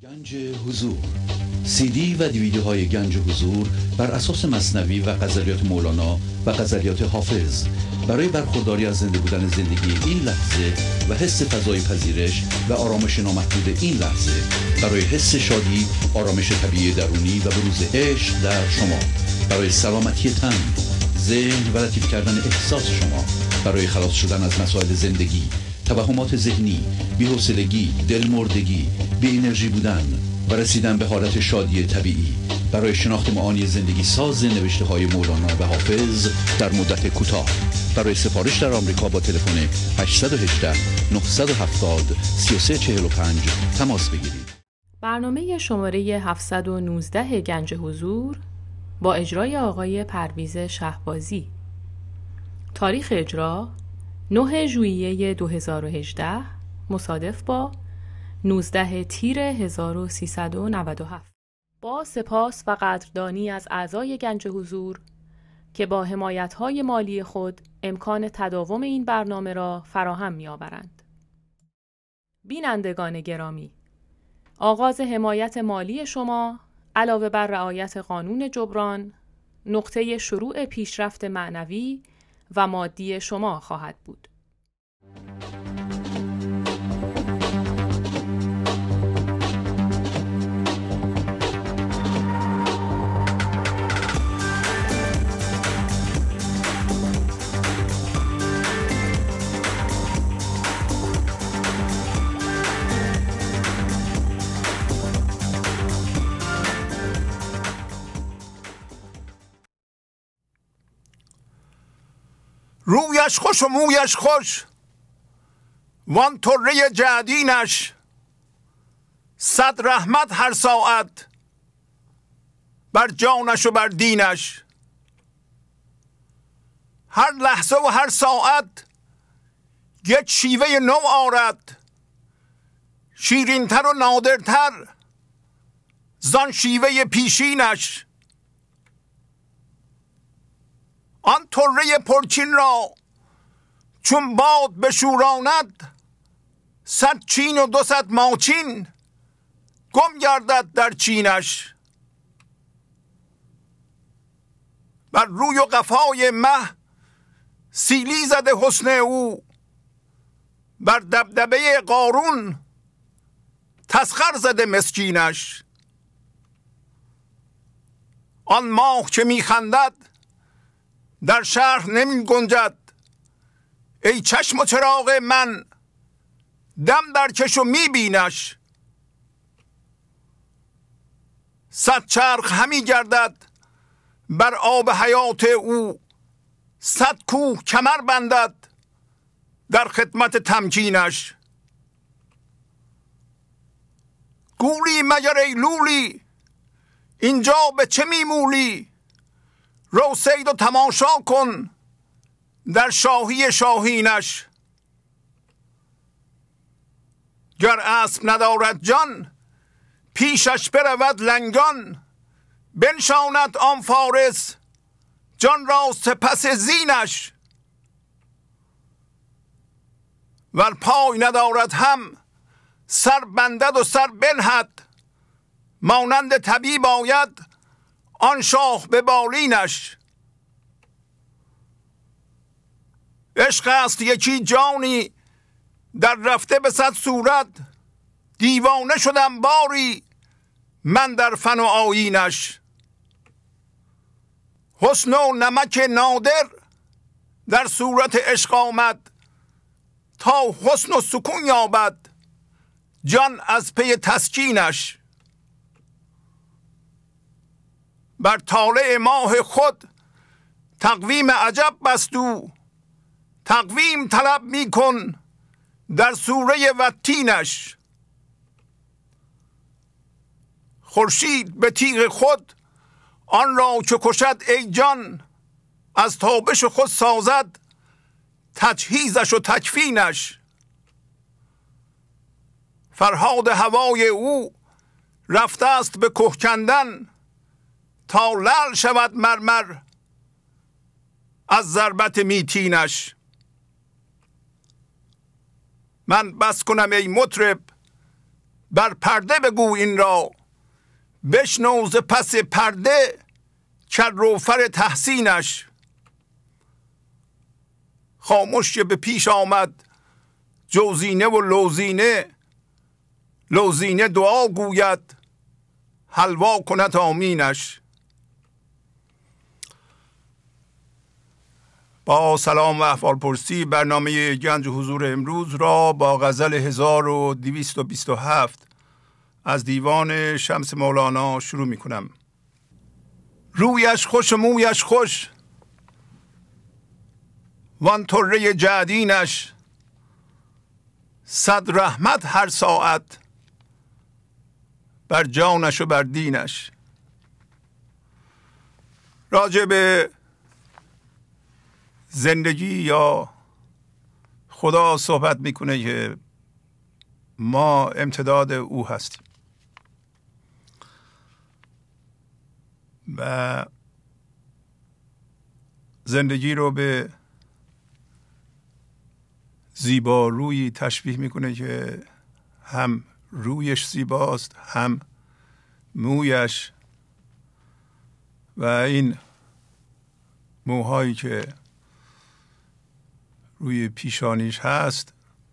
گنج حضور، سی دی و دیویدیوهای گنج حضور بر اساس مثنوی و غزلیات مولانا و غزلیات حافظ برای برخورداری از زنده بودن زندگی این لحظه و حس فضای پذیرش و آرامش نامحدود این لحظه، برای حس شادی، آرامش طبیعی درونی و بروز عشق در شما، برای سلامتی تن، ذهن و لطیف کردن احساس شما، برای خلاص شدن از مسائل زندگی، توهمات ذهنی، بی‌حوصلگی، دلمردگی، بی انرژی بودن و رسیدن به حالت شادی طبیعی، برای شناخت معانی زندگی ساز نوشته‌های مولانا و حافظ در مدت کوتاه. برای سفارش در آمریکا با تلفن 818 970 3345 تماس بگیرید. برنامه شماره 719 گنج حضور با اجرای آقای پرویز شهبازی. تاریخ اجرا 9 ژوئیه 2018 مصادف با 19 تیر 1397. با سپاس و قدردانی از اعضای گنج حضور که با حمایت‌های مالی خود امکان تداوم این برنامه را فراهم می‌آورند. بینندگان گرامی، آغاز حمایت مالی شما علاوه بر رعایت قانون جبران نقطه شروع پیشرفت معنوی و مادی شما خواهد بود. رویش خوش و مویش خوش وان طره جعدینش، صد رحمت هر ساعت بر جانش و بر دینش. هر لحظه و هر ساعت یک شیوه نو آرد، شیرینتر و نادرتر زان شیوه پیشینش. آن طره پرچین را چون باد بشوراند، 100 چین و 200 ماچین گم گردد در چینش. بر روی و قفای مه سیلی زده حسن او، بر دبدبه قارون تسخر زده مسکینش. آن ماه که میخندد در شهر نمی گنجد، ای چشم و چراغ من دم در کش و می بینش. 100 چرخ همی گردد بر آب حیات او، 100 کوه کمر بندد در خدمت تمکینش. گولی مگر ای لولی اینجا به چه میمولی، رو صید و تماشا کن در شاهی شاهینش. گر اسب ندارد جان پیشش برود لنگان، بنشاند آن فارس جان را سپس زینش. ور پای ندارد هم سر بندد و سر بنهد، مانند طبیب آید آن شاه به بالینش. عشق است یکی جانی در رفته به 100 صورت، دیوانه شدم باری من در فن و آیینش. حسن و نمک نادر در صورت عشق آمد، تا حسن و سکون یابد جان از پی تسکینش. بر طالع ماه خود تقویم عجب بست او، تقویم طلب می کن در سوره والتینش. خورشید به تیغ خود آن را که کشد ای جان، از تابش خود سازد تجهیزش و تکفینش. فرهاد هوای او رفته است به که کندن، تا لعل شود مرمر از ضربت میتینش. من بس کنم ای مطرب بر پرده بگو این را، بشنو ز پس پرده کر و فر تحسینش. خاموش که به پیش آمد جوزینه و لوزینه، لوزینه دعا گوید حلوا کند آمینش. با سلام و احوالپرسی برنامه گنج حضور امروز را با غزل 1227 از دیوان شمس مولانا شروع می کنم. رویش خوش و مویش خوش، وان طره جعدینش، صد رحمت هر ساعت بر جانش و بر دینش. راجع به زندگی یا خدا صحبت میکنه که ما امتداد او هستیم و زندگی رو به زیبارویی تشبیه میکنه که هم رویش زیباست هم مویش و این موهایی که روی پیشانیش هست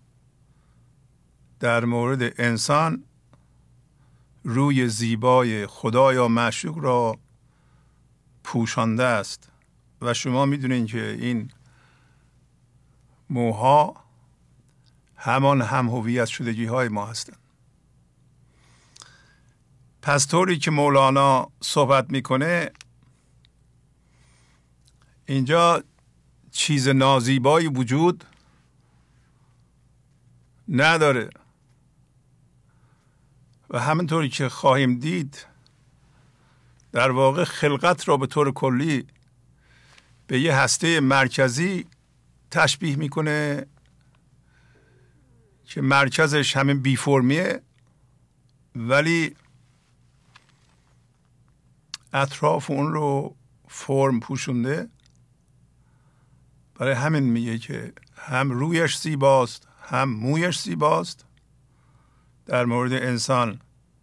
در مورد انسان روی زیبای خدا یا معشوق را پوشانده است و شما میدونین که این موها همان هم هویت شدگی های ما هستند. پس طوری که مولانا صحبت میکنه اینجا چیز نازیبایی وجود نداره و همینطوری که خواهیم دید در واقع خلقت را به طور کلی به یه هسته مرکزی تشبیه میکنه که مرکزش همین بی فرمیه ولی اطراف اون رو فرم پوشونده. برای همین میگه که هم رویش زیباست هم مویش زیباست. در مورد انسان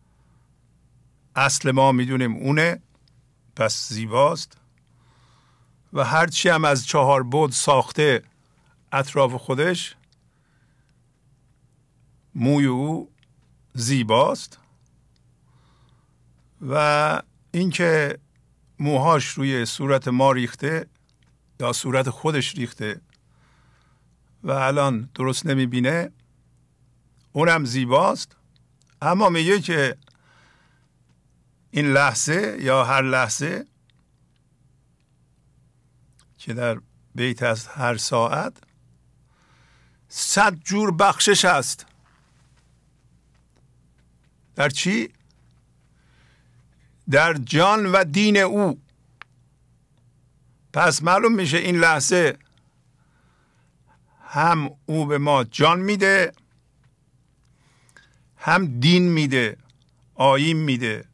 اصل ما میدونیم اونه، پس زیباست و هرچی هم از 4 بعد ساخته اطراف خودش موی او زیباست و اینکه موهاش روی صورت ما ریخته یا صورت خودش ریخته و الان درست نمیبینه اونم زیباست. اما میگه که این لحظه یا هر لحظه که در بیت است هر ساعت 100 جور بخشش است. در چی؟ در جان و دین او. پس معلوم میشه این لحظه هم او به ما جان میده هم دین میده، آیین میده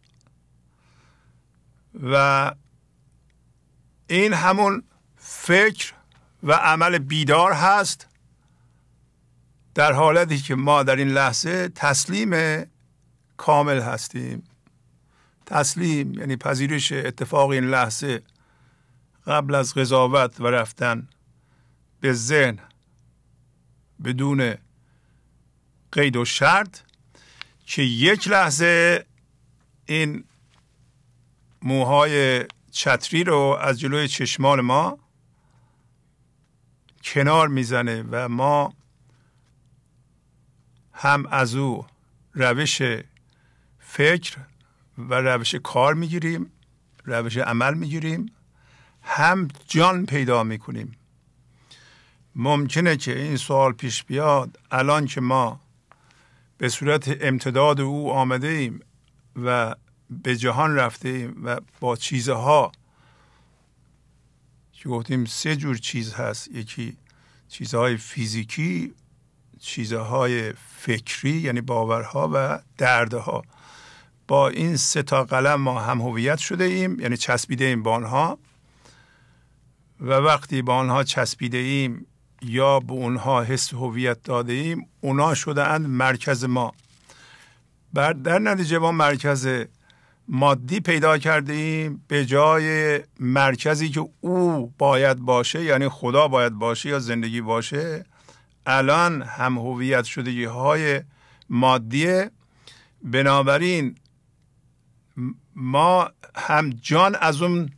و این همون فکر و عمل بیدار هست در حالتی که ما در این لحظه تسلیم کامل هستیم. تسلیم یعنی پذیرش اتفاق این لحظه قبل از قضاوت و رفتن به ذهن بدون قید و شرط که یک لحظه این موهای چتری رو از جلوی چشمان ما کنار میزنه و ما هم از او روش فکر و روش کار میگیریم، روش عمل میگیریم، هم جان پیدا میکنیم. ممکنه که این سوال پیش بیاد الان که ما به صورت امتداد او آمده ایم و به جهان رفته ایم و با چیزها که گفتیم 3 جور چیز هست، یکی چیزهای فیزیکی، چیزهای فکری یعنی باورها و دردها، با این 3 تا قلم ما هم هویت شده ایم یعنی چسبیده ایم با آنها و وقتی با آنها چسبیده ایم یا به اونها حس هویت داده ایم اونا شده اند مرکز ما. در نتیجه ما مرکز مادی پیدا کرده ایم به جای مرکزی که او باید باشه، یعنی خدا باید باشه یا زندگی باشه. الان هم هویت شدگی های مادیه. بنابراین ما هم جان از اون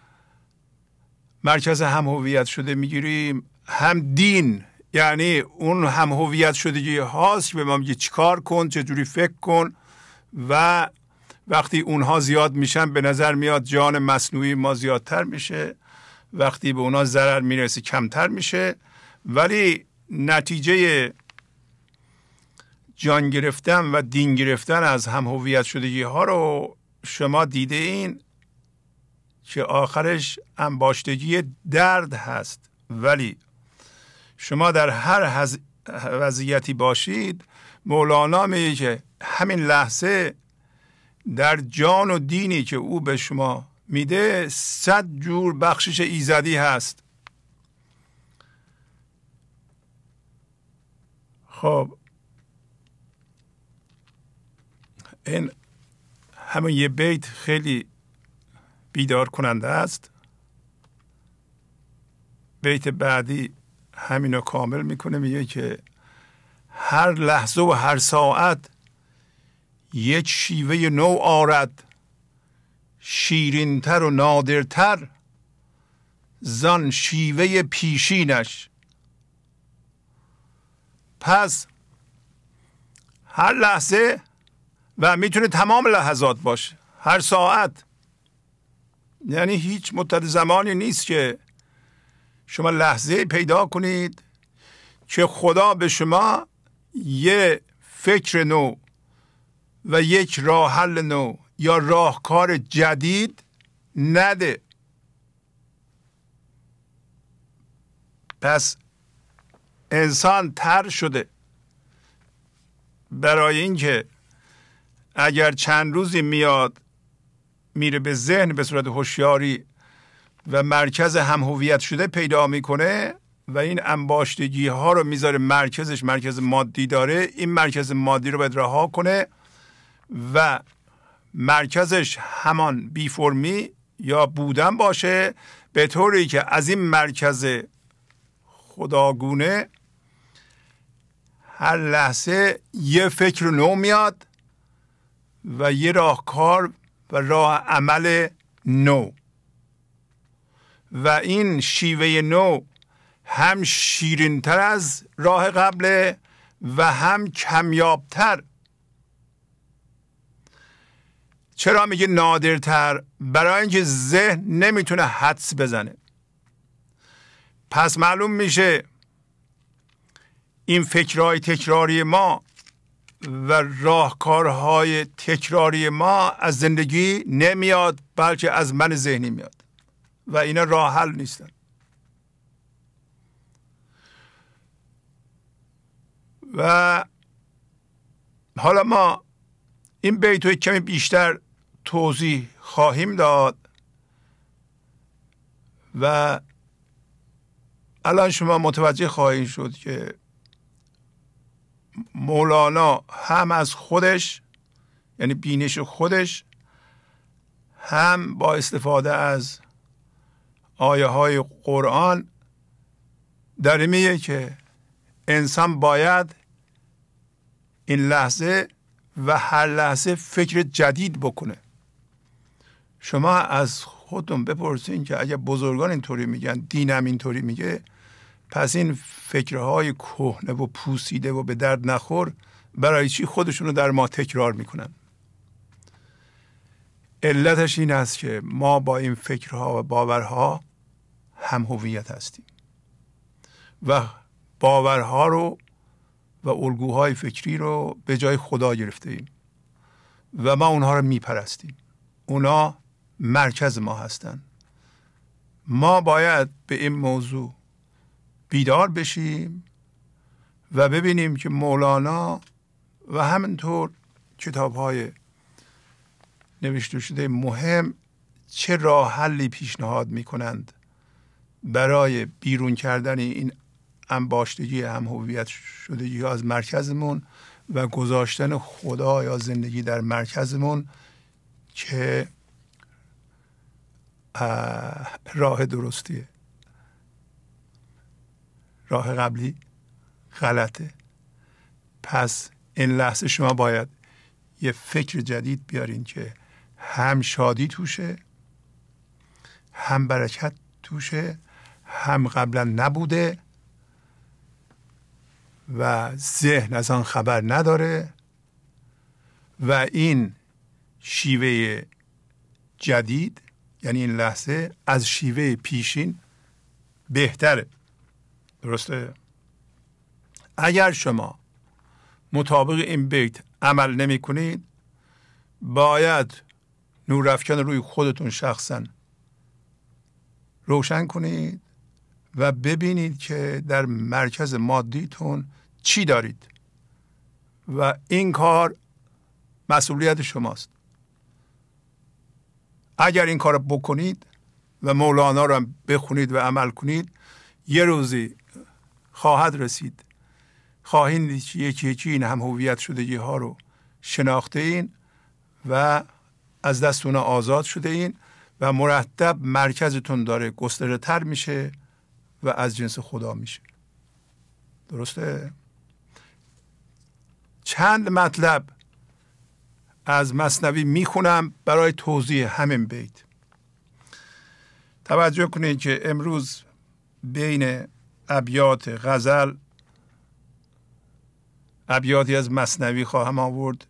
مرکز هم هویت شده میگیریم، هم دین، یعنی اون هم هویت شدگی هاست که به ما میگه چیکار کن، چجوری فکر کن، و وقتی اونها زیاد میشن به نظر میاد جان مصنوعی ما زیادتر میشه، وقتی به اونها ضرر میرسه کمتر میشه. ولی نتیجه جان گرفتن و دین گرفتن از هم هویت شدگی ها رو شما دیده این که آخرش انباشتگی درد هست. ولی شما در هر وضعیتی باشید، مولانا میگه که همین لحظه در جان و دینی که او به شما میده 100 جور بخشش ایزدی هست. خب این همون یه بیت خیلی بیدار کننده است. بیت بعدی همینو کامل میکنه، میگه که هر لحظه و هر ساعت یک شیوه نو آرد، شیرینتر و نادرتر زان شیوه پیشینش. پس هر لحظه، و میتونه تمام لحظات باشه، هر ساعت، یعنی هیچ مدت زمانی نیست که شما لحظه پیدا کنید که خدا به شما یه فکر نو و یک راه حل نو یا راهکار جدید نده. پس انسان طرح شده برای اینکه اگر چند روزی میاد میره به ذهن به صورت هوشیاری و مرکز هم هویت شده پیدا میکنه و این انباشتگی ها رو میذاره مرکزش مرکز مادی داره، این مرکز مادی رو باید رها کنه و مرکزش همان بی فرمی یا بودن باشه، به طوری که از این مرکز خداگونه هر لحظه یه فکر نو میاد و یه راهکار و راه عمل نو، و این شیوه نو هم شیرین‌تر از راه قبله و هم کمیابتر. چرا میگه نادرتر؟ برای اینکه ذهن نمیتونه حدس بزنه. پس معلوم میشه این فکرهای تکراری ما و راهکارهای تکراری ما از زندگی نمیاد، بلکه از من ذهنی میاد و اینا راه حل نیستن. و حالا ما این بیت رو کمی بیشتر توضیح خواهیم داد و الان شما متوجه خواهید شد که مولانا هم از خودش، یعنی بینش خودش، هم با استفاده از آیه های قرآن داره میگه که انسان باید این لحظه و هر لحظه فکر جدید بکنه. شما از خودتون بپرسین که اگه بزرگان اینطوری میگن، دینم اینطوری میگه، پس این فکرهای کهنه و پوسیده و به درد نخور برای چی خودشونو در ما تکرار میکنن؟ علتش این است که ما با این فکرها و باورها هم هویت هستیم و باورها رو و الگوهای فکری رو به جای خدا گرفته ایم و ما اونها رو میپرستیم. اونا مرکز ما هستن. ما باید به این موضوع بیدار بشیم و ببینیم که مولانا و همینطور کتاب‌های نوشته شده مهم چه راه حلی پیشنهاد میکنند برای بیرون کردن این انباشتگی هم هویت شدگی از مرکزمون و گذاشتن خدا یا زندگی در مرکزمون که راه درستیه. راه قبلی غلطه. پس این لحظه شما باید یه فکر جدید بیارین که هم شادی توشه، هم برکت توشه، هم قبلا نبوده و ذهن از آن خبر نداره و این شیوه جدید، یعنی این لحظه، از شیوه پیشین بهتره. درسته؟ اگر شما مطابق این بیت عمل نمی کنید، باید نورافکن روی خودتون شخصا روشن کنید و ببینید که در مرکز مادیتون چی دارید و این کار مسئولیت شماست. اگر این کار بکنید و مولانا رو بخونید و عمل کنید، یه روزی خواهد رسید خواهید یکی این هم هویت شدگی ها رو شناخته این و از دست اونا آزاد شده این و مرتب مرکزتون داره گسترده تر میشه و از جنس خدا میشه. درسته؟ چند مطلب از مثنوی میخونم برای توضیح همین بیت. توجه کنید که امروز بین ابیات غزل ابیاتی از مثنوی خواهم آورد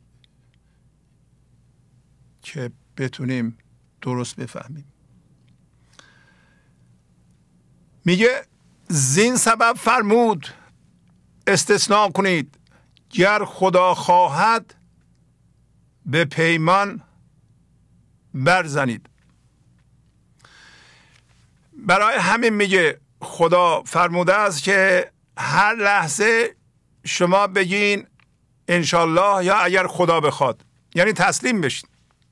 که بتونیم درست بفهمیم. میگه زین سبب فرمود استثناء کنید، گر خدا خواهد به پیمان برزنید. برای همین میگه خدا فرموده است که هر لحظه شما بگین انشالله یا اگر خدا بخواد، یعنی تسلیم بشین.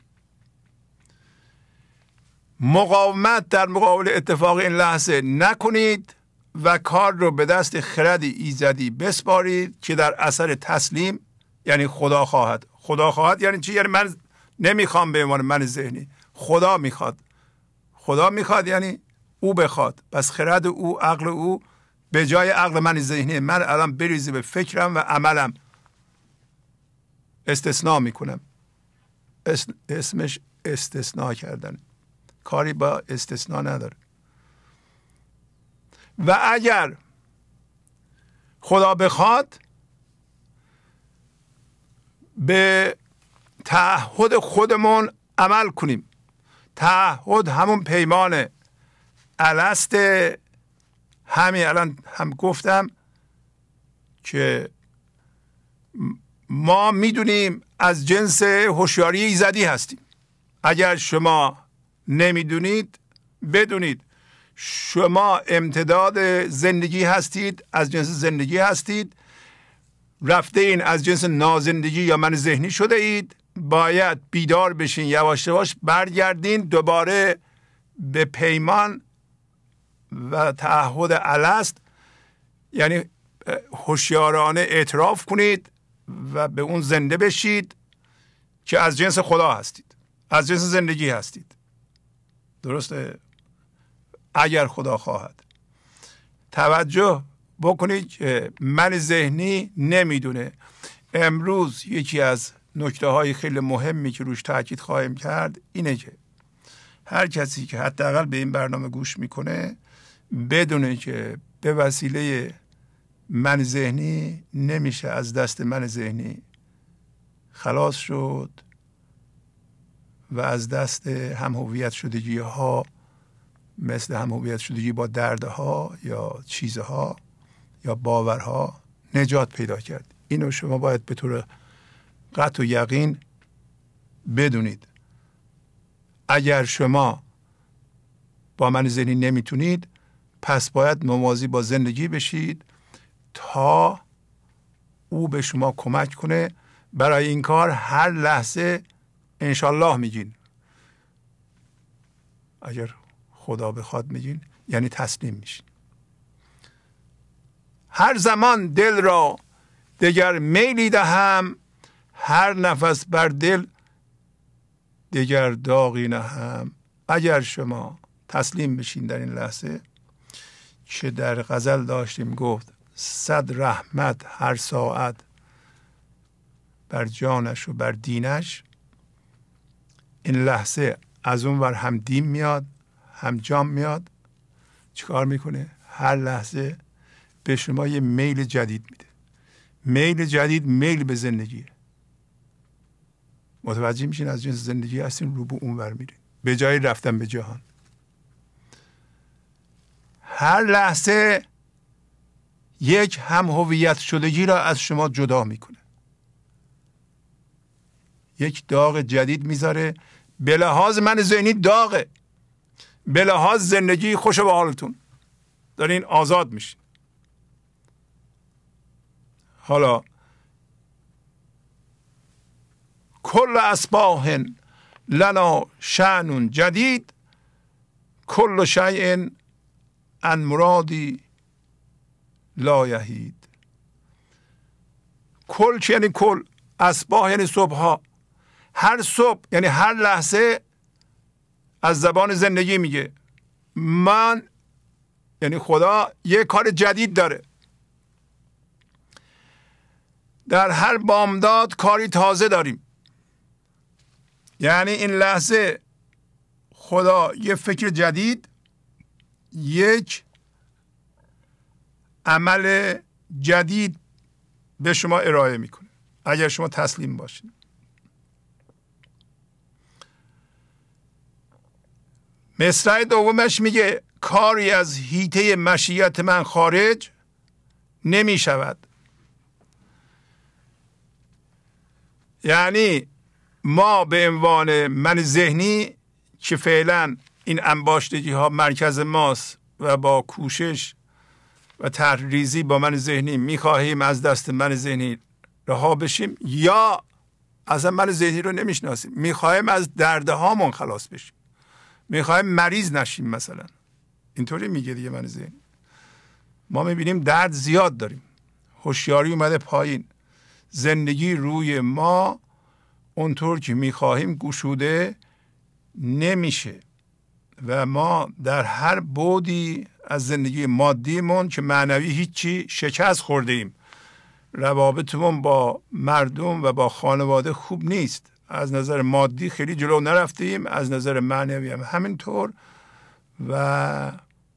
مقاومت در مقابل اتفاق این لحظه نکنید و کار رو به دست خرد ایزدی بسپارید که در اثر تسلیم، یعنی خدا خواهد. خدا خواهد یعنی چی؟ یعنی من نمیخوام به عنوان من ذهنی، خدا میخواد. خدا میخواد یعنی او بخواد. پس خرد او، عقل او به جای عقل من ذهنی من الان بریزه به فکرم و عملم. استثناء میکنم. اسمش استثناء کردن، کاری با استثناء نداره. و اگر خدا بخواد به تعهد خودمون عمل کنیم. تعهد همون پیمان الست. همین الان هم گفتم که ما میدونیم از جنس هوشیاری ایزدی هستیم. اگر شما نمیدونید بدونید شما امتداد زندگی هستید، از جنس زندگی هستید، رفته این از جنس نازندگی یا من ذهنی شده اید. باید بیدار بشین، یواش یواش برگردین دوباره به پیمان و تعهد الست، یعنی هوشیارانه اعتراف کنید و به اون زنده بشید که از جنس خدا هستید، از جنس زندگی هستید. درسته؟ اگر خدا خواهد. توجه بکنید که من ذهنی نمیدونه. امروز یکی از نکته های خیلی مهمی که روش تاکید خواهیم کرد اینه که هر کسی که حداقل به این برنامه گوش میکنه بدونه که به وسیله من ذهنی نمیشه از دست من ذهنی خلاص شد و از دست هم هویت شدگی ها، مثل هم هویت شدگی با دردها یا چیزها یا باورها نجات پیدا کرد. اینو شما باید به طور قطع و یقین بدونید. اگر شما با من ذهنی نمیتونید، پس باید موازی با زندگی بشید تا او به شما کمک کنه. برای این کار هر لحظه انشالله میگین، اگر خدا بخواد میگین، یعنی تسلیم میشین. هر زمان دل را دگر میلی دهم، هر نفس بر دل دگر داغی نهم. اگر شما تسلیم بشین در این لحظه که در غزل داشتیم گفت 100 رحمت هر ساعت بر جانش و بر دینش، این لحظه از اون ور هم دین میاد هم جان میاد. چیکار میکنه؟ هر لحظه به شما یه میل جدید میده. میل جدید میل به زندگیه. متوجه میشین از جنس زندگی هستین، رو به اون ور میرین به جای رفتن به جهان. هر لحظه یک هم هویت شدگی را از شما جدا میکنه، یک داغ جدید میذاره. به لحاظ من ذهنی داغه، به لحاظ زندگی خوش به حالتون دارین آزاد میشین. حالا کل اصباح لنا شأن جدید، کل شیء عن مرادی لا یحید. کل چی یعنی کل؟ اصباح یعنی صبح ها. هر صبح یعنی هر لحظه از زبان زندگی میگه من، یعنی خدا یه کار جدید داره. در هر بامداد کاری تازه داریم. یعنی این لحظه خدا یه فکر جدید، یک عمل جدید به شما ارائه میکنه اگر شما تسلیم باشید. مصرع دومش میگه کاری از حیطه مشیت من خارج نمی شود. یعنی ما به عنوان من ذهنی که فعلا این انباشتگی ها مرکز ماست و با کوشش و طرح‌ریزی با من ذهنی میخواهیم از دست من ذهنی رها بشیم، یا اصلا من ذهنی رو نمیشناسیم، میخواهیم از دردهامون خلاص بشیم، میخواهیم مریض نشیم مثلا. اینطوری میگه دیگه من ذهنی. ما میبینیم درد زیاد داریم، هوشیاری اومده پایین، زندگی روی ما اونطور که میخواهیم گشوده نمیشه و ما در هر بعدی از زندگی مادیمون که معنوی هیچی شکست خورده ایم. روابطمون با مردم و با خانواده خوب نیست، از نظر مادی خیلی جلو نرفتیم، از نظر معنوی هم همینطور و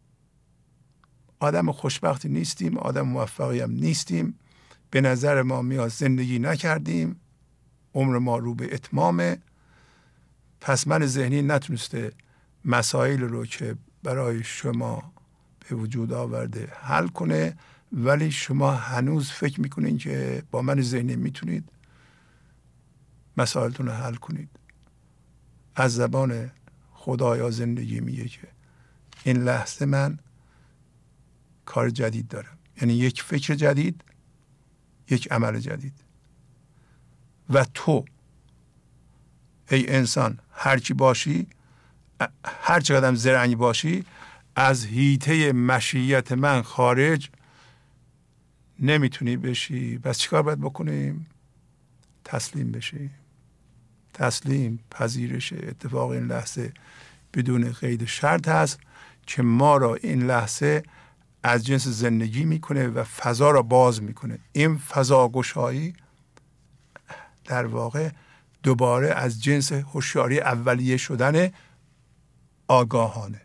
آدم خوشبختی نیستیم، آدم موفقی هم نیستیم. به نظر ما میاد زندگی نکردیم، عمر ما رو به اتمامه. پس من ذهنی نتونسته مسائل رو که برای شما به وجود آورده حل کنه، ولی شما هنوز فکر میکنین که با من ذهنی میتونید مسائلتون رو حل کنید. از زبان خدایا زندگی میگه که این لحظه من کار جدید دارم، یعنی یک فکر جدید، یک عمل جدید. و تو ای انسان هر چی باشی، هر چقدر زرنگ باشی، از حیطه مشیت من خارج نمیتونی بشی. بس چیکار باید بکنیم؟ تسلیم بشی. تسلیم، پذیرش اتفاق این لحظه بدون قید شرط هست که ما را این لحظه از جنس زندگی میکنه و فضا را باز میکنه. این فضا گشایی در واقع دوباره از جنس هوشیاری اولیه شدن آگاهانه.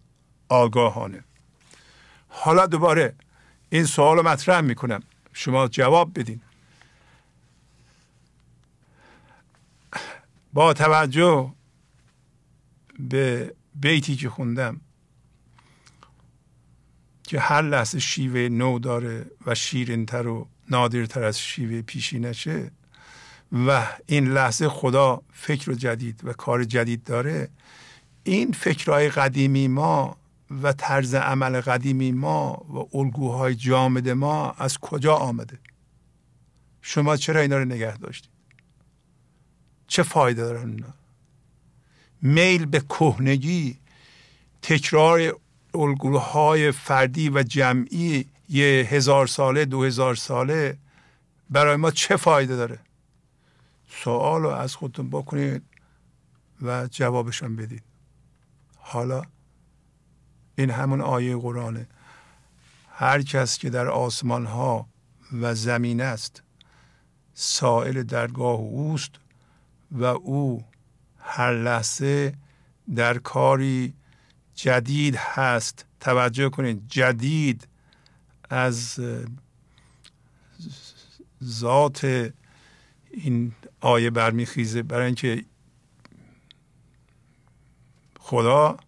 حالا دوباره این سوال رو مطرح میکنم، شما جواب بدین. با توجه به بیتی که خوندم که هر لحظه شیوه نو داره و شیرین‌تر و نادرتر از شیوه پیشینشه و این لحظه خدا فکر جدید و کار جدید داره، این فکرهای قدیمی ما و طرز عمل قدیمی ما و الگوهای جامد ما از کجا آمده؟ شما چرا اینا رو نگه داشتید؟ چه فایده دارن اینا؟ میل به کهنگی، تکرار الگوهای فردی و جمعی 1000 ساله 2000 ساله برای ما چه فایده داره؟ سوال رو از خودتون بکنید و جوابشان بدید. حالا این همون آیه قرآنه. هر کس که در آسمان ها و زمین است سائل درگاه اوست و او هر لحظه در کاری جدید هست. توجه کنید، جدید از ذات این آیه برمیخیزه، برای اینکه خدا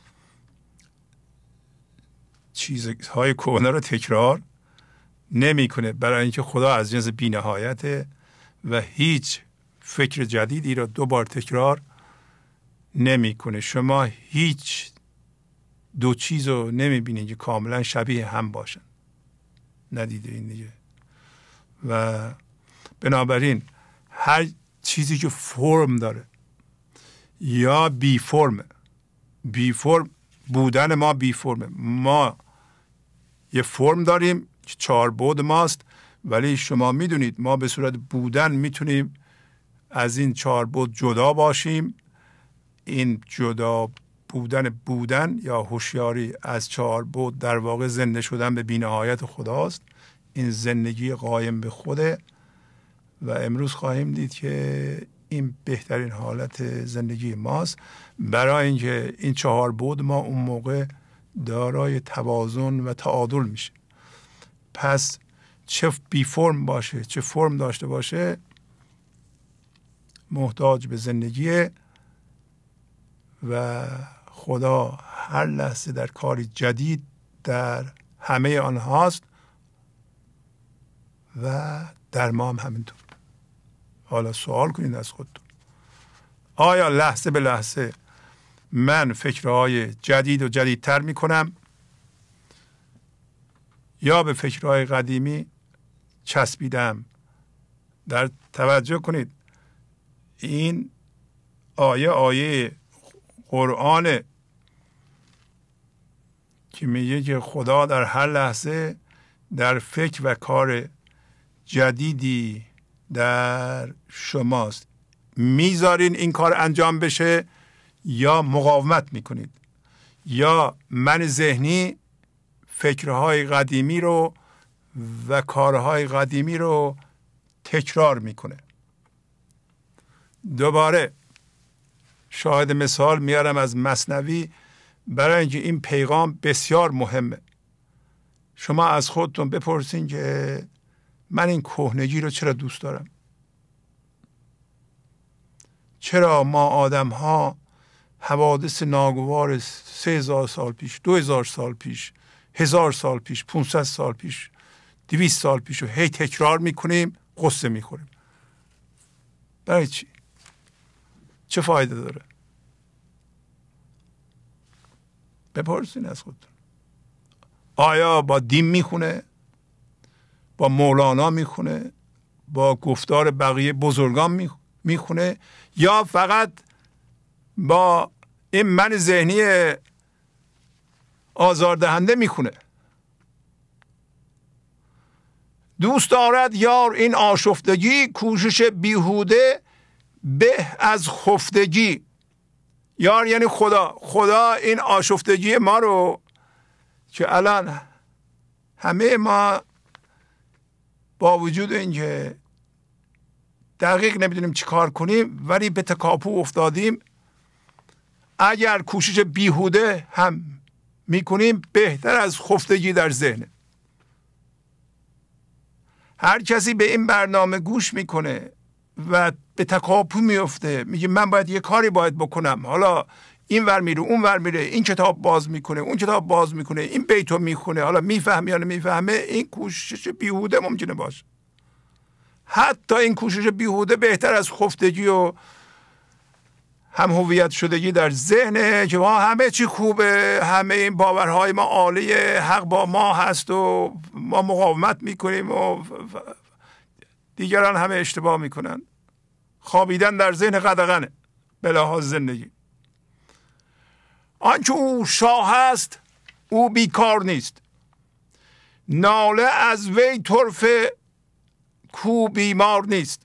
چیزهای کهنه رو تکرار نمیکنه، برای اینکه خدا از جنس بی‌نهایته و هیچ فکر جدیدی رو دوبار تکرار نمیکنه. شما هیچ دو چیز رو نمیبینید که کاملا شبیه هم باشن، ندیده این دیگه. و بنابراین هر چیزی که فرم داره یا بی فرمه، بی فرم بودن ما بی فرمه. ما یه فرم داریم که 4 بعد ماست، ولی شما میدونید ما به صورت بودن میتونیم از این 4 بعد جدا باشیم. این جدا بودن یا هوشیاری از 4 بعد در واقع زنده شدن به بی‌نهایت خداست. این زندگی قایم به خوده و امروز خواهیم دید که این بهترین حالت زندگی ماست، برای اینکه این 4 بعد ما اون موقع دارای توازن و تعادل میشه. پس چه بی فرم باشه چه فرم داشته باشه محتاج به زندگیه و خدا هر لحظه در کاری جدید در همه آنهاست و در ما هم همینطور. حالا سوال کنید از خودتون، آیا لحظه به لحظه من فکرهای جدید و جدیدتر میکنم یا به فکرهای قدیمی چسبیدم؟ در توجه کنید این آیه قرآنه که میگه که خدا در هر لحظه در فکر و کار جدیدی در شماست. میذارین این کار انجام بشه یا مقاومت میکنید، یا من ذهنی فکرهای قدیمی رو و کارهای قدیمی رو تکرار میکنه. دوباره شاهد مثال میارم از مثنوی برای اینکه این پیغام بسیار مهمه. شما از خودتون بپرسین که من این کهنگی رو چرا دوست دارم؟ چرا ما آدم ها حوادث ناگوار 3000 سال پیش، 2000 سال پیش، 1000 سال پیش، 500 سال پیش، 200 سال پیش رو هی تکرار میکنیم، قصه میخوریم؟ برای چی؟ چه فایده داره؟ بپرسین از خودتون. آیا با دین میخونه؟ با مولانا میخونه؟ با گفتار بقیه بزرگان میخونه؟ یا فقط با این من ذهنی آزاردهنده میخونه؟ دوست دارد یار این آشفتگی، کوشش بیهوده به از خفتگی. یار یعنی خدا این آشفتگی ما رو که الان همه ما با وجود اینکه دقیق نمیدونیم چی کار کنیم ولی به تکاپو افتادیم، اگر کوشش بیهوده هم میکنیم بهتر از خفتگی در ذهنه. هر کسی به این برنامه گوش میکنه و به تکاپو میفته، میگه من باید یه کاری باید بکنم، حالا این ور میره اون ور میره، این کتاب باز میکنه اون کتاب باز میکنه، این بیتو میخونه، حالا میفهمه یا نمیفهمه، این کوشش بیهوده ممکنه باشه. حتی این کوشش بیهوده بهتر از خفتگی و هم هویت شدگی در ذهنه که ما همه چی خوبه، همه این باورهای ما عالیه، حق با ما هست و ما مقاومت میکنیم و دیگران همه اشتباه میکنن. خوابیدن در ذهن قدغنه به لحاظ زندگی. آنچه او شاه است او بیکار نیست، ناله از وی طرفه کو بیمار نیست.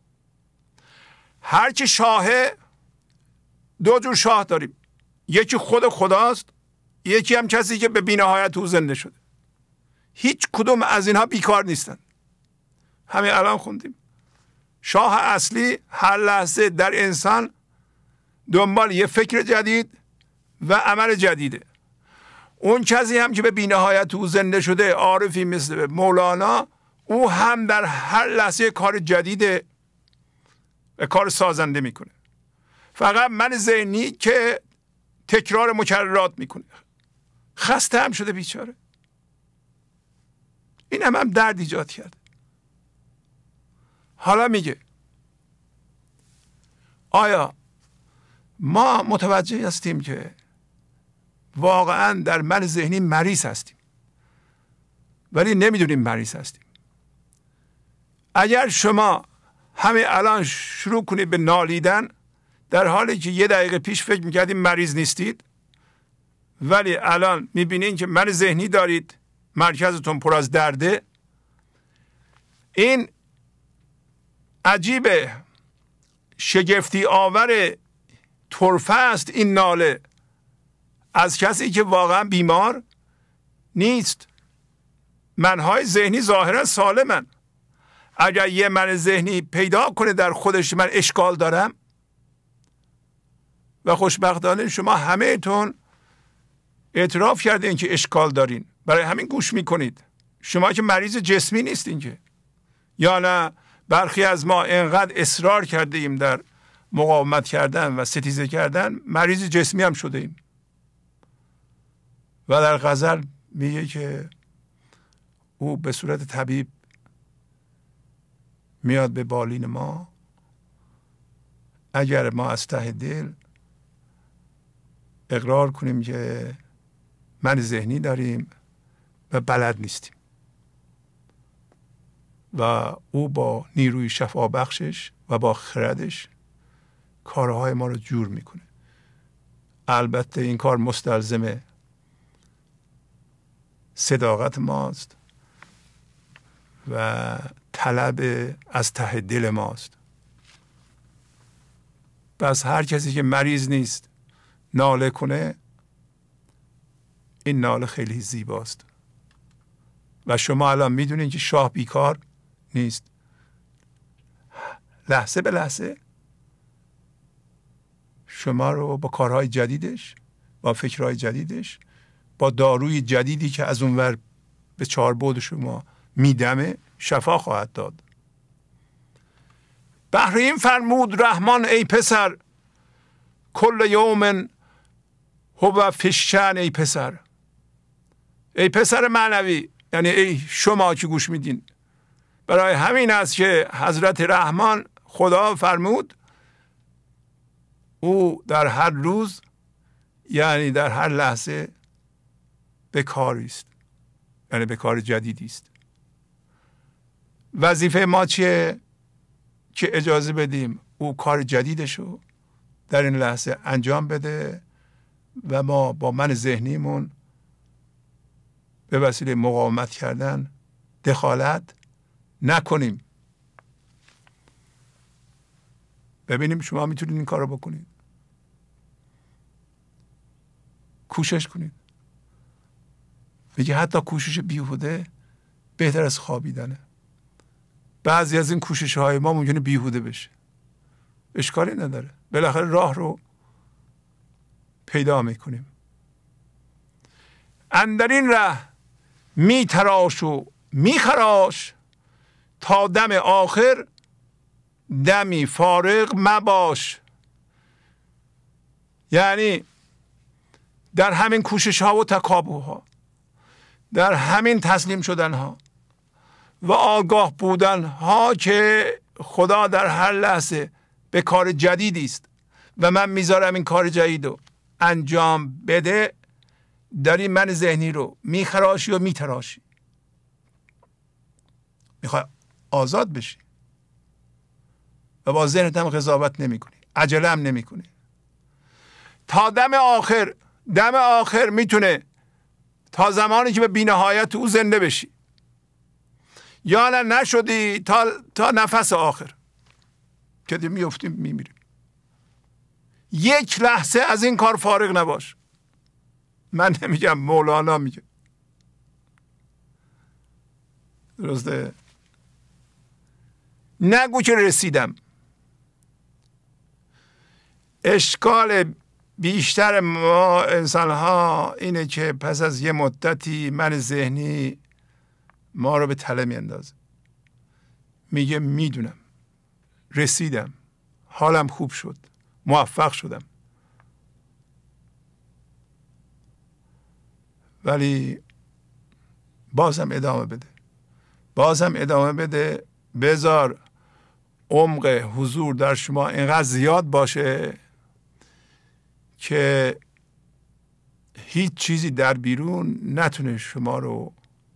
هر کی شاهه، دو جور شاه داریم، یکی خود خداست، یکی هم کسی که به بی‌نهایت او زنده شده. هیچ کدوم از اینها بیکار نیستن. همین الان خوندیم شاه اصلی هر لحظه در انسان دنبال یه فکر جدید و عمل جدیده. اون کسی هم که به بی‌نهایت او زنده شده، عارفی مثل مولانا، او هم در هر لحظه کار جدیده و کار سازنده میکنه. فقط من ذهنی که تکرار مکررات میکنه، خسته هم شده بیچاره. این هم درد ایجاد کرده. حالا میگه آیا ما متوجه هستیم که واقعا در من ذهنی مریض هستیم ولی نمیدونیم مریض هستیم؟ اگر شما همین الان شروع کنید به نالیدن در حالی که 1 دقیقه پیش فکر میکردید مریض نیستید، ولی الان میبینید که من ذهنی دارید، مرکزتون پر از درده، این عجیبه، شگفتی آور طرفه است این ناله از کسی که واقعا بیمار نیست. منهای ذهنی ظاهرا سالمن. اگر یه من ذهنی پیدا کنه در خودش من اشکال دارم، و خوشبختانه شما همه تون اعتراف کردین که اشکال دارین، برای همین گوش میکنید. شما که مریض جسمی نیستین که، یا نه برخی از ما انقدر اصرار کرده ایم در مقاومت کردن و ستیزه کردن، مریض جسمی هم شده ایم. و در غزل میگه که او به صورت طبیب میاد به بالین ما، اگر ما از ته دل اقرار کنیم که من ذهنی داریم و بلد نیستیم، و او با نیروی شفا بخشش و با خردش کارهای ما رو جور میکنه. البته این کار مستلزم صداقت ماست و طلب از ته دل ماست. پس هر کسی که مریض نیست ناله کنه، این ناله خیلی زیباست. و شما الان میدونین که شاه بیکار نیست. لحظه به لحظه شما رو با کارهای جدیدش، با فکرهای جدیدش، با داروی جدیدی که از اونور به چاربعد شما میدمه شفا خواهد داد. بهر این فرمود رحمان ای پسر، کل یوم هو فی الشأن. ای پسر، ای پسر معنوی، یعنی ای شما که گوش میدین. برای همین است که حضرت رحمان خدا فرمود او در هر روز، یعنی در هر لحظه به کاری است، یعنی به کار جدیدی است. وظیفه ما چیه؟ که اجازه بدیم او کار جدیدشو در این لحظه انجام بده و ما با من ذهنیمون به وسیله مقاومت کردن دخالت نکنیم. ببینیم شما میتونید این کار رو بکنید. کوشش کنید. میگه حتی کوشش بیهوده بهتر از خوابیدنه. بعضی از این کوشش های ما ممکنه بیهوده بشه، اشکالی نداره، بالاخره راه رو پیدا میکنیم. اندر این ره می تراش و می خراش، تا دم آخر دمی فارغ مباش. یعنی در همین کوشش ها و تکابوها، در همین تسلیم شدن ها و آگاه بودن ها که خدا در هر لحظه به کار جدیدی است و من میذارم این کار جدید رو انجام بده، داری من ذهنی رو میخراشی و میتراشی. میخوای آزاد بشی و با ذهنت هم قضاوت نمی کنی، عجله هم نمی کنی. تا دم آخر، دم آخر میتونه تا زمانی که به بی‌نهایت او زنده بشی. یا نه نشدی تا نفس آخر که دی میفتیم میمیریم. یک لحظه از این کار فارغ نباش. من نمیگم، مولانا میگه. درسته؟ نگو که رسیدم. اشکال بیشتر ما انسان ها اینه که پس از یه مدتی من ذهنی ما رو به تله میاندازه. میگه میدونم، رسیدم، حالم خوب شد، موفق شدم. ولی بازم ادامه بده، بازم ادامه بده. بذار عمق حضور در شما اینقدر زیاد باشه که هیچ چیزی در بیرون نتونه شما رو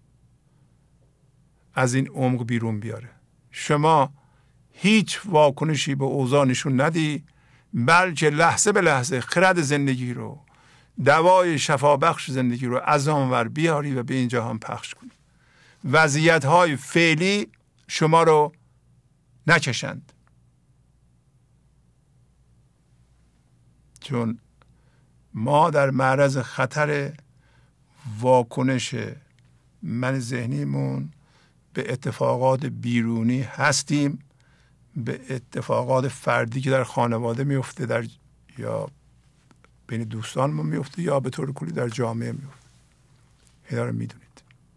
از این عمق بیرون بیاره. شما هیچ واکنشی به اوضاع نشون ندی، بلکه لحظه به لحظه خرد زندگی رو، دوای شفابخش زندگی رو از آنور بیاری و به این جهان پخش کنی. وضعیت‌های فعلی شما رو نکشند، چون ما در معرض خطر واکنش من ذهنیمون به اتفاقات بیرونی هستیم، به اتفاقات فردی که در خانواده میفته، یا بین دوستان ما میفته، یا به طور کلی در جامعه میفته. اینا رو میدونید.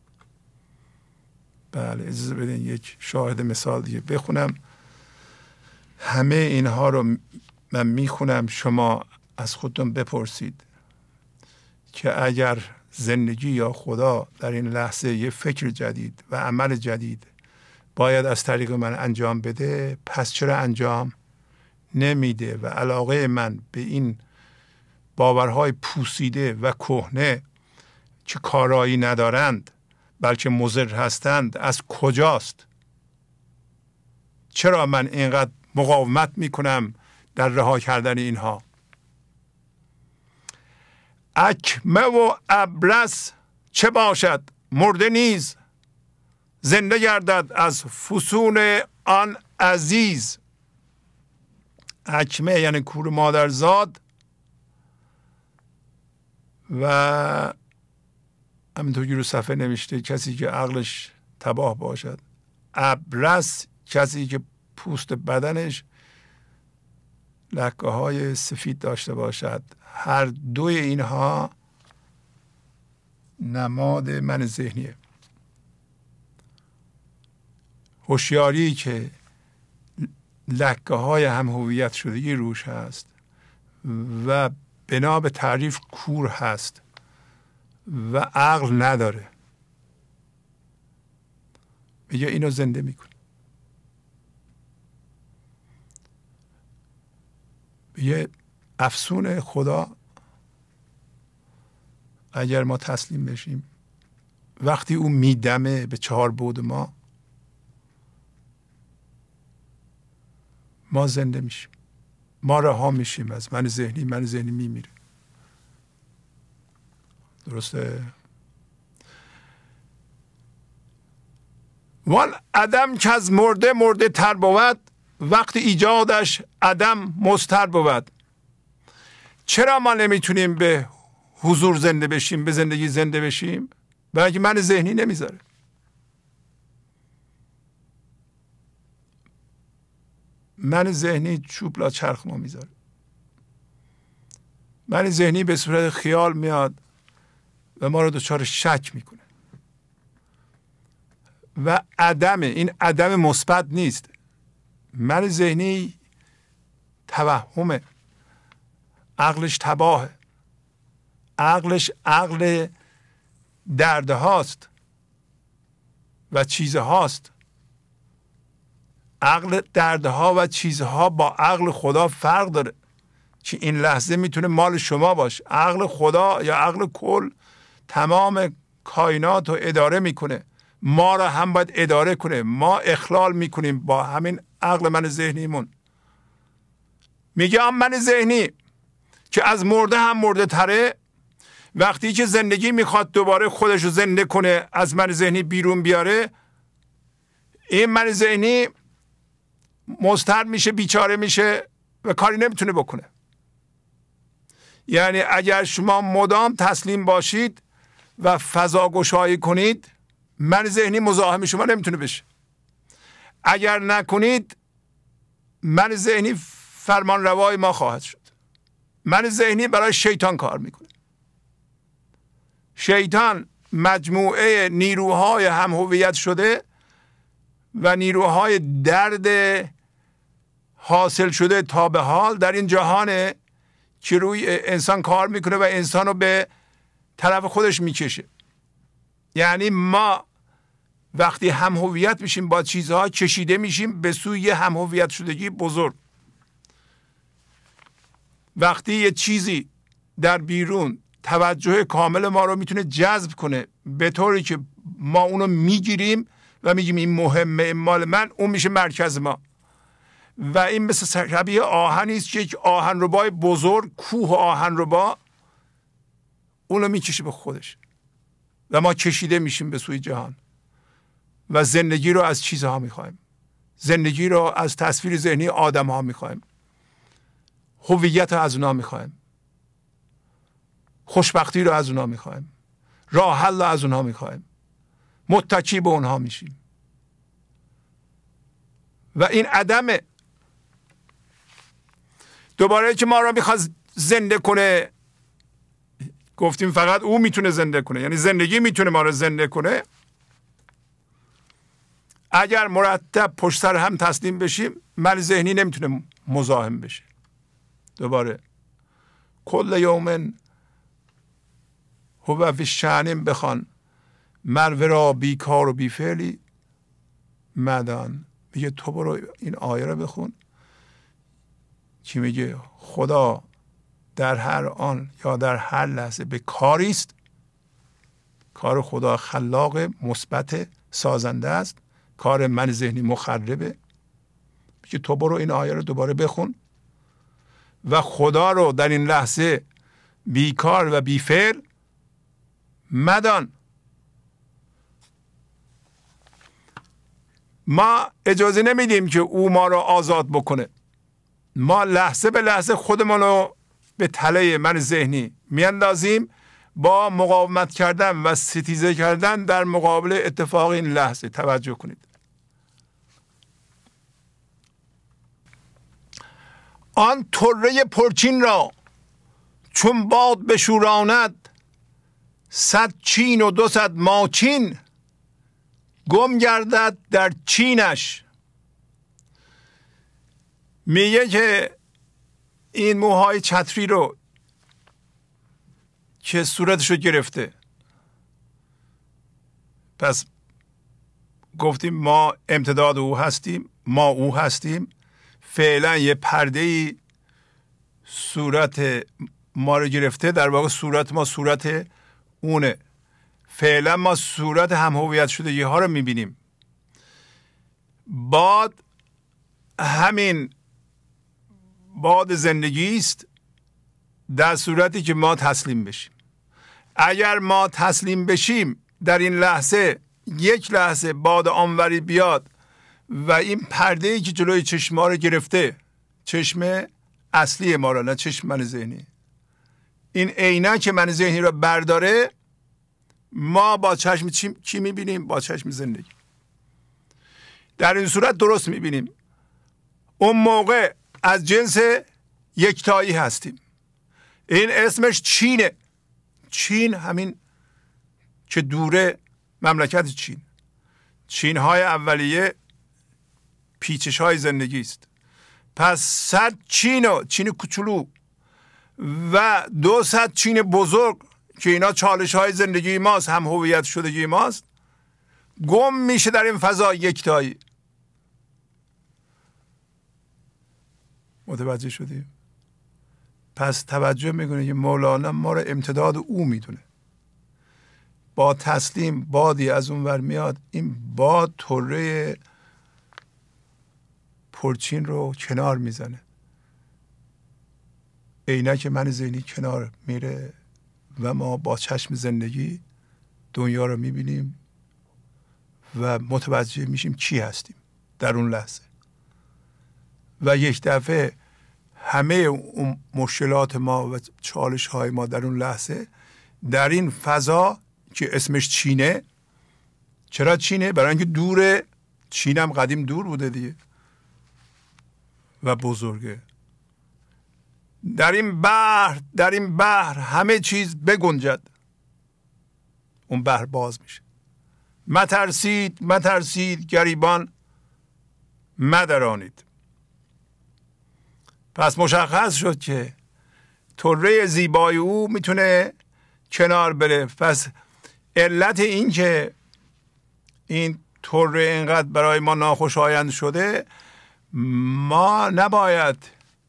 بله، اجازه بدین یک شاهد مثال دیگه بخونم. همه اینها رو من میخونم، شما از خودتون بپرسید که اگر زندگی یا خدا در این لحظه یه فکر جدید و عمل جدید باید از طریق من انجام بده، پس چرا انجام نمیده؟ و علاقه من به این باورهای پوسیده و کهنه که کارایی ندارند بلکه مضر هستند از کجاست؟ چرا من اینقدر مقاومت میکنم در رها کردن اینها؟ اکمه و ابرس چه باشد؟ مرده نیز زنده گردد از فسون آن عزیز. اکمه یعنی کور مادرزاد، و همینطور که رو صفحه نوشته کسی که عقلش تباه باشد. ابرس کسی که پوست بدنش لکه های سفید داشته باشد. هر دوی اینها نماد من ذهنیه. هوشیاری که لکه های هم هویت شدگی روش هست و بنا به تعریف کور هست و عقل نداره، میگه اینو زنده میکنه. میگه افسون خدا اگر ما تسلیم بشیم، وقتی او میدمه به 4 بعد ما زنده میشیم، ما رها میشیم از من ذهنی میمیره. درسته؟ وان عدم که از مرده تر بود، وقتی ایجادش عدم مضطر بود. چرا ما نمیتونیم به حضور زنده بشیم، به زندگی زنده بشیم؟ برای که من ذهنی نمیذاره. من ذهنی چوب لا چرخ ما میذاره. من ذهنی به صورت خیال میاد و ما رو دچار شک میکنه. و این عدم مثبت نیست. من ذهنی توهمه، عقلش تباهه، عقلش عقل درده هاست و چیزهاست. عقل دردها و چیزها با عقل خدا فرق داره که این لحظه میتونه مال شما باشه. عقل خدا یا عقل کل تمام کائنات رو اداره میکنه، ما را هم باید اداره کنه. ما اخلال میکنیم با همین عقل من ذهنیمون. میگه من ذهنی که از مرده هم مرده تره، وقتی که زندگی میخواد دوباره خودش رو زنده کنه، از من ذهنی بیرون بیاره، این من ذهنی مضطر میشه، بیچاره میشه و کاری نمیتونه بکنه. یعنی اگر شما مدام تسلیم باشید و فضا گشایی کنید، من ذهنی مزاحم شما نمیتونه بشه. اگر نکنید، من ذهنی فرمان روای ما خواهد شد. من ذهنی برای شیطان کار میکنه. شیطان مجموعه نیروهای هم هویت شده و نیروهای درد حاصل شده تا به حال در این جهانه که روی انسان کار میکنه و انسان رو به طرف خودش میکشه. یعنی ما وقتی هم هویت میشیم با چیزها، کشیده میشیم به سوی هم هویت شدگی بزرگ. وقتی یه چیزی در بیرون توجه کامل ما رو میتونه جذب کنه به طوری که ما اونو میگیریم و میگیم این مهمه، این مال من، اون میشه مرکز ما. و این مثل شبیه آهنی است که یک آهنربای بزرگ، کوه آهنربا، اونو میکشه به خودش و ما کشیده میشیم به سوی جهان و زندگی رو از چیزها میخوایم، زندگی رو از تصویر ذهنی آدم ها میخوایم، هویت رو از اونا میخوایم، خوشبختی رو از اونا میخوایم، راه حل رو از اونها میخوایم، متکی به اونها میشیم. و این عدمه. دوباره که ما رو میخواد زنده کنه، گفتیم فقط او میتونه زنده کنه، یعنی زندگی میتونه ما رو زنده کنه. اگر مرتب پشت سر هم تسلیم بشیم، من ذهنی نمیتونه مزاحم بشه. دوباره کل یومن هو فی شأن بخوان، مر را بیکار و بیفعلی مدان. میگه تو برو این آیه رو بخون که میگه خدا در هر آن یا در هر لحظه به کاری است. کار خدا خلاق، مثبت، سازنده است. کار من ذهنی مخربه. میگه تو برو این آیه رو دوباره بخون و خدا رو در این لحظه بیکار و بیفعل مدان. ما اجازه نمیدیم که او ما رو آزاد بکنه. ما لحظه به لحظه خودمون رو به تله من ذهنی میاندازیم با مقاومت کردن و ستیزه کردن در مقابل اتفاق این لحظه. توجه کنید. آن طره پرچین را چون باد بشوراند، 100 چین و 200 ماچین گم گردد در چینش. میگه که این موهای چتری رو که صورتشو گرفته، پس گفتیم ما امتداد او هستیم، ما او هستیم. فعلا یه پرده‌ای صورت ما رو گرفته، در واقع صورت ما صورت اونه. فعلا ما صورت هم هویت شدگی ها رو میبینیم. باد همین باد زندگی است در صورتی که ما تسلیم بشیم. اگر ما تسلیم بشیم در این لحظه، یک لحظه باد آنوری بیاد و این پرده‌ای که جلوی چشم ما رو گرفته، چشم اصلی ما رو، نه چشم من ذهنی، این عینک من ذهنی رو برداره، ما با چشم چی میبینیم؟ با چشم زندگی. در این صورت درست میبینیم. اون موقع از جنس یکتایی هستیم. این اسمش چینه. چین همین که دوره مملکت چین. چین های اولیه پیچش های زندگی است. پس 100 چین و چین کوچولو و 200 چین بزرگ که اینا چالش های زندگی ماست، هم هویت شدگی ماست، گم میشه در این فضا یکتایی. متوجه شدیم؟ پس توجه میکنه که مولانا ما رو امتداد او میدونه. با تسلیم بادی از اون ور میاد، این باد طره پرچین رو کنار میزنه، عینک من ذهنی کنار میره و ما با چشم زندگی دنیا رو میبینیم و متوجه میشیم کی هستیم در اون لحظه. و یک دفعه همه اون مشکلات ما و چالش های ما در اون لحظه در این فضا که اسمش چینه. چرا چینه؟ برای اینکه دوره. چین هم قدیم دور بوده دیگه و بزرگه. در این بحر همه چیز بگنجد. اون بحر باز میشه. مترسید گریبان مدرانید. پس مشخص شد که طره زیبای او میتونه کنار بره. پس علت این که این طره اینقدر برای ما ناخوشایند شده، ما نباید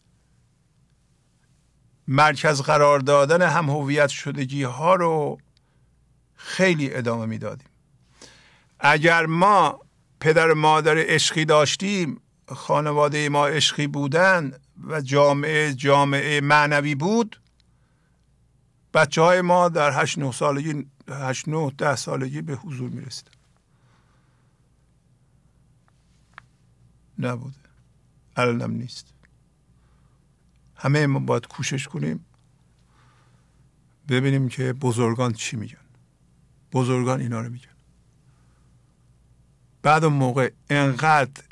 مرکز قرار دادن هم هویت شدگی ها رو خیلی ادامه میدادیم. اگر ما پدر و مادر عشقی داشتیم، خانواده ما عشقی بودن و جامعه معنوی بود، بچه های ما در 8-9 سالگی 8-9-10 سالگی به حضور می رسید. نبوده. الانم نیست. همه ما باید کوشش کنیم ببینیم که بزرگان چی میگن. بزرگان اینا رو میگن. بعد اون موقع انقدر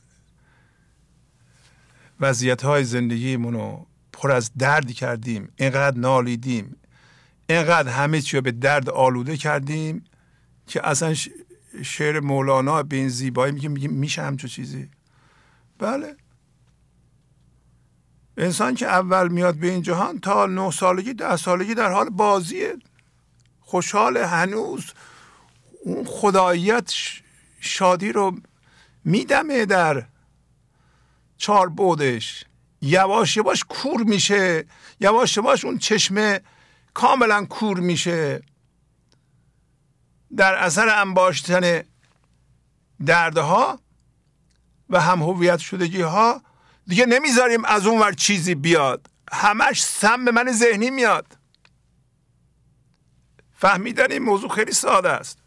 وضعیت‌های زندگیمون رو پر از درد کردیم، اینقدر نالیدیم، اینقدر همه چی رو به درد آلوده کردیم که اصلا شعر مولانا به این زیبایی میگه میشه همچون چیزی. بله. انسان که اول میاد به این جهان تا 9 سالگی 10 سالگی در حال بازیه، خوشحال، هنوز اون خداییت شادی رو میدمه در 4 بعدش. یواش یواش کور میشه، یواش یواش اون چشمه کاملا کور میشه در اثر انباشتن دردها و هم هویت شدگی ها. دیگه نمیذاریم از اون ور چیزی بیاد، همش سم به من ذهنی میاد. فهمیدن این موضوع خیلی ساده است،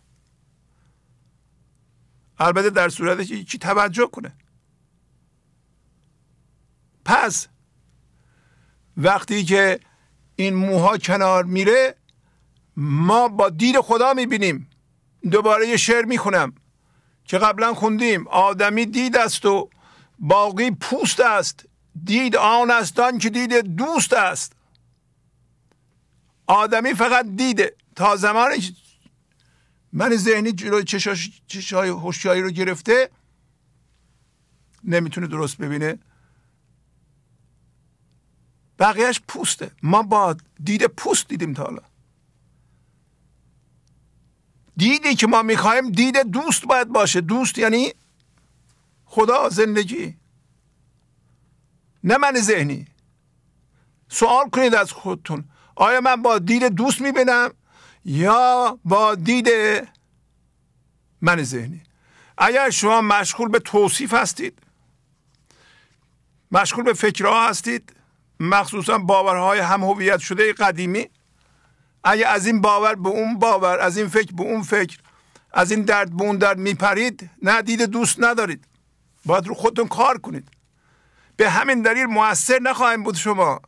البته در صورتی که یکی توجه کنه. پس وقتی که این موها کنار میره، ما با دید خدا میبینیم. دوباره یه شعر میخونم که قبلا خوندیم: آدمی دید است و باقی پوست است، دید آن استان که دید دوست است. آدمی فقط دیده تا زمانی که من ذهنی جلوی چشای هوشیاری رو گرفته، نمیتونه درست ببینه. بقیهش پوسته. ما با دید پوست دیدیم تا حالا. دیدی که ما میخوایم دید دوست باید باشه. دوست یعنی خدا، زندگی، نه من ذهنی. سوال کنید از خودتون: آیا من با دید دوست میبینم یا با دید من ذهنی؟ اگر شما مشغول به توصیف هستید، مشغول به فکرها هستید، مخصوصا باورهای هم هویت شده قدیمی، اگه از این باور به اون باور، از این فکر به اون فکر، از این درد به اون درد میپرید، نه دید دوست ندارید. باید رو خودتون کار کنید. به همین دلیل موثر نخواهیم بود شما.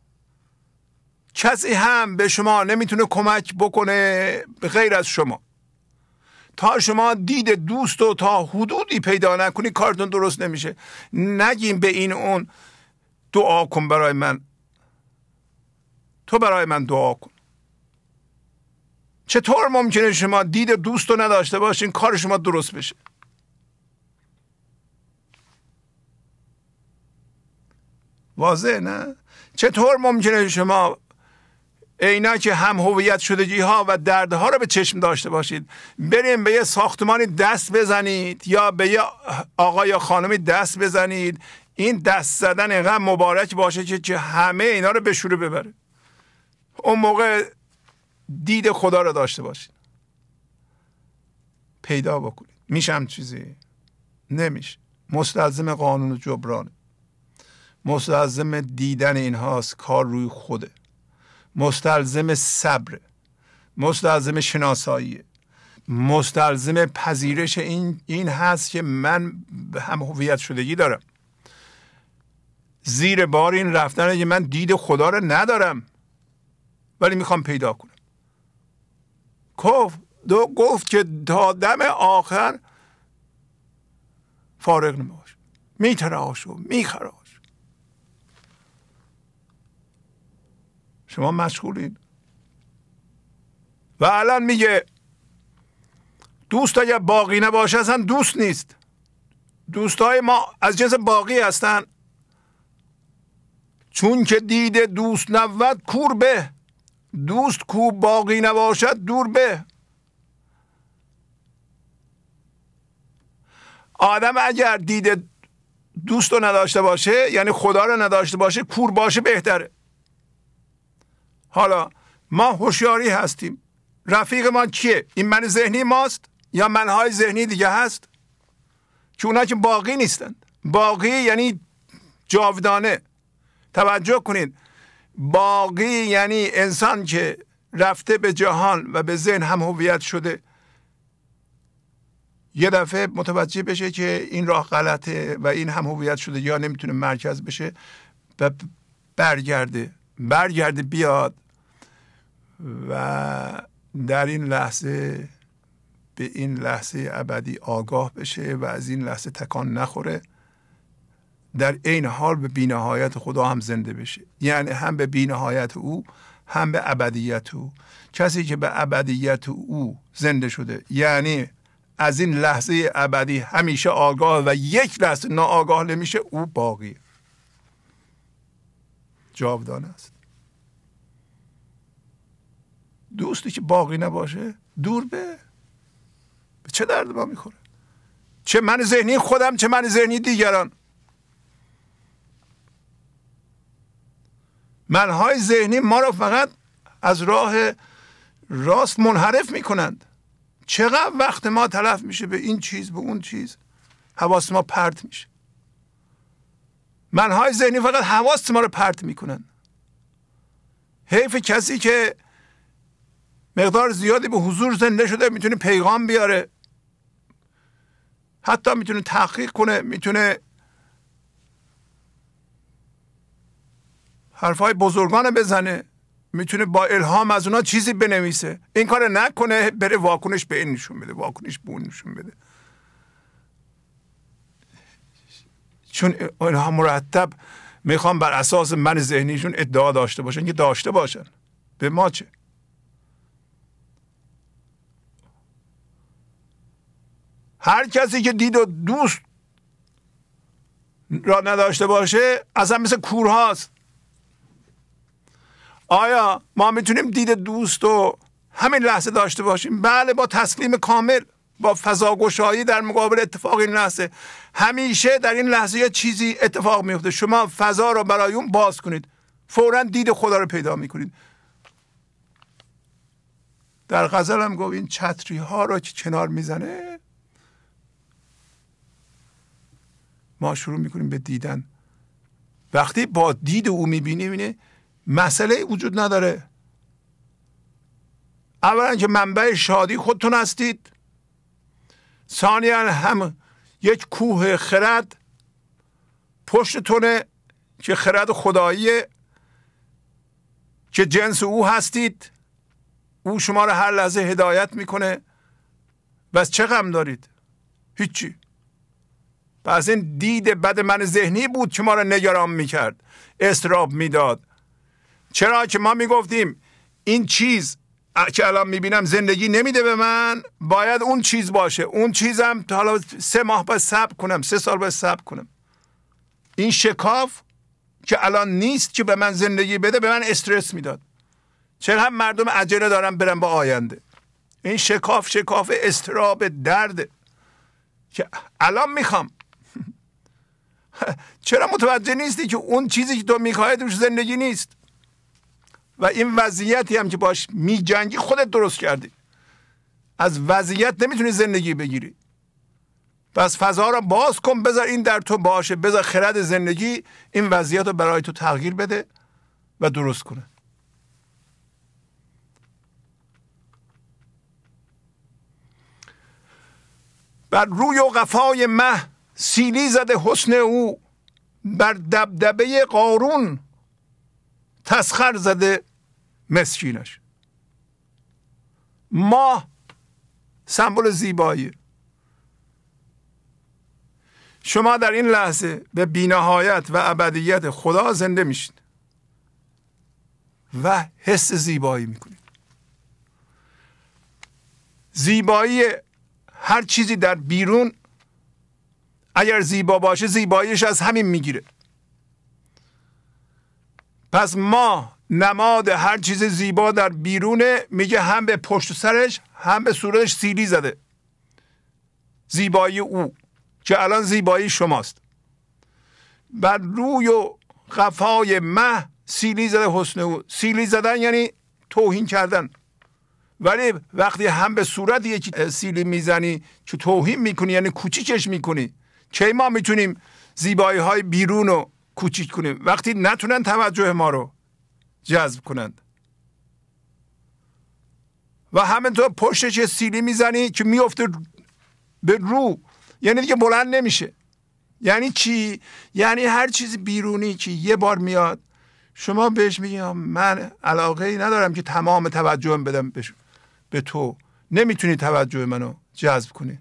کسی هم به شما نمیتونه کمک بکنه به غیر از شما. تا شما دید دوست رو تا حدودی پیدا نکنی کارتون درست نمیشه. نگیم به این اون دعا کن برای من، تو برای من دعا کن. چطور ممکنه شما دید دوست رو نداشته باشین کار شما درست بشه؟ واضح نه؟ چطور ممکنه شما عینک هم هویت شدگی ها و دردها رو به چشم داشته باشید، بریم به یه ساختمانی دست بزنید یا به یه آقا یا خانمی دست بزنید، این دست زدن اینقدر مبارک باشه که همه اینا رو به شوره ببره؟ اون موقع دید خدا رو داشته باشید، پیدا بکنید. میشه هم چیزی؟ نمیشه. مستلزم قانون جبرانه، مستلزم دیدن اینهاست، کار روی خوده، مستلزم صبر، مستلزم شناساییه. مستلزم پذیرش این هست که من هم هویت شدگی دارم. زیر بار این رفتنه که من دید خدا رو ندارم ولی میخوام پیدا کنم. گفت که تا دم آخر فارغ نمیباش، میتراش و میخراش. شما مشغولین. و الان میگه دوست اگر باقی نباشه اصلا دوست نیست. دوستای ما از جنس باقی هستن، چون که دید دوست نبود کور به. دوست کو باقی نباشد دور به. آدم اگر دید دوست رو نداشته باشه، یعنی خدا رو نداشته باشه، کور باشه بهتره. حالا ما هوشیاری هستیم، رفیق ما کیه؟ این من ذهنی ماست یا منهای ذهنی دیگه هست؟ که اونا که باقی نیستند. باقی یعنی جاودانه. توجه کنید، باقی یعنی انسان که رفته به جهان و به ذهن هم هویت شده، یه دفعه متوجه بشه که این راه غلطه و این هم هویت شده یا نمیتونه مرکز بشه و برگرده بیاد و در این لحظه به این لحظه ابدی آگاه بشه و از این لحظه تکان نخوره، در عین حال به بی‌نهایت خدا هم زنده بشه. یعنی هم به بی‌نهایت او هم به ابدیت او. کسی که به ابدیت او زنده شده یعنی از این لحظه ابدی همیشه آگاه و یک لحظه ناآگاه نمیشه، او باقی جاودانه است. دوستی که باقی نباشه دور به چه درد ما میخوره؟ چه من ذهنی خودم، چه من ذهنی دیگران. منهای ذهنی ما رو فقط از راه راست منحرف میکنند. چقدر وقت ما تلف میشه به این چیز به اون چیز، حواس ما پرت میشه. منهای ذهنی فقط حواس ما رو پرت میکنن. حیف کسی که مقدار زیادی به حضور زنده شده، میتونه پیغام بیاره، حتی میتونه تحقیق کنه، میتونه حرفای بزرگان بزنه، میتونه با الهام از اونا چیزی بنویسه. این کار نکنه، بره واکنش به این نشون بده، واکنش به اون نشون بده. چون اینها مرتب میخوام بر اساس من ذهنیشون ادعا داشته باشن که داشته باشن. به ما چه؟ هر کسی که دید و دوست را نداشته باشه اصلا مثل کورهاست. آیا ما میتونیم دید دوست رو همین لحظه داشته باشیم؟ بله، با تسلیم کامل، با فضاگشایی در مقابل اتفاق این لحظه. همیشه در این لحظه یه چیزی اتفاق میفته. شما فضا رو برای اون باز کنید، فوراً دید خدا رو پیدا میکنید. در غزل هم گفت این چتری ها رو که کنار میزنه ما شروع میکنیم به دیدن. وقتی با دید او میبینیم اینه مسئله وجود نداره. اولا که منبع شادی خودتون هستید، ثانیا هم یک کوه خرد پشتتونه که خرد خداییه که جنس او هستید. او شما رو هر لحظه هدایت میکنه. بس چه غم دارید؟ هیچی. پس این دید بد من ذهنی بود که ما رو نگران میکرد، اضطراب میداد. چرا که ما میگفتیم این چیز که الان میبینم زندگی نمیده به من، باید اون چیز باشه. اون چیزم حالا 3 ماه باید صبر کنم، 3 سال باید صبر کنم. این شکاف که الان نیست که به من زندگی بده به من استرس میداد. چرا هم مردم عجله دارن برن با آینده. این شکاف اضطراب درده که الان میخوام. چرا متوجه نیستی که اون چیزی که تو میخوای توش زندگی نیست؟ و این وضعیتی هم که باش میجنگی خودت درست کردی. از وضعیت نمیتونی زندگی بگیری. پس فضا رو باز کن، بذار این در تو باشه، بذار خرد زندگی این وضعیت رو برای تو تغییر بده و درست کنه. بر روی و قفای مه سیلی زده حسن او، بر دبدبه قارون تسخر زده مسکینش. ماه سمبل زیبایی. شما در این لحظه به بی‌نهایت و ابدیت خدا زنده میشید و حس زیبایی میکنید. زیبایی هر چیزی در بیرون اگر زیبا باشه زیباییش از همین میگیره. پس ما نماد هر چیز زیبا در بیرونه، میگه هم به پشت سرش هم به صورتش سیلی زده. زیبایی او که الان زیبایی شماست. بر روی و قفای مه سیلی زده حسن او. سیلی زدن یعنی توهین کردن، ولی وقتی هم به صورت یکی سیلی میزنی که توهین میکنی یعنی کوچیکش میکنی. کی ما میتونیم زیبایی های بیرون رو کوچیک کنیم؟ وقتی نتونن توجه ما رو جذب کنند. و همینطور پشتش سیلی میزنی که میفته به رو، یعنی دیگه بلند نمیشه. یعنی چی؟ یعنی هر چیز بیرونی که یه بار میاد شما بهش میگی من علاقه ای ندارم که تمام توجهم بدم به تو، نمیتونی توجه منو جذب کنی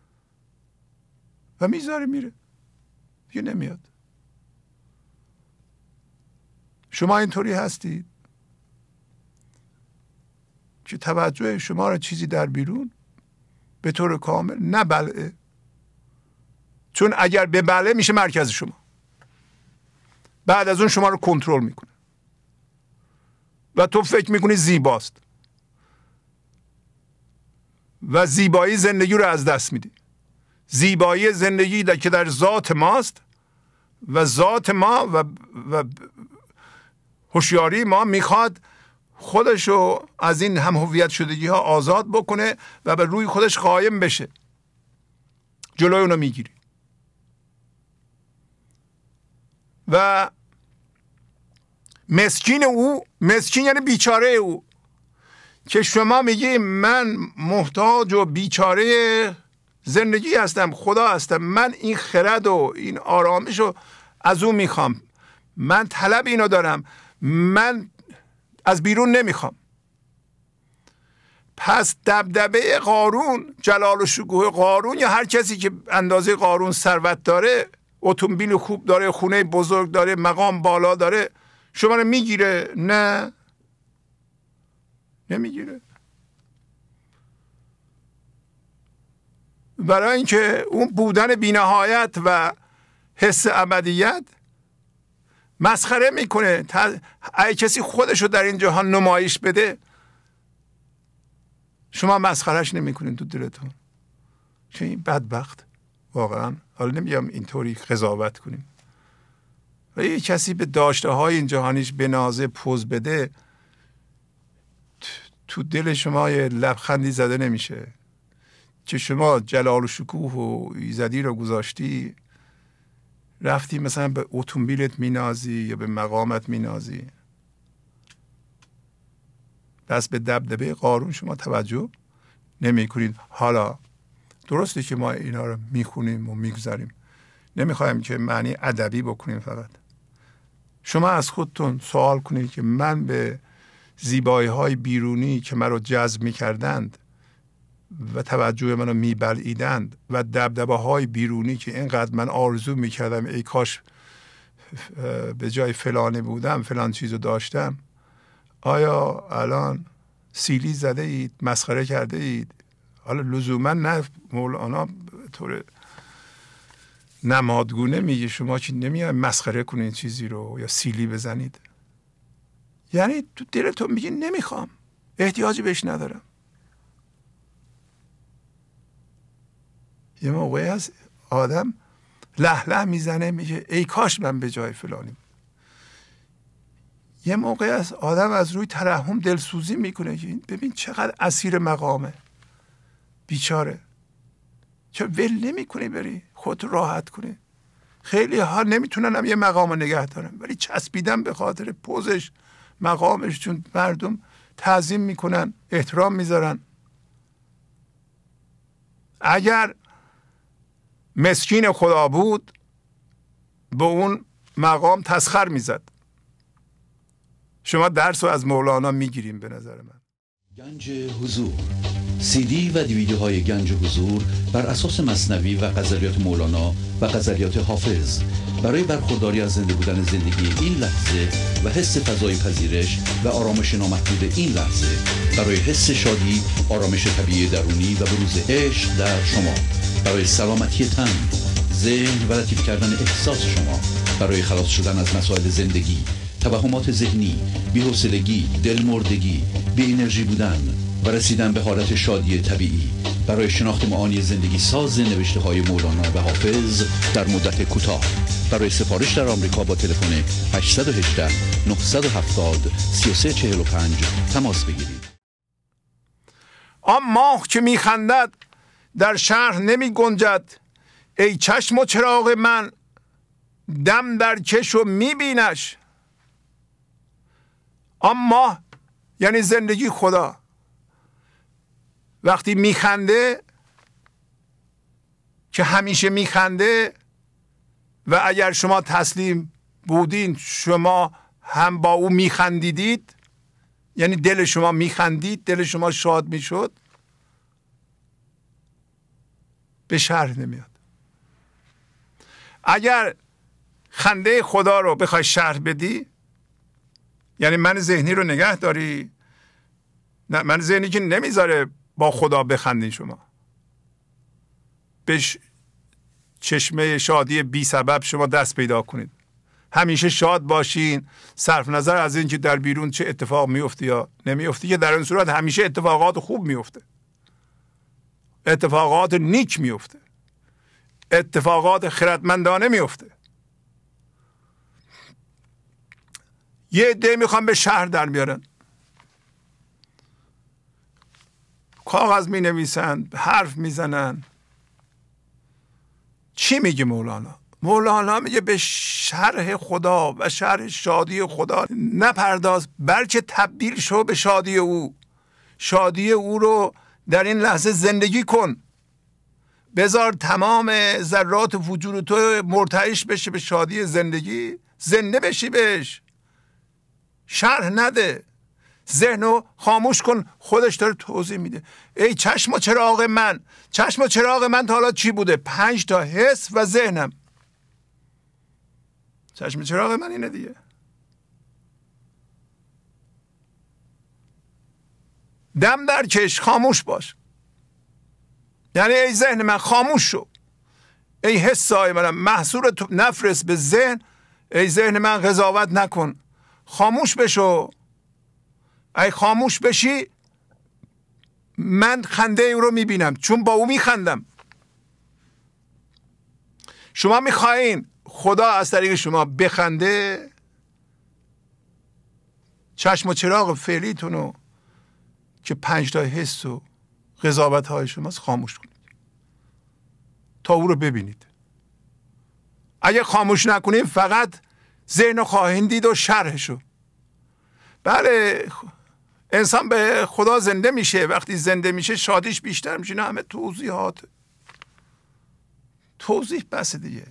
و میذاره میره دیگه نمیاد. شما اینطوری هستید که توجه شما را چیزی در بیرون به طور کامل نبلعه، چون اگر به بله میشه مرکز شما، بعد از اون شما رو کنترل میکنه و تو فکر میکنی زیباست و زیبایی زندگی رو از دست میدی. زیبایی زندگی که در ذات ماست و ذات ما و هوشیاری ما میخواد خودشو از این هم هویت شدگی ها آزاد بکنه و به روی خودش قایم بشه. جلوی اونو میگیری و مسکین او، مسکین یعنی بیچاره او، که شما میگی من محتاج و بیچاره زندگی هستم، خدا هستم، من این خرد و این آرامش رو از اون میخوام، من طلب اینو دارم، من از بیرون نمیخوام. پس دبدبه قارون، جلال و شکوه قارون، یا هر کسی که اندازه قارون ثروت داره، اتومبیل خوب داره، خونه بزرگ داره، مقام بالا داره، شما رو میگیره؟ نه، نمیگیره. برای اینکه اون بودن بی‌نهایت و حس ابدیت مسخره میکنه. اگه کسی خودشو در این جهان نمایش بده شما مسخرهش نمیکنین تو دلتون، چون این بدبخت واقعا، حالا نمیگم اینطوری قضاوت کنیم، و یه کسی به داشته های این جهانیش بنازه، پوز بده، تو دل شما یه لبخندی زده نمیشه که شما جلال و شکوه و ایزدی رو گذاشتی، رفتی مثلا به اتومبیلت مینازی یا به مقامت مینازی. پس به دبدبه قارون شما توجه نمی کنید. حالا درسته که ما اینا رو میخونیم و میگذاریم، نمیخوایم که معنی ادبی بکنیم. فقط شما از خودتون سوال کنید که من به زیبایی های بیرونی که من رو جذب میکردند و توجه منو میبلعیدند و دبدبه های بیرونی که اینقدر من آرزو میکردم ای کاش به جای فلانی بودم، فلان چیزو داشتم، آیا الان سیلی زده اید، مسخره کرده اید؟ حالا لزوما نه مولانا طور نمادگونه میگه شما که نمیاد مسخره کنید چیزی رو یا سیلی بزنید، یعنی تو دلتون میگی نمیخوام، احتیاجی بهش ندارم. یه موقعی هست آدم لهله میزنه میگه ای کاش من به جای فلانی. یه موقعی هست آدم از روی ترحم دلسوزی میکنه که ببین چقدر اسیر مقامه، بیچاره، چه ول نمیکنی بری خودت راحت کنی. خیلی ها نمیتونن هم یه مقام نگه دارن، ولی چسبیدن به خاطر پوزش، مقامش، چون مردم تعظیم میکنن، احترام میذارن. اگر مسکین خدا بود به اون مقام تسخر میزد. شما درس رو از مولانا میگیریم به نظر من. گنج حضور، سی دی و دیویدیوهای گنج حضور بر اساس مثنوی و غزلیات مولانا و غزلیات حافظ برای برخورداری از زنده بودن زندگی این لحظه و حس فضای پذیرش و آرامش نامحدود این لحظه، برای حس شادی، آرامش طبیعی درونی و بروز عشق در شما، برای سلامتی تن، ذهن و لطیف کردن احساس شما، برای خلاص شدن از مسائل زندگی، توهمات ذهنی، بی‌حوصلگی، دلمردگی، بی انرژی بودن و رسیدن به حالت شادی طبیعی، برای شناخت معانی زندگی ساز نوشته‌های مولانا و حافظ در مدت کوتاه. برای سفارش در آمریکا با تلفن 818 970 3345 تماس بگیرید. آن ماه که میخندد در شهر نمی گنجد، ای چشم و چراغ من دم در کش و میبینش. آن ماه یعنی زندگی خدا وقتی میخنده، که همیشه میخنده، و اگر شما تسلیم بودین شما هم با او میخندیدید، یعنی دل شما میخندید، دل شما شاد میشد، به شرح نمیاد. اگر خنده خدا رو بخوای شرح بدی، یعنی من ذهنی رو نگه داری، نه، من ذهنی که نمیذاره با خدا بخندین شما، به چشمه شادی بی سبب شما دست پیدا کنید، همیشه شاد باشین، صرف نظر از این که در بیرون چه اتفاق میفته یا نمیفته، که در این صورت همیشه اتفاقات خوب میفته، اتفاقات نیک میفته، اتفاقات خردمندانه میفته. یه عده میخوان به شهر در میارن، کاغذ می نویسن، حرف میزنن. چی میگه مولانا؟ مولانا میگه به شرح خدا و شرح شادی خدا نپرداز، بلکه تبدیل شو به شادی او. شادی او رو در این لحظه زندگی کن، بذار تمام ذرات وجود تو مرتعش بشه به شادی زندگی، زنده بشی بهش، شرح نده، ذهنو خاموش کن. خودش داره توضیح میده. ای چشم و چراغ من، چشم و چراغ من تا حالا چی بوده؟ 5 تا حس و ذهنم. چشم و چراغ من اینه دیگه. دم در کش، خاموش باش. یعنی ای ذهن من خاموش شو، ای حسای منم محصول تو نفرست به ذهن. ای ذهن من قضاوت نکن، خاموش بشو. ای خاموش بشی من خنده او رو میبینم، چون با او میخندم. شما میخواین خدا از طریق شما بخنده، چشم و چراغ فعلیتونو که 5 تا حس و قضاوت های شماست خاموش کنید تا او رو ببینید. اگه خاموش نکنید فقط ذهن خواهید دید و شرحشو. بله، انسان به خدا زنده میشه، وقتی زنده میشه شادیش بیشتر میشه. نه همه توضیحات، توضیح بس دیگه.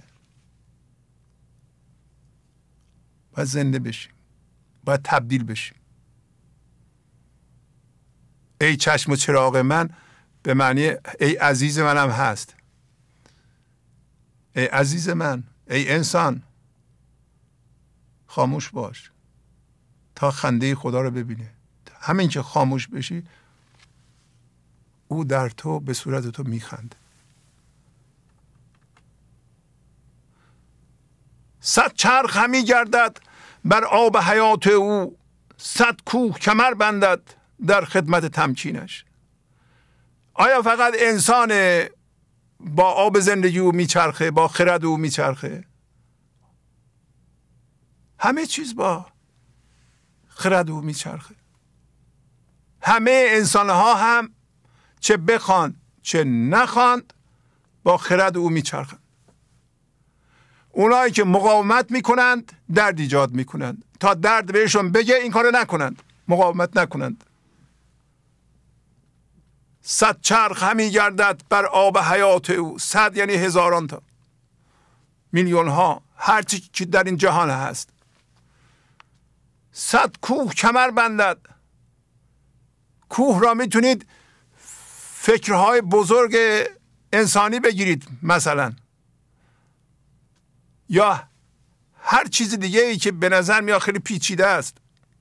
باید زنده بشیم، باید تبدیل بشیم. ای چشم و چراغ من به معنی ای عزیز منم هست. ای عزیز من، ای انسان، خاموش باش تا خنده خدا رو ببینه. همین که خاموش بشی او در تو به صورت تو میخنده. 100 چرخ همی گردد بر آب حیات او، 100 کوه کمر بندد در خدمت تمکینش. آیا فقط انسان با آب زندگی او میچرخه، با خرد او میچرخه؟ همه چیز با خرد او میچرخه. همه انسان ها هم چه بخوان چه نخواند با خرد او میچرخند. اونایی که مقاومت میکنند درد ایجاد میکنند. تا درد بهشون بگه این کارو نکنند، مقاومت نکنند. صد چرخ همی گردد بر آب حیات او. صد یعنی هزاران تا، میلیون ها، هر چی که در این جهان هست. صد کوه کمر بندد. کوه را میتونید فکرهای بزرگ انسانی بگیرید مثلا، یا هر چیز دیگه ای که به نظر میاد خیلی پیچیده است.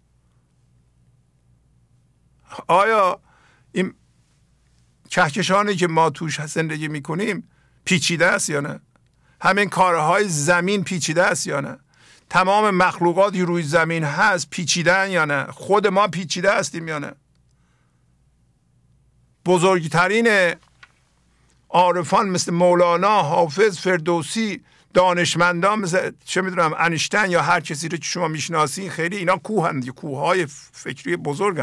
آیا این کهکشانی که ما توش زندگی میکنیم پیچیده است یا نه؟ همین کارهای زمین پیچیده است یا نه؟ تمام مخلوقاتی روی زمین هست پیچیدن یا نه؟ خود ما پیچیده هستیم یا نه؟ بزرگترین عارفان مثل مولانا، حافظ، فردوسی، دانشمندان مثل چه میدونم انیشتین یا هر کسی رو که شما میشناسین، خیلی اینا کوهند، کوههای فکری بزرگن.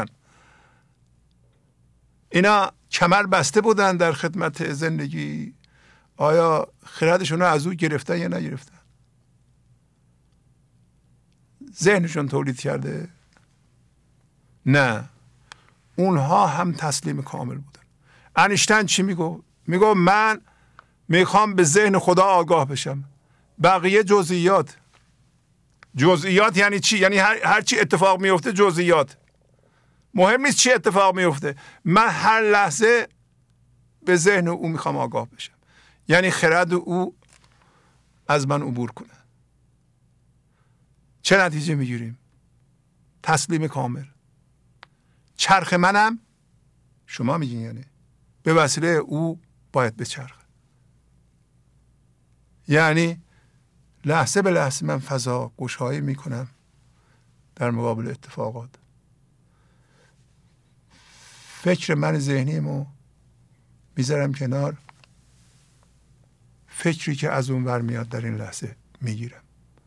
اینا کمر بسته بودن در خدمت زندگی. آیا خردشون رو از او گرفتن یا نگرفتن؟ ذهنشون تولید کرده؟ نه، اونها هم تسلیم کامل بودن. انیشتین چی میگو؟ میگو من میخوام به ذهن خدا آگاه بشم، بقیه جزئیات. جزئیات یعنی چی؟ یعنی هر چی اتفاق میفته جزئیات، مهم نیست چی اتفاق میفته، من هر لحظه به ذهن او میخوام آگاه بشم. یعنی خرد او از من عبور کنه. چه نتیجه میگیریم؟ تسلیم کامل. چرخ منم شما میگین یعنی به وسیله او باید بچرخه. یعنی لحظه به لحظه من فضا گشایی میکنم در مقابل اتفاقات. فکر من ذهنیمو میذارم کنار، فکری که از اون ور میاد در این لحظه میگیرم،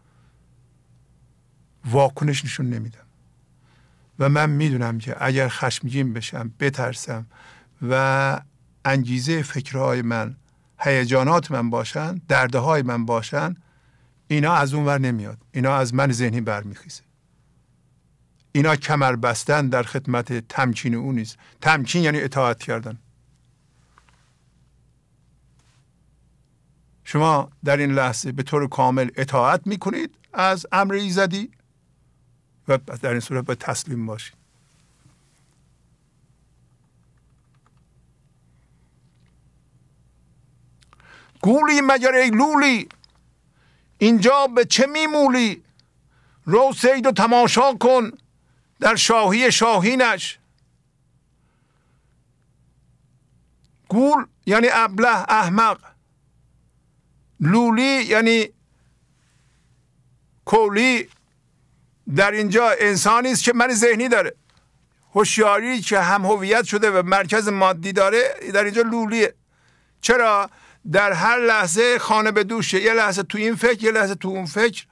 واکنش نشون نمیدم. و من میدونم که اگر خشمگین بشم، بترسم و انگیزه فکرهای من، هیجانات من باشن، دردهای من باشن، اینا از اون ور نمیاد، اینا از من ذهنی برمیخیزه. اینا کمر بستن در خدمت تمکین او نیست. تمکین یعنی اطاعت کردن. شما در این لحظه به طور کامل اطاعت میکنید از امر ایزدی و در این صورت باید تسلیم باشید. گولی مگر ای لولی، اینجا به چه میمولی؟ رو صید و تماشا کن در شاهی شاهینش. گول یعنی ابله، احمق. لولی یعنی کولی. در اینجا انسانی است که من ذهنی داره، هوشیاری که هم هویت شده و مرکز مادی داره، در اینجا لولیه. چرا؟ در هر لحظه خانه به دوشه، یه لحظه تو این فکر، یه لحظه تو اون فکر.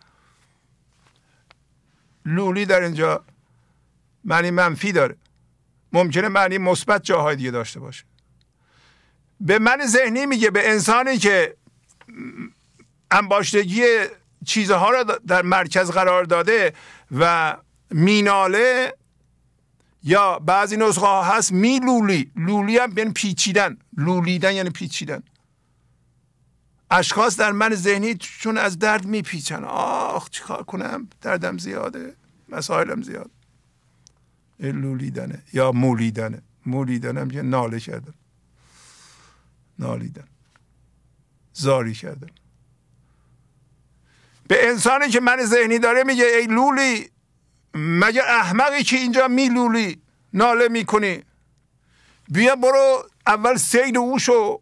لولی در اینجا معنی منفی داره، ممکنه معنی مثبت جاهای دیگه داشته باشه. به من ذهنی میگه به انسانی که انباشتگی چیزها را در مرکز قرار داده و میناله، یا بعضی نسخه ها هست میلولی. لولی هم یعنی پیچیدن، لولیدن یعنی پیچیدن. اشخاص در من ذهنی چون از درد میپیچن، آخ چیکار کنم، دردم زیاده، مسائلم زیاد. لولیدنه یا مولیدنه. مولیدن هم یه ناله کردن، نالیدن، زاری کردن. به انسانی که من ذهنی داره میگه ای لولی، مگر احمقی که اینجا میلولی، ناله میکنی؟ بیا برو اول صید او شو.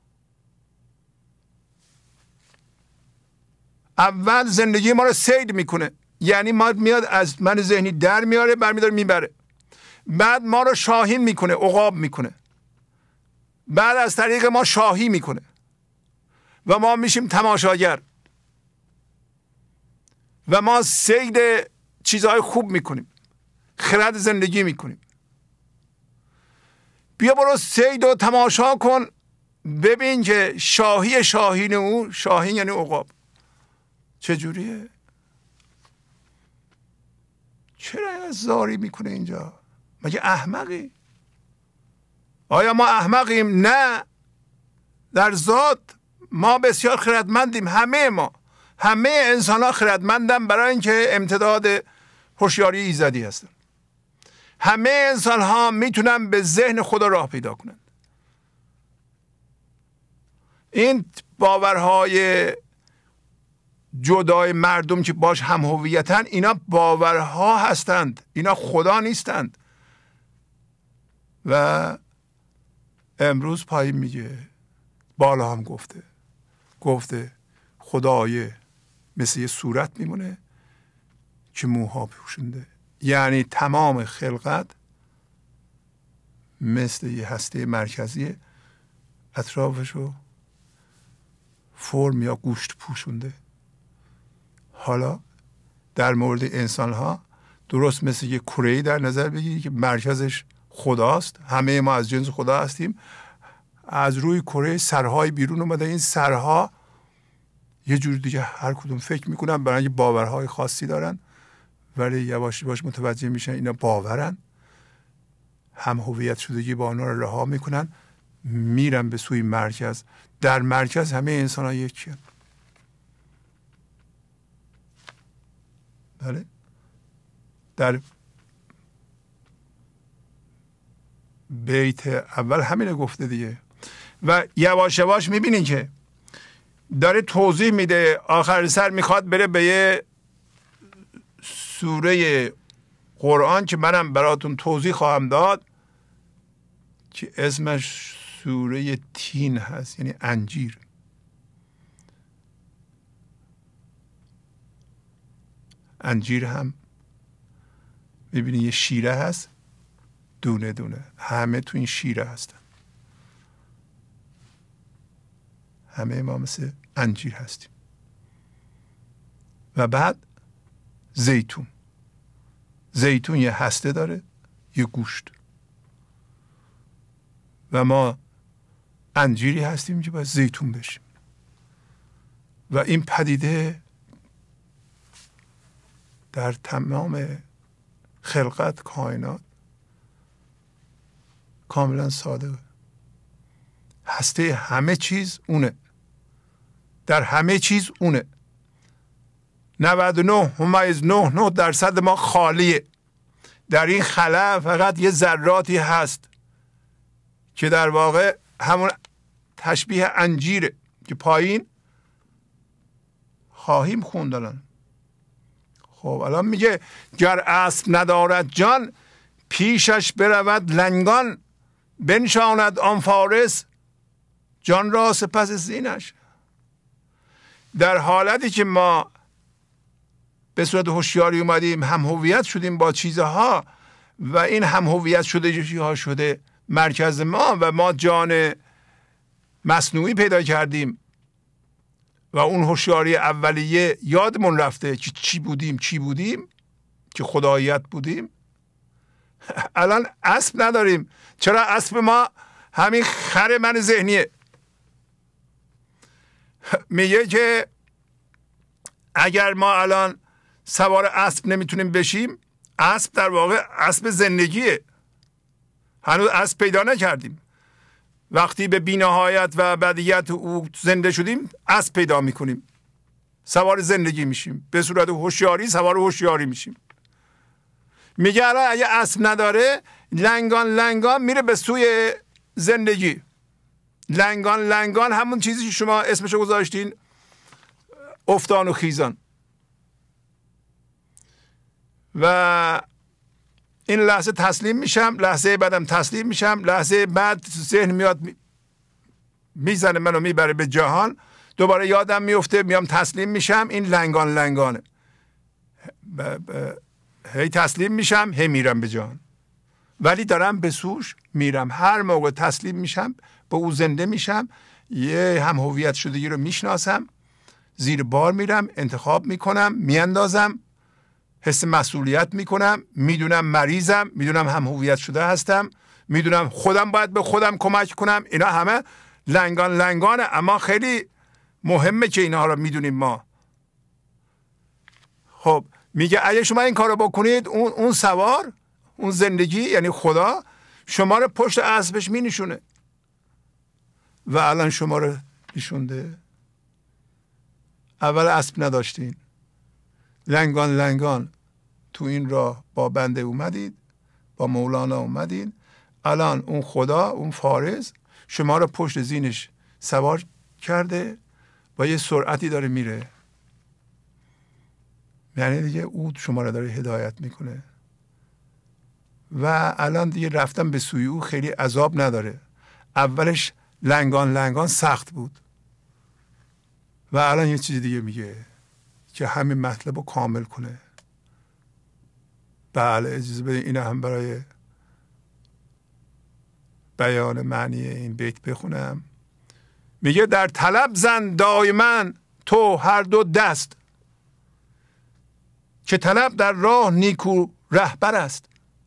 اول زندگی ما رو صید میکنه، یعنی ما میاد از من ذهنی در میاره، برمیداره میبره. بعد ما رو شاهین میکنه، عقاب میکنه. بعد از طریق ما شاهی میکنه و ما میشیم تماشاگر و ما صید چیزهای خوب میکنیم، خرد زندگی میکنیم. بیا برو صید و تماشا کن، ببین که شاهی شاهین او، شاهین یعنی عقاب، چجوریه؟ چرا زاری میکنه اینجا؟ مگه احمقی؟ آیا ما احمقیم؟ نه، در ذات ما بسیار خردمندیم. همه انسان ها خردمندن، برای اینکه امتداد هوشیاری ایزدی هستن. همه انسان ها میتونن به ذهن خدا راه پیدا کنن. این باورهای جدای مردم که باش هم هویتن، اینا باورها هستند، اینا خدا نیستند. و امروز پایین میگه، بالا هم گفته خدای مثل یه صورت میمونه که موها پوشونده. یعنی تمام خلقت مثل یه هسته مرکزی اطرافشو فرم یا گوشت پوشونده. حالا در مورد انسان ها درست مثل یه کره‌ای در نظر بگیری که مرکزش خداست. همه ما از جنس خدا هستیم. از روی کره سرهای بیرون اومده. این سرها یه جور دیگه هر کدوم فکر میکنن، برای اینکه باورهای خاصی دارن، ولی یواش یواش متوجه میشن اینا باورن. هم هویت شدگی با اونا رو رها میکنن، میرن به سوی مرکز. در مرکز همه انسان ها یکی هستن. بله، در بیت اول همینه گفته دیگه. و یواش یواش میبینین که داره توضیح میده. آخر سر میخواد بره به یه سوره قرآن که منم براتون توضیح خواهم داد، که اسمش سوره تین هست، یعنی انجیر. انجیر هم میبینی یه شیره هست، دونه دونه همه تو این شیره هستن. همه ما مثل انجیر هستیم. و بعد زیتون یه هسته داره، یه گوشت. و ما انجیری هستیم که باید زیتون بشیم. و این پدیده در تمام خلقت، کائنات کاملا ساده. هسته همه چیز اونه، در همه چیز اونه. 99.99% ما خالیه. در این خلا فقط یه ذراتی هست که در واقع همون تشبیه انجیره که پایین خواهیم خوندن. خب الان میگه گر اسب ندارد جان، پیشش برود لنگان، بنشاند آن فارس جان را سپس زینش. در حالتی که ما به صورت هوشیاری اومدیم، هم هویت شدیم با چیزها، و این هم هویت شده شده مرکز ما، و ما جان مصنوعی پیدا کردیم و اون هوشیاری اولیه یادمون رفته که چی بودیم که خداییت بودیم. الان اسب نداریم. چرا؟ اسب ما همین خر من ذهنیه. میگه که اگر ما الان سوار اسب نمیتونیم بشیم، اسب در واقع اسب زندگیه. هنوز اسب پیدا نکردیم. وقتی به بی‌نهایت و ابدیت او زنده شدیم، اسب پیدا میکنیم، سوار زندگی میشیم، به صورت هوشیاری سوار هوشیاری میشیم. میگه الان اگه اسب نداره، لنگان میره به سوی زندگی. لنگان همون چیزی که شما اسمشو گذاشتین افتان و خیزان. و این لحظه تسلیم میشم، لحظه بعدم تسلیم میشم، لحظه بعد ذهن میاد میزنه منو میبره به جهان، دوباره یادم میفته میام تسلیم میشم. این لنگانه. هی تسلیم میشم، هی میرم به جهان، ولی دارم به سوش میرم. هر موقع تسلیم میشم به او زنده میشم، یه هم هویت شدگی رو میشناسم، زیر بار میرم، انتخاب میکنم، میاندازم، حس مسئولیت میکنم، میدونم مریضم، میدونم هم هویت شده هستم، میدونم خودم باید به خودم کمک کنم. اینا همه لنگانه، اما خیلی مهمه که اینها رو میدونیم ما. خب میگه اگه شما این کارو بکنید، اون سوار، اون زندگی یعنی خدا، شما رو پشت اسبش می نشونه و الان شما رو نشونده. اول اسب نداشتین، لنگان لنگان تو این راه با بنده اومدید، با مولانا اومدین، الان اون خدا، اون فارز شما رو پشت زینش سوار کرده، با یه سرعتی داره میره. یعنی دیگه او شما رو داره هدایت میکنه و الان دیگه رفتن به سوی او خیلی عذاب نداره. اولش لنگان لنگان سخت بود و الان یه چیز دیگه میگه که همین مطلب رو کامل کنه. بله اجازه بدین این هم برای بیان معنی این بیت بخونم. میگه در طلب زن دایما تو هر دو دست، که طلب در راه نیکو رهبر است.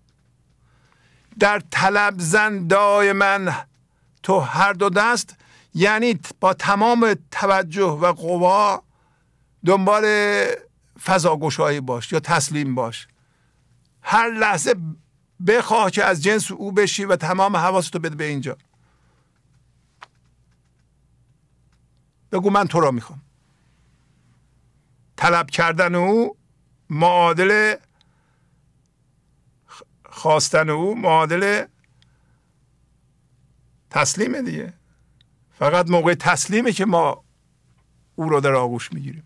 در طلب زن دایما تو هر دو دست، یعنی با تمام توجه و قوا دنبال فضاگشایی باش یا تسلیم باش. هر لحظه بخواه که از جنس او بشی و تمام حواستو بده به اینجا. بگو من تو را میخوام. طلب کردن او معادل خواستن او معادل تسلیمه دیگه. فقط موقع تسلیمه که ما او رو در آغوش میگیریم.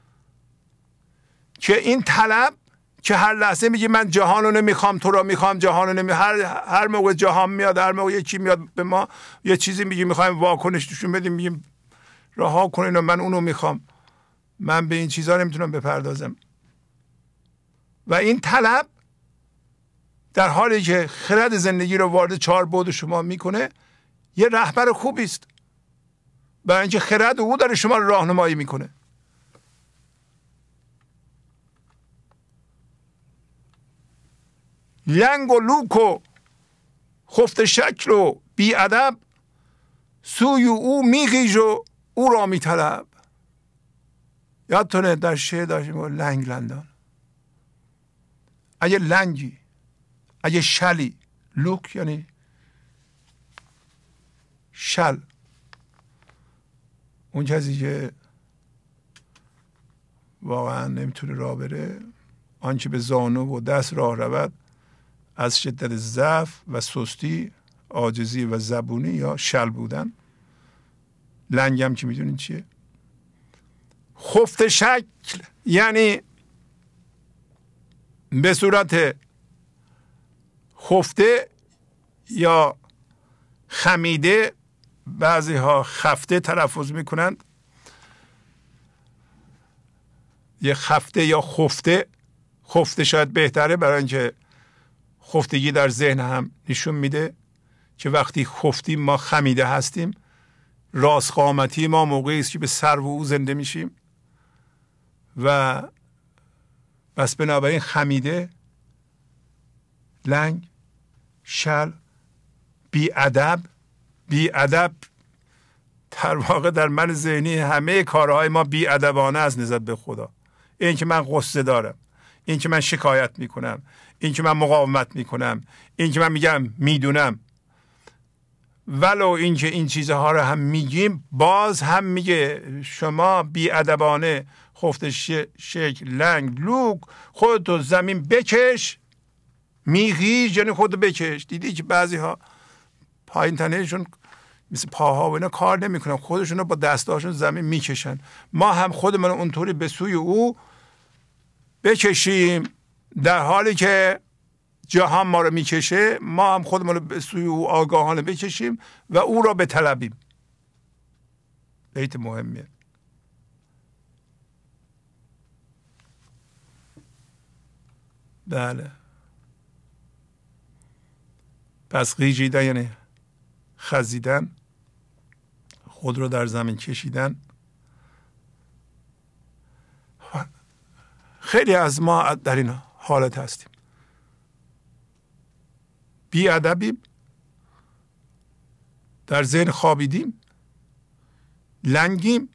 که این طلب که هر لحظه میگی من جهان رو نمیخوام، تو رو میخوام، جهان رو نمیخوام. هر موقع جهان میاد، هر موقع یکی میاد به ما یه چیزی میگی میخوایم واکنش نشون بدیم، میگیم رها کنین و من اونو میخوام، من به این چیزها نمیتونم بپردازم. و این طلب در حالی که خرد زندگی رو وارد 4 بعد شما میکنه یه رهبر خوبی است، برای اینکه خرد او داره شما رو راهنمایی میکنه. لنگ و لوک و خفت شکل و بی ادب، سوی او میغیژ و او را میطلب. یادتونه در شعر داشتیم لنگ لندان. اگه لنگی، اگه شلی، لوک یعنی شل، اون کسی که واقعا نمیتونه راه بره، آنچه به زانو و دست راه رود، از شدت ضعف و سستی، عاجزی و زبونی یا شل بودن. لنگ هم که میدونین چیه. خفت شکل یعنی به صورت خفته یا خمیده، بعضی ها خفته تلفظ میکنند، یه خفته یا خفته. خفته شاید بهتره، برای اینکه خفتگی در ذهن هم نشون میده که وقتی خفتیم ما خمیده هستیم. راست قامتی ما موقعی است که به سرو او زنده میشیم و بس بنابراین خمیده، لنگ، شل، بی ادب. بی ادب در واقع در من ذهنی همه کارهای ما بی ادبانه از نسبت به خدا. این که من غصه دارم، این که من شکایت میکنم، این که من مقاومت میکنم، این که من میگم میدونم، ولو این که این چیزها رو هم میگیم، باز هم میگه شما بی ادبانه خفت شکل، لنگ، لوک، خودتو زمین بکش، میغیژ یعنی خودتو بکش. دیدی که بعضی ها پایین تنهشون مثل پاها و اینا کار نمیکنن، خودشون رو با دستاشون زمین میکشن. ما هم خودمون اونطوری به سوی او بکشیم، در حالی که جهان ما رو میکشه، ما هم خودمون رو به سوی او آگاهانه بکشیم و او را بطلبیم. بیت مهمیه. بله. پس غیژیدن یعنی خزیدن، خود رو در زمین کشیدن. خیلی از ما در این حالت هستیم. بی ادبیم، در ذهن خوابیدیم، لنگیم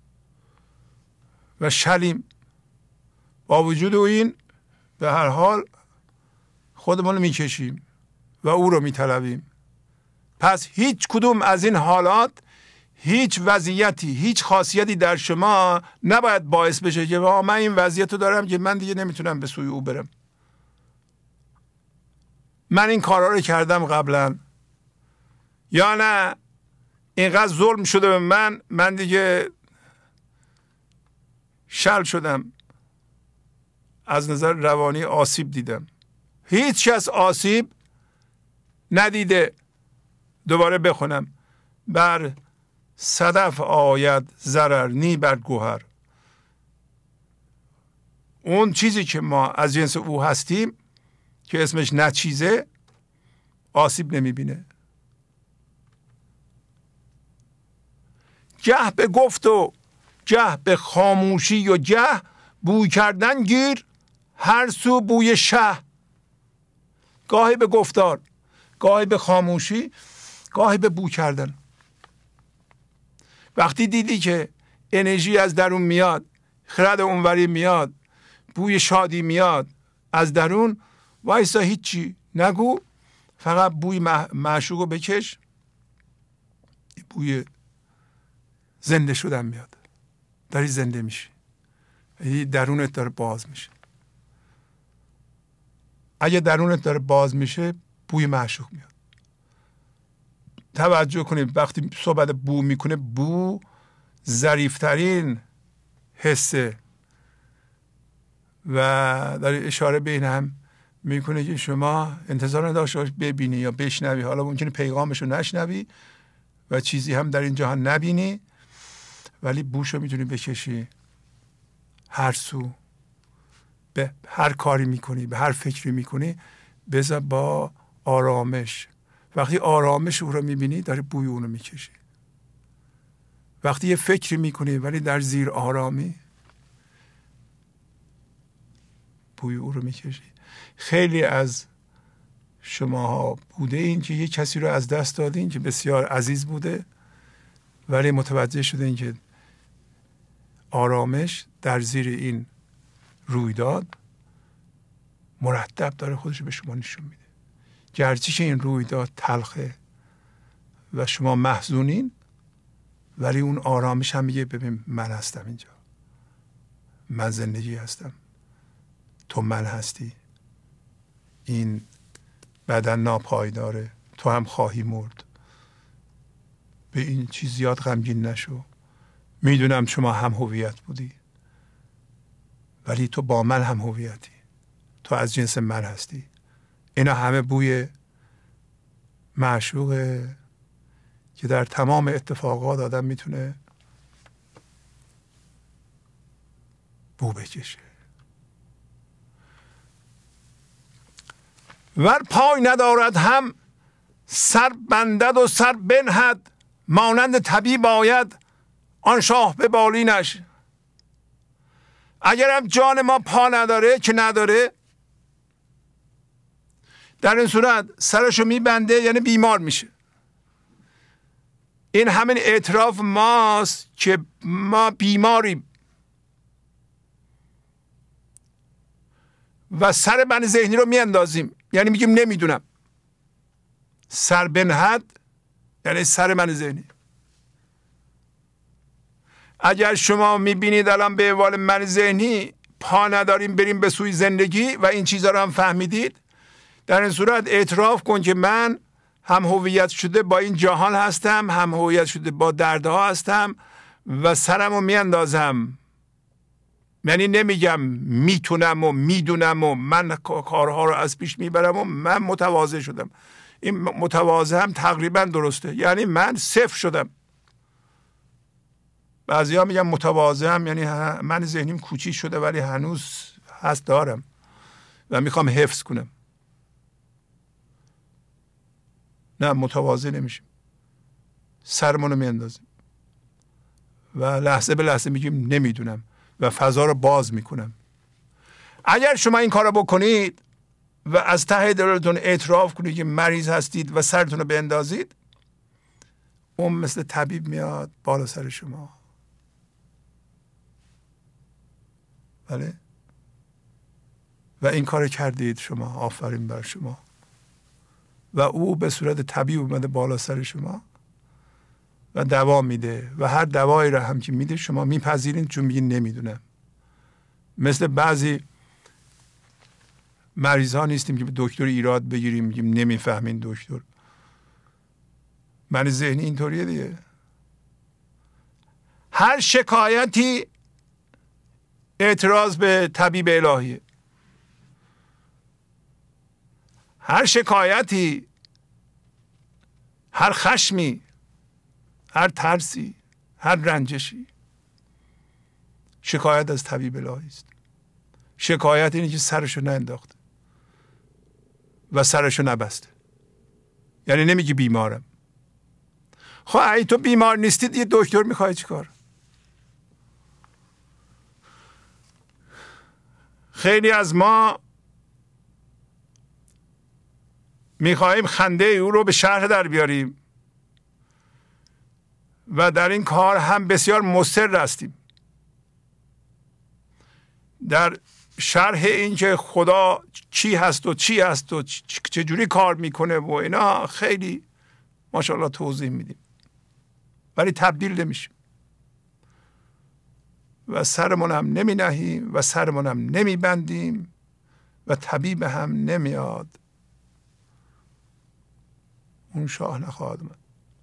و شلیم. با وجود این به هر حال خودمون رو میکشیم و او رو میطلبیم. پس هیچ کدوم از این حالات، هیچ وضعیتی، هیچ خاصیتی در شما نباید باعث بشه که من این وضعیت رو دارم که من دیگه نمیتونم به سوی او برم. من این کارا رو کردم قبلا، یا نه اینقدر ظلم شده به من دیگه شل شدم، از نظر روانی آسیب دیدم. هیچ کس آسیب ندیده. دوباره بخونم: بر صدف آید ضرر نی بر گوهر. اون چیزی که ما از جنس او هستیم که اسمش نچیزه آسیب نمیبینه. گه به گفت و گه به خاموشی و گه بوی کردن گیر، هر سو بوی شه. گاهی به گفتار، گاهی به خاموشی، گاهی به بو کردن. وقتی دیدی که انرژی از درون میاد، خرد اونوری میاد، بوی شادی میاد از درون، وایسا، هیچی نگو، فقط بوی معشوق رو بکش. بوی زنده شدن میاد، داری زنده میشی، درونت داره باز میشه. اگه درونت داره باز میشه بوی معشوق میاد. توجه کنید وقتی صحبت بو میکنه، بو ظریفترین حسه و داره اشاره به این هم میکنه که شما انتظار نداشته باشی ببینی یا بشنوی. حالا ممکنه پیغامش رو نشنوی و چیزی هم در این جهان نبینی، ولی بوش رو میتونی بکشی. هر سو به هر کاری میکنی، به هر فکری میکنی، بذار با آرامش. وقتی آرامش او رو میبینی، داری بوی اون رو میکشی. وقتی یه فکری میکنی ولی در زیر آرامی، بوی او رو میکشی. خیلی از شماها بوده این که یه کسی رو از دست دادین که بسیار عزیز بوده، ولی متوجه شده این که آرامش در زیر این رویداد مرتب داره خودش به شما نشون میده. گرچه که این رویداد تلخه و شما محزونین، ولی اون آرامش هم میگه ببین من هستم اینجا، من زندگی هستم، تو من هستی، این بدن ناپایداره، تو هم خواهی مرد، به این چیز زیاد غمگین نشو، میدونم شما هم هویت بودی ولی تو با من هم هویتی، تو از جنس من هستی. اینا همه بوی معشوقه که در تمام اتفاقات آدم میتونه بو بکشه. ور پای ندارد هم سر بندد و سر بنهد، مانند طبیب آید آن شاه به بالینش. اگرم جان ما پا نداره که نداره، در این صورت سرشو میبنده، یعنی بیمار میشه. این همین اعتراف ماست که ما بیماریم و سر من ذهنی رو میاندازیم، یعنی میگیم نمیدونم. سر بنهد یعنی سر من ذهنی. اگر شما میبینید الان به عنوان من ذهنی پا نداریم بریم به سوی زندگی و این چیزها رو هم فهمیدید، در این صورت اعتراف کن که من هم هویت شده با این جهان هستم، هم هویت شده با دردها هستم و سرمو میاندازم. یعنی نمیگم میتونم و میدونم و من کارها رو از پیش میبرم و من متواضع شدم. این متواضع هم تقریبا درسته، یعنی من صفر شدم. بعضیا میگن متواضع هم یعنی من ذهنیم کوچیک شده ولی هنوز هست دارم و میخوام حفظ کنم. نه، متواضع نمیشیم، سرمونو میاندازیم و لحظه به لحظه میگیم نمیدونم و فضا رو باز میکنم. اگر شما این کار رو بکنید و از ته دلتون اعتراف کنید که مریض هستید و سرتون رو بندازید، اون مثل طبیب میاد بالا سر شما. بله، و این کار کردید شما، آفرین بر شما. و او به صورت طبیعی اومده بالا سر شما و دوا میده و هر دوایی را هم که میده شما میپذیرین چون میگین نمیدونم. مثل بعضی مریض ها نیستیم که به دکتر ایراد بگیریم میگیم نمیفهمین دکتر. من ذهنی اینطوریه دیگه. هر شکایتی اعتراض به طبیب الهیه. هر شکایتی، هر خشمی، هر ترسی، هر رنجشی شکایت از طبیب الهی است. شکایت اینه که سرشو نانداخته و سرشو نبسته. یعنی نمیگی بیمارم. خب اگه تو بیمار نیستی یه دکتر میخوای چیکار؟ خیلی از ما میخواهیم خنده او رو به شهر در بیاریم و در این کار هم بسیار مصر هستیم. در شرح این که خدا چی هست و چی هست و چجوری کار میکنه و اینا خیلی ماشاءالله توضیح میدیم، ولی تبدیل نمیشیم و سرمون هم نمی نهیم و سرمون هم نمی بندیم و طبیب هم نمیاد. اون شاه نخواهد من.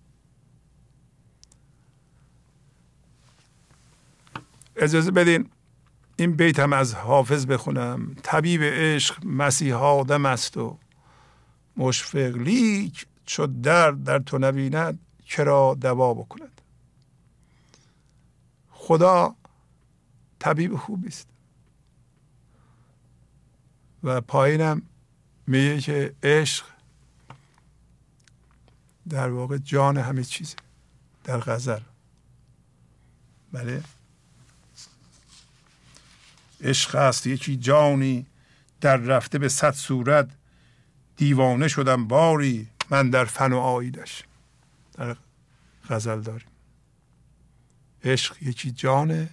اجازه بدین این بیت هم از حافظ بخونم. طبیب عشق مسیح آدم است و مشفق لیک چو درد در تو نبیند چرا دوا بکند. خدا طبیب خوبی است و پایینم میگه که عشق در واقع جان همه چیزه در غزل. بله، عشق است یکی جانی در رفته به 100 صورت، دیوانه شدم باری من در فن و آیینش. در غزل داریم عشق یکی جانه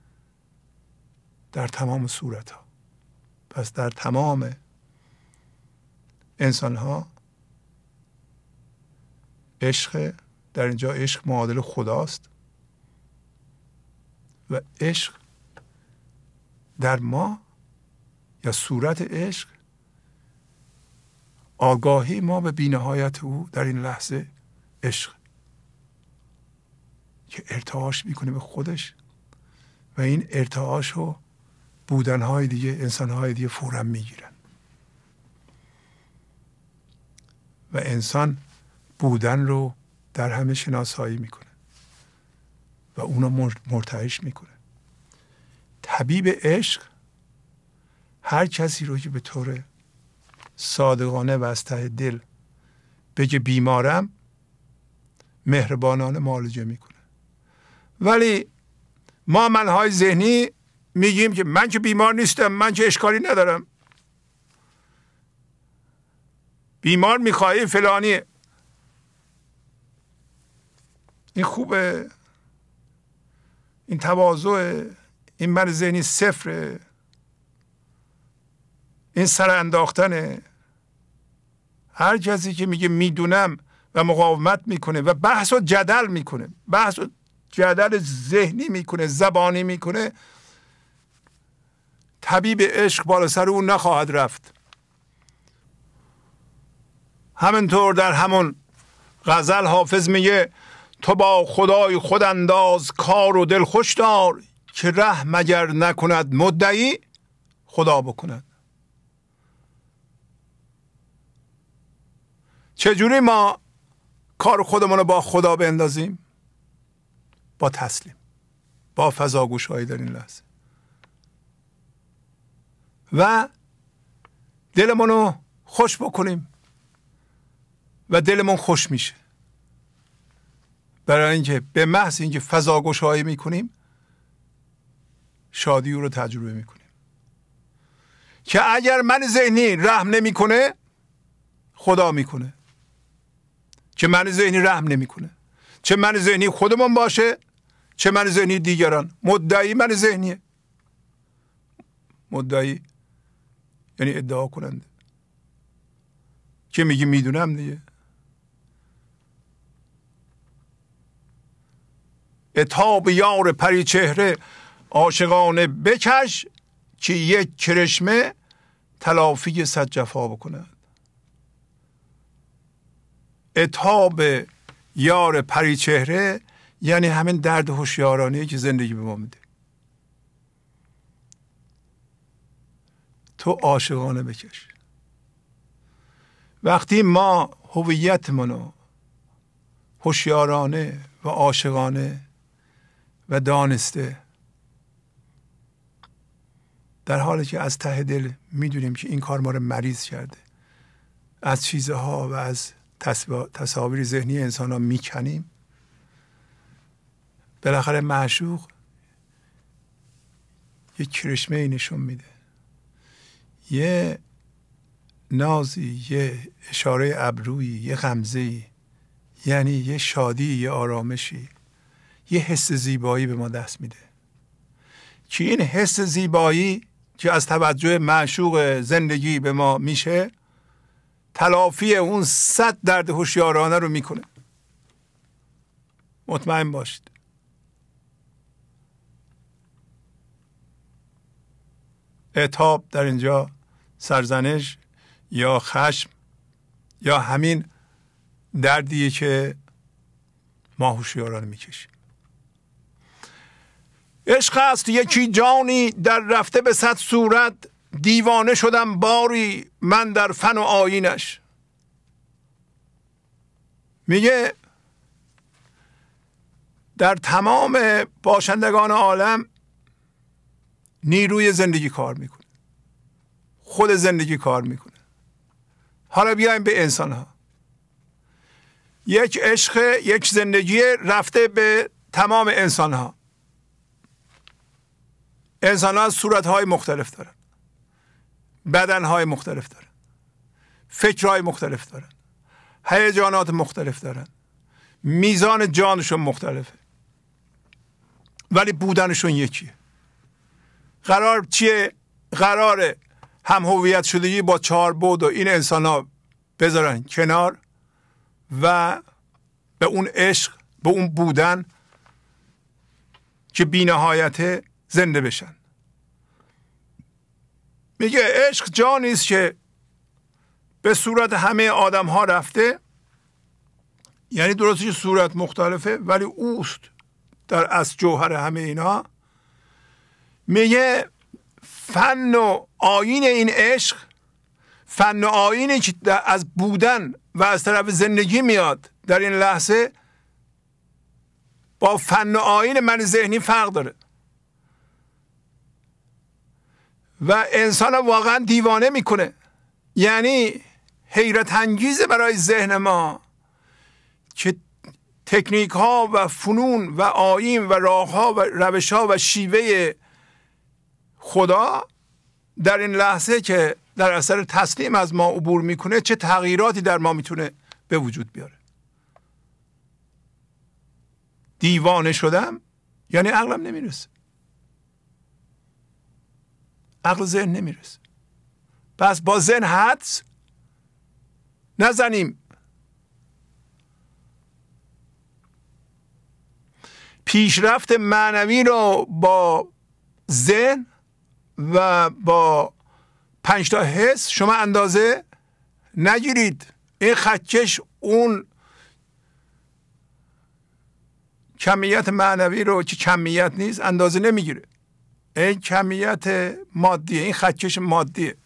در تمام صورت ها. پس در تمام انسان ها عشق، در اینجا عشق معادل خداست و عشق در ما یا صورت عشق آگاهی ما به بی‌نهایت او در این لحظه عشق که ارتعاش میکنه به خودش و این ارتعاش رو بودنهای دیگه، انسانهای دیگه فوراً میگیرن و انسان بودن رو در همه شناسایی میکنه و اونو مرتعش میکنه. طبیب عشق هر کسی رو که به طور صادقانه و از ته دل بگه بیمارم مهربانانه معالجه میکنه. ولی ما منهای ذهنی میگیم که من که بیمار نیستم، من که اشکالی ندارم، بیمار میخوایی فلانی. این خوبه، این تواضع، این من ذهنی صفره، این سر انداختنه. هر کسی که میگه میدونم و مقاومت میکنه و بحث و جدل میکنه، بحث و جدل ذهنی میکنه، زبانی میکنه، طبیب عشق بالا سر اون نخواهد رفت. همینطور در همون غزل حافظ میگه تو با خدای خود انداز کار و دل خوش دار، که ره مگر نکند مدعی خدا بکند. چجوری ما کار خودمون رو با خدا بندازیم؟ با تسلیم، با فضاگوشایی در این لحظه و دلمون رو خوش بکنیم و دلمون خوش میشه. برای اینکه به محض اینکه فضاگوشایی میکنیم شادی او رو تجربه میکنیم که اگر من ذهنی رحم نمیکنه خدا میکنه، که من ذهنی رحم نمیکنه، چه من ذهنی خودمون باشه چه من ذهنی دیگران. مدعی من ذهنیه. مدعی یعنی ادعا کننده. که میگی میدونم دیگه. عتاب یار پری چهره عاشقانه بکش، که یک کرشمه تلافی صد جفا بکند. عتاب یار پری چهره یعنی همین درد هوشیارانه که زندگی به ما میده. تو عاشقانه بکش. وقتی ما هویتمونو هوشیارانه و عاشقانه و دانسته، در حالی که از ته دل میدونیم که این کار ما رو مریض کرده، از چیزها و از تصاویر ذهنی انسان ها میکنیم، بالاخره معشوق یک کرشمه ای نشون میده، یه نازی، یه اشاره ابرویی، یه غمزه‌ای، یعنی یه شادی، یه آرامشی، یه حس زیبایی به ما دست میده که این حس زیبایی که از توجه معشوق زندگی به ما میشه تلافی اون 100 درد هوشیارانه رو میکنه. مطمئن باشید. عتاب در اینجا سرزنش یا خشم یا همین دردیه که ما هوشیارانه میکشیم. عشق است یکی جانی در رفته به 100 صورت، دیوانه شدم باری من در فن و آیینش. میگه در تمام باشندگان عالم نیروی زندگی کار میکنه، خود زندگی کار میکنه. حالا بیایم به انسان ها. یک عشق، یک زندگی رفته به تمام انسان ها. انسان ها صورت های مختلف دارن، بدن های مختلف دارن، فکرهای مختلف دارن، هیجانات مختلف دارن، میزان جانشون مختلفه، ولی بودنشون یکیه. قرار چیه؟ قرار هم هویت شدگی با 4 بعد و این انسان ها بذارن کنار و به اون عشق، به اون بودن که بی نهایته زنده بشن. میگه عشق جانی است که به صورت همه آدم ها رفته، یعنی درسته صورت مختلفه ولی اوست در اصل جوهر همه اینا. میگه فن و آیین این عشق، فن و آیینی که از بودن و از طرف زندگی میاد در این لحظه، با فن و آیین من ذهنی فرق داره و انسان واقعا دیوانه میکنه. یعنی حیرت انگیزه برای ذهن ما که تکنیک ها و فنون و آیین و راه ها و روش ها و شیوه خدا در این لحظه که در اثر تسلیم از ما عبور میکنه چه تغییراتی در ما میتونه به وجود بیاره. دیوانه شدم یعنی عقلم نمیرسه، عقل ذهن نمیرسه. پس با ذهن حدس نزنیم. پیشرفت معنوی رو با ذهن و با 5 تا حس شما اندازه نگیرید. این خطکش اون کمیت معنوی رو که کمیت نیست اندازه نمیگیره. این کمیت مادیه، این خطکش مادیه.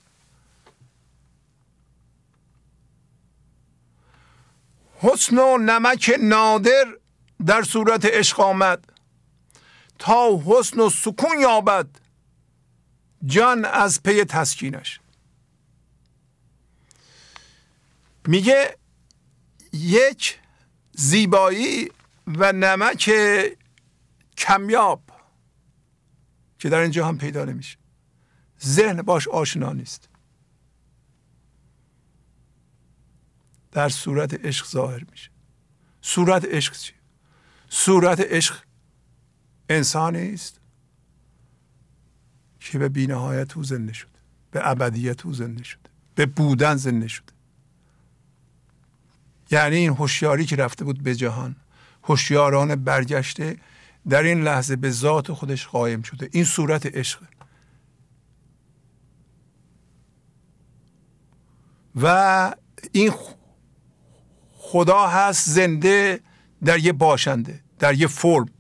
حسن و نمک نادر در صورت عشق آمد، تا حسن و سکون یابد جان از پی تسکینش. میگه یک زیبایی و نمک کمیاب که در اینجا هم پیدا نمیشه، ذهن باش آشنا نیست، در صورت عشق ظاهر میشه. صورت عشق چیه؟ صورت عشق انسانی است که به بی‌نهایت او زنده شده، به ابدیت او زنده شده، به بودن زنده شده. یعنی این هوشیاری که رفته بود به جهان، هوشیاران برگشته، در این لحظه به ذات خودش قایم شده. این صورت عشق و این خدا هست زنده در یه باشنده، در یه فرم،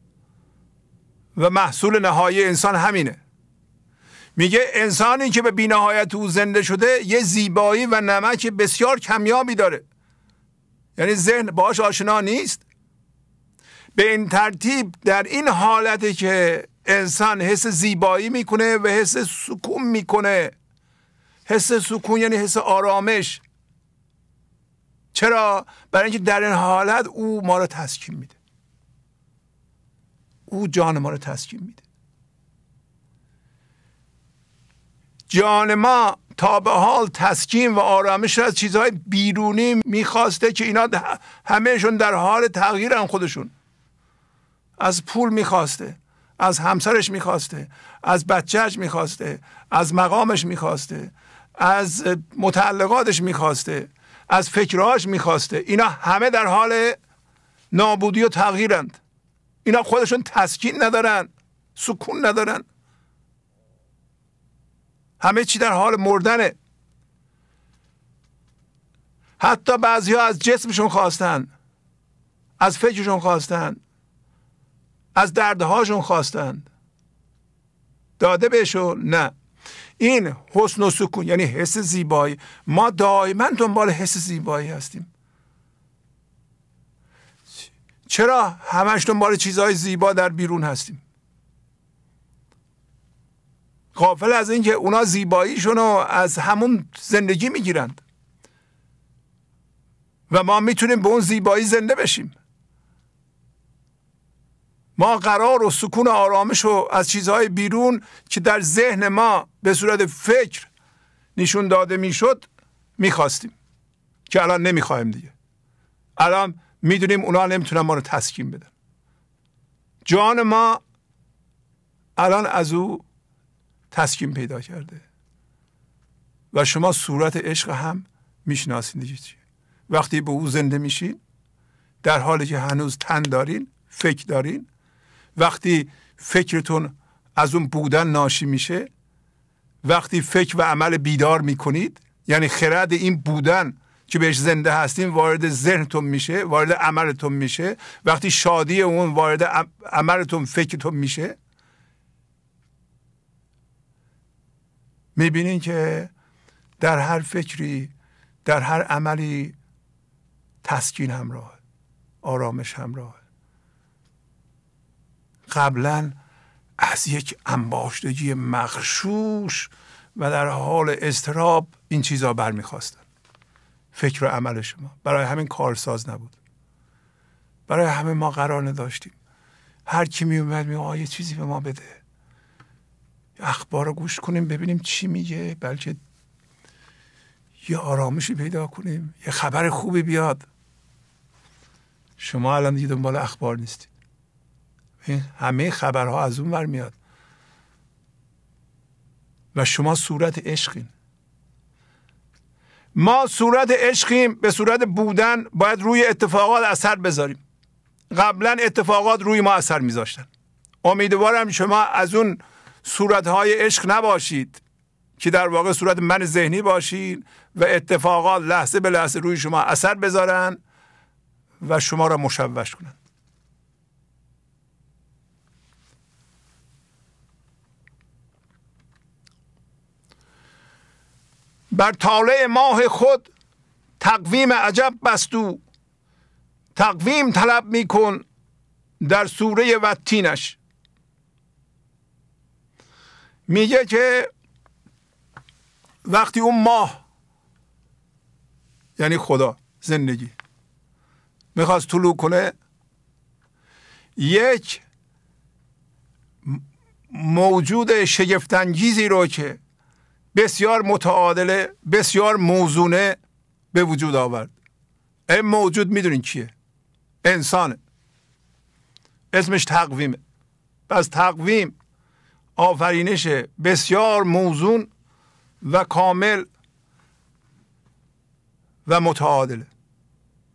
و محصول نهایی انسان همینه. میگه انسانی که به بی‌نهایت او زنده شده یه زیبایی و نمک بسیار کمیابی داره، یعنی ذهن باهاش آشنا نیست. به این ترتیب در این حالتی که انسان حس زیبایی میکنه و حس سکون میکنه. حس سکون یعنی حس آرامش. چرا؟ برای اینکه در این حالت او ما رو تسکین میده، او جان ما رو تسکین میده. جان ما تا به حال تسکین و آرامش از چیزهای بیرونی میخواسته که اینا همهشون در حال تغییرن. خودشون از پول میخواسته، از همسرش میخواسته، از بچهش میخواسته، از مقامش میخواسته، از متعلقاتش میخواسته، از فکرهاش میخواسته. اینا همه در حال نابودی و تغییرند. اینا خودشون تسکین ندارن، سکون ندارن، همه چی در حال مردنه. حتی بعضی ها از جسمشون خواستن، از فکرشون خواستن، از دردهاشون خواستن، داده بهشون نه. این حسن و سکون یعنی حس زیبایی. ما دائما دنبال حس زیبایی هستیم. چرا همش دنبال چیزهای زیبا در بیرون هستیم؟ غافل از این که اونا زیباییشون رو از همون زندگی میگیرند و ما میتونیم به اون زیبایی زنده بشیم. ما قرار و سکون و آرامش رو از چیزهای بیرون که در ذهن ما به صورت فکر نشون داده میشد میخواستیم، که الان نمیخوایم دیگه. الان میدونیم اونا نمیتونن ما رو تسکین بدن. جان ما الان از او تسکین پیدا کرده و شما صورت عشق هم میشناسین دیگه چیه. وقتی به او زنده میشین، در حالی که هنوز تن دارین، فکر دارین، وقتی فکرتون از اون بودن ناشی میشه، وقتی فکر و عمل بیدار میکنید، یعنی خرد این بودن که بهش زنده هستین وارد ذهنتون میشه، وارد عملتون میشه، وقتی شادی اون وارد عملتون، فکرتون میشه، میبینین که در هر فکری، در هر عملی تسکین همراه، آرامش همراه. قبلا از یک انباشتگی مغشوش و در حال اضطراب این چیزها برمیخواستن. فکر و عمل شما برای همین کارساز نبود. برای همین ما قرار نداشتیم. هر کی می اومد میگه یه چیزی به ما بده، اخبار رو گوش کنیم ببینیم چی میگه، بلکه یه آرامشی پیدا کنیم، یه خبر خوبی بیاد. شما الان دیگه دنبال اخبار نیستید. همه خبرها از اون ور میاد و شما صورت عشقین. ما صورت عشقیم. به صورت بودن باید روی اتفاقات اثر بذاریم. قبلا اتفاقات روی ما اثر میذاشتن. امیدوارم شما از اون صورتهای عشق نباشید که در واقع صورت من ذهنی باشید و اتفاقات لحظه به لحظه روی شما اثر بذارن و شما را مشوش کنن. بر طالع ماه خود تقویم عجب بستو، تقویم طلب میکن در سوره والتینش. میگه که وقتی اون ماه، یعنی خدا، زندگی میخواست طلوع کنه، یک موجود شگفت‌انگیزی رو که بسیار متعادله، بسیار موزونه به وجود آورد. این موجود میدونین کیه؟ انسانه. اسمش تقویمه. پس تقویم آفرینش بسیار موزون و کامل و متعادله.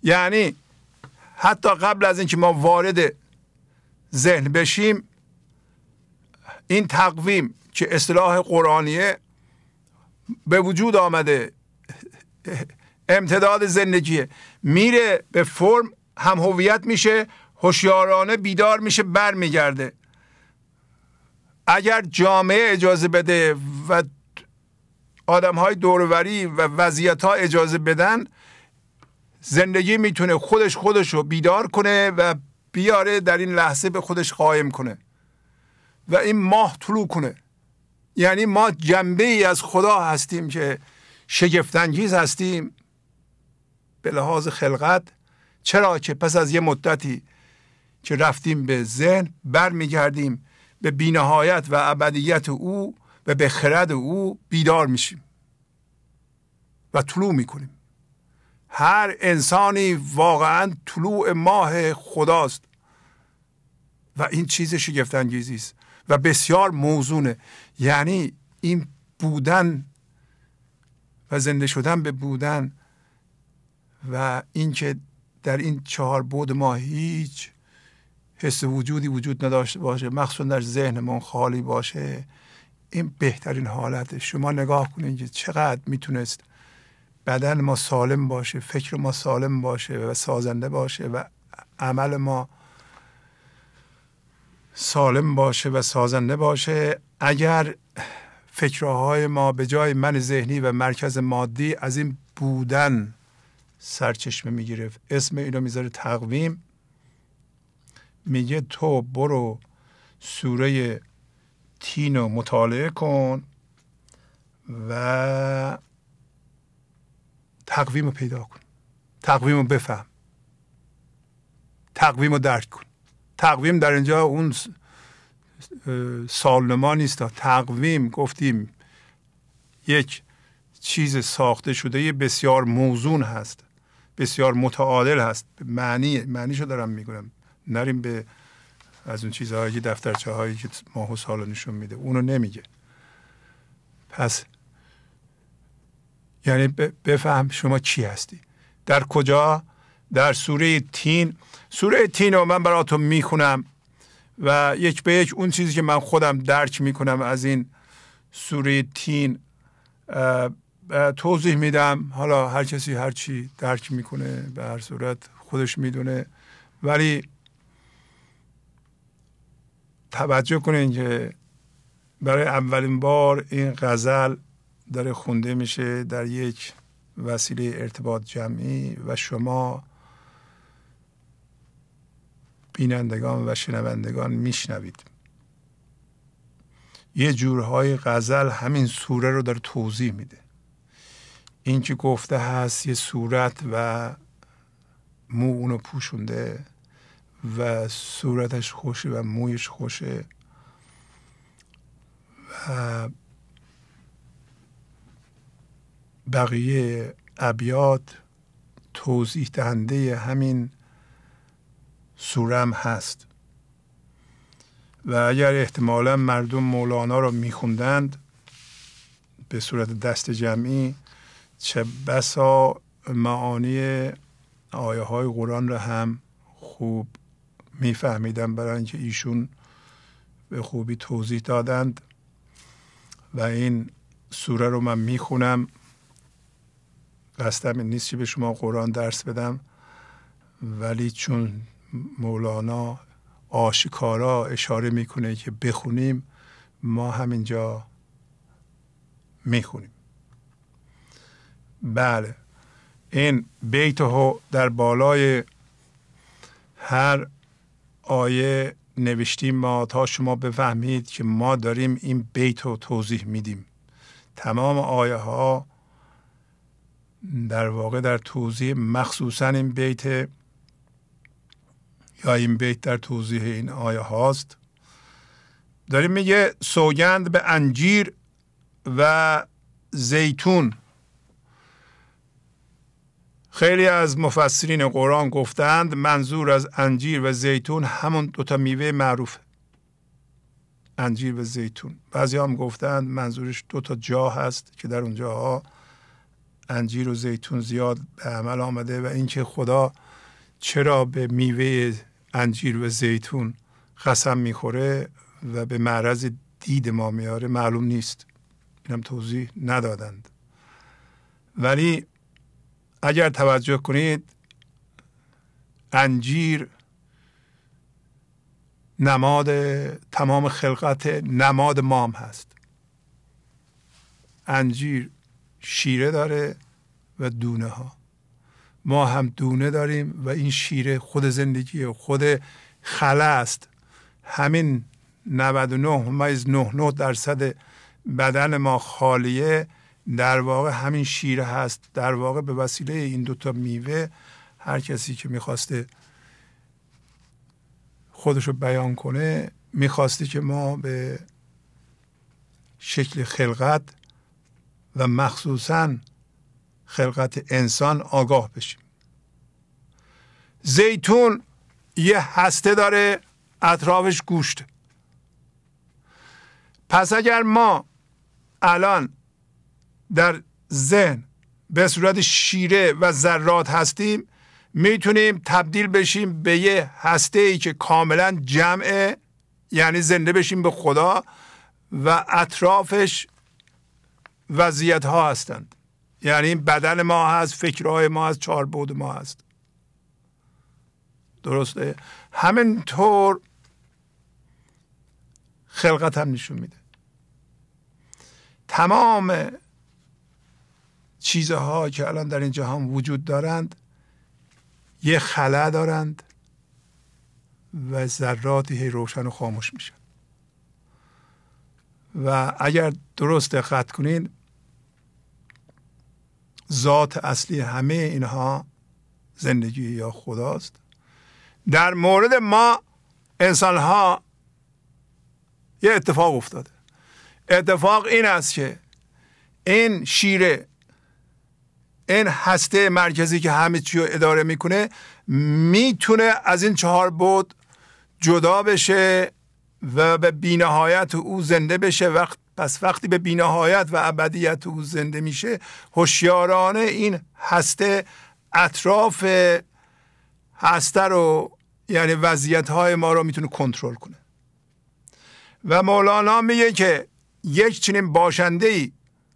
یعنی حتی قبل از اینکه ما وارد ذهن بشیم، این تقویم که اصطلاح قرآنیه به وجود آمده، امتداد زندگیه، میره به فرم، هم هویت میشه، هوشیارانه بیدار میشه، برمیگرده. اگر جامعه اجازه بده و آدم‌های دوروری و وضعیت‌ها اجازه بدن، زندگی میتونه خودش رو بیدار کنه و بیاره در این لحظه به خودش قایم کنه و این ماه طلوع کنه. یعنی ما جنبه ای از خدا هستیم که شگفت‌انگیز هستیم به لحاظ خلقت. چرا که پس از یه مدتی که رفتیم به ذهن، برمیگردیم به بی‌نهایت و ابدیت او و به خرد او بیدار میشیم و طلوع میکنیم. هر انسانی واقعا طلوع ماه خداست و این چیز شگفت انگیزی است و بسیار موزونه. یعنی این بودن و زنده شدن به بودن و اینکه در این 4 بعد ما هیچ حس وجودی وجود نداشته باشه، مخصوصا در ذهنمون خالی باشه، این بهترین حالته. شما نگاه کنید که چقدر میتونست بدن ما سالم باشه، فکر ما سالم باشه و سازنده باشه و عمل ما سالم باشه و سازنده باشه اگر فکرهای ما به جای من ذهنی و مرکز مادی از این بودن سرچشمه میگرفت. اسم اینو میذاره تقویم. میگه تو برو سوره تین رو مطالعه کن و تقویم رو پیدا کن، تقویم رو بفهم، تقویم رو درک کن. تقویم در اینجا اون سالنما نیست. تقویم گفتیم یک چیز ساخته شده بسیار موزون هست، بسیار متعادل هست. معنیشو دارم میگم، نریم به از اون چیزهایی که دفترچه هایی که ماه و سال نشون میده اونو نمیگه. پس یعنی بفهم شما چی هستی، در کجا. در سوره تین. سوره تین رو من براتون میخونم و یک به یک اون چیزی که من خودم درک میکنم از این سوره تین توضیح میدم. حالا هر کسی هر چی درک میکنه به هر صورت خودش میدونه، ولی توجه کنین که برای اولین بار این غزل داره خونده میشه در یک وسیله ارتباط جمعی و شما بینندگان و شنوندگان میشنوید. یه جورهای غزل همین سوره رو داره توضیح میده. این که گفته هست یه صورت و مو اونو پوشونده و صورتش خوشه و مویش خوشه و بقیه ابیات توضیح دهنده همین سورم هست. و اگر احتمالا مردم مولانا رو میخوندند به صورت دست جمعی، چه بسا معانی آیه های قرآن رو هم خوب میفهمیدن، برای اینکه ایشون به خوبی توضیح دادند. و این سوره رو من میخونم، قصدم این نیست که به شما قرآن درس بدم، ولی چون مولانا آشکارا اشاره میکنه که بخونیم، ما همینجا میخونیم. بله، این بیت ها در بالای هر آیه نوشتیم ما تا شما بفهمید که ما داریم این بیت رو توضیح میدیم. تمام آیه ها در واقع در توضیح مخصوصا این بیت یا این بیت در توضیح این آیه هاست. داریم میگه سوگند به انجیر و زیتون. خیلی از مفسرین قرآن گفتند منظور از انجیر و زیتون همون دوتا میوه معروفه، انجیر و زیتون. بعضی هم گفتند منظورش دوتا جا هست که در اون جاها انجیر و زیتون زیاد به عمل آمده و اینکه خدا چرا به میوه انجیر و زیتون قسم میخوره و به معرض دید ما میاره معلوم نیست. اینم توضیح ندادند. ولی اگر توجه کنید انجیر نماد تمام خلقت، نماد مام هست. انجیر شیره داره و دونه ها. ما هم دونه داریم و این شیره خود زندگی و خود خلا است. همین 99.99% بدن ما خالیه، در واقع همین شیره هست. در واقع به وسیله این دوتا میوه هر کسی که میخواسته خودشو بیان کنه میخواسته که ما به شکل خلقت و مخصوصاً خلقت انسان آگاه بشیم. زیتون یه هسته داره، اطرافش گوشت. پس اگر ما الان در ذهن به صورت شیره و ذرات هستیم، میتونیم تبدیل بشیم به یه هسته ای که کاملا جمعه، یعنی زنده بشیم به خدا و اطرافش وضعیت ها هستند. یعنی بدن ما هست، فکرهای ما هست، چهار بعد ما هست. درسته؟ همینطور خلقت هم نشون میده. تمام چیزها که الان در این جهان وجود دارند یه خلا دارند و ذراتی روشن و خاموش میشن. و اگر درست دقت کنید ذات اصلی همه اینها زندگی یا خداست. در مورد ما انسان ها یه اتفاق افتاده. اتفاق این است که این شیره، این هسته مرکزی که همه چی رو اداره میکنه، میتونه از این چهار بعد جدا بشه و به بی‌نهایت او زنده بشه. پس وقتی به بی‌نهایت و ابدیت او زنده میشه، هوشیارانه این هسته اطراف هسته رو، یعنی وضعیت های ما رو میتونه کنترل کنه. و مولانا میگه که یک چنین باشنده‌ای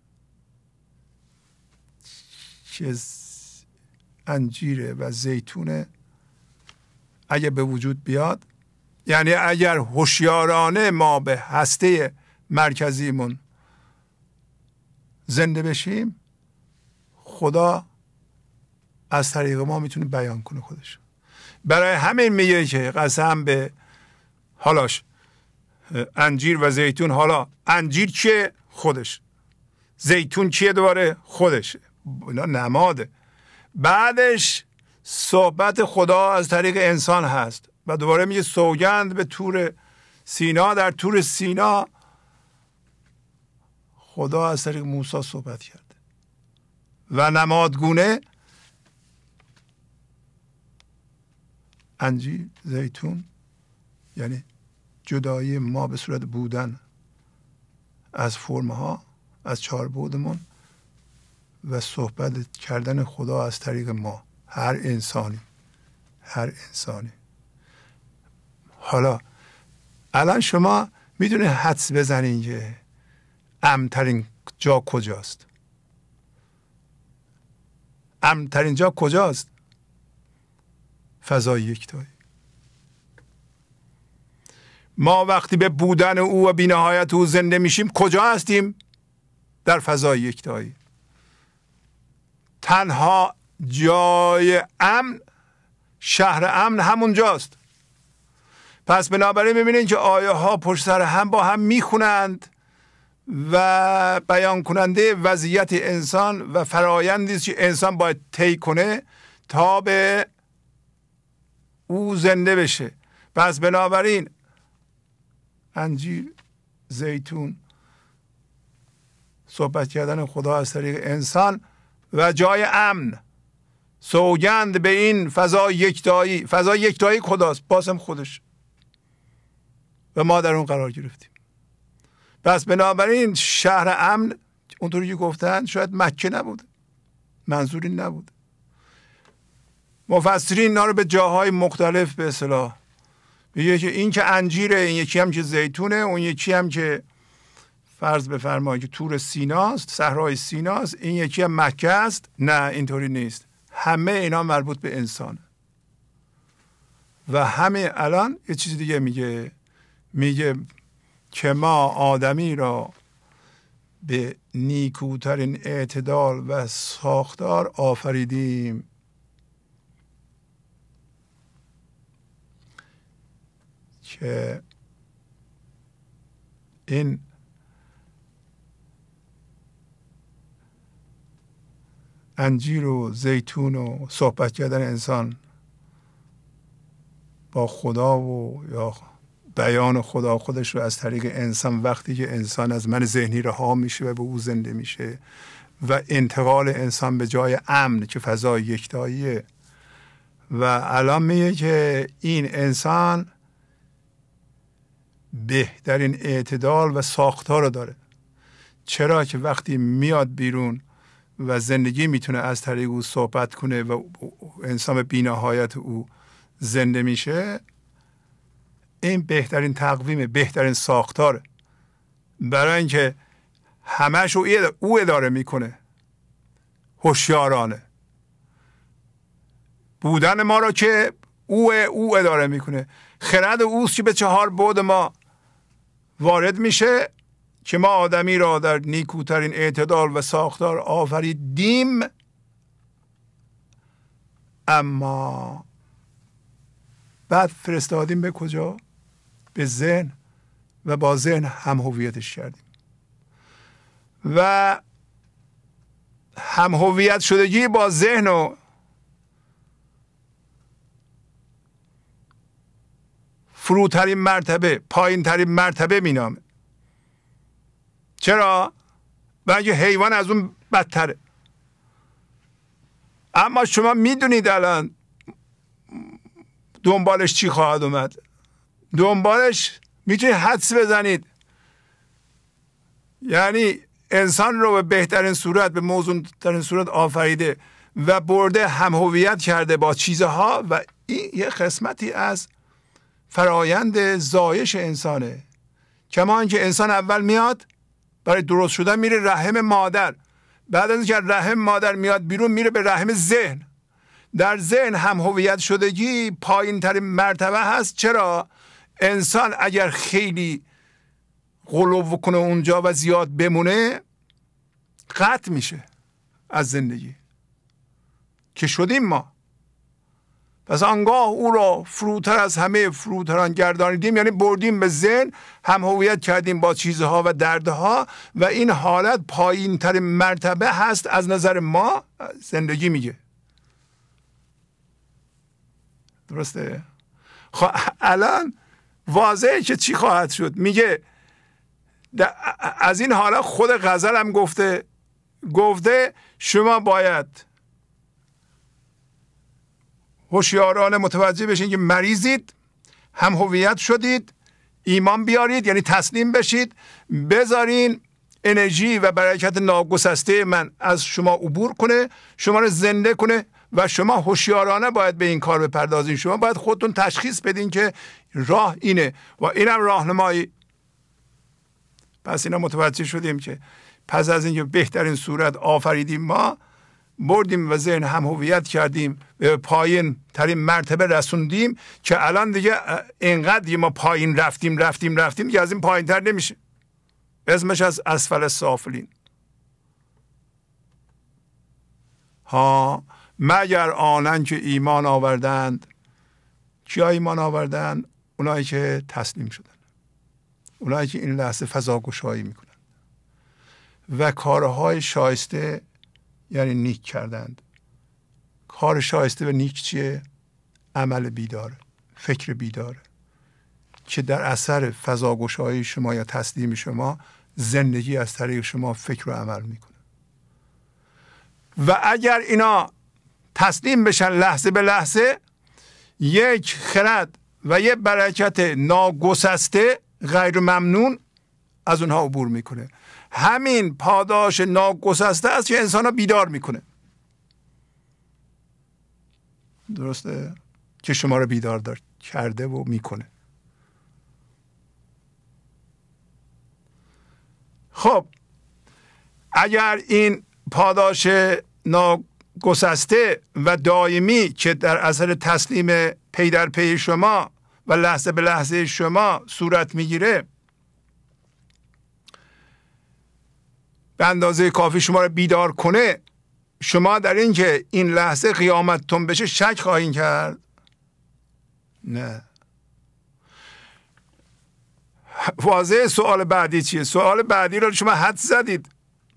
که انجیره و زیتونه اگه به وجود بیاد، یعنی اگر هوشیارانه ما به هسته مرکزیمون زنده بشیم، خدا از طریق ما میتونه بیان کنه خودش. برای همین میگه که قسم به حالاش انجیر و زیتون. حالا انجیر چیه؟ خودش. زیتون چیه؟ دوباره خودش. اینا نماده. بعدش صحبت خدا از طریق انسان هست و دوباره میگه سوگند به طور سینا. در طور سینا خدا از طریق موسی صحبت کرده و نمادگونه انجیر، زیتون، یعنی جدایی ما به صورت بودن از فرمها، از چهار بعدمون و صحبت کردن خدا از طریق ما، هر انسانی. حالا الان شما میدونید حدس بزنین که امن‌ترین جا کجاست؟ امن‌ترین جا کجاست؟ فضای یکتایی. ما وقتی به بودن او و بی‌نهایت او زنده میشیم کجا هستیم؟ در فضای یکتایی. تنها جای امن، شهر امن همون جاست. پس بنابراین میبینید که آیه ها پشت سر هم با هم میخونند و بیان کننده وضعیت انسان و فرایندی است که انسان باید طی کنه تا به او زنده بشه. پس بنابراین انجیر، زیتون، صحبت کردن خدا از طریق انسان و جای امن، سوگند به این فضای یکتایی. فضای یکتایی خداست، بازم خودش و ما در اون قرار گرفتیم. پس بنابراین شهر امن اونطوری که گفتن شاید مکه نبوده، منظور این نبود. مفسرین اینا رو به جاهای مختلف به اصطلاح میگه که این که انجیره، این یکی هم که زیتونه، اون یکی هم که فرض بفرمایید که تور سیناست، صحرای سیناست، این یکی هم مکه است. نه اینطوری نیست. همه اینا مربوط به انسانه. و همه الان یه چیز دیگه میگه که ما آدمی را به نیکوترین اعتدال و ساختار آفریدیم. که این انجیر و زیتون و صحبت کردن انسان با خدا و یا بیان خدا خودش رو از طریق انسان، وقتی که انسان از من ذهنی رها میشه و به او زنده میشه و انتقال انسان به جای امن که فضای یکتاییه. و الان میگه که این انسان بهترین اعتدال و ساختار رو داره. چرا که وقتی میاد بیرون و زندگی میتونه از طریق او صحبت کنه و انسان به بی‌نهایت او زنده میشه، این بهترین تقویم، بهترین ساختاره. برای اینکه همش او اداره میکنه، هوشیارانه بودن ما را که او اداره میکنه. خرد اوست که به 4 بعد ما وارد میشه که ما آدمی را در نیکوترین اعتدال و ساختار آفریدیم. اما بعد فرستادیم به کجا؟ به ذهن و با ذهن هم هویتش کردیم. و هم هویت شدگی با ذهن و فروترین مرتبه، پایین ترین مرتبه می نامه. چرا؟ برای اینکه حیوان از اون بدتره. اما شما میدونید الان دنبالش چی خواهد اومد. دنبالش میتونید حدس بزنید. یعنی انسان رو به بهترین صورت، به موزونترین صورت آفریده و برده هم هویت کرده با چیزها و این یه قسمتی از فرایند زایش انسانه. کما اینکه انسان اول میاد برای درست شدن میره رحم مادر، بعد از اینکه رحم مادر میاد بیرون میره به رحم ذهن. در ذهن هم هویت شدگی پایین ترین مرتبه هست. چرا؟ انسان اگر خیلی غلو کنه اونجا و زیاد بمونه قطع میشه از زندگی که شدیم ما. پس آنگاه او را فروتر از همه فروتران گردانیدیم، یعنی بردیم به ذهن، هم هویت کردیم با چیزها و دردها و این حالت پایین ترین مرتبه هست از نظر ما زندگی. میگه درسته؟ خب الان واضحه که چی خواهد شد. میگه از این حالا خود غزل هم گفته شما باید هوشیارانه متوجه بشین که مریضید، هم هویت شدید، ایمان بیارید یعنی تسلیم بشید، بذارین انرژی و برکت ناگسسته من از شما عبور کنه، شما رو زنده کنه و شما هوشیارانه باید به این کار بپردازین. شما باید خودتون تشخیص بدین که راه اینه و اینم راهنمایی. پس اینا متوجه شدیم که پس از اینکه بهترین صورت آفریدیم ما، بردیم و ذهن هم هویت کردیم، به پایین ترین مرتبه رسوندیم که الان دیگه اینقدر ما پایین رفتیم که از این پایین تر نمیشه. اسمش از اسفل سافلین. ها مگر آنان که ایمان آوردند. کیا ایمان آوردند؟ اونایی که تسلیم شدن، اونایی که این لحظه فضا گشایی میکنن و کارهای شایسته یعنی نیک کردند. کار شایسته و نیک چیه؟ عمل بیداره، فکر بیداره که در اثر فضا گشایی شما یا تسلیم شما زندگی از طریق شما فکر و عمل میکنه. و اگر اینا تسلیم بشن لحظه به لحظه، یک خرد و یک برکت ناگسسته غیر ممنون از اونها عبور میکنه. همین پاداش ناگسسته است که انسان ها بیدار میکنه. درسته؟ که شما رو بیدار کرده و میکنه. خب اگر این پاداش ناگسسته و دائمی که در اثر تسلیم پی در پی شما و لحظه به لحظه شما صورت میگیره، به اندازه کافی شما رو بیدار کنه، شما در این که این لحظه قیامتتون بشه شک خواهید کرد؟ نه. واضح. سوال بعدی چیه؟ سوال بعدی رو شما حد زدید.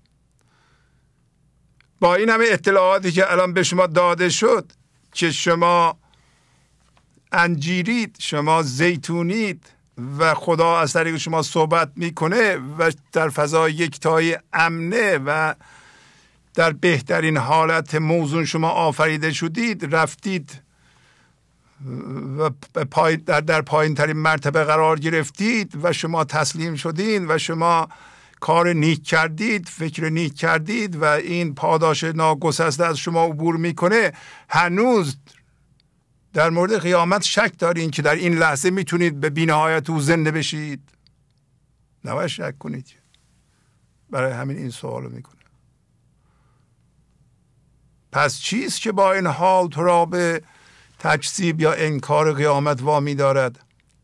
با این همه اطلاعاتی که الان به شما داده شد که شما انجیرید، شما زیتونید و خدا از طریق شما صحبت میکنه و در فضای یکتایی امنه و در بهترین حالت موزون شما آفریده شدید، رفتید و در پایین ترین مرتبه قرار گرفتید و شما تسلیم شدید و شما کار نیک کردید، فکر نیک کردید و این پاداش ناگسسته از شما عبور میکنه، هنوز در مورد قیامت شک دارین که در این لحظه میتونید به بی‌نهایت او زنده بشید؟ نباید شک کنید. برای همین این سوالو میکنه. پس چیست که با این حال تو را به تکذیب یا انکار قیامت وامی دارد؟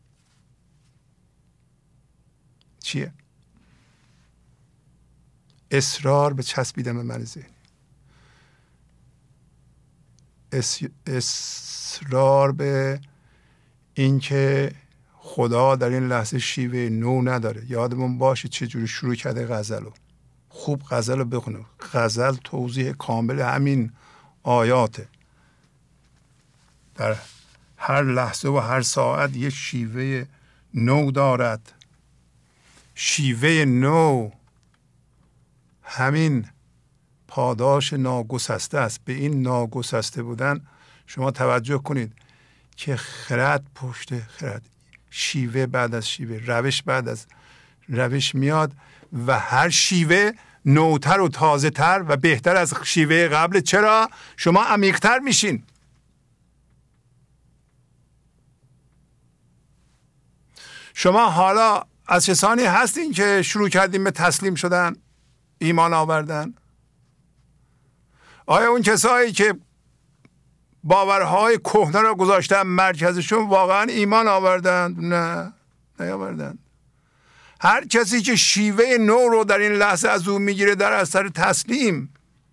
چیه؟ اصرار به چسبیدن به من ذهنی، اصرار به اینکه خدا در این لحظه شیوه نو نداره. یادمون باشه چجوری شروع کرده غزلو. خوب غزل رو بخونه. غزل توضیح کامل همین آیاته. در هر لحظه و هر ساعت یک شیوه نو دارد. شیوه نو همین پاداش ناگسسته است. به این ناگسسته بودن شما توجه کنید که خرد پشت خرد، شیوه بعد از شیوه، روش بعد از روش میاد و هر شیوه نوتر و تازه تر و بهتر از شیوه قبل. چرا؟ شما عمیق‌تر میشین. شما حالا از کسانی هستین که شروع کردین به تسلیم شدن، ایمان آوردن؟ آیا اون کسایی که باورهای کهنه را گذاشتن مرکزشون واقعا ایمان آوردند؟ نه، نیاوردند. هر کسی که شیوه نو رو در این لحظه از او میگیره در اثر تسلیم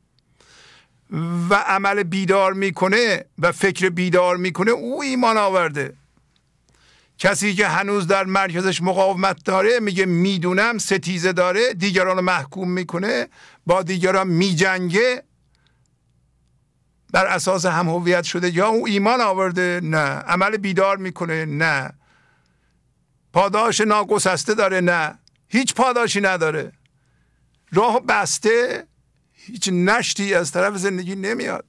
و عمل بیدار میکنه و فکر بیدار میکنه، او ایمان آورده. کسی که هنوز در مرکزش مقاومت داره، میگه میدونم، ستیزه داره، دیگران رو محکوم میکنه، با دیگران میجنگه، بر اساس هم هویت شده، یا او ایمان آورده؟ نه. عمل بیدار میکنه؟ نه. پاداش ناگسسته داره؟ نه. هیچ پاداشی نداره. راه بسته، هیچ نشتی از طرف زندگی نمیاد.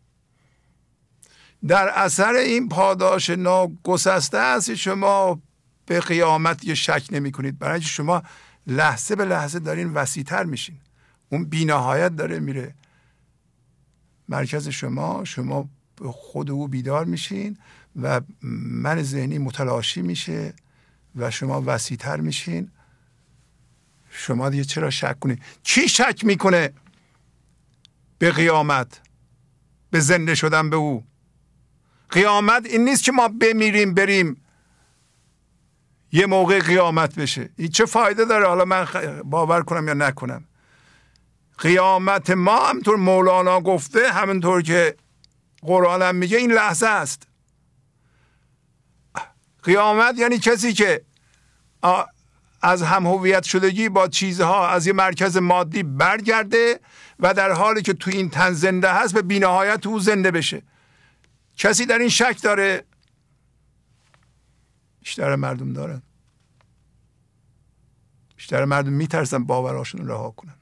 در اثر این پاداش ناگسسته است شما به قیامت یه شک نمی کنید، برای اینکه شما لحظه به لحظه دارین وسیع‌تر میشین. اون بی‌نهایت داره میره مرکز شما به خود او بیدار میشین و من ذهنی متلاشی میشه و شما وسیع‌تر میشین. شما دیگه چرا شک کنید؟ کی شک میکنه به قیامت، به زنده شدن به او؟ قیامت این نیست که ما بمیریم بریم یه موقع قیامت بشه. این چه فایده داره حالا من باور کنم یا نکنم؟ قیامت ما همطور مولانا گفته، همونطور که قرآن هم میگه، این لحظه است. قیامت یعنی کسی که از هم هویت شدگی با چیزها از یه مرکز مادی برگرده و در حالی که تو این تن زنده هست به بی‌نهایت او زنده بشه. کسی در این شک داره؟ بیشتر مردم دارن. بیشتر مردم میترسن باورهاشون رها کنن.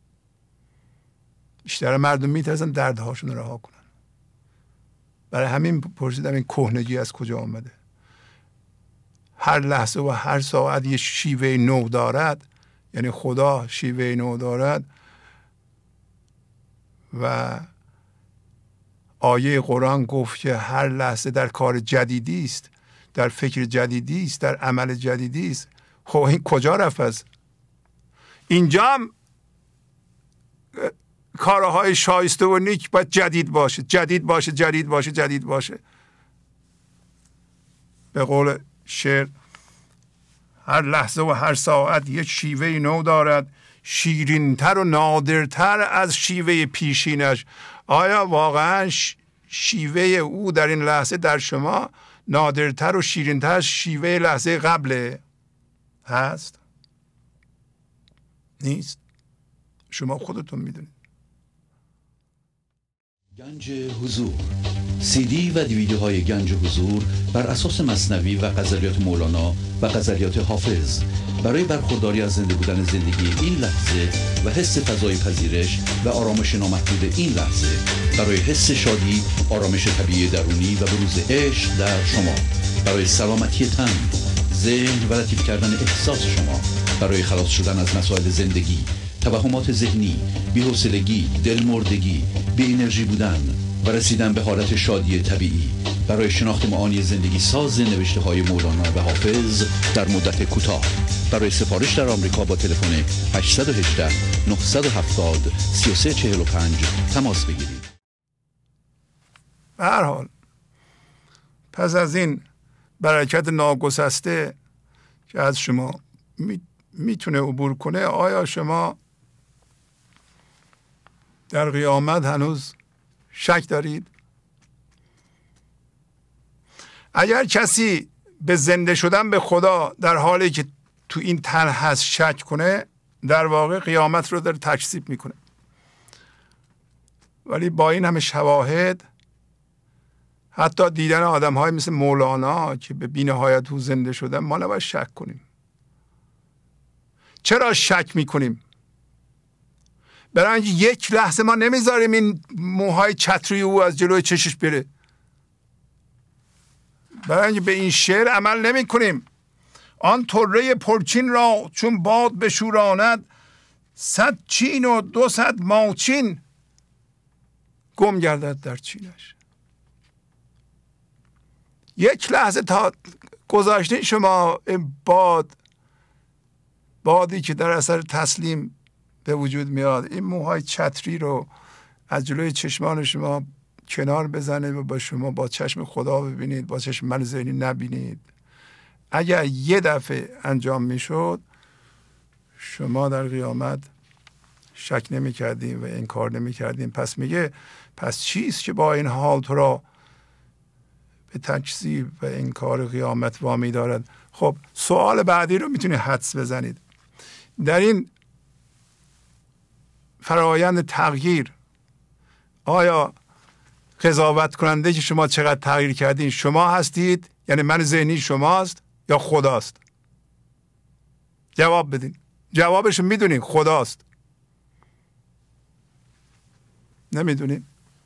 بیشتر مردم میترسن دردهاشون رها کنن. برای همین پرسیدم این کهنگی از کجا آمده؟ هر لحظه و هر ساعت یه شیوه نو دارد، یعنی خدا شیوه نو دارد و آیه قرآن گفت که هر لحظه در کار جدیدی است، در فکر جدیدی است، در عمل جدیدی است. خب این کجا رفت پس؟ اینجا هم کارهای شایسته و نیک باید جدید باشه، جدید باشه، جدید باشه، جدید باشه. به قول شعر هر لحظه و هر ساعت یک شیوه نو دارد، شیرینتر و نادرتر از شیوه پیشینش. آیا واقعا شیوه او در این لحظه در شما نادرتر و شیرینتر از شیوه لحظه قبله؟ هست؟ نیست؟ شما خودتون میدونید. گنج حضور، CD و دیویدیوهای گنج حضور بر اساس مثنوی و غزلیات مولانا و غزلیات حافظ برای برخورداری از زنده بودن زندگی این لحظه و حس فضای پذیرش و آرامش نامحدود این لحظه، برای حس شادی، آرامش طبیعی درونی و بروز عشق در شما، برای سلامتی تن، ذهن و لطیف کردن احساس شما، برای خلاص شدن از مسائل زندگی، توهمات ذهنی، بی‌حوصلگی، دلمردگی، بی انرژی بودن و رسیدن به حالت شادی طبیعی، برای شناخت معانی زندگی ساز نوشته های مولانا و حافظ در مدت کوتاه. برای سفارش در آمریکا با تلفن 818 970 3345 تماس بگیرید. به هر حال پس از این برکت ناگسسته که از شما میتونه عبور کنه، آیا شما در قیامت هنوز شک دارید؟ اگر کسی به زنده شدن به خدا در حالی که تو این تن هست شک کنه، در واقع قیامت رو داره تکذیب میکنه. ولی با این همه شواهد، حتی دیدن آدم های مثل مولانا که به بی‌نهایت او زنده شدن، ما نباید شک کنیم. چرا شک میکنیم؟ برای اینکه یک لحظه ما نمیذاریم این موهای چتری او از جلوی چشش بره. برای اینکه به این شعر عمل نمی کنیم. آن طره پرچین را چون باد بشوراند، 100 چین و 200 ماچین گم گردد در چینش. یک لحظه تا گذاشتین شما بادی که در اثر تسلیم به وجود میاد، این موهای چتری رو از جلوی چشمان شما کنار بزنه و با شما با چشم خدا ببینید، با چشم من ذهنی نبینید. اگر یه دفعه انجام میشد، شما در قیامت شک نمی کردیم و انکار نمی کردیم. پس میگه پس چیست که با این حال تو را به تکذیب و انکار قیامت وامی دارد؟ خب سوال بعدی رو میتونید حدس بزنید. در این فرایند تغییر آیا قضاوت کننده که شما چقدر تغییر کردین شما هستید، یعنی من ذهنی شماست، یا خداست؟ جواب بدین. جوابش میدونین خداست. نمیدونین؟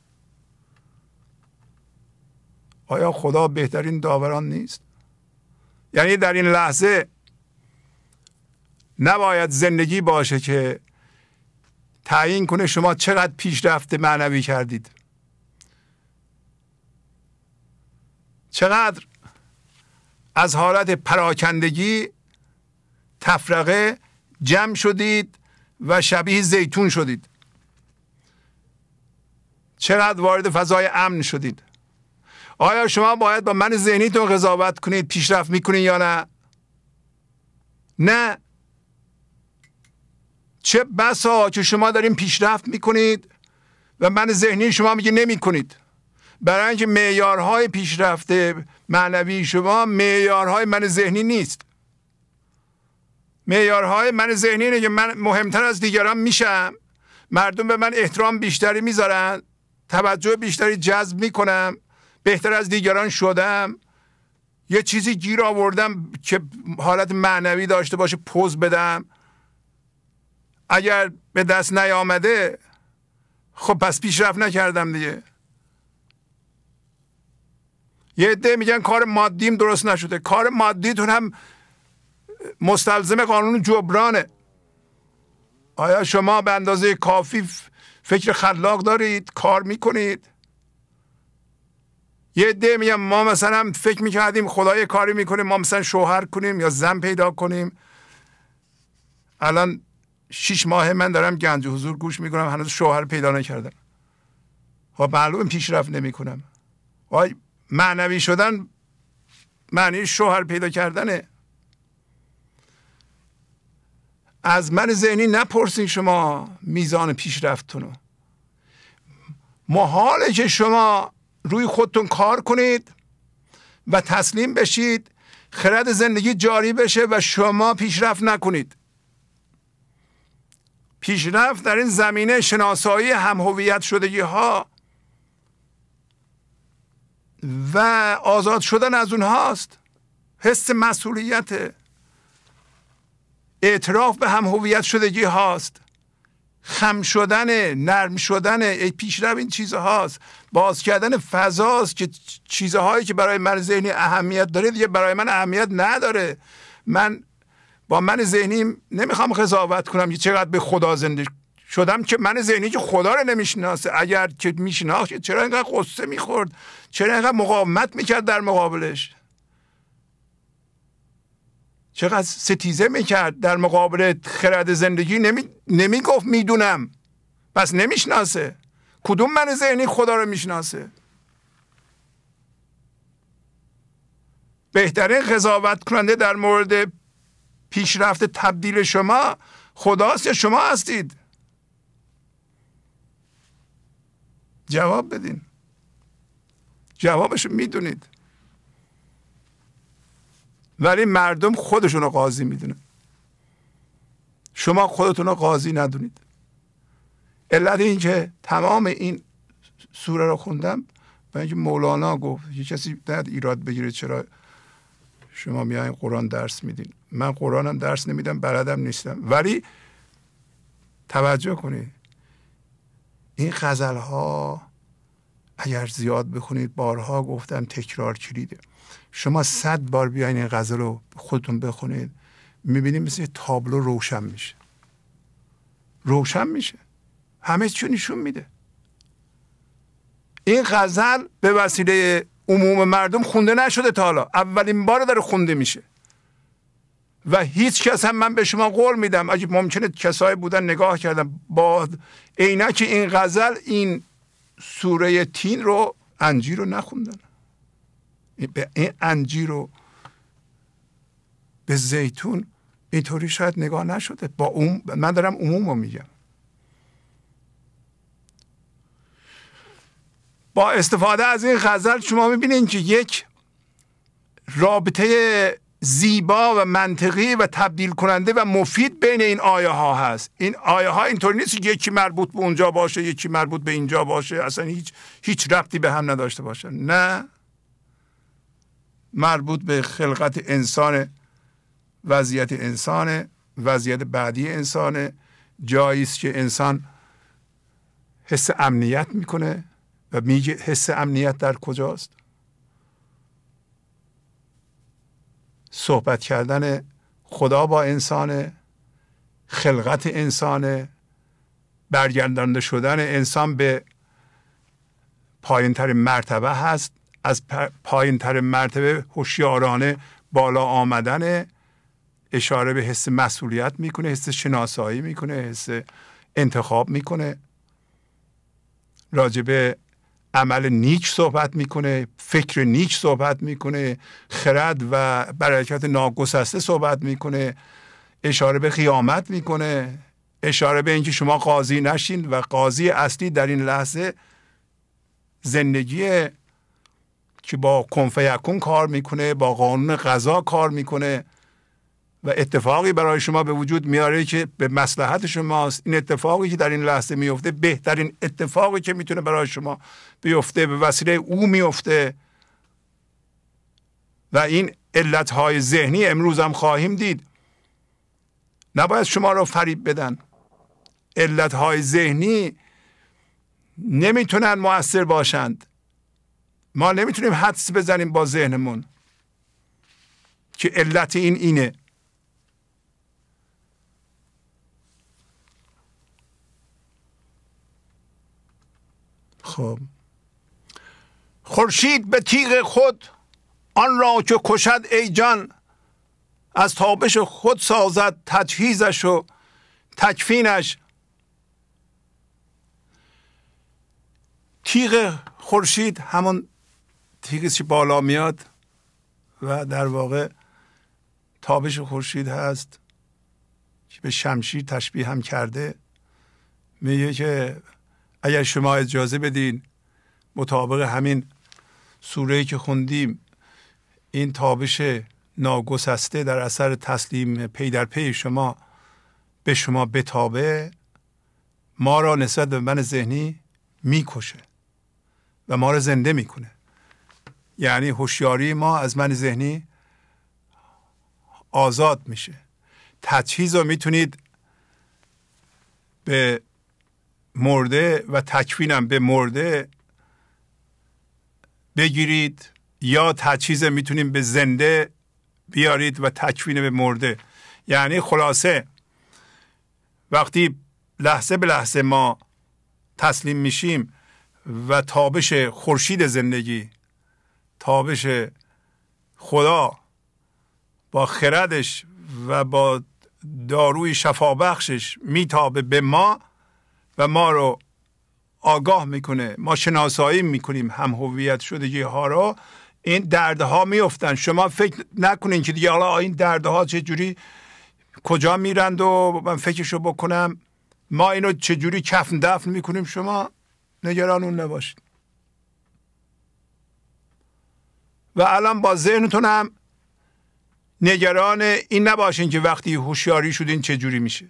آیا خدا بهترین داوران نیست؟ یعنی در این لحظه نباید زندگی باشه که تعیین کنه شما چقدر پیشرفت معنوی کردید، چقدر از حالت پراکندگی تفرقه جمع شدید و شبیه زیتون شدید، چقدر وارد فضای امن شدید. آیا شما باید با من ذهنیتون قضاوت کنید پیشرفت میکنید یا نه؟ نه. چه بسا که شما دارین پیشرفت میکنید و من ذهنی شما میگه نمیکنید. برای اینکه معیارهای پیشرفت معنوی شما معیارهای من ذهنی نیست. معیارهای من ذهنی اینه که من مهمتر از دیگران میشم، مردم به من احترام بیشتری میذارن، توجه بیشتری جذب میکنم، بهتر از دیگران شدم، یه چیزی گیر آوردم که حالت معنوی داشته باشه پوز بدم. اگر به دست نیامده خب پس پیشرفت نکردم دیگه. یه عده میگن کار مادیم درست نشده. کار مادیتون هم مستلزم قانون جبرانه. آیا شما به اندازه کافی فکر خلاق دارید؟ کار میکنید؟ یه عده میگن ما مثلا فکر میکردیم خدا یه کاری میکنیم ما مثلا شوهر کنیم یا زن پیدا کنیم. الان 6 ماه من دارم گنج حضور گوش میکنم، هنوز شوهر پیدا نکردم. خب معلوم پیشرفت نمیکنم. وای معنوی شدن معنی شوهر پیدا کردنه. از من ذهنی نپرسین شما میزان پیشرفتتونو. محاله که شما روی خودتون کار کنید و تسلیم بشید، خرد زندگی جاری بشه و شما پیشرفت نکنید. پیشرفت در این زمینه شناسایی هم هویت شدگی ها و آزاد شدن از اونهاست. حس مسئولیت، اعتراف به هم هویت شدگی هاست، خم شدن، نرم شدن، پیشرفت این چیزهاست. باز کردن فضاست که چیزهایی که برای من ذهنی اهمیت داره دیگه برای من اهمیت نداره. من با من ذهنی نمیخوام قضاوت کنم که چقدر به خدا زنده شدم، که من ذهنی که خدا رو نمیشناسه. اگر که میشناخت چرا اینقدر قصه میخورد، چرا اینقدر مقاومت میکرد در مقابلش، چقدر ستیزه میکرد در مقابل خرد زندگی. نمیگفت میدونم، بس نمیشناسه. کدوم من ذهنی خدا رو میشناسه؟ بهترین قضاوت کننده در مورد پیشرفت تبدیل شما خداست یا شما هستید؟ جواب بدین. جوابشو میدونید، ولی مردم خودشون رو قاضی میدونن. شما خودتون رو قاضی ندونید. علت این که تمام این سوره رو خوندم برای اینکه مولانا گفت یه کسی باید ایراد بگیره چرا شما میایین قرآن درس میدین. من قرآنم درس نمیدم، بلدم نیستم. ولی توجه کنید این غزل ها اگر زیاد بخونید، بارها گفتم تکرار کلیده. شما 100 بار بیاین این غزل رو خودتون بخونید، میبینید مثل تابلو روشن میشه. روشن میشه، همه چی نشون میده. این غزل به وسیله عموم مردم خونده نشده تا حالا، اولین بار داره خونده میشه. و هیچ کس هم، من به شما قول میدم اگه ممکنه کسایی بودن نگاه کردم با عینک این غزل این سوره تین رو، انجیر رو نخوندن. این انجیر رو به زیتون اینطوری شاید نگاه نشده. من دارم عموم رو میگم. با استفاده از این غزل شما میبینید که یک رابطه زیبا و منطقی و تبدیل کننده و مفید بین این آیه ها هست. این آیه ها اینطوری نیست که یکی مربوط به اونجا باشه یکی مربوط به اینجا باشه، اصلا هیچ ربطی به هم نداشته باشه. نه، مربوط به خلقت انسان، وضعیت انسان، وضعیت بعدی انسان، جایی است که انسان حس امنیت میکنه و میگه حس امنیت در کجاست؟ صحبت کردن خدا با انسان، خلقت انسان، برگردانده شدن انسان به پایین ترین مرتبه هست. از پایین ترین مرتبه هوشیارانه بالا آمدن، اشاره به حس مسئولیت میکنه، حس شناسایی میکنه، حس انتخاب میکنه، راجب عمل نیک صحبت میکنه، فکر نیک صحبت میکنه، خرد و برکت ناگسسته صحبت میکنه، اشاره به قیامت میکنه، اشاره به اینکه شما قاضی نشین و قاضی اصلی در این لحظه زندگی که با کن فیکون کار میکنه، با قانون قضا کار میکنه و اتفاقی برای شما به وجود میاره که به مصلحت شماست. این اتفاقی که در این لحظه میفته بهترین اتفاقی که میتونه برای شما بیفته، به وسیله او میفته. و این علتهای ذهنی امروز هم خواهیم دید، نباید شما رو فریب بدن. علتهای ذهنی نمیتونن مؤثر باشند. ما نمیتونیم حدس بزنیم با ذهنمون که علت اینه. خورشید به تیغ خود آن را که کشد ای جان، از تابش خود سازد تجهیزش و تکفینش. تیغ خورشید همون تیغی که بالا میاد و در واقع تابش خورشید هست که به شمشیر تشبیه هم کرده. میگه که اگر شما اجازه بدین مطابق همین سوره‌ای که خوندیم این تابش ناگسسته در اثر تسلیم پی در پی شما به شما بتابه، ما را نسبت به من ذهنی میکشه و ما را زنده میکنه. یعنی هوشیاری ما از من ذهنی آزاد میشه. تجهیز رو میتونید به مرده و تکفینم به مرده بگیرید، یا تجهیز میتونیم به زنده بیارید و تکفین به مرده. یعنی خلاصه وقتی لحظه به لحظه ما تسلیم میشیم و تابش خورشید زندگی، تابش خدا با خردش و با داروی شفابخشش میتابه به ما و ما رو آگاه میکنه، ما شناسایی میکنیم هم هویت شدگی ها رو، این دردها میافتن. شما فکر نکنین که دیگه حالا این دردها چجوری کجا میرند و من فکرشو بکنم، ما اینو چجوری کفن دفن میکنیم، شما نگران اون نباشید. و الان با ذهنتون هم نگران این نباشین که وقتی هوشیاری شدین چجوری میشه.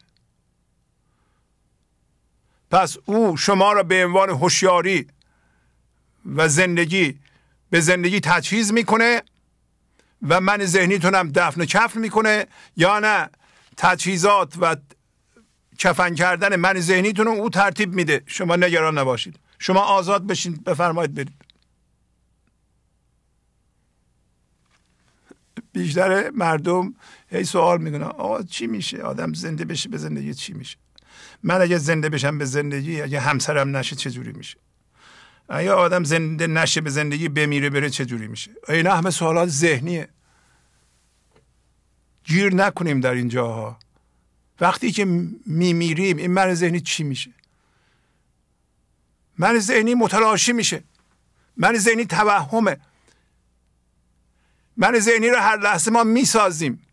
پس او شما را به عنوان هوشیاری و زندگی به زندگی تجهیز میکنه و من ذهنیتون هم دفن و کفن میکنه، یا نه تجهیزات و کفن کردن من ذهنیتون رو او ترتیب میده. شما نگران نباشید، شما آزاد بشین، بفرمایید برید. بیشتر مردم هی سوال میکنن آقا چی میشه آدم زنده بشه به زندگی، چی میشه؟ من اگه زنده بشم به زندگی، اگه همسرم نشه چه جوری میشه؟ اگه آدم زنده نشه به زندگی بمیره بره چه جوری میشه؟ اینا همه سوالات ذهنیه. گیر نکنیم در این جاها. وقتی که میمیریم این من ذهنی چی میشه؟ من ذهنی متلاشی میشه. من ذهنی توهمه. من ذهنی رو هر لحظه ما میسازیم.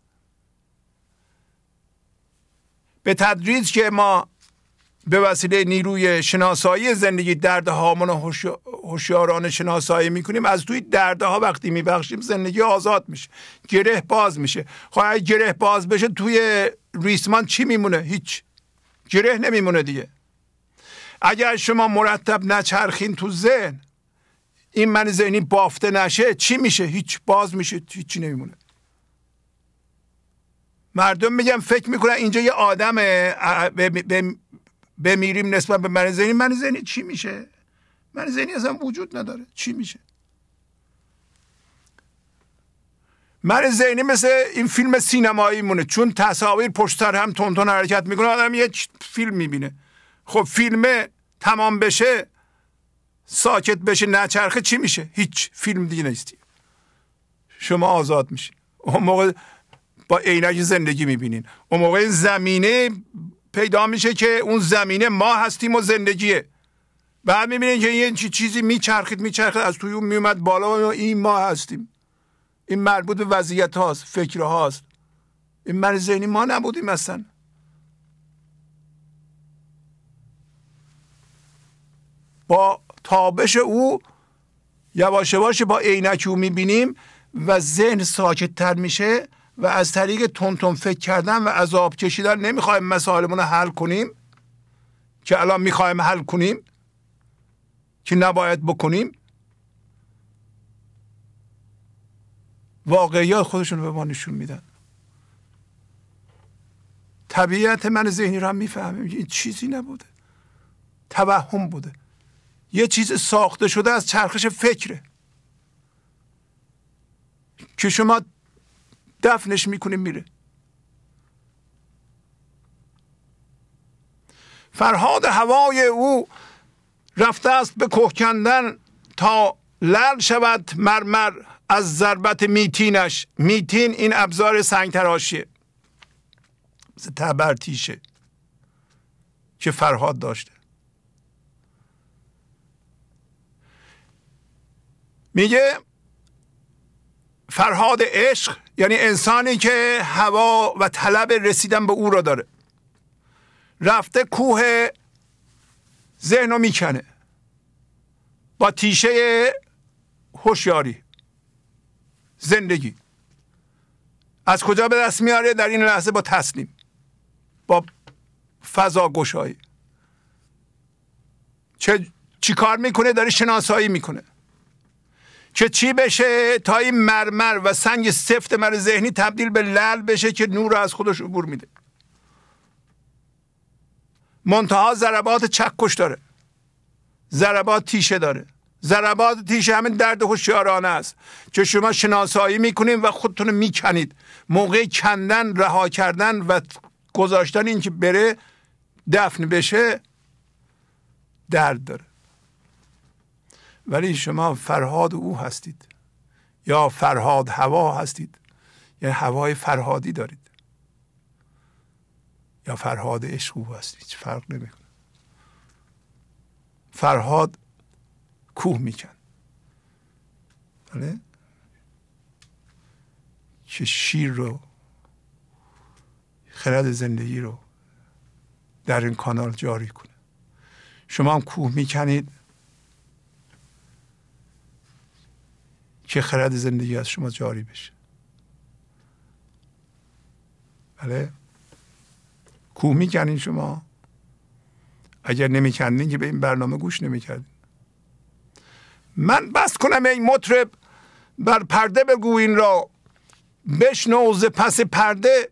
به تدریج که ما به وسیله نیروی شناسایی زندگی دردهامون رو هوشیارانه شناسایی میکنیم، از توی دردها وقتی میبخشیم زندگی آزاد میشه، گره باز میشه. خب اگه گره باز بشه توی ریسمان چی میمونه؟ هیچ، گره نمیمونه دیگه. اگر شما مرتب نچرخین تو ذهن، این من ذهنی بافته نشه، چی میشه؟ هیچ، باز میشه، هیچی نمیمونه. مردم میگن فکر میکنن اینجا یه آدمه، بمیریم نسبت به من ذهنی. من ذهنی چی میشه؟ من ذهنی اصلا وجود نداره، چی میشه؟ من ذهنی مثل این فیلم سینمایی مونه، چون تصاویر پشت سر هم تون تون حرکت میکنه، آدم یه فیلم میبینه. خب فیلم تمام بشه، ساکت بشه، نچرخه، چی میشه؟ هیچ، فیلم دیگه نیستی. شما آزاد میشین. اون موقع با عینک زندگی میبینین. اون موقع زمینه پیدا میشه که اون زمینه ما هستیم و زندگیه. بعد میبینین که یه چیزی میچرخید از توی اون میومد بالا و این ما هستیم. این مربوط به وضعیت هاست، فکر هاست. این من ذهنی ما نبودیم اصلا. با تابش او یواش یواش با عینک او میبینیم و ذهن ساکت تر میشه و از طریق تون فکر کردن و عذاب کشیدن نمیخوایم مسائلمون رو حل کنیم که الان میخوایم حل کنیم که نباید بکنیم. واقعیات خودشون به ما نشون میدن. طبیعت من ذهنی رو هم میفهمیم. این چیزی نبوده، توهم بوده، یه چیز ساخته شده از چرخش فکره که شما دفنش میکنیم میره. فرهاد هوای او رفته است به کوه کندن تا لعل شود مرمر از ضربت میتینش. میتین این ابزار سنگ تراشیه، مثل تبرتیشه که فرهاد داشته. میگه فرهاد عشق یعنی انسانی که هوا و طلب رسیدن به او را داره، رفته کوه ذهن رو میکنه با تیشه هوشیاری. زندگی از کجا به دست میاره؟ در این لحظه با تسلیم، با فضا گشایی. چی کار میکنه؟ داره شناسایی میکنه که چی بشه تا این مرمر و سنگ سفت من ذهنی تبدیل به لعل بشه که نور از خودش عبور میده. منتها ضربات چکش داره، ضربات تیشه داره. ضربات تیشه همین درد هوشیارانه است که شما شناسایی میکنید و خودتون میکنید. موقع کندن، رها کردن و گذاشتن این که بره دفن بشه درد داره. ولی شما فرهاد او هستید یا فرهاد هوا هستید، یعنی هوای فرهادی دارید، یا فرهاد عشق او هستید، هیچ فرق نمیکنه. فرهاد کوه میکن، بله، که شیر رو، خرد زندگی رو در این کانال جاری کنه. شما هم کوه میکنید که خرد زندگی از شما جاری بشه. بله، کوه میکنید شما. اگر نمیکندین که به این برنامه گوش نمیکردین. من بس کنم ای مطرب بر پرده بگو این را، بشنو ز پس پرده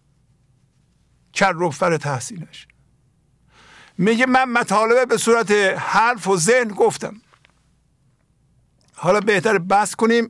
کروفر تحسینش. میگه من مطالبه به صورت حرف و ذهن گفتم، حالا بهتر بس کنیم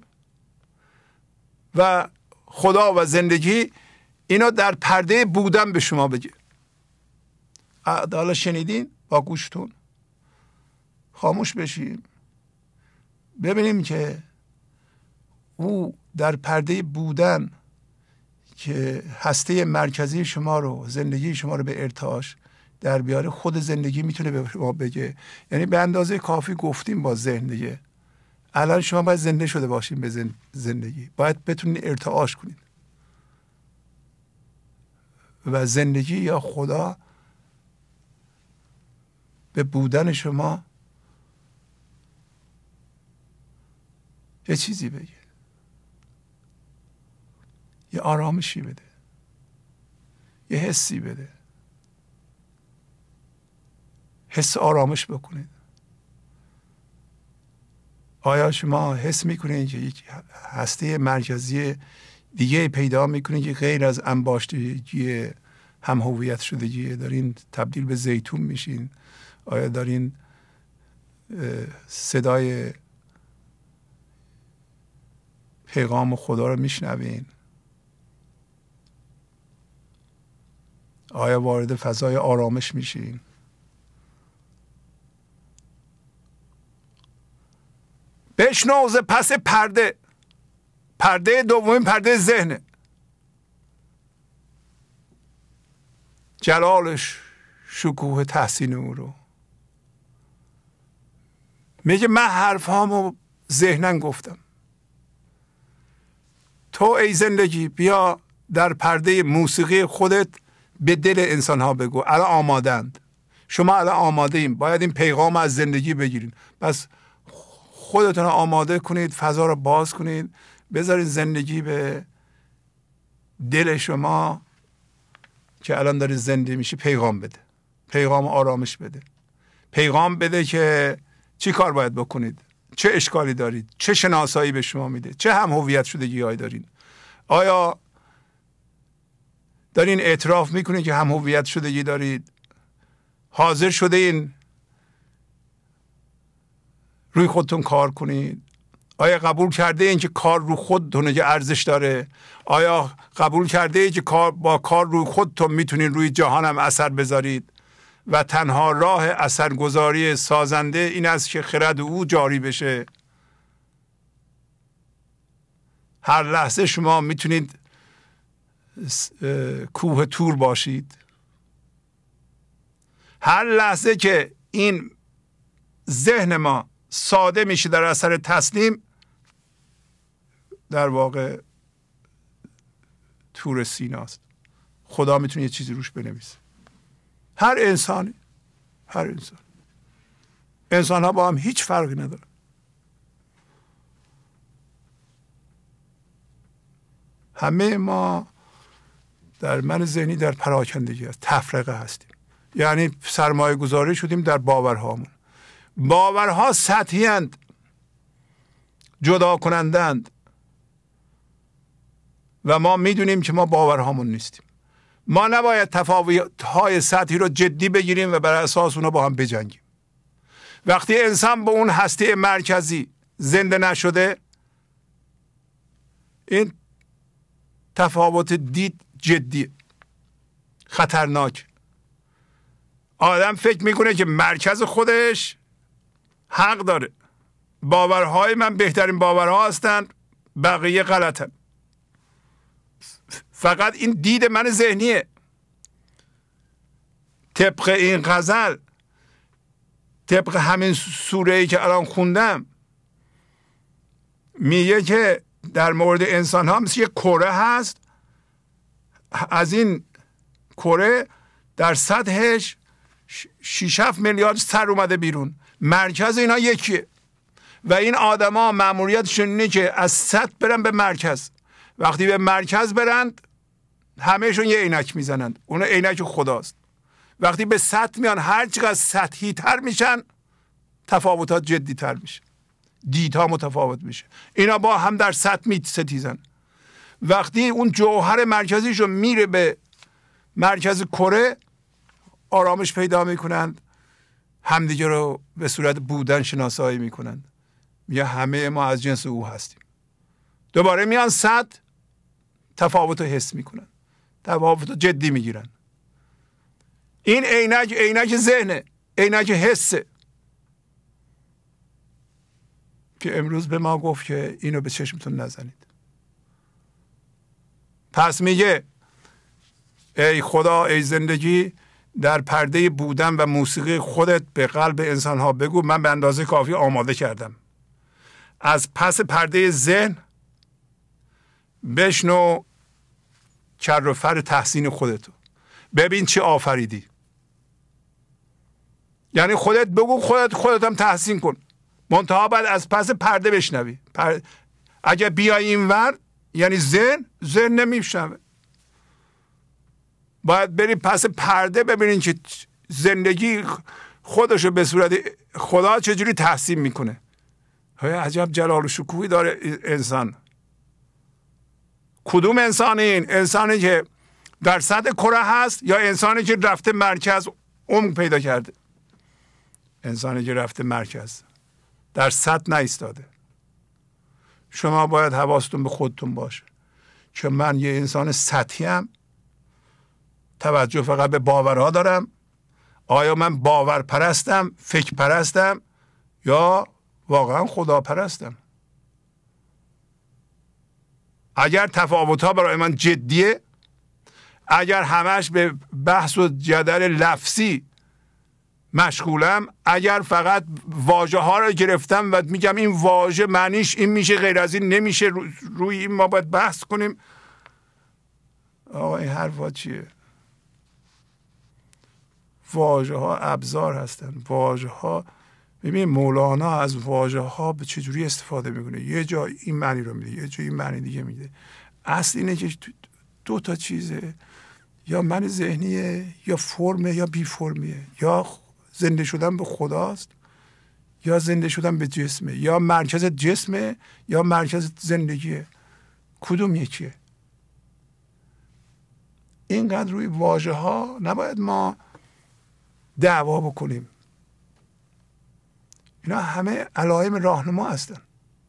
و خدا و زندگی اینا در پرده بودن به شما بگه. حالا شنیدین؟ با گوشتون خاموش بشیم ببینیم که او در پرده بودن که هسته مرکزی شما رو، زندگی شما رو به ارتعاش در بیاره، خود زندگی میتونه به شما بگه. یعنی به اندازه کافی گفتیم با ذهن دیگه. الان شما باید زنده شده باشین به زندگی، باید بتونید ارتعاش کنید و زندگی یا خدا به بودن شما یه چیزی بگه، یه آرامشی بده، یه حسی بده. حس آرامش بکنید. آیا شما حس میکنید که یک هسته مرکزی دیگه پیدا میکنید که غیر از انباشتگی هم هویت شدگی دارین تبدیل به زیتون میشین؟ آیا دارین صدای پیغام خدا رو میشنوین؟ آیا وارد فضای آرامش میشین؟ بشنو ز پس پرده. پرده دومین پرده ذهنه. جلالش شکوه تحسین او رو میگه. من حرفامو ذهنن گفتم، تو ای زندگی بیا در پرده موسیقی خودت به دل انسان ها بگو. الان آمادند، شما الان آماده ایم، باید این پیغام از زندگی بگیرین. پس خودتون رو آماده کنید، فضا رو باز کنید، بذارید زندگی به دل شما که الان داره زنده میشه پیغام بده، پیغام آرامش بده، پیغام بده که چی کار باید بکنید، چه اشکالی دارید، چه شناسایی به شما میده، چه هم هویت شدگی هایی دارین. آیا دارین اعتراف میکنید که هم هویت شدگی دارید؟ حاضر شده این روی خودتون کار کنید؟ آیا قبول کرده این که کار رو خودتونه که ارزش داره؟ آیا قبول کرده این که با کار روی خودتون میتونید روی جهان هم اثر بذارید و تنها راه اثرگذاری سازنده این است که خرد او جاری بشه؟ هر لحظه شما میتونید کوه تور باشید. هر لحظه که این ذهن ما ساده میشه در اثر تسلیم، در واقع تور سیناست. خدا میتونه یه چیزی روش بنویسه. هر انسانی، هر انسان ها با هم هیچ فرقی نداره. همه ما در من ذهنی در پراکندگی هست، تفرقه هستیم. یعنی سرمایه گذاری شدیم در باورهامون. باورها سطحی اند، جدا کنندند و ما میدونیم که ما باورهامون نیستیم. ما نباید تفاوت‌های سطحی رو جدی بگیریم و بر اساس اونا با هم بجنگیم. وقتی انسان به اون هستی مرکزی زنده نشده، این تفاوت دید جدی، خطرناک. آدم فکر میکنه که مرکز خودش حق داره. باورهای من بهترین باورها هستند، بقیه غلطن. فقط این دید من ذهنیه. طبق این غزل، طبق همین سوره‌ای که الان خوندم، میگه که در مورد انسان ها مثل یک کره هست. از این کره در سطحش 6-7 میلیارد سر اومده بیرون. مرکز اینا یکیه و این آدما مأموریتشون اینه که از سطح برن به مرکز. وقتی به مرکز برند، همهشون یه عینک میزنند. اون عینک خداست. وقتی به سطح میان، هر چقدر سطحی تر میشن، تفاوتات جدی تر میشه، دیدها متفاوت میشه. اینا با هم در سطح میستیزن. وقتی اون جوهر مرکزیشون میره به مرکز کره، آرامش پیدا میکنند، همدیگه رو به صورت بودن شناسایی میکنند. میگه همه ما از جنس او هستیم. دوباره میان سطح، تفاوت رو حس میکنن، تفاوت رو جدی میگیرن. این عینک ذهنه، عینک حسه که امروز به ما گفت که اینو به چشمتون نزنید. پس میگه ای خدا، ای زندگی، در پرده بودن و موسیقی خودت به قلب انسانها بگو من به اندازه کافی آماده کردم. از پس پرده ذهن بشنو کر و فر تحسین خودتو، ببین چی آفریدی. یعنی خودت بگو، خودت هم تحسین کن، منتها بعد از پس پرده بشنوی. اگه بیای اینور، یعنی ذهن نمیشنوه. باید بری پس پرده ببینین که زندگی خودشو به صورت خدا چجوری تحسین میکنه. عجب جلال و شکوهی داره انسان. کدوم انسان؟ این انسانی که در سطح کره هست یا انسانی که رفته مرکز عمق پیدا کرده؟ انسانی که رفته مرکز، در سطح نایستاده. شما باید حواستون به خودتون باشه که من یه انسان سطحیم، توجه فقط به باورها دارم. آیا من باور پرستم، فکر پرستم، یا واقعا خدا پرستم؟ اگر تفاوت‌ها برای من جدیه، اگر همش به بحث و جدل لفظی مشغولم، اگر فقط واژه ها رو گرفتم و میگم این واژه معنیش این میشه، غیر از این نمیشه، روی این ما باید بحث کنیم، آقا این حرفا چیه؟ واژه ها ابزار هستن. واژه ها، ببین مولانا از واژه ها به چجوری استفاده میکنه. یه جا این معنی رو میده، یه جا این معنی دیگه میده. اصل اینه که دو تا چیزه، یا من ذهنیه، یا فرمه، یا بی فرمیه. یا زنده شدن به خداست، یا زنده شدن به جسمه. یا مرکز جسمه، یا مرکز زندگیه. کدوم یکیه؟ اینقدر روی واژه ها نباید ما دعوا بکنیم. اینا همه علائم راهنما هستن.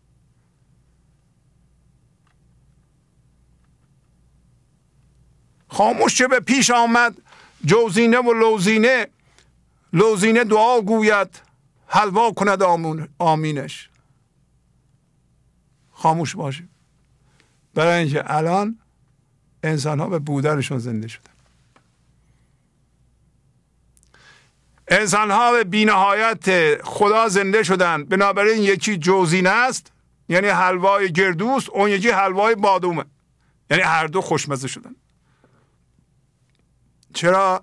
خاموش چه به پیش آمد جوزینه و لوزینه، لوزینه دعا گوید حلوا کند آمینش. خاموش باشیم. برای اینکه الان انسان ها به بودنشون زنده شدن. انسان ها به بی‌نهایت خدا زنده شدن، بنابراین یکی جوزینه است، یعنی حلوای گردوست، اون یکی حلوای بادومه، یعنی هر دو خوشمزه شدن. چرا؟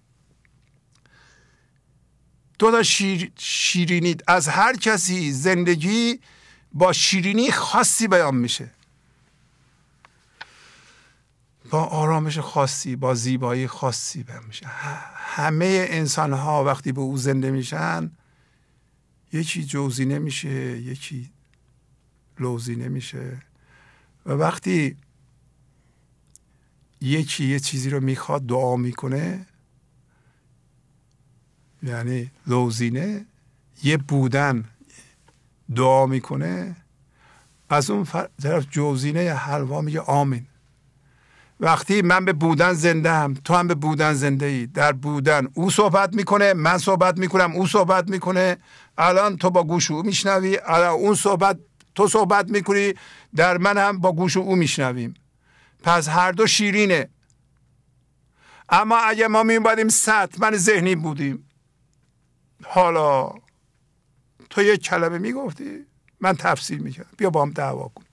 دو تا شیرینی از هر کسی زندگی با شیرینی خاصی بیان میشه، با آرامش خاصی، با زیبایی خاصی بیان میشه. همه انسان ها وقتی به او زنده میشن یکی جوزینه میشه، یکی لوزینه میشه. و وقتی یکی یه چیزی رو میخواد دعا میکنه، یعنی لوزینه، یه بودن دعا میکنه، از اون طرف جوزینه حلوا میگه آمین. وقتی من به بودن زنده هم، تو هم به بودن زنده ای. در بودن او صحبت میکنه، من صحبت میکنم، او صحبت میکنه. الان تو با گوش او میشنوی، الان اون تو صحبت میکنی، در من هم با گوش او میشنویم. پس هر دو شیرینه. اما اگه ما میبادیم سطح، من ذهنی بودیم، حالا تو یک کلمه میگفتی، من تفسیر میکردم، بیا با هم دعوا کن.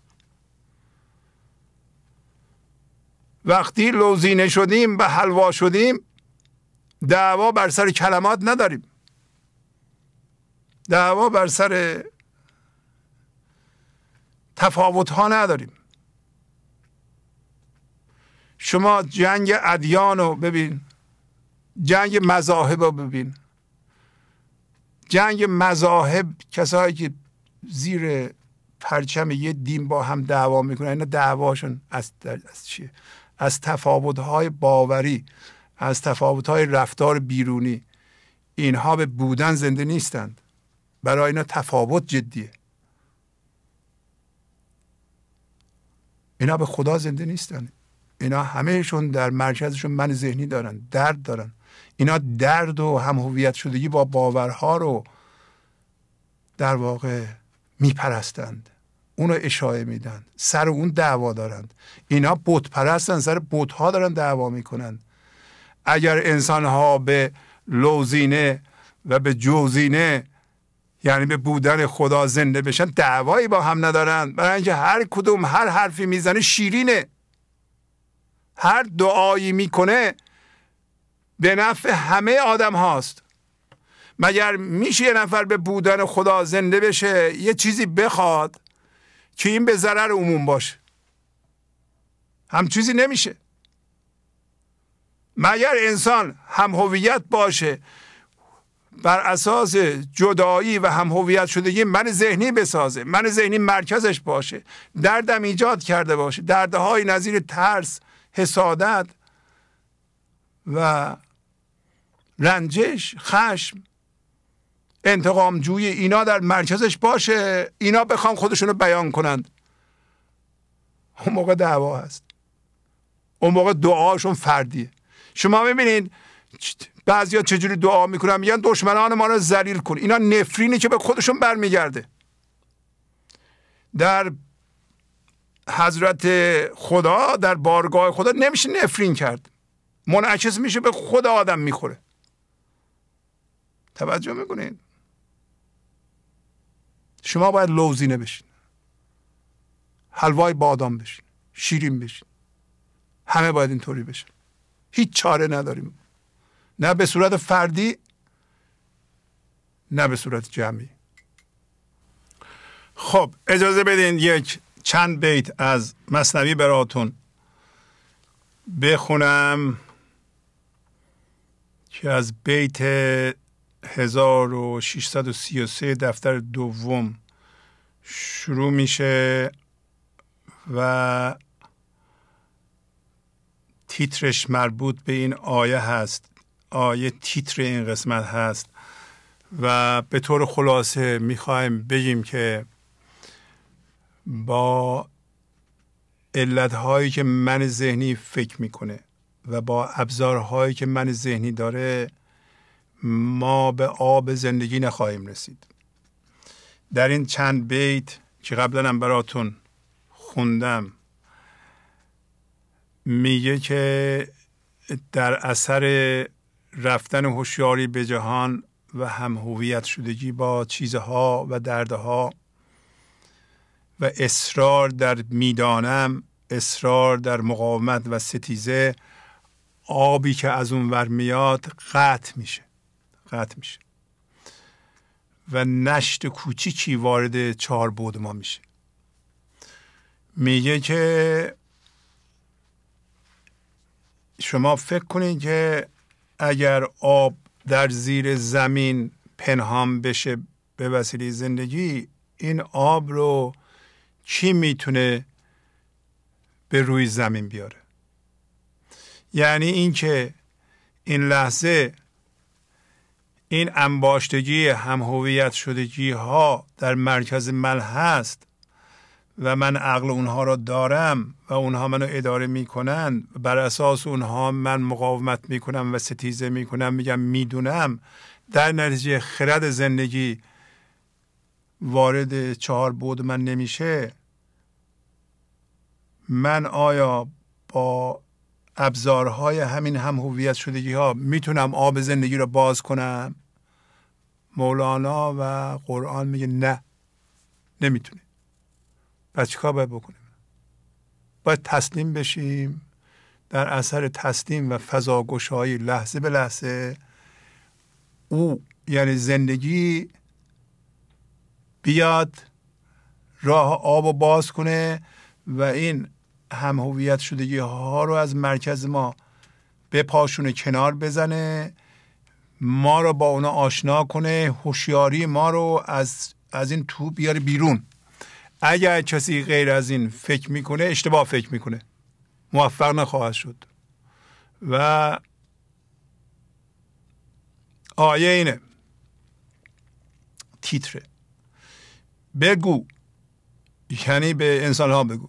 وقتی لوزینه شدیم و حلوا شدیم، دعوا بر سر کلمات نداریم، دعوا بر سر تفاوت ها نداریم. شما جنگ ادیان رو ببین، جنگ مذاهب رو ببین. جنگ مذاهب، کسایی که زیر پرچم یه دین با هم دعوا میکنن، اینا دعواشون از چیه؟ از تفاوت‌های باوری، از تفاوت‌های رفتار بیرونی. اینها به بودن زنده نیستند، برای اینا تفاوت جدیه. اینا به خدا زنده نیستن. اینا همهشون در مرکزشون من ذهنی دارن، درد دارن. اینا درد و هم هویت شدگی با باورها رو در واقع میپرستند، اونو اشاعه میدن، سر اون دعوا دارند. اینا بت پرستن، سر بت ها دارن دعوا میکنن. اگر انسان ها به لوزینه و به جوزینه، یعنی به بودن خدا زنده بشن، دعوایی با هم ندارن، برای اینکه هر کدوم هر حرفی میزنه شیرینه، هر دعایی میکنه به نفع همه آدم هاست. مگر میشه یه نفر به بودن خدا زنده بشه یه چیزی بخواد که این به ضرر عموم باشه؟ هم چیزی نمیشه. مگر انسان هم هویت باشه، بر اساس جدایی و هم هویت شدگی من ذهنی بسازه، من ذهنی مرکزش باشه، دردم ایجاد کرده باشه، دردهای نظیر ترس، حسادت و رنجش، خشم، انتقام جویی، اینا در مرکزش باشه، اینا بخوام خودشونو بیان کنند، اون موقع دعوا هست، اون موقع دعاشون فردیه. شما ببینید بعضیا چجوری دعا میکنن، میگن دشمنان ما رو ذلیل کن. اینا نفرینی که به خودشون برمیگرده. در حضرت خدا، در بارگاه خدا نمیشه نفرین کرد، منعکس میشه به خود آدم میخوره. توجه میکنین؟ شما باید لوزینه بشین، حلوای بادام بشین، شیرین بشین. همه باید اینطوری بشن. هیچ چاره نداریم، نه به صورت فردی نه به صورت جمعی. خب اجازه بدین یک چند بیت از مثنوی براتون بخونم که از بیت 1633 دفتر دوم شروع میشه و تیترش مربوط به این آیه هست. آیه تیتر این قسمت هست و به طور خلاصه میخوایم بگیم که با علتهایی که من ذهنی فکر میکنه و با ابزارهایی که من ذهنی داره ما به آب زندگی نخواهیم رسید. در این چند بیت که قبلا هم براتون خوندم میگه که در اثر رفتن هوشیاری به جهان و هم هویت شدگی با چیزها و دردها و اصرار در میدانم، اصرار در مقاومت و ستیزه، آبی که از اون ور میاد قطع میشه و نشت کوچیکی وارد 4 بعد ما میشه. میگه که شما فکر کنید که اگر آب در زیر زمین پنهان بشه به وسیله زندگی، این آب رو کی میتونه به روی زمین بیاره؟ یعنی این که این لحظه این انباشتگی هم هویت شدگی ها در مرکز من هست و من عقل اونها را دارم و اونها منو اداره میکنن، بر اساس اونها من مقاومت میکنم و ستیزه میکنم، میگم میدونم، در نتیجه خرد زندگی وارد 4 بعد من نمیشه. من آیا با ابزارهای همین هم هویت شدگی ها میتونم آب زندگی را باز کنم؟ مولانا و قرآن میگه نه، نمیتونه. پس چیکار باید بکنیم؟ باید تسلیم بشیم. در اثر تسلیم و فضاگشایی لحظه به لحظه او یعنی زندگی بیاد راه آب رو باز کنه و این هم هویت شدگی ها رو از مرکز ما بپاشونه، کنار بزنه، ما رو با اونا آشنا کنه، هوشیاری ما رو از این تو بیاره بیرون. اگر کسی غیر از این فکر میکنه، اشتباه فکر میکنه، موفق نخواهد شد. و آیه اینه، تیتره، بگو، یعنی به انسان ها بگو،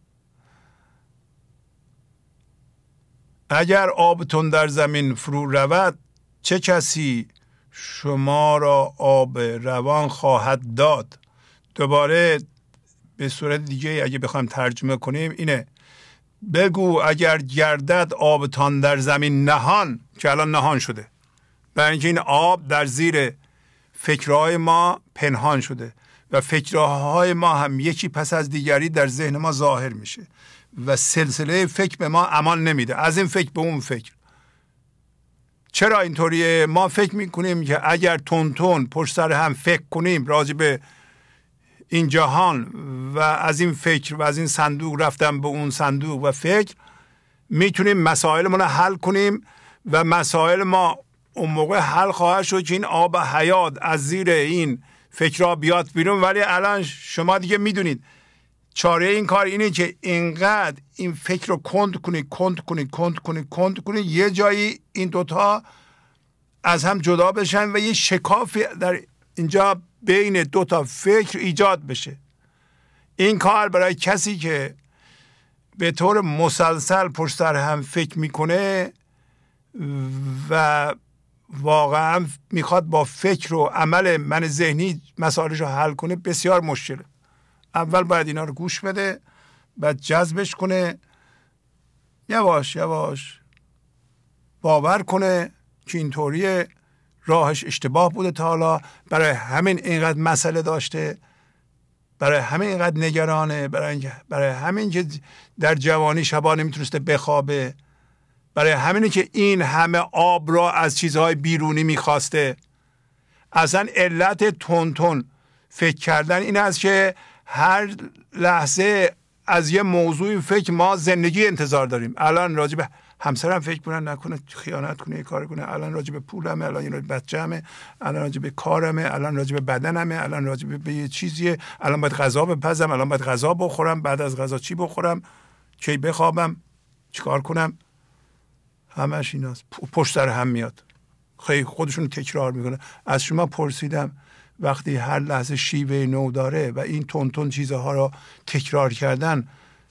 اگر آبتون در زمین فرو رود، چه کسی شما را آب روان خواهد داد؟ دوباره به صورت دیگه اگه بخوایم ترجمه کنیم اینه، بگو اگر گردد آبتان در زمین نهان، که الان نهان شده، برای اینکه این آب در زیر فکرهای ما پنهان شده و فکرهای ما هم یکی پس از دیگری در ذهن ما ظاهر میشه و سلسله فکر به ما امان نمیده، از این فکر به اون فکر. چرا اینطوریه؟ ما فکر میکنیم که اگر تون پشت سر هم فکر کنیم راجع به این جهان و از این فکر و از این صندوق رفتن به اون صندوق و فکر، میتونیم مسائلمون رو حل کنیم و مسائل ما اون موقع حل خواهد شد که این آب حیات از زیر این فکرها بیاد بیرون. ولی الان شما دیگه میدونید چاره این کار اینه که اینقدر این فکر رو کند کنید یه جایی این دوتا از هم جدا بشن و یه شکاف در اینجا بین دوتا فکر ایجاد بشه. این کار برای کسی که به طور مسلسل پشت سر هم فکر میکنه و واقعا میخواد با فکر و عمل من ذهنی مسائلش رو حل کنه بسیار مشکله. اول باید اینا رو گوش بده، بعد جذبش کنه، یواش یواش باور کنه که اینطوریه، راهش اشتباه بوده تا حالا، برای همین اینقدر مسئله داشته، برای همین اینقدر نگرانه، برای همین که در جوانی شبا نمیتونسته بخوابه، برای همینه که این همه آب را از چیزهای بیرونی میخواسته. اصلا علت تون فکر کردن این است که هر لحظه از یه موضوع فکر ما زندگی انتظار داریم. الان راجع به همسرم فکر کنن نکنه خیانت کنه، کار کنه، الان راجع به پولمه، الان راجع به بچه‌مه، الان راجع به کارمه، الان راجع به بدنمه، الان راجع به یه چیزیه، الان باید غذا بپزم، الان باید غذا بخورم، بعد از غذا چی بخورم، کی بخوابم، چیکار کنم. همش ایناست، پشت سر هم میاد، خیلی خودشون تکرار میکنه. از شما پرسیدم وقتی هر لحظه شیوه نو داره و این تون چیزها رو تکرار کردن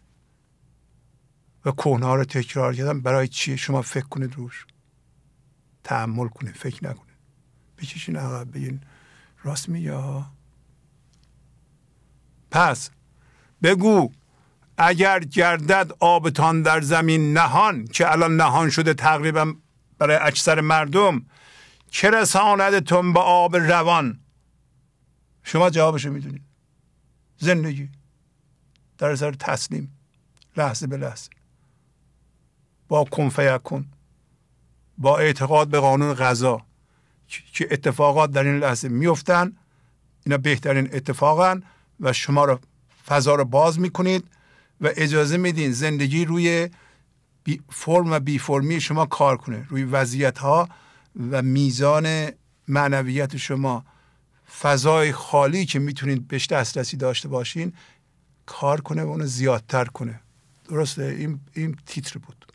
و کهنه رو تکرار کردن برای چیه؟ شما فکر کنید روش، تأمل کنید، فکر نکنید، بکشین عقب، بگین راست میگه. پس بگو اگر گردد آبتان در زمین نهان، که الان نهان شده تقریبا برای اکثر مردم، چه رساندتون به آب روان؟ شما جوابشو میدونید. زندگی در اثر تسلیم، لحظه به لحظه، با کن فیکون، با اعتقاد به قانون قضا که اتفاقات در این لحظه میفتن. اینا بهترین اتفاقن و شما رو فضا رو باز میکنید و اجازه میدین زندگی روی فرم و بی فرمی شما کار کنه، روی وضعیت ها و میزان معنویت شما، فضای خالی که میتونید بهش دسترسی داشته باشین کار کنه و اونو زیادتر کنه. درسته؟ این تیتر بود.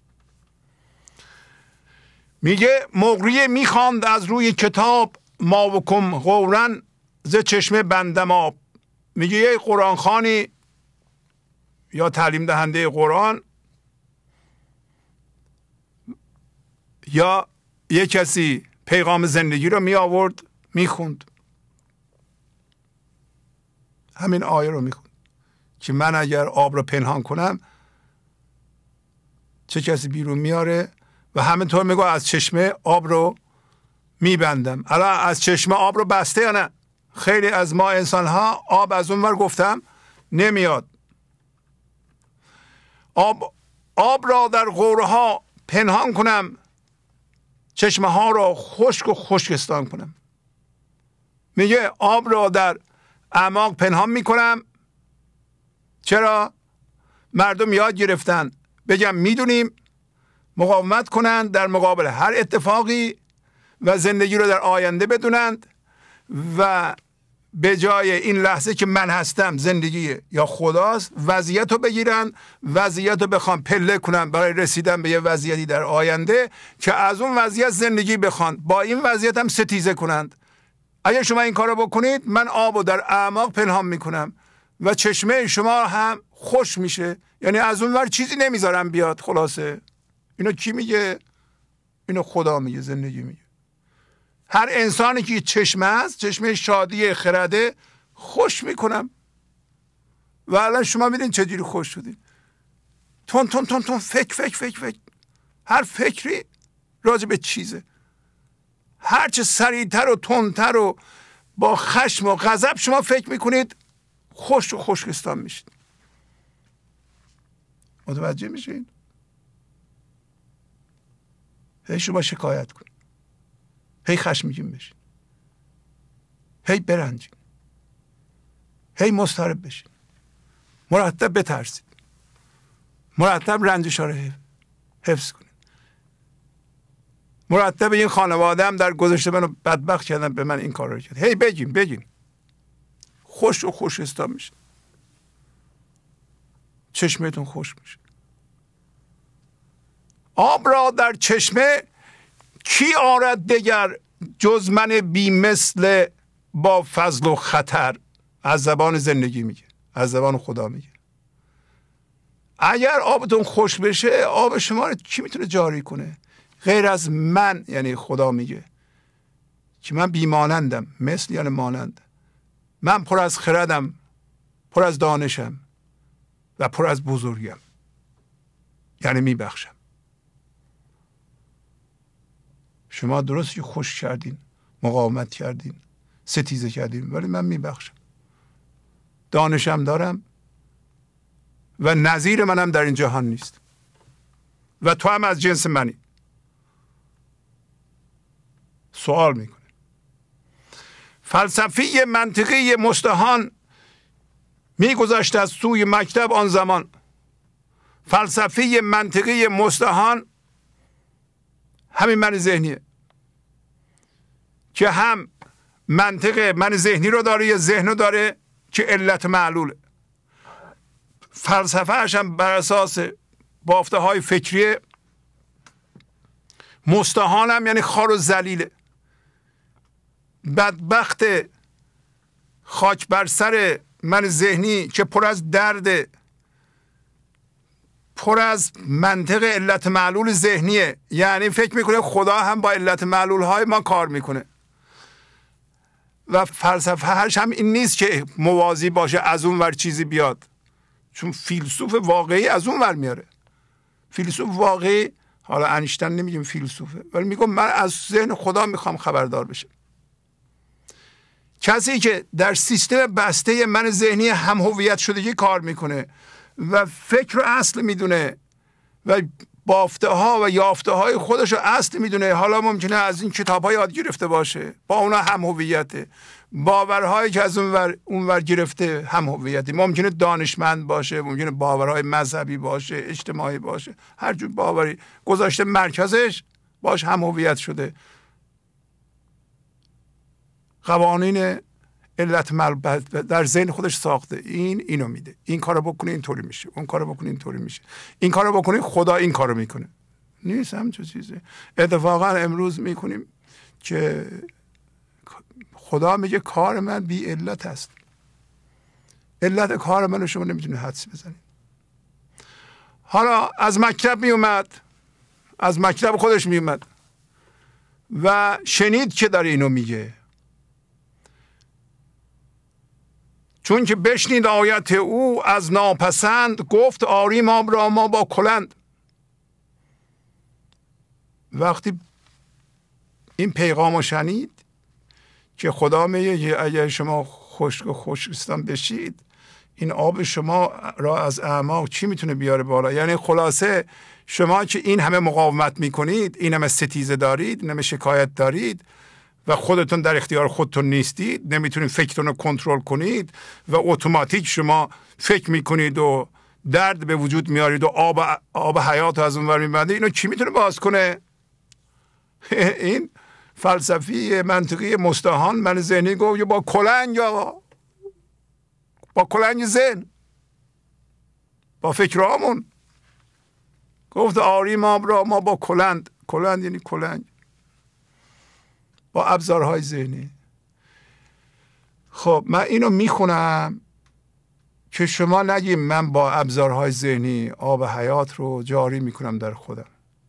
میگه مقری میخواند از روی کتاب، ما بکم غورن ز چشمه بندم آب. میگه یه قرآن خوانی یا تعلیم دهنده قرآن یا یه کسی پیغام زندگی رو می آورد میخوند، همین آیه رو میخوند که من اگر آب رو پنهان کنم چه کسی بیرون میاره و همینطور میگه از چشمه آب رو میبندم. الان از چشمه آب رو بسته یا نه؟ خیلی از ما انسان ها آب از اون ور گفتم نمیاد. آب را در غوره ها پنهان کنم، چشمه ها را خشک و خشکستان کنم. میگه آب را در اعماق پنهان میکنم. چرا؟ مردم یاد گرفتن بگم میدونیم، مقاومت کنند در مقابل هر اتفاقی و زندگی رو در آینده بدونند و به جای این لحظه که من هستم زندگی یا خداست وضعیت رو بگیرن، وضعیت رو بخوان پله کنن برای رسیدن به یه وضعیتی در آینده که از اون وضعیت زندگی بخوان، با این وضعیت هم ستیزه کنند. اگر شما این کار رو بکنید من آب رو در اعماق پنهان میکنم و چشمه شما هم خوش میشه، یعنی از اون ور چیزی نمیذارم بیاد. خلاصه اینو کی میگه؟ اینو خدا میگه، زندگی میگه. هر انسانی که چشمه است، چشمه شادی خرده، خوش میکنم. و الان شما میدین چجوری خوش شدین؟ تون تون تون تون فکر. هر فکری راجع به چیزه، هرچه سریعتر و تندتر و با خشم و غضب شما فکر میکنید خوش و خشکستان میشید. متوجه میشین؟ هی شما شکایت کنید، هی خشمگین بشین، هی برنجین، هی مضطرب بشین، مرتب بترسید، مرتب رنجش رو حفظ کنید، مرتب این خانواده هم در گذشته منو بدبخت کردن، به من این کار رو کرد. هی بگین خوش و خوشستان میشه، چشمتون خوش میشه. آب را در چشمه کی آرد دگر، جز من بی مثل با فضل و خطر. از زبان زندگی میگه، از زبان خدا میگه. اگر آبتون خوش بشه آب شما رو کی میتونه جاری کنه غیر از من؟ یعنی خدا میگه که من بیمانندم. مثل یعنی مانند. من پر از خردم، پر از دانشم و پر از بزرگم، یعنی میبخشم. شما درست که خوش کردین، مقاومت کردین، ستیزه کردین، ولی من میبخشم. دانشم دارم و نظیر منم در این جهان نیست و تو هم از جنس منی. سوال میکنه. فلسفی منطقی مستهان میگذشت از سوی مکتب آن زمان. فلسفی منطقی مستهان همین من ذهنیه که هم منطق من ذهنی رو داره یا ذهن رو داره که علت معلوله. فلسفه هاش هم بر اساس بافته های فکری. مستهان هم یعنی خار و ذلیله. بدبخت خاک بر سر من ذهنی که پر از درد، پر از منطق علت معلول ذهنیه، یعنی فکر میکنه خدا هم با علت معلول های ما کار میکنه و فلسفه هاش هم این نیست که موازی باشه از اون ور چیزی بیاد، چون فیلسوف واقعی از اون ور میاره. فیلسوف واقعی، حالا انیشتین نمیگیم فیلسوفه، ولی میگم من از ذهن خدا میخوام خبردار بشم. کسی که در سیستم بسته من ذهنی هم هویت شدگی کار میکنه و فکر رو اصل میدونه و بافته ها و یافته های خودش رو اصل میدونه، حالا ممکنه از این کتاب ها یاد گرفته باشه، با اونا هم هویته. باورهایی که از اونور گرفته هم هویتی، ممکنه دانشمند باشه، ممکنه باورهای مذهبی باشه، اجتماعی باشه، هر جور باوری گذاشته مرکزش باش هم هویت شده. قوانین علت در ذهن خودش ساخته، اینو میده، این کارو بکنی اینطوری میشه، اون کارو بکنی اینطوری میشه، این کارو بکنی خدا این کارو میکنه. نیست همچون چیزی. اتفاقا امروز میکنیم که خدا میگه کار من بی علت است. علت کار منو شما نمیتونید حدس بزنید. حالا از مکتب میومد، از مکتب خودش میومد و شنید که داره اینو میگه، چون که بشنید آیت او از ناپسند، گفت آریم آب را ما با کلند. وقتی این پیغام رو شنید که خدا میگه اگر شما خشک و خشکستان بشید، این آب شما را از اعماق چی میتونه بیاره بالا؟ یعنی خلاصه شما که این همه مقاومت میکنید، این همه ستیزه دارید، این همه شکایت دارید و خودتون در اختیار خودتون نیستید، نمیتونید فکرتون رو کنترل کنید و اتوماتیک شما فکر میکنید و درد به وجود میارید و آب حیات از اون ور میبنده. اینو کی میتونه باز کنه؟ این فلسفی منطقی مستهان من ذهنی گفت با کلنگ، با کلنگ ذهن، با فکرامون گفت آریم آب را ما با کلند. کلند یعنی کلنگ، با ابزارهای ذهنی. خب من اینو میخونم که شما نگیم من با ابزارهای ذهنی آب حیات رو جاری میکنم در خودم.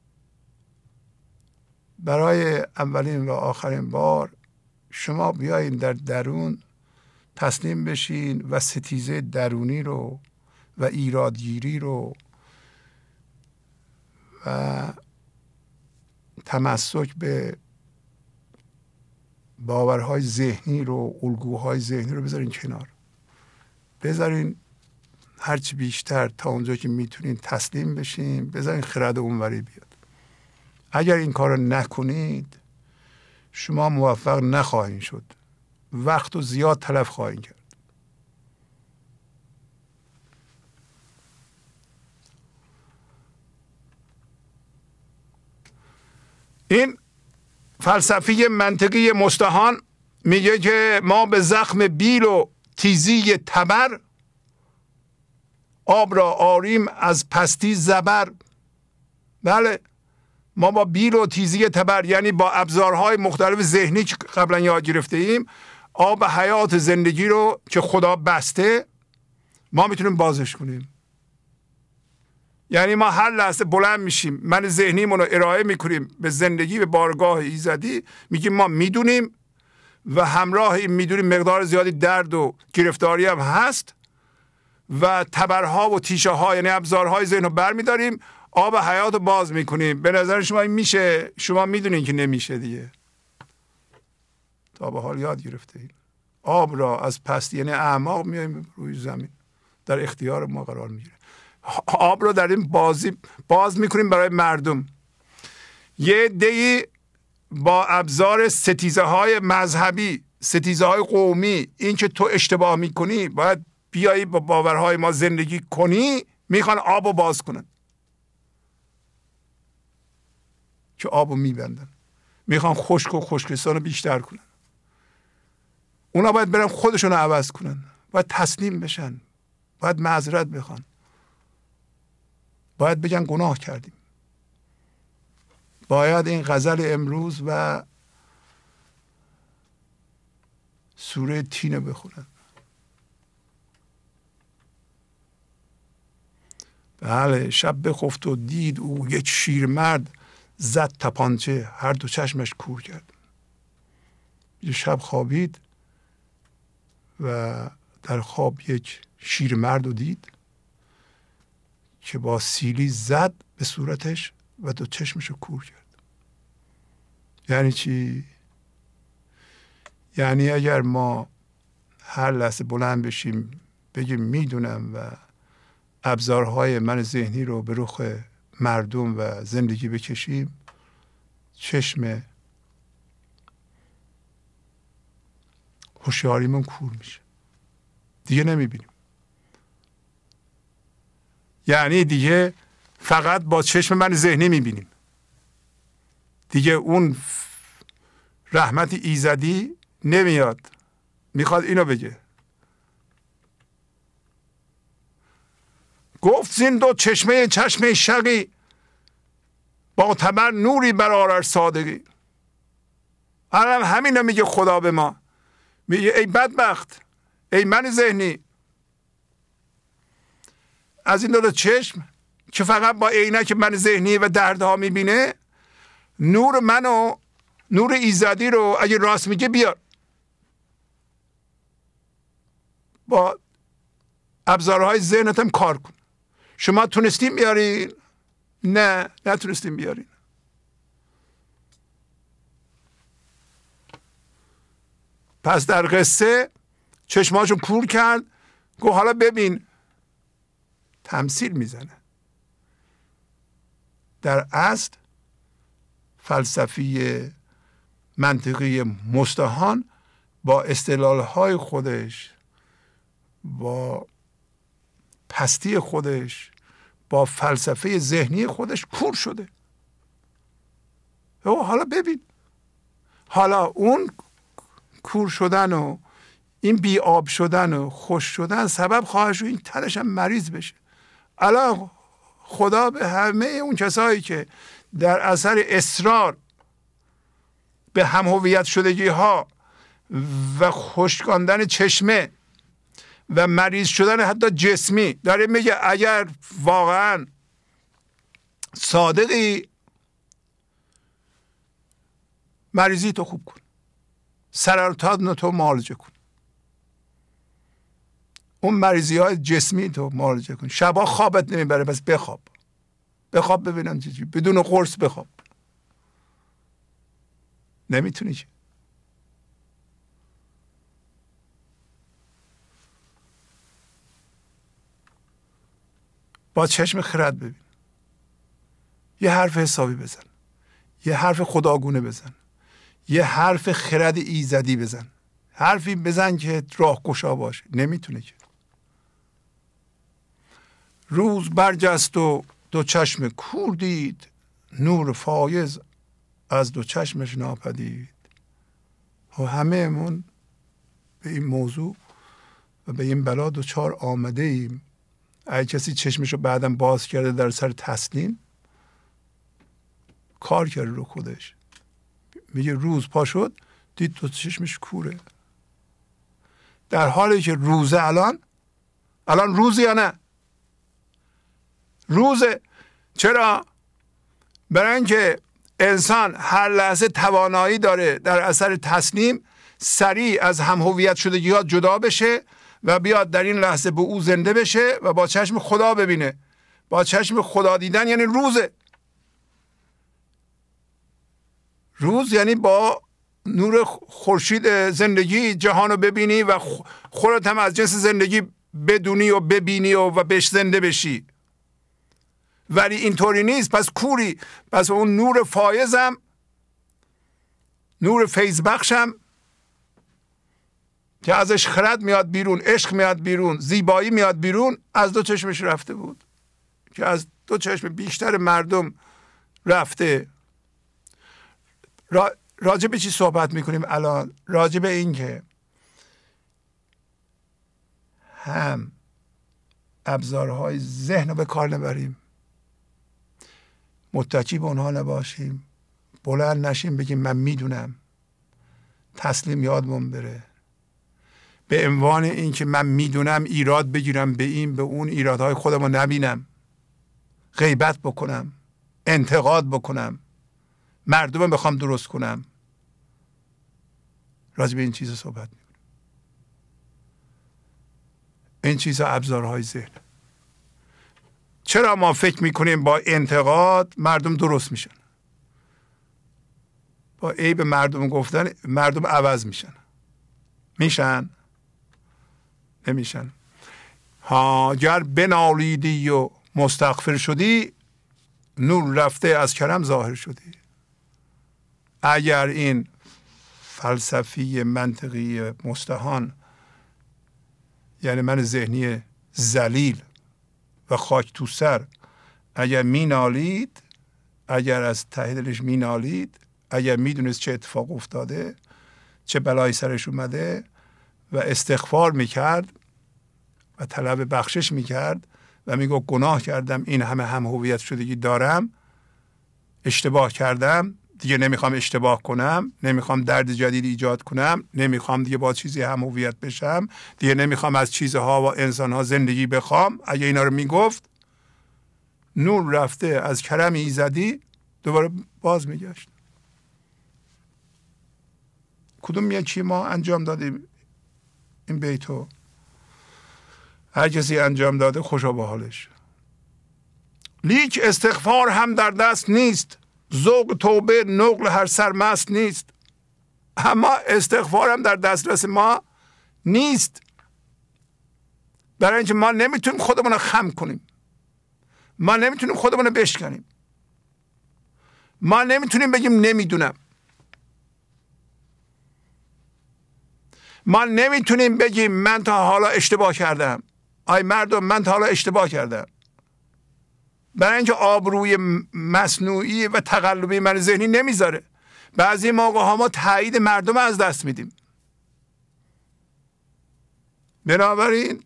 برای اولین و آخرین بار شما بیاین در درون تسلیم بشین و ستیزه درونی رو و ایرادگیری رو و تمسک به باورهای ذهنی رو، الگوهای ذهنی رو بذارین کنار. بذارین هرچی بیشتر تا اونجا که میتونین تسلیم بشین، بذارین خرد اونوری بیاد. اگر این کار رو نکنید شما موفق نخواهید شد، وقت و زیاد تلف خواهید کرد. این فلسفی منطقی مستهان میگه که ما به زخم بیل و تیزی تبر، آب را آریم از پستی زبر. بله، ما با بیل و تیزی تبر، یعنی با ابزارهای مختلف ذهنی که قبلا یاد گرفته ایم، آب حیات زندگی رو که خدا بسته ما میتونیم بازش کنیم. یعنی ما هر لحظه بلند میشیم، من ذهنیمون رو ارائه میکنیم به زندگی، به بارگاه ایزدی، میگیم ما میدونیم و همراه این میدونیم مقدار زیادی درد و گرفتاری هم هست و تبرها و تیشه ها یعنی ابزارهای ذهن رو برمیداریم، آب حیات رو باز میکنیم. به نظر شما این میشه؟ شما میدونین که نمیشه دیگه. تا به حال یاد گرفتین آب را از پستی یعنی اعماق میایم روی زمین، در اختیار ما قرار میگیره. آب رو در این باز میکنیم برای مردم. یه عده‌ای با ابزار ستیزه های مذهبی، ستیزه های قومی، این که تو اشتباه میکنی باید بیایی با باورهای ما زندگی کنی، میخوان آب رو باز کنن که آب رو میبندن، میخوان خشک و خشکستان رو بیشتر کنن. اونا باید برن خودشون رو عوض کنن، باید تسلیم بشن، باید معذرت بخوان، باید بگن گناه کردیم، باید این غزل امروز و سوره تین بخونن. بله، شب بخفت و دید او یک شیرمرد، زد تپانچه هر دو چشمش کور کرد. یه شب خوابید و در خواب یک شیرمرد رو دید که با سیلی زد به صورتش و دو چشمشو کور کرد. یعنی چی؟ یعنی اگر ما هر لحظه بلند بشیم بگیم میدونم و ابزارهای من ذهنی رو به رخ مردم و زندگی بکشیم، چشم هوشیاریمون کور میشه، دیگه نمیبینیم. یعنی دیگه فقط با چشم من ذهنی میبینیم، دیگه اون رحمت ایزدی نمیاد. میخواد اینو بگه، گفت زین دو چشمه شقی، با تبر نوری برآر صادقی. الان همینو میگه خدا به ما، میگه ای بدبخت، ای من ذهنی، از این دو چشم که فقط با عینک من ذهنی و دردها میبینه، نور منو، نور ایزدی رو اگه راست میگه بیار، با ابزارهای ذهنتم کار کن. شما تونستیم بیارین؟ نه، نتونستیم بیارین. پس در قصه چشماشو کور کرد، گفت حالا ببین. تمثیل میزنه. در اصل فلسفی منطقی مستهان با استدلال‌های خودش، با پستی خودش، با فلسفه ذهنی خودش کور شده. حالا ببین، حالا اون کور شدن و این بی آب شدن و خوش شدن سبب خواهد شد این تنش هم مریض بشه. الان خدا به همه اون کسایی که در اثر اصرار به هم هویت شدگی ها و خشکاندن چشمه و مریض شدن حتی جسمی داره میگه اگر واقعا صادقی، مریضی تو خوب کن، سرطان تو معالجه کن، اون مریضی های جسمی تو معالجه کن. شبا خوابت نمیبره، بس بخواب ببینم چیزی، بدون قرص بخواب. نمیتونی که. با چشم خرد ببین، یه حرف حسابی بزن، یه حرف خداگونه بزن، یه حرف خرد ایزدی بزن، حرفی بزن که راهگشا باشه. نمیتونه که. روز برجست و دو چشم کور دید، نور فایز از دو چشمش ناپدید. و همه من به این موضوع و به این بلا دوچار آمده ایم. اگه کسی چشمشو بعدم باز کرده در سر تسلیم، کار کرده رو خودش. میگه روز پا شد دید دو چشمش کوره، در حالی که روزه. الان روزه یا نه؟ روزه. چرا؟ برای اینکه انسان هر لحظه توانایی داره در اثر تسلیم سریع از هم هویت شدگیات جدا بشه و بیاد در این لحظه به او زنده بشه و با چشم خدا ببینه. با چشم خدا دیدن یعنی روزه. روز یعنی با نور خورشید زندگی جهان رو ببینی و خودت هم از جنس زندگی بدونی و ببینی و بهش زنده بشی. ولی اینطوری نیست، پس کوری. پس اون نور فایزم، نور فیضبخشم که ازش خرد میاد بیرون، عشق میاد بیرون، زیبایی میاد بیرون، از دو چشمش رفته بود، که از دو چشم بیشتر مردم رفته. راجع به چی صحبت میکنیم الان؟ راجع به این که هم ابزارهای ذهن رو به کار نبریم، متکی به اونها نباشیم، بلند نشیم بگیم من میدونم، تسلیم یادمون بره، به عنوان این که من میدونم ایراد بگیرم به این به اون، ایرادهای خودم رو نبینم، غیبت بکنم، انتقاد بکنم، مردم بخوام درست کنم. راجع به این چیزا صحبت میکنم. این چیزا ابزارهای ذهن. چرا ما فکر میکنیم با انتقاد مردم درست میشن؟ با عیب مردم گفتن مردم عوض میشن؟ نمیشن. ها گر بنالیدی و مستغفر شدی، نور رفته از کرم ظاهر شدی. اگر این فلسفی منطقی مستهان، یعنی من ذهنی ذلیل و خاک تو سر، اگر مینالید، اگر از ته دلش مینالید، اگر میدونست چه اتفاق افتاده، چه بلایی سرش اومده و استغفار میکرد و طلب بخشش میکرد و میگفت گناه کردم، این همه هم هویت شدگی دارم، اشتباه کردم، دیگه نمیخوام اشتباه کنم، نمیخوام درد جدید ایجاد کنم، نمیخوام دیگه با چیزی هم هویت بشم، دیگه نمیخوام از چیزها و انسانها زندگی بخوام. اگه اینا رو میگفت، نور رفته از کرم ایزدی دوباره باز میگشت. کدوم یکی ما انجام دادیم این بیتو؟ هر کسی انجام داده خوشا به حالش. لیک استغفار هم در دست نیست، ذوق توبه نقل هر سرمست نیست. اما استغفار هم در دسترس ما نیست، برای اینکه ما نمیتونیم خودمون رو خم کنیم، ما نمیتونیم خودمون رو بشکنیم، ما نمیتونیم بگیم نمیدونم، ما نمیتونیم بگیم من تا حالا اشتباه کردم. آی مردم، من تا حالا اشتباه کردم. برای اینکه آبروی مصنوعی و تقلبی من ذهنی نمیذاره. بعضی موقع ها ما تایید مردم از دست میدیم. بنابراین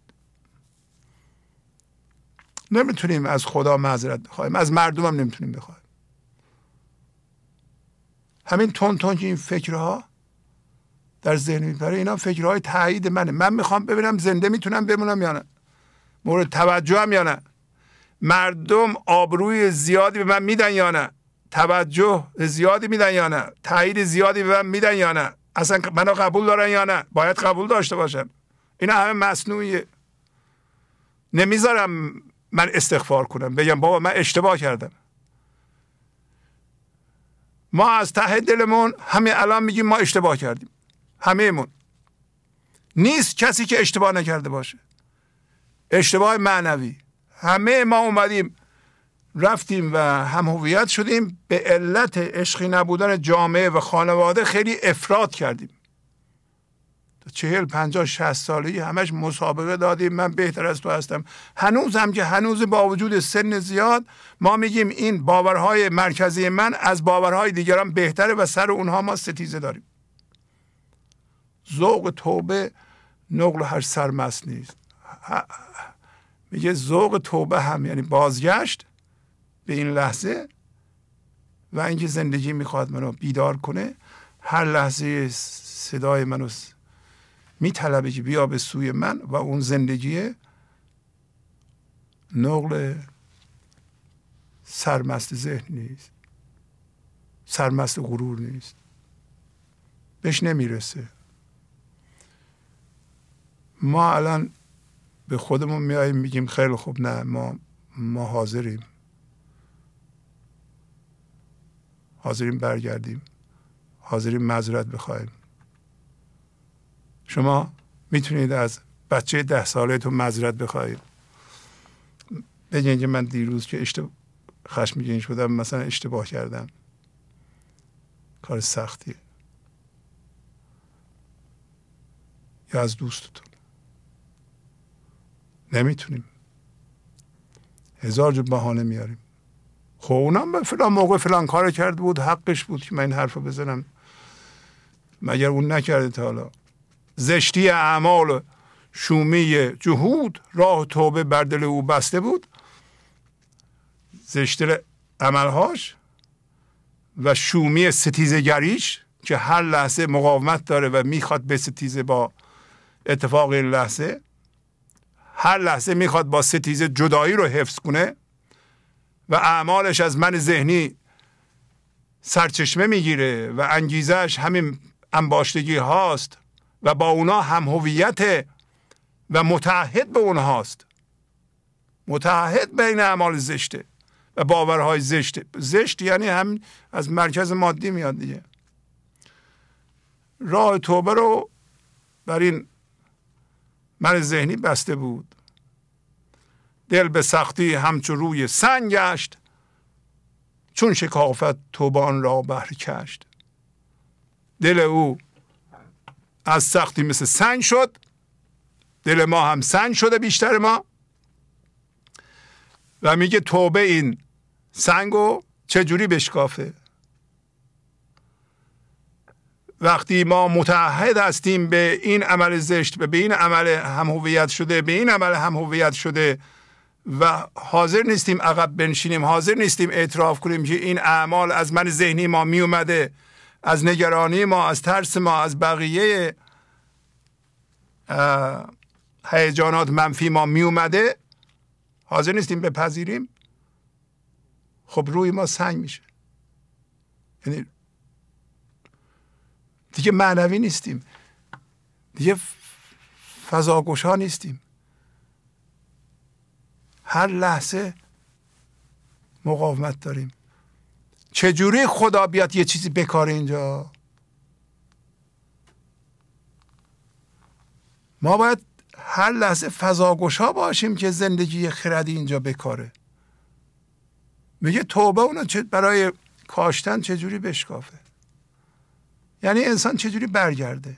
نمیتونیم از خدا معذرت بخوایم، از مردم هم نمیتونیم بخوایم. همین تون که این فکرها در ذهن میپره، اینا فکرهای تایید منه. من میخوام ببینم زنده میتونم بمونم یا نه، مورد توجه هم یا نه، مردم آبروی زیادی به من میدن یا نه، توجه زیادی میدن یا نه، تایید زیادی به من میدن یا نه، اصلا منو قبول دارن یا نه. باید قبول داشته باشن. اینا همه مصنوعیه. نمیذارم من استغفار کنم، بگم بابا من اشتباه کردم. ما از ته دلمون همین الان میگیم ما اشتباه کردیم، همه‌مون. نیست کسی که اشتباه نکرده باشه. اشتباه معنوی. همه ما اومدیم رفتیم و هم هویت شدیم، به علت عشقی نبودن جامعه و خانواده خیلی افراط کردیم. 40 50 60 سالگی همش مسابقه دادیم، من بهتر از تو هستم. هنوز هم که هنوز با وجود سن زیاد ما میگیم این باورهای مرکزی من از باورهای دیگران بهتره و سر اونها ما ستیزه داریم. ذوق توبه نقل هر سرمست نیست. میگه ذوق توبه هم یعنی بازگشت به این لحظه و اینکه زندگی میخواد منو بیدار کنه. هر لحظه صدای منو میطلبه که بیا به سوی من و اون زندگی نقل سرمست ذهن نیست، سرمست غرور نیست، بهش نمیرسه. ما الان به خودمون میاییم میگیم خیلی خوب، نه ما حاضریم برگردیم، حاضریم معذرت بخوایم. شما میتونید از بچه 10 ساله‌تون معذرت بخواید، بگین که من دیروز که خشمگین شدم مثلا اشتباه کردم، کار سختیه. یا از دوستتون. نمیتونیم، 1000 جور بهانه میاریم. خب اونم به فلان موقع فلان کار کرده بود، حقش بود که من این حرفو بزنم، مگر اون نکرده تا حالا؟ زشتی اعمال شومی جهود، راه توبه بر دل او بسته بود. زشتی عملهاش و شومی ستیزگریش که هر لحظه مقاومت داره و میخواد به ستیزه با اتفاق این لحظه، هر لحظه میخواد با ستیزه جدایی رو حفظ کنه و اعمالش از من ذهنی سرچشمه میگیره و انگیزش همین انباشتگی هاست و با اونا هم هویت و متعهد به اونهاست. متعهد بین اعمال زشته و باورهای زشته. زشت یعنی هم از مرکز مادی میاد دیگه. راه توبه رو بر این من ذهنی بسته بود. دل به سختی همچو روی سنگ گشت، چون شکافت توبه آن را بهر کشت. دل او از سختی مثل سنگ شد، دل ما هم سنگ شده بیشتر ما، و میگه توبه این سنگو چجوری بشکافه. وقتی ما متعهد هستیم به این عمل زشت، به این عمل هم هویت شده، به این عمل هم هویت شده و حاضر نیستیم عقب بنشینیم، حاضر نیستیم اعتراف کنیم که این اعمال از من ذهنی ما می اومده، از نگرانی ما، از ترس ما، از بقیه هیجانات منفی ما می اومده، حاضر نیستیم بپذیریم، خب روی ما سنگ میشه. یعنی دیگه معنوی نیستیم، دیگه فضاگوشا نیستیم، هر لحظه مقاومت داریم. چجوری خدا بیاد یه چیزی بکاره اینجا؟ ما باید هر لحظه فضاگوشا باشیم که زندگی خردی اینجا بکاره. میگه توبه اونو برای کاشتن چجوری بشکافه، یعنی انسان چجوری برگرده.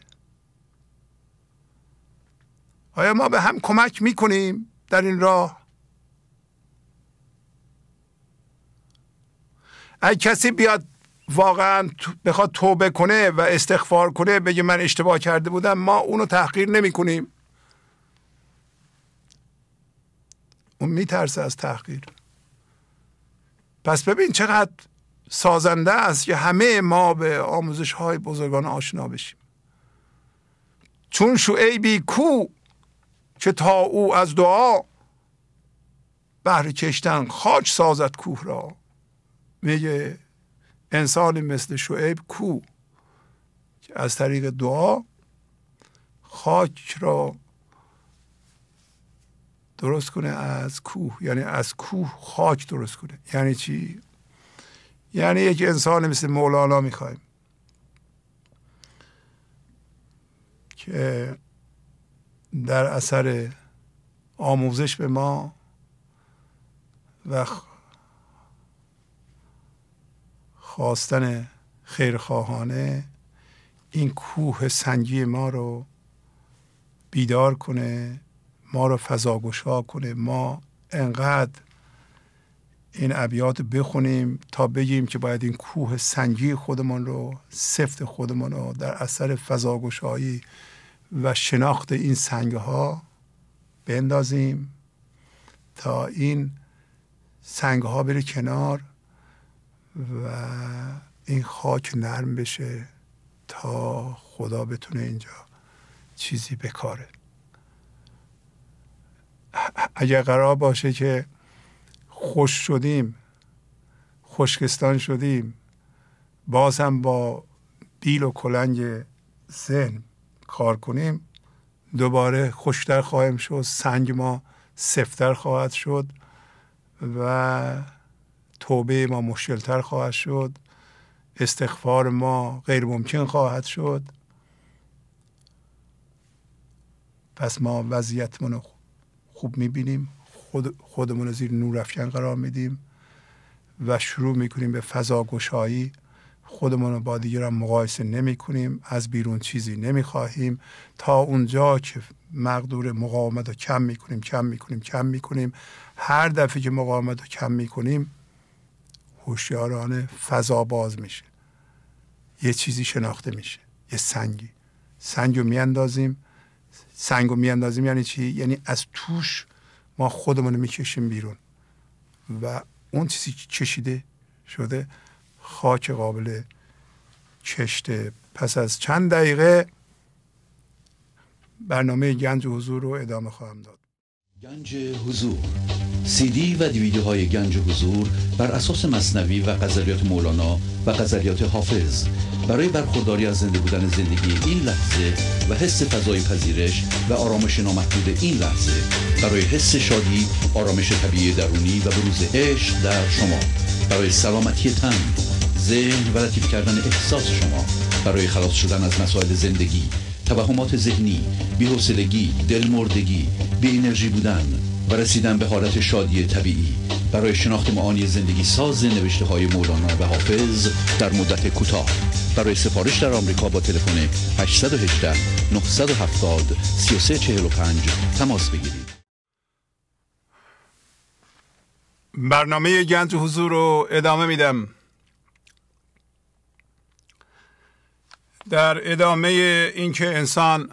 آیا ما به هم کمک میکنیم در این راه؟ اگه کسی بیاد واقعا بخواد توبه کنه و استغفار کنه، بگه من اشتباه کرده بودم، ما اونو تحقیر نمی کنیم. اون میترسه از تحقیر. پس ببین چقدر سازنده است که همه ما به آموزش های بزرگان آشنا بشیم. چون شعیبی کو که تا او از دعا، بهر کشتن خاک سازد کوه را. میگه انسان مثل شعیب کو که از طریق دعا خاک را درست کنه از کوه، یعنی از کوه خاک درست کنه. یعنی چی؟ یعنی یک انسان مثل مولانا میخوایم که در اثر آموزش به ما و خواستن خیرخواهانه این کوه سنگی ما رو بیدار کنه، ما رو فضاگشا کنه. ما انقدر این ابیات بخونیم تا بگیم که باید این کوه سنگی خودمان رو، سفت خودمان رو در اثر فضاگشایی و شناخت این سنگها بندازیم تا این سنگها بره کنار و این خاک نرم بشه تا خدا بتونه اینجا چیزی بکاره. اگر قرار باشه که خوش شدیم، خشکستان شدیم، باز هم با بیل و کلنگ ذهن کار کنیم، دوباره خوشتر خواهیم شد، سنگ ما سفتر خواهد شد و توبه ما مشکلتر خواهد شد، استغفار ما غیر ممکن خواهد شد. پس ما وضعیتمون رو خوب میبینیم، خودمون رو زیر نور افکن قرار میدیم و شروع میکنیم به فضاگشایی. خودمون رو با دیگران مقایسه نمی کنیم، از بیرون چیزی نمی خواهیم تا اونجا که مقدور مقاومت رو کم میکنیم. هر دفعه که مقاومت رو کم میکنیم هوشیارانه فضا باز میشه، یه چیزی شناخته میشه، یه سنگو میاندازیم. یعنی چی؟ یعنی از توش ما خودمون رو میکشیم بیرون و اون چیزی که کشیده شده خاک قابل کشته. پس از چند دقیقه برنامه گنج حضور رو ادامه خواهم داد. گنج حضور CD و دیویدیوهای گنج حضور بر اساس مثنوی و غزلیات مولانا و غزلیات حافظ برای برخورداری از زنده بودن زندگی این لحظه و حس فضای پذیرش و آرامش نامحدود این لحظه، برای حس شادی، آرامش طبیعی درونی و بروز عشق در شما، برای سلامتی تن، ذهن و لطیف کردن احساس شما، برای خلاص شدن از مسائل زندگی، توهمات ذهنی، بی‌حوصلگی، دلمردگی، بی انرژی بودن و رسیدن به حالت شادی طبیعی، برای شناخت معانی زندگی ساز نوشته‌های مولانا و حافظ در مدت کوتاه. برای سفارش در آمریکا با تلفن 818 970 3345 تماس بگیرید. برنامه گنج حضور رو ادامه میدم. در ادامه اینکه انسان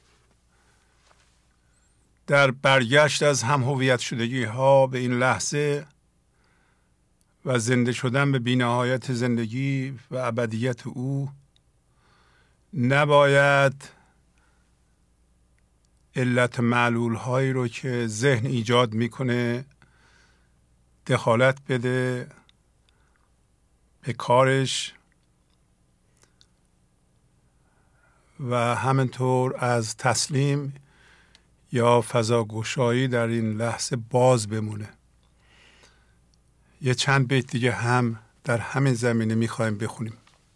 در برگشت از هم هویت شدگی ها به این لحظه و زنده شدن به بی‌نهایت زندگی و ابدیت او، نباید علت معلول هایی رو که ذهن ایجاد میکنه دخالت بده به کارش و همینطور از تسلیم یا فضاگشایی در این لحظه باز بمونه. یه چند بیت دیگه هم در همین زمینه میخوایم بخونیم.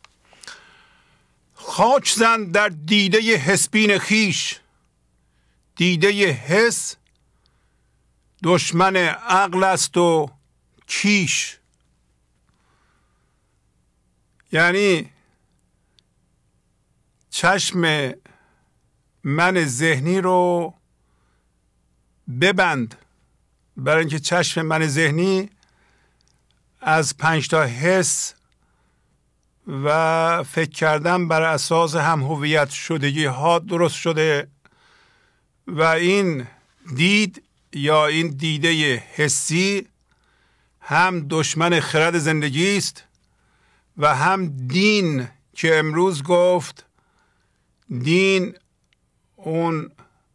خاک زن در دیده حسبین خیش، دیده حس دشمن عقل است و کیش. یعنی چشم من ذهنی رو ببند، برای اینکه چشم من ذهنی از 5 تا حس و فکر کردن بر اساس هم هویت شدگی ها درست شده و این دید یا این دیده حسی هم دشمن خرد زندگی است و هم دین که امروز گفت دین اون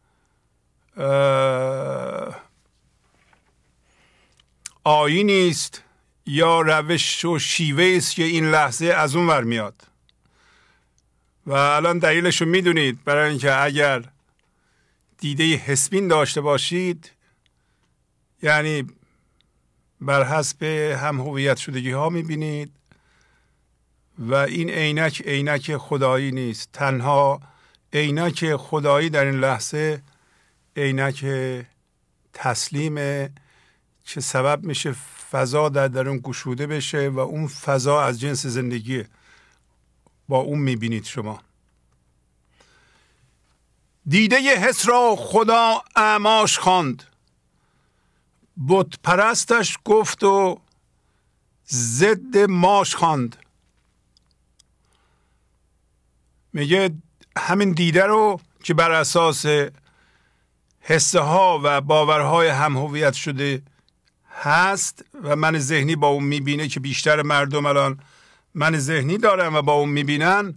آیینی است یا روش و شیوه است که این لحظه از اون ور میاد و الان دلیلش رو میدونید. برای اینکه اگر دیده حسبین داشته باشید یعنی بر حسب هم هویت شدگی ها میبینید و این عینک خدایی نیست. تنها عینک خدایی در این لحظه عینک تسلیمه که سبب میشه فضا در درون گشوده بشه و اون فضا از جنس زندگیه. با اون میبینید شما. دیده حس را خدا اعماش خواند، بت پرستش گفت و ضد ماش خواند. میگه همین دیده رو که بر اساس حسه ها و باورهای هم هویت شده هست و من ذهنی با اون میبینه که بیشتر مردم الان من ذهنی دارن و با اون میبینن،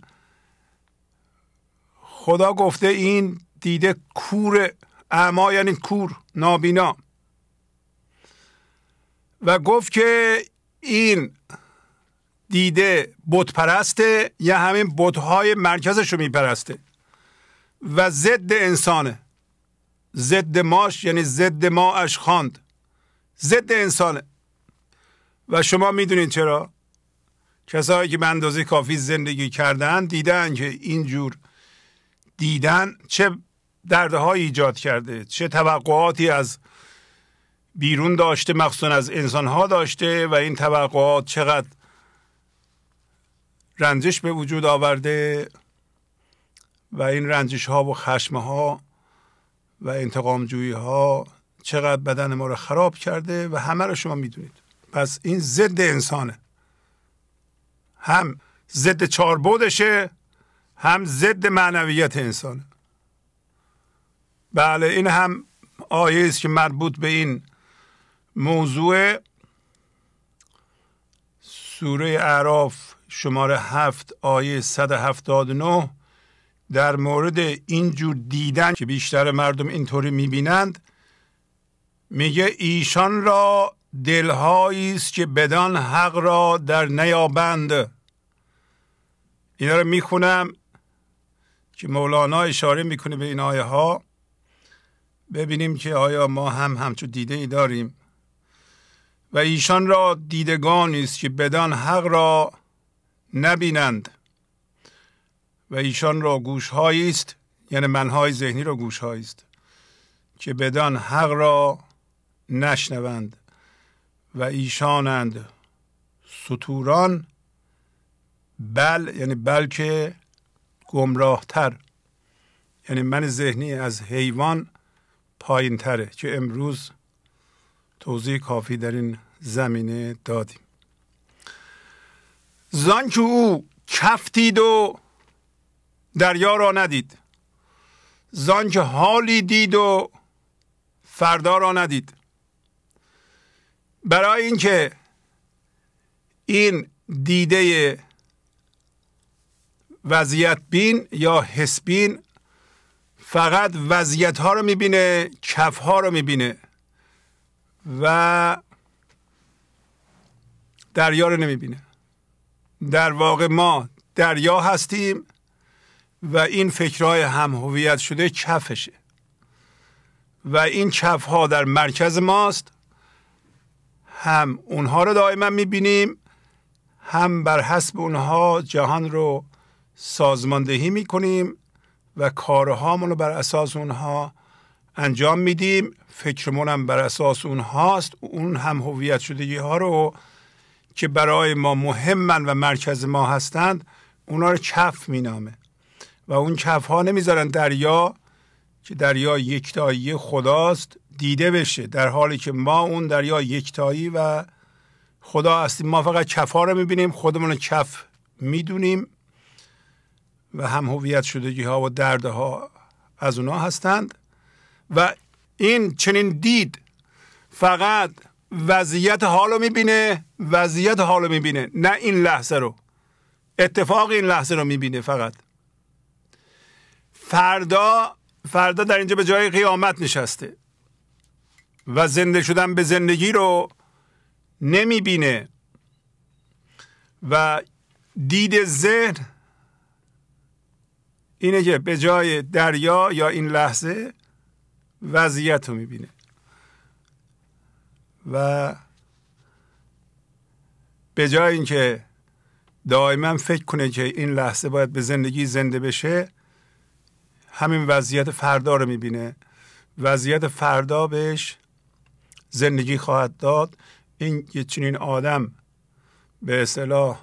خدا گفته این دیده کور، اعما یعنی کور، نابینا، و گفت که این دیده بت پرسته یا همین بت‌های مرکزش رو میپرسته و ضد انسانه. ضد ماش یعنی ضد ماش خواند، ضد انسانه. و شما میدونید چرا؟ کسایی که به اندازه کافی زندگی کردن دیدن که اینجور دیدن چه دردهایی ایجاد کرده، چه توقعاتی از بیرون داشته، مخصوصا از انسانها داشته و این توقعات چقدر رنجش به وجود آورده و این رنجش ها و خشم ها و انتقام جویی ها چقدر بدن ما رو خراب کرده و همه رو شما میدونید. پس این ضد انسانه، هم ضد چاربودشه هم ضد معنویت انسانه. بله این هم آیه است که مربوط به این موضوع. سوره اعراف شماره 7 آیه 179 در مورد اینجور دیدن که بیشتر مردم اینطوری میبینند میگه ایشان را دلهایی است که بدان حق را در نیابند. اینا رو میخونم که مولانا اشاره میکنه به این آیه ها، ببینیم که آیا ما هم همچون دیده ای داریم. و ایشان را دیدگانی است که بدان حق را نبینند و ایشان را گوشهایی است، یعنی منهای ذهنی را گوشهایی است که بدان حق را نشنوند و ایشانند ستوران، بل یعنی بلکه گمراه تر، یعنی من ذهنی از حیوان پایین تره که امروز توضیح کافی در این زمینه دادیم. زان که او کف دید و دریا را ندید، زان که حالی دید و فردا را ندید. برای اینکه این دیده وضعیت بین یا حس بین فقط وضعیت ها رو میبینه، کف ها رو میبینه و دریا رو نمیبینه. در واقع ما دریا هستیم و این فکرهای هم هویت شده کفشه و این کف ها در مرکز ماست. هم اونها رو دائما میبینیم، هم بر حسب اونها جهان رو سازماندهی میکنیم و کارهامون رو بر اساس اونها انجام میدیم. فکرمون هم بر اساس اونهاست. اون هم هویت شدگی ها رو که برای ما مهمن و مرکز ما هستند اونا رو کف مینامه و اون کف ها نمیذارن دریا که دریا یکتایی خداست دیده بشه، در حالی که ما اون دریا یکتایی و خدا هستیم. ما فقط کف ها رو میبینیم، خودمون کف میدونیم و هم هویت شدگی ها و دردها از اونا هستند. و این چنین دید فقط وضعیت حالو میبینه، وضعیت حالو میبینه، نه این لحظه رو، اتفاق این لحظه رو میبینه فقط. فردا در اینجا به جای قیامت نشسته و زنده شدن به زندگی رو نمیبینه و دید ذهن اینه که به جای دریا یا این لحظه وضعیت رو میبینه و به جای اینکه دائما فکر کنه که این لحظه باید به زندگی زنده بشه، همین وضعیت فردا رو میبینه. وضعیت فردا بهش زندگی خواهد داد. این یه چنین آدم به اصطلاح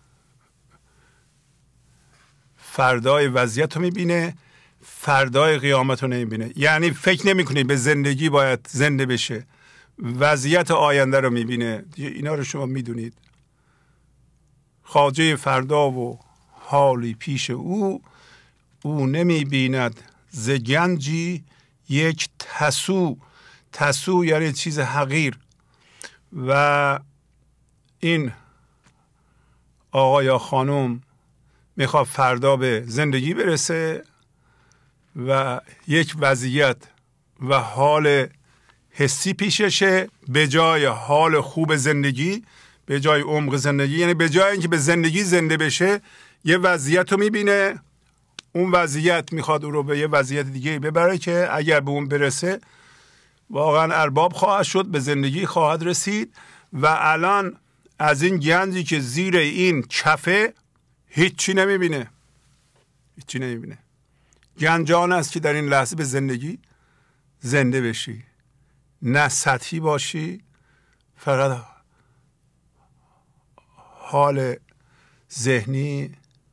فردای وضعیت رو میبینه، فردای قیامت رو نمیبینه. یعنی فکر نمیکنه به زندگی باید زنده بشه، وضعیت آینده رو میبینه. اینا رو شما میدونید. خواجه فردا و حالی پیش او نمیبیند ز گنجی یک تسو. تسو یعنی چیز حقیر. و این آقا یا خانم میخواد فردا به زندگی برسه و یک وضعیت و حال حسی پیششه به جای حال خوب زندگی، به جای عمق زندگی، یعنی به جای اینکه به زندگی زنده بشه یه وضعیت رو میبینه. اون وضعیت میخواد او رو به یه وضعیت دیگه ببره که اگر به اون برسه واقعا ارباب خواهد شد، به زندگی خواهد رسید. و الان از این گنجی که زیر این کفه هیچی نمیبینه، هیچی نمیبینه. گنجان است که در این لحظه به زندگی زنده بشی، نه سطحی باشی، فقط حال ذهنی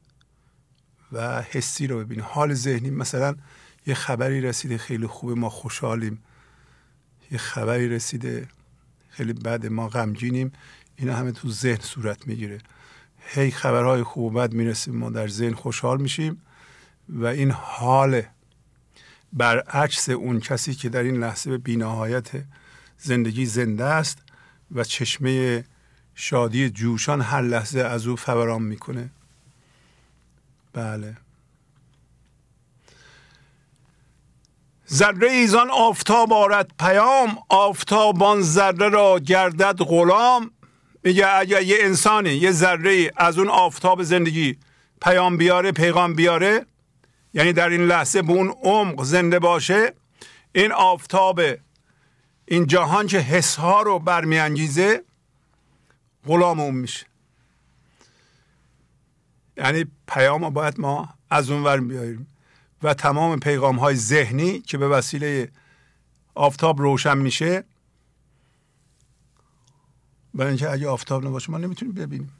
و حسی رو ببینی. حال ذهنی مثلا یه خبری رسیده خیلی خوبه، ما خوشحالیم. یه خبری رسیده خیلی بده، ما غمگینیم. اینا همه تو ذهن صورت میگیره. هی خبرهای خوب و بد میرسیم، ما در ذهن خوشحال میشیم و این حال برعکس اون کسی که در این لحظه به بی‌نهایت زندگی زنده است و چشمه شادی جوشان هر لحظه از او فوران میکنه. بله. ذره ایزان آفتاب آرد پیام، آفتابان ذره را گردد غلام. میگه اگر یه انسانی یه ذره از اون آفتاب زندگی پیام بیاره، پیغام بیاره، یعنی در این لحظه به اون عمق زنده باشه، این آفتاب این جهان که حس ها رو برمیانگیزه غلام اون میشه. یعنی پیام رو باید ما از اون ور بیاریم و تمام پیغام های ذهنی که به وسیله آفتاب روشن میشه، برای اینکه اگه آفتاب نباشه ما نمیتونیم ببینیم،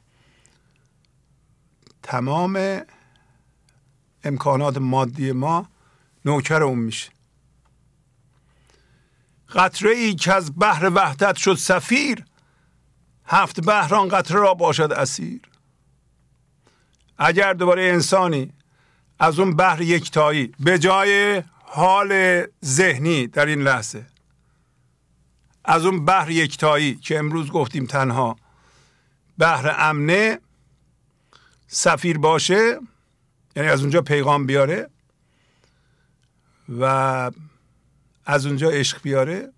تمام امکانات مادی ما نوکر اون میشه. قطره ای که از بحر وحدت شد سفیر، 7 بحران قطره را باشد اسیر. اگر دوباره انسانی از اون بحر یکتایی به جای حال ذهنی در این لحظه از اون بحر یکتایی که امروز گفتیم تنها بحر امنه سفیر باشه، یعنی از اونجا پیغام بیاره و از اونجا عشق بیاره.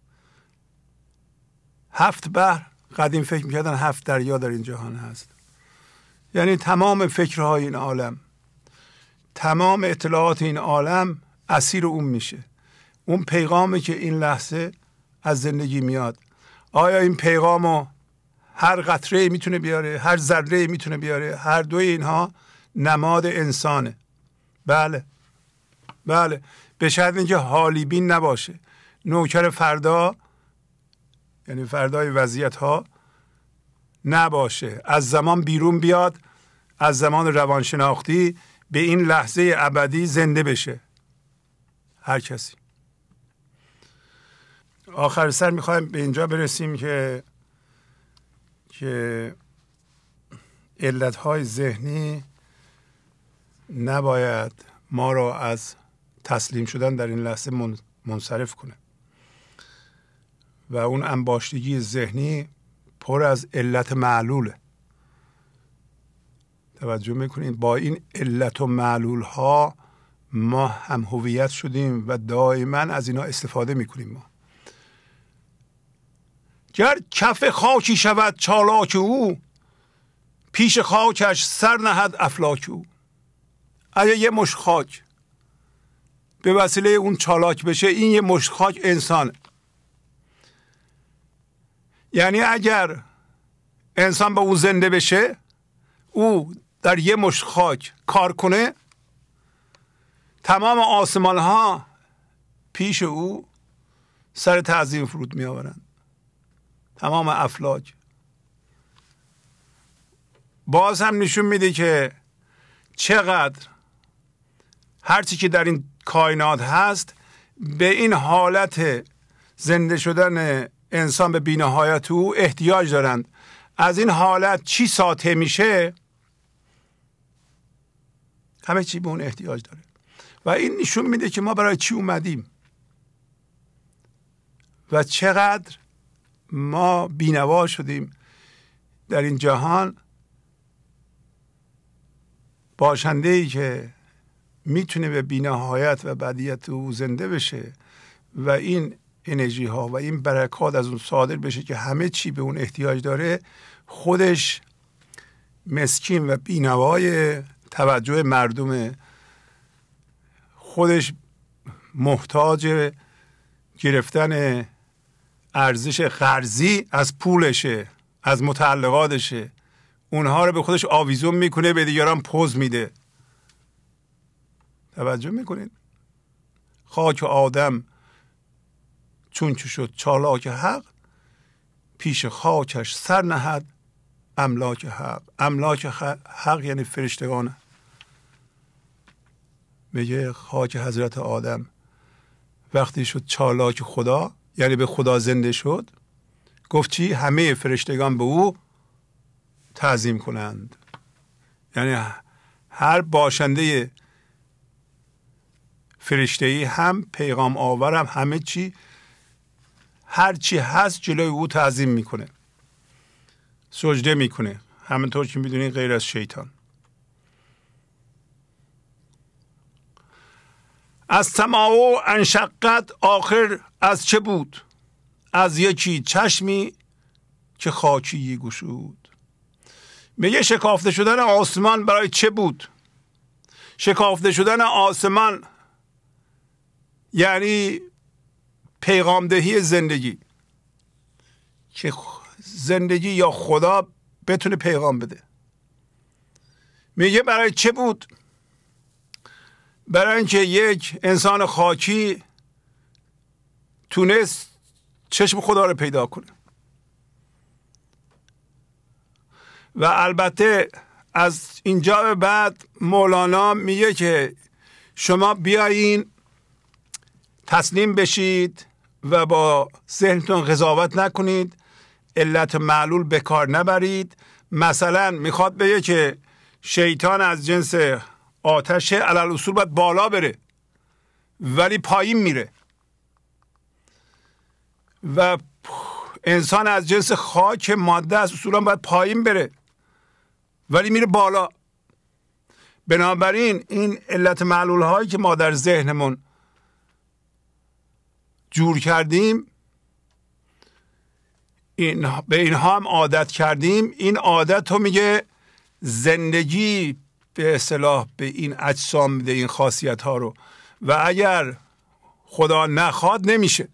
7 بحر، قدیم فکر میکردن 7 دریا در این جهان هست، یعنی تمام فکرهای این عالم، تمام اطلاعات این عالم اسیر اون میشه. اون پیغامی که این لحظه از زندگی میاد، آیا این پیغامو هر قطره میتونه بیاره، هر ذره میتونه بیاره؟ هر دوی اینها نماد انسانه. بله بله، به شرط اینکه حالی بین نباشه، نوکر فردا، یعنی فردای وضعیت ها نباشه، از زمان بیرون بیاد، از زمان روانشناختی به این لحظه ابدی زنده بشه. هر کسی. آخر سر میخوایم به اینجا برسیم که علتهای ذهنی نباید ما را از تسلیم شدن در این لحظه منصرف کنه و اون انباشتگی ذهنی پر از علت معلوله. توجه میکنید؟ با این علت و معلول ها ما هم هویت شدیم و دائما از اینا استفاده میکنیم. ما گر کف خاکی شود چالاک او، پیش خاکش سر نهد افلاک او. اگه یه مشت خاک به وسیله اون چالاک بشه، این یه مشت خاک انسانه. یعنی اگر انسان به او زنده بشه، او در یه مشت خاک کار کنه، تمام آسمان ها پیش او سر تعظیم فرود می آورند. تمام افلاک. باز هم نشون میده که چقدر هرچی که در این کائنات هست به این حالت زنده شدن انسان به بی‌نهایت او احتیاج دارند. از این حالت چی ساطع میشه، همه چی به اون احتیاج داره. و این نشون میده که ما برای چی اومدیم و چقدر ما بینوا شدیم در این جهان. باشنده‌ای که میتونه به بی‌نهایت و بدیعت او زنده بشه و این انرژی ها و این برکات از اون صادر بشه که همه چی به اون احتیاج داره، خودش مسکین و بی‌نوای توجه مردم، خودش محتاج گرفتن ارزش قرضی از پولشه، از متعلقاتشه، اونها رو به خودش آویزون میکنه، به دیگران پوز میده. توجه میکنید؟ خاک آدم چون که شد چالاک حق، پیش خاکش سر نهد املاک حق. املاک حق یعنی فرشتگان. میگه خاک حضرت آدم وقتی شد چالاک خدا، یعنی به خدا زنده شد، گفت چی؟ همه فرشتگان به او تعظیم کنند. یعنی هر باشنده فرشته‌ای هم پیغام آورم، همه چی، هر چی هست جلوی او تعظیم میکنه، سجده میکنه، همونطور که میدونید غیر از شیطان. از سماع انشقت آخر از چه بود؟ از یکی چشمی که خاکی گشود. میگه شکافته شدن آسمان برای چه بود؟ شکافته شدن آسمان یعنی پیغامدهی زندگی، که زندگی یا خدا بتونه پیغام بده. میگه برای چه بود؟ برای اینکه یک انسان خاکی تونست چشم خدا رو پیدا کنه. و البته از اینجا به بعد مولانا میگه که شما بیایین تسلیم بشید و با ذهنتون قضاوت نکنید، علت معلول به کار نبرید. مثلا میخواد بگه که شیطان از جنس آتشه، علل اصول باید بالا بره ولی پایین میره، و انسان از جنس خاک ماده است، اصولا باید پایین بره ولی میره بالا. بنابراین این علت معلول هایی که ما در ذهنمون جور کردیم، به اینها هم عادت کردیم. این عادت رو میگه زندگی به اصطلاح به این اجسام میده، این خاصیت ها رو، و اگر خدا نخواد نمیشه،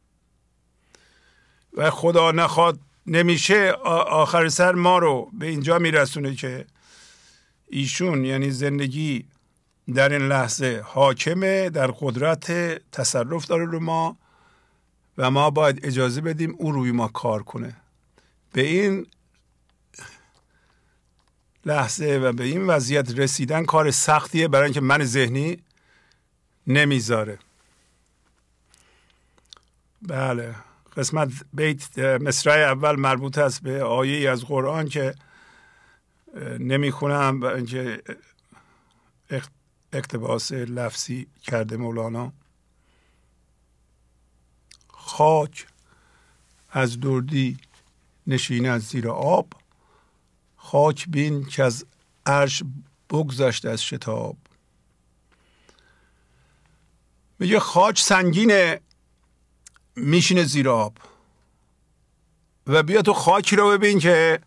و خدا نخواد نمیشه. آخر سر ما رو به اینجا میرسونه که ایشون یعنی زندگی در این لحظه حاکمه، در قدرت تصرف داره رو ما، و ما باید اجازه بدیم او روی ما کار کنه. به این لحظه و به این وضعیت رسیدن کار سختیه، برای اینکه من ذهنی نمیذاره. بله، قسمت بیت مصرع اول مربوط است به آیه از قرآن که نمیخونم برای اینکه اقتباس لفظی کرده مولانا. خاک از دردی نشیند زیر آب، خاک بین که از عرش بگذشت از شتاب. میگه خاک سنگینه میشینه زیر آب، و بیا تو خاکی رو ببین که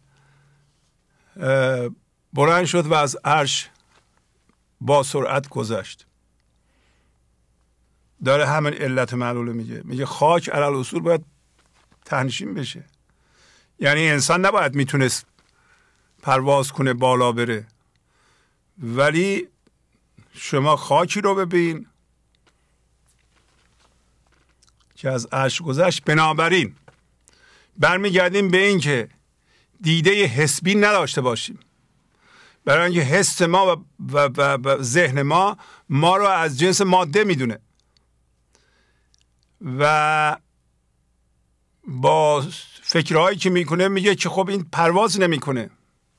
بلند شد و از عرش با سرعت گذشت. داره همین علت معلوله میگه خاک علل اصول باید تنشین بشه، یعنی انسان نباید میتونست پرواز کنه بالا بره، ولی شما خاکی رو ببین که از عرش گذشت. بنابراین برمیگردیم به این که دیده حسبی نداشته باشیم، برای اینکه حس ما و ذهن ما رو از جنس ماده میدونه، و با فکرهایی که میکنه میگه که خب این پرواز نمیکنه،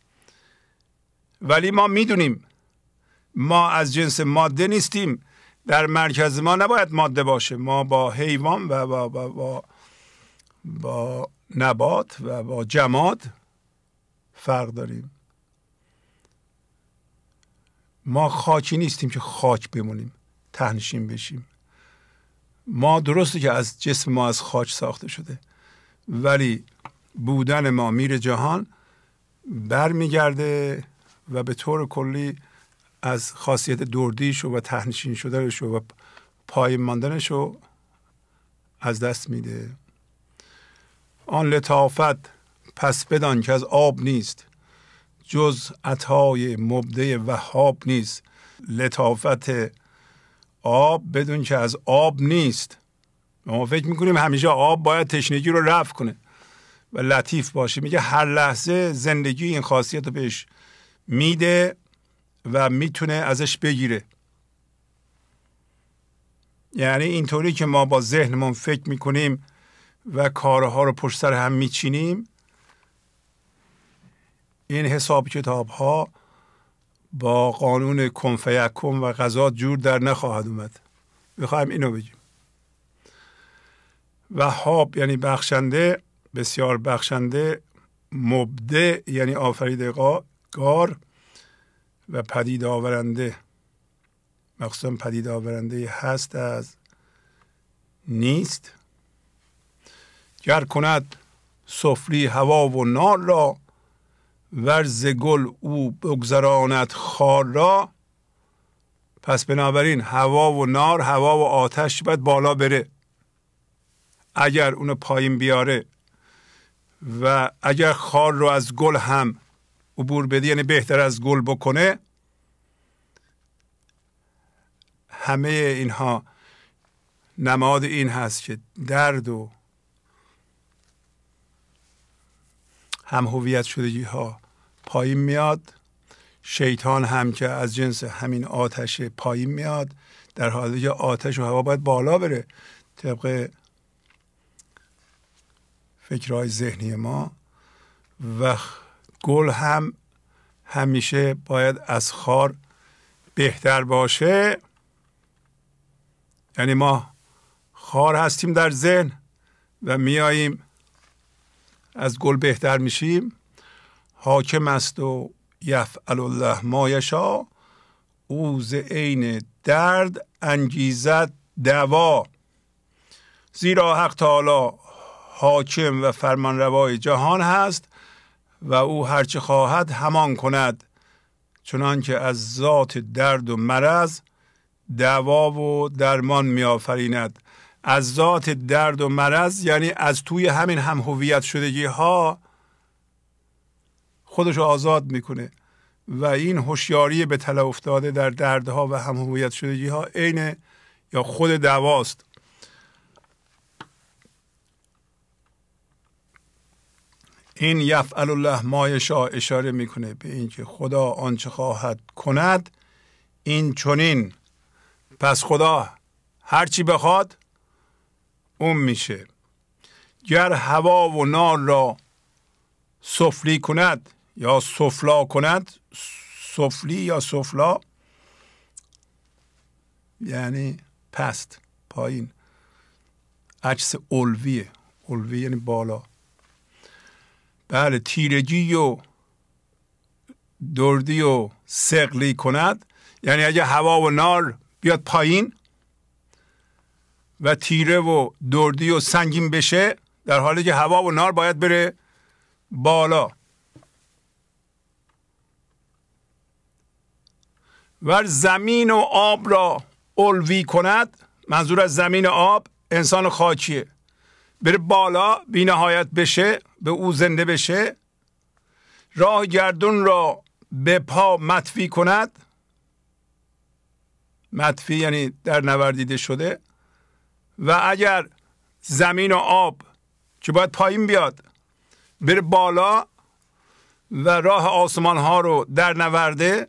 ولی ما میدونیم ما از جنس ماده نیستیم. در مرکز ما نباید ماده باشه. ما با حیوان و با نبات و با جماد فرق داریم. ما خاکی نیستیم که خاک بمونیم، تهنشین بشیم. ما درسته که از جسم ما از خاک ساخته شده، ولی بودن ما میره جهان، برمیگرده و به طور کلی از خاصیت دردیش و تهنشین شدنش و پایین ماندنش رو از دست میده. آن لطافت پس بدان که از آب نیست، جز عطای مبدع وهاب نیست. لطافت آب بدون که از آب نیست. ما فکر میکنیم همیشه آب باید تشنگی رو رفع کنه و لطیف باشه. میگه هر لحظه زندگی این خاصیت رو بهش میده و میتونه ازش بگیره. یعنی اینطوری که ما با ذهنمون فکر میکنیم و کارها رو پشت سر هم میچینیم، این حساب کتاب ها با قانون کن فیکون و قضا جور در نخواهد اومد. میخوایم اینو بگیم. وهاب یعنی بخشنده، بسیار بخشنده. مبدع یعنی آفریدگار و پدید آورنده. مخصوصا پدید آورنده هست از نیست. گر کند سفلی هوا و نار را، ورز گل او بگذراند خار را. پس بنابراین هوا و نار، هوا و آتش باید بالا بره. اگر اونو پایین بیاره و اگر خار رو از گل هم عبور بده، یعنی بهتر از گل بکنه، همه اینها نماد این هست که درد و هم هویت شدگی ها پایین میاد. شیطان هم که از جنس همین آتش پایین میاد، در حالی که آتش و هوا باید بالا بره طبق فکرهای ذهنی ما. و گل هم همیشه باید از خار بهتر باشه. یعنی ما خار هستیم در ذهن و میاییم از گل بهتر میشیم. حاکم است و یفعل الله ما یشاء، او ز عین درد انگیزد دوا. زیرا حق تعالی حاکم و فرمانروای جهان هست و او هرچه خواهد همان کند، چنان که از ذات درد و مرض دوا و درمان می آفریند. از ذات درد و مرض یعنی از توی همین هم هویت شدگی ها خودش رو آزاد میکنه و این هوشیاری به تله افتاده در دردها و هم هویت شدگی ها عین یا خود دواست. این یفعل الله ما یشاء اشاره میکنه به اینکه خدا آنچه خواهد کند این چنین. پس خدا هرچی بخواد اون میشه. گر هوا و نار را سفلی کند یا سفلا کند، سفلی یا سفلا یعنی پست، پایین، عکس علویه. علوی یعنی بالا. بله، تیرگی و دردی و ثقلی کند یعنی اگه هوا و نار بیاد پایین و تیره و دردی و سنگین بشه، در حالی که هوا و نار باید بره بالا. و زمین و آب را علوی کند، منظور از زمین و آب انسان خاکیه، بره بالا بی نهایت بشه، به او زنده بشه. راه گردون را به پا مطوی کند، مطوی یعنی در نوردیده شده. و اگر زمین و آب که باید پایین بیاد بره بالا و راه آسمان ها رو در نورده،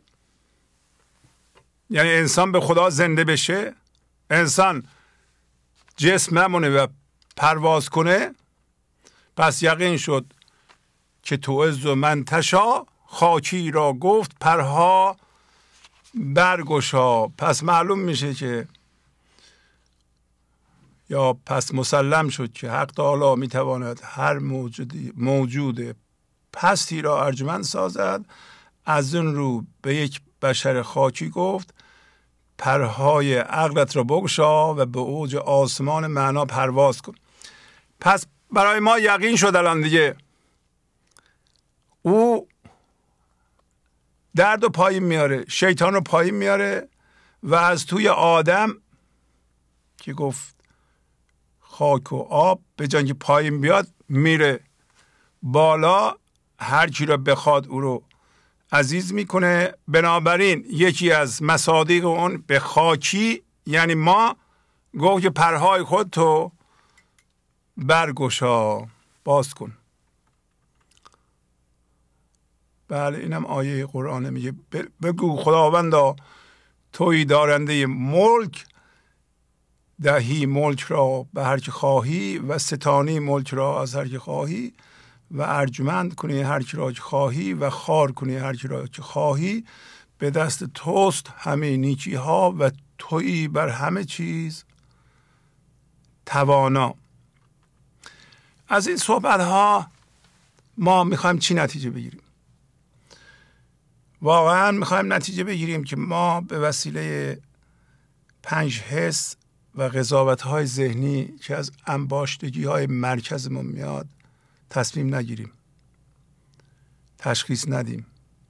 یعنی انسان به خدا زنده بشه، انسان جسم نمونه و پرواز کنه، پس یقین شد که تعز من تشا، خاکی را گفت پرها برگشا. پس معلوم میشه که یا پس مسلم شد که حق تعالی میتواند هر موجود پستی را ارجمند سازد. از اون رو به یک بشر خاکی گفت پرهای عقلت را بگشا و به اوج آسمان معنا پرواز کن. پس برای ما یقین شد الان دیگه او درد رو پایین میاره، شیطان رو پایین میاره و از توی آدم که گفت خاک و آب به جای که پایین بیاد میره بالا، هر کی رو بخواد او رو عزیز میکنه. بنابراین یکی از مصادیق اون به خاکی یعنی ما گفت که پرهای خود تو برگشا، باز کن. بله، اینم آیه قرآن میگه بگو خداوندا تویی دارنده ملک، دهی ملک را به هر که خواهی و ستانی ملک را از هر که خواهی و ارجمند کنی هر کی را که خواهی و خوار کنی هر کی را که خواهی. به دست توست همه نیکی ها و تویی بر همه چیز توانا. از این صحبت ها ما میخوایم چی نتیجه بگیریم؟ واقعا میخوایم نتیجه بگیریم که ما به وسیله 5 حس و قضاوت‌های ذهنی که از انباشتگی‌های مرکزمون میاد تصمیم نگیریم، تشخیص ندیم،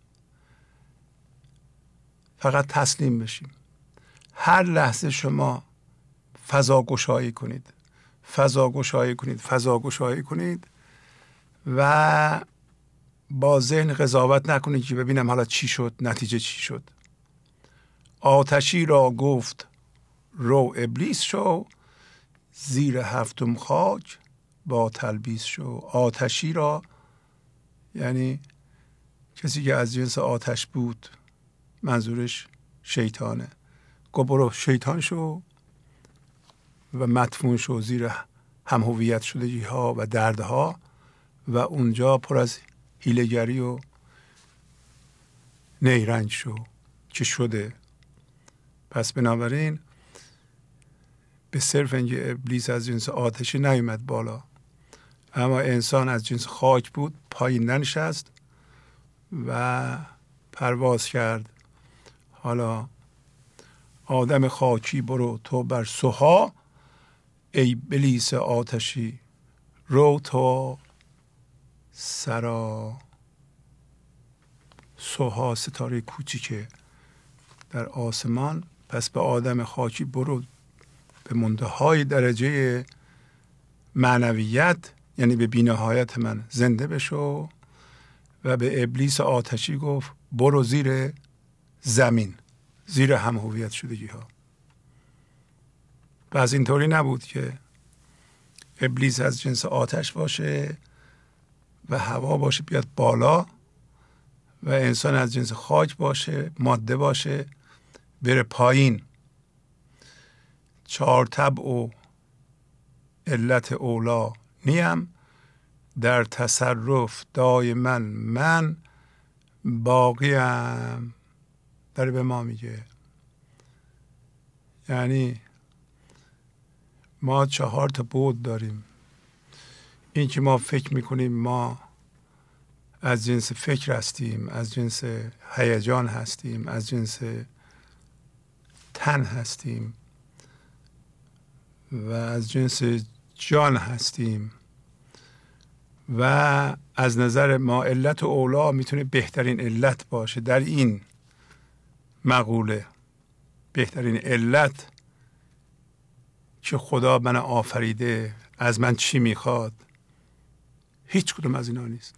فقط تسلیم بشیم. هر لحظه شما فضا گشایی کنید، فضا گشایی کنید، فضا گشایی کنید و با ذهن قضاوت نکنید که ببینم حالا چی شد، نتیجه چی شد. آتشی را گفت رو ابلیس شو، زیر 7 خاک با تلبیس شو. آتشی را یعنی کسی که از جنس آتش بود، منظورش شیطانه. گفت برو شیطان شو و مدفون شو زیر هم هویت شدگی ها و دردها و اونجا پر از حیله‌گری و نیرنگ شو که شده. پس بنابراین به صرف اینکه ابلیس از جنس آتشی نیومد بالا، اما انسان از جنس خاک بود، پایین ننشست و پرواز کرد. حالا آدم خاکی برو تو بر سوها، ای ابلیس آتشی رو تو سرا. سوها ستاره کوچیکه در آسمان. پس به آدم خاکی برو، به منتهای درجه معنویت، یعنی به بی‌نهایت من زنده بشو. و به ابلیس آتشی گفت برو زیر زمین، زیر هم هویت شدگی ها. پس اینطوری نبود که ابلیس از جنس آتش باشه و هوا باشه بیاد بالا و انسان از جنس خاک باشه، ماده باشه، بره پایین. 4 طبع و علت اولا نیم، در تصرف دایما من باقیم. داره به ما میگه یعنی ما 4 بعد داریم. این که ما فکر میکنیم ما از جنس فکر هستیم، از جنس هیجان هستیم، از جنس تن هستیم و از جنس جان هستیم و از نظر ما علت اولا میتونه بهترین علت باشه. در این مقوله بهترین علت که خدا من آفریده، از من چی میخواد، هیچ کدوم از اینا نیست.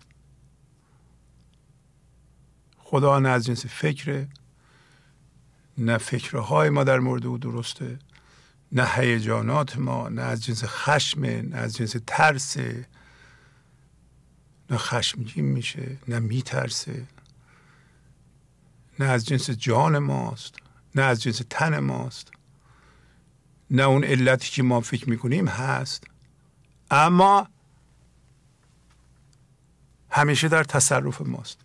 خدا نه از جنس فکره، نه فکرهای ما در مورد او درسته، نه هیجانات ما، نه از جنس خشم، نه از جنس ترس، نه خشمگین میشه، نه میترسه، نه از جنس جان ماست، نه از جنس تن ماست، نه اون علتی که ما فکر میکنیم هست. اما همیشه در تصرف ماست.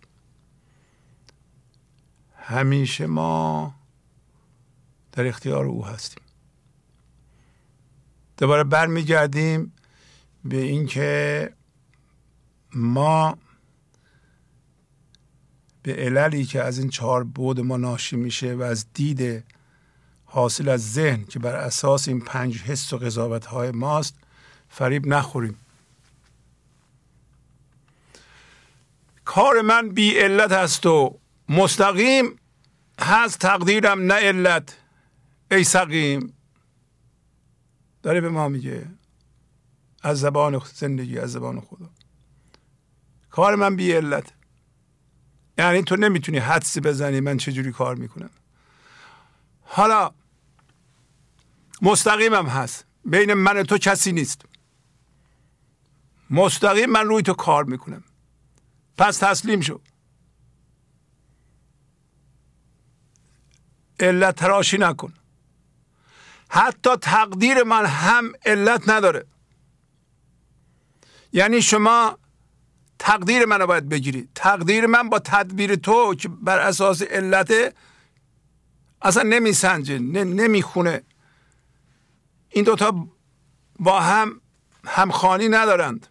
همیشه ما در اختیار او هستیم. دوباره برمیگردیم به این که ما به عللی که از این 4 بعد ما ناشی میشه و از دید حاصل از ذهن که بر اساس این 5 حس و قضاوت‌های ماست فریب نخوریم. کار من بی علت هست و مستقیم، هست تقدیرم نه علت ای سقیم. داره به ما میگه از زبان زندگی، از زبان خدا. کار من بی علت، یعنی تو نمیتونی حدسی بزنی من چجوری کار میکنم. حالا مستقیمم هست، بین من و تو کسی نیست، مستقیم من روی تو کار میکنم. پس تسلیم شو، علت تراشی نکن. حتی تقدیر من هم علت نداره. یعنی شما تقدیر منو باید بگیرید. تقدیر من با تدبیر تو که بر اساس علت اصلا نمیسنجه، نمیخونه. این دوتا با هم همخوانی ندارند.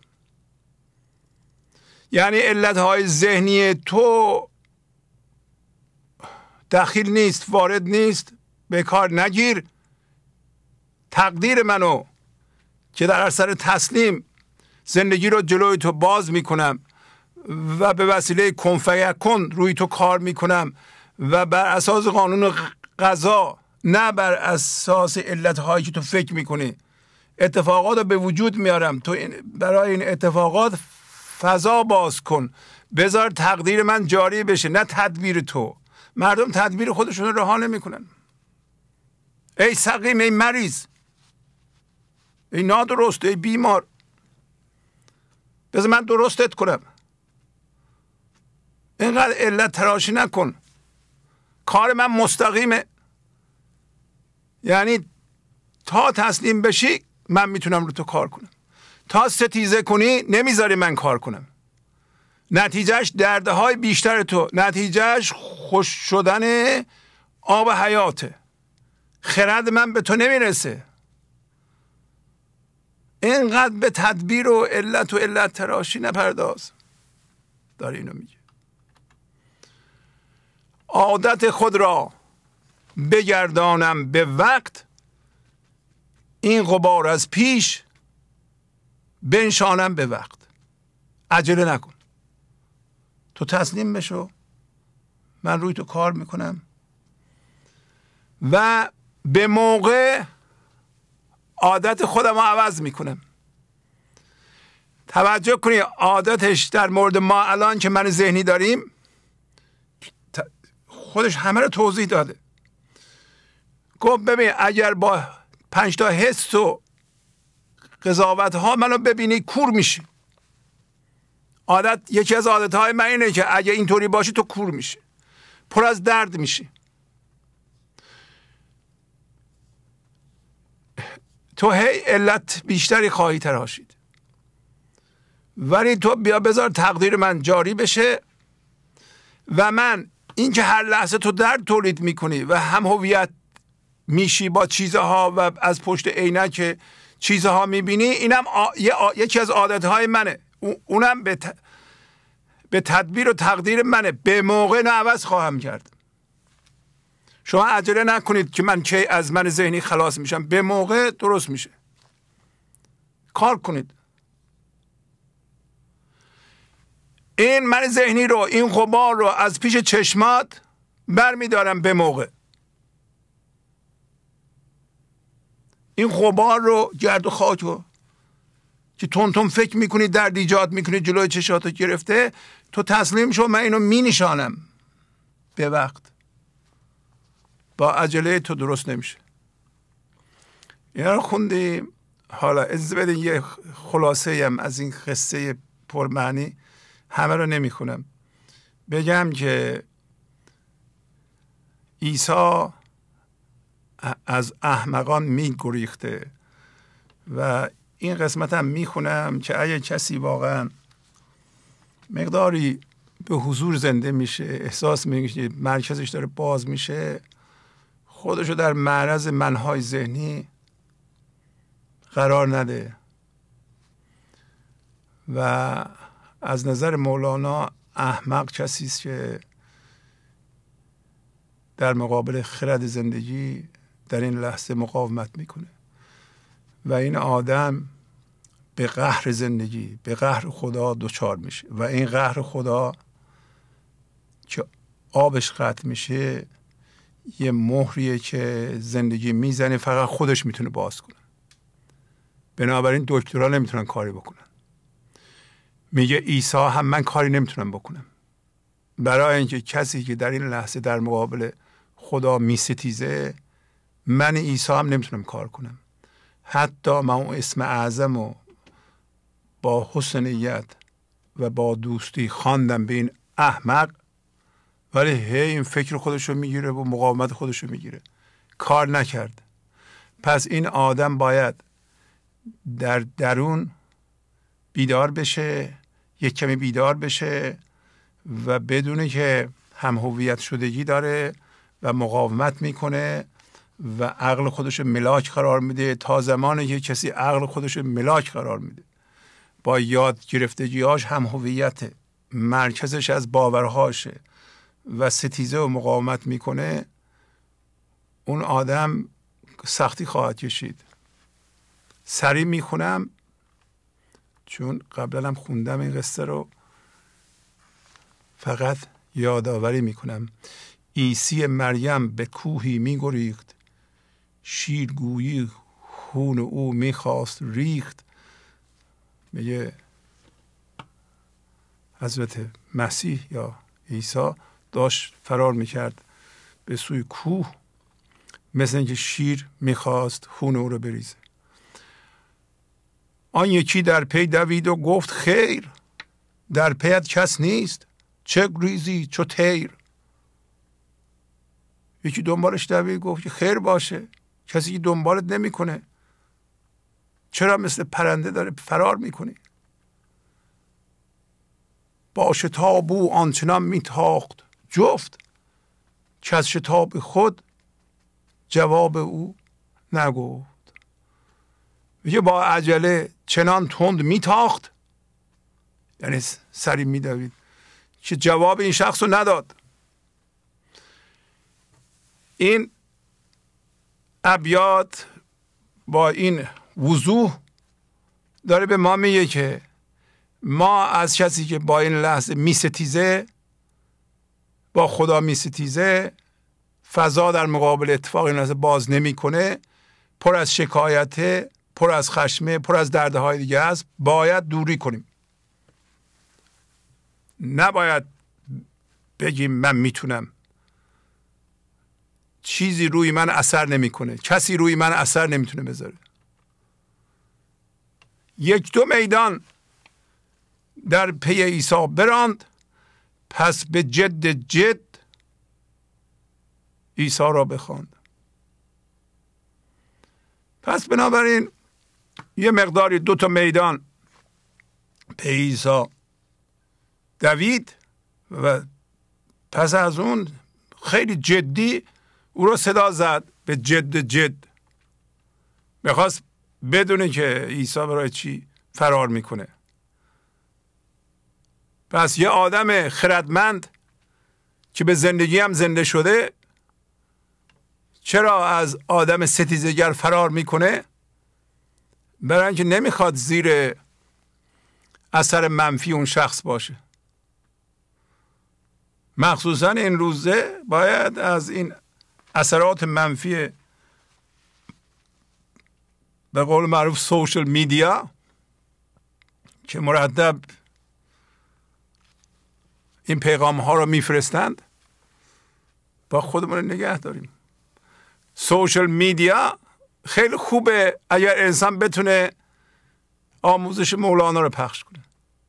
یعنی علتهای ذهنی تو دخیل نیست، وارد نیست، به کار نگیر. تقدیر منو که در اثر تسلیم زندگی رو جلوی تو باز میکنم و به وسیله کن فیکون روی تو کار میکنم و بر اساس قانون قضا، نه بر اساس علتهایی که تو فکر میکنی، اتفاقات رو به وجود میارم. تو برای این اتفاقات فضا باز کن، بذار تقدیر من جاری بشه، نه تدبیر تو. مردم تدبیر خودشون رو رها نمیکنن. ای سقیم، ای مریض، ای نادرست، ای بیمار، بذار من درستت کنم. اینقدر علت تراشی نکن. کار من مستقیمه، یعنی تا تسلیم بشی من میتونم رو تو کار کنم. تا ستیزه کنی نمیذاری من کار کنم. نتیجهش دردهای بیشتر تو، نتیجهش خوش شدن آب حیاته. خرد من به تو نمیرسه. اینقدر به تدبیر و علت تراشی نپرداز. داره اینو میگه. عادت خود را بگردانم به وقت، این غبار از پیش بنشانم به وقت. عجله نکن، تو تسلیم بشو، من روی تو کار میکنم و به موقع عادت خودم رو عوض میکنم. توجه کنی عادتش در مورد ما الان که من ذهنی داریم خودش همه رو توضیح داده. گفت ببین اگر با 5 تا حس و قضاوت ها منو ببینی کور میشی. یکی از عادت های من اینه که اگه اینطوری باشی تو کور میشی، پر از درد میشی. تو هی علت بیشتری خواهی تراشید. ولی تو بیا بذار تقدیر من جاری بشه و من این که هر لحظه تو درد تولید میکنی و هم هویت میشی با چیزها و از پشت عینک چیزها میبینی، اینم یکی از عادتهای منه. اونم به تدبیر و تقدیر منه. به موقع نه عوض خواهم کرد. شما عجله نکنید که من کی از من ذهنی خلاص میشم. به موقع درست میشه. کار کنید. این من ذهنی رو، این غبار رو از پیش چشمات برمیدارم به موقع. این غبار رو، گرد و خاک رو که تون فکر میکنی درد ایجاد میکنی جلوی چشاتو گرفته، تو تسلیم شو، من اینو مینشانم به وقت. با عجله تو درست نمیشه. اینا رو خوندیم. حالا اجازه بدین یه خلاصه هم از این قصه پرمعنی، همه رو نمیخونم، بگم که عیسی از احمقان میگریخته و این قسمت هم میخونم که اگه کسی واقعا مقداری به حضور زنده میشه، احساس میکنه مرکزش داره باز میشه، خودشو در معرض منهای ذهنی قرار نده و از نظر مولانا احمق کسی است که در مقابل خرد زندگی در این لحظه مقاومت میکنه و این آدم به قهر زندگی، به قهر خدا دچار میشه و این قهر خدا که آبش قطع میشه یه مهریه که زندگی میزنه، فقط خودش میتونه باز کنه. بنابراین دکترها نمیتونن کاری بکنن. میگه عیسی هم من کاری نمیتونم بکنم، برای اینکه کسی که در این لحظه در مقابل خدا میستیزه، من عیسی هم نمیتونم کار کنم. حتی من اون اسم اعظم رو با حسن نیت و با دوستی خواندم به این احمق، ولی این فکر خودشو میگیره و مقاومت خودشو میگیره، کار نکرد. پس این آدم باید در درون بیدار بشه، یک کمی بیدار بشه و بدونه که هم هویت شدگی داره و مقاومت میکنه و عقل خودش ملاک قرار میده. تا زمانی که کسی عقل خودش ملاک قرار میده، با یاد گرفتگیاش هم هویت مرکزش از باورهاشه و ستیزه و مقاومت میکنه، اون آدم سختی خواهد کشید. سریع میخونم چون قبلا هم خوندم این قصه رو، فقط یادآوری میکنم. عیسی مریم به کوهی میگریخت، شیرگویی خون او میخواست ریخت. میگه حضرت مسیح یا عیسی داشت فرار میکرد به سوی کوه، مثل اینکه شیر میخواست خون او رو بریزه. آن یکی در پی دوید و گفت خیر، در پیت کس نیست، چه ریزی چو تیر. یکی دنبالش دوید گفت که خیر باشه، کسی که دنبالت نمیکنه، چرا مثل پرنده داره فرار میکنی؟ با شتاب او آنچنان میتاخت جفت، که از شتاب خود جواب او نگفت. میگه با عجله چنان تند میتاخت، یعنی سری میدوید، که جواب این شخص رو نداد. این ابیات با این وضوح داره به ما میگه که ما از کسی که با این لحظه میستیزه، با خدا میستیزه، فضا در مقابل اتفاق این لحظه باز نمیکنه، پر از شکایته، پر از خشمه، پر از دردهای دیگه است، باید دوری کنیم. نباید بگیم من میتونم، چیزی روی من اثر نمیکنه، کسی روی من اثر نمیتونه بذاره. یک دو میدان در پی عیسی براند، پس به جد عیسی را بخواند. پس بنابراین یه مقداری 2 تا میدان به عیسی دوید و پس از اون خیلی جدی او رو صدا زد به جد. میخواست بدونه که عیسی برای چی فرار میکنه. پس یه آدم خردمند که به زندگی هم زنده شده چرا از آدم ستیزگر فرار میکنه؟ برای اینکه نمیخواد زیر اثر منفی اون شخص باشه. مخصوصا این روزه باید از این اثرات منفی به قول معروف سوشل میدیا که مرتب این پیغام ها رو میفرستند با خودمون نگه داریم. سوشل میدیا خیلی خوبه اگر انسان بتونه آموزش مولانا رو پخش کنه،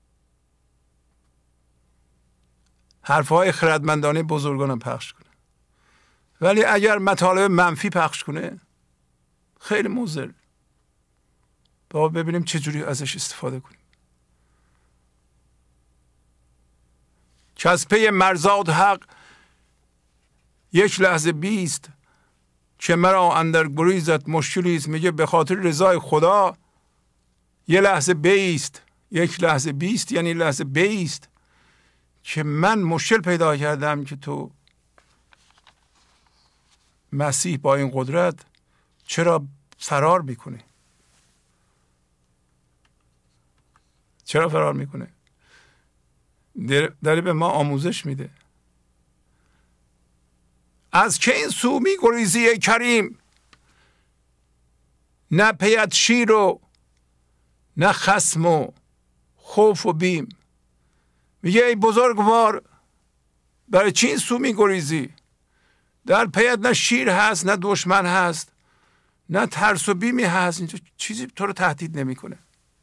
حرفهای خردمندانه بزرگان رو پخش کنه، ولی اگر مطالب منفی پخش کنه خیلی مضر. با ببینیم چجوری ازش استفاده کنیم. که از پی مرزاد حق یک لحظه بیست، که مرا اندر گریزت مشکلی است. میگه به خاطر رضای خدا یه لحظه بیست، یک لحظه بیست یعنی لحظه بیست که من مشکل پیدا کردم که تو مسیح با این قدرت چرا فرار میکنه؟ چرا فرار میکنه؟ داره به ما آموزش میده. از که این سو میگریزی کریم، نه پیت شیر و نه خصم و خوف و بیم. میگه ای بزرگوار برای چی این سو میگریزی؟ در پیت نه شیر هست، نه دشمن هست، نه ترس و بیمی هست. اینجا چیزی تو رو تهدید نمیکنه.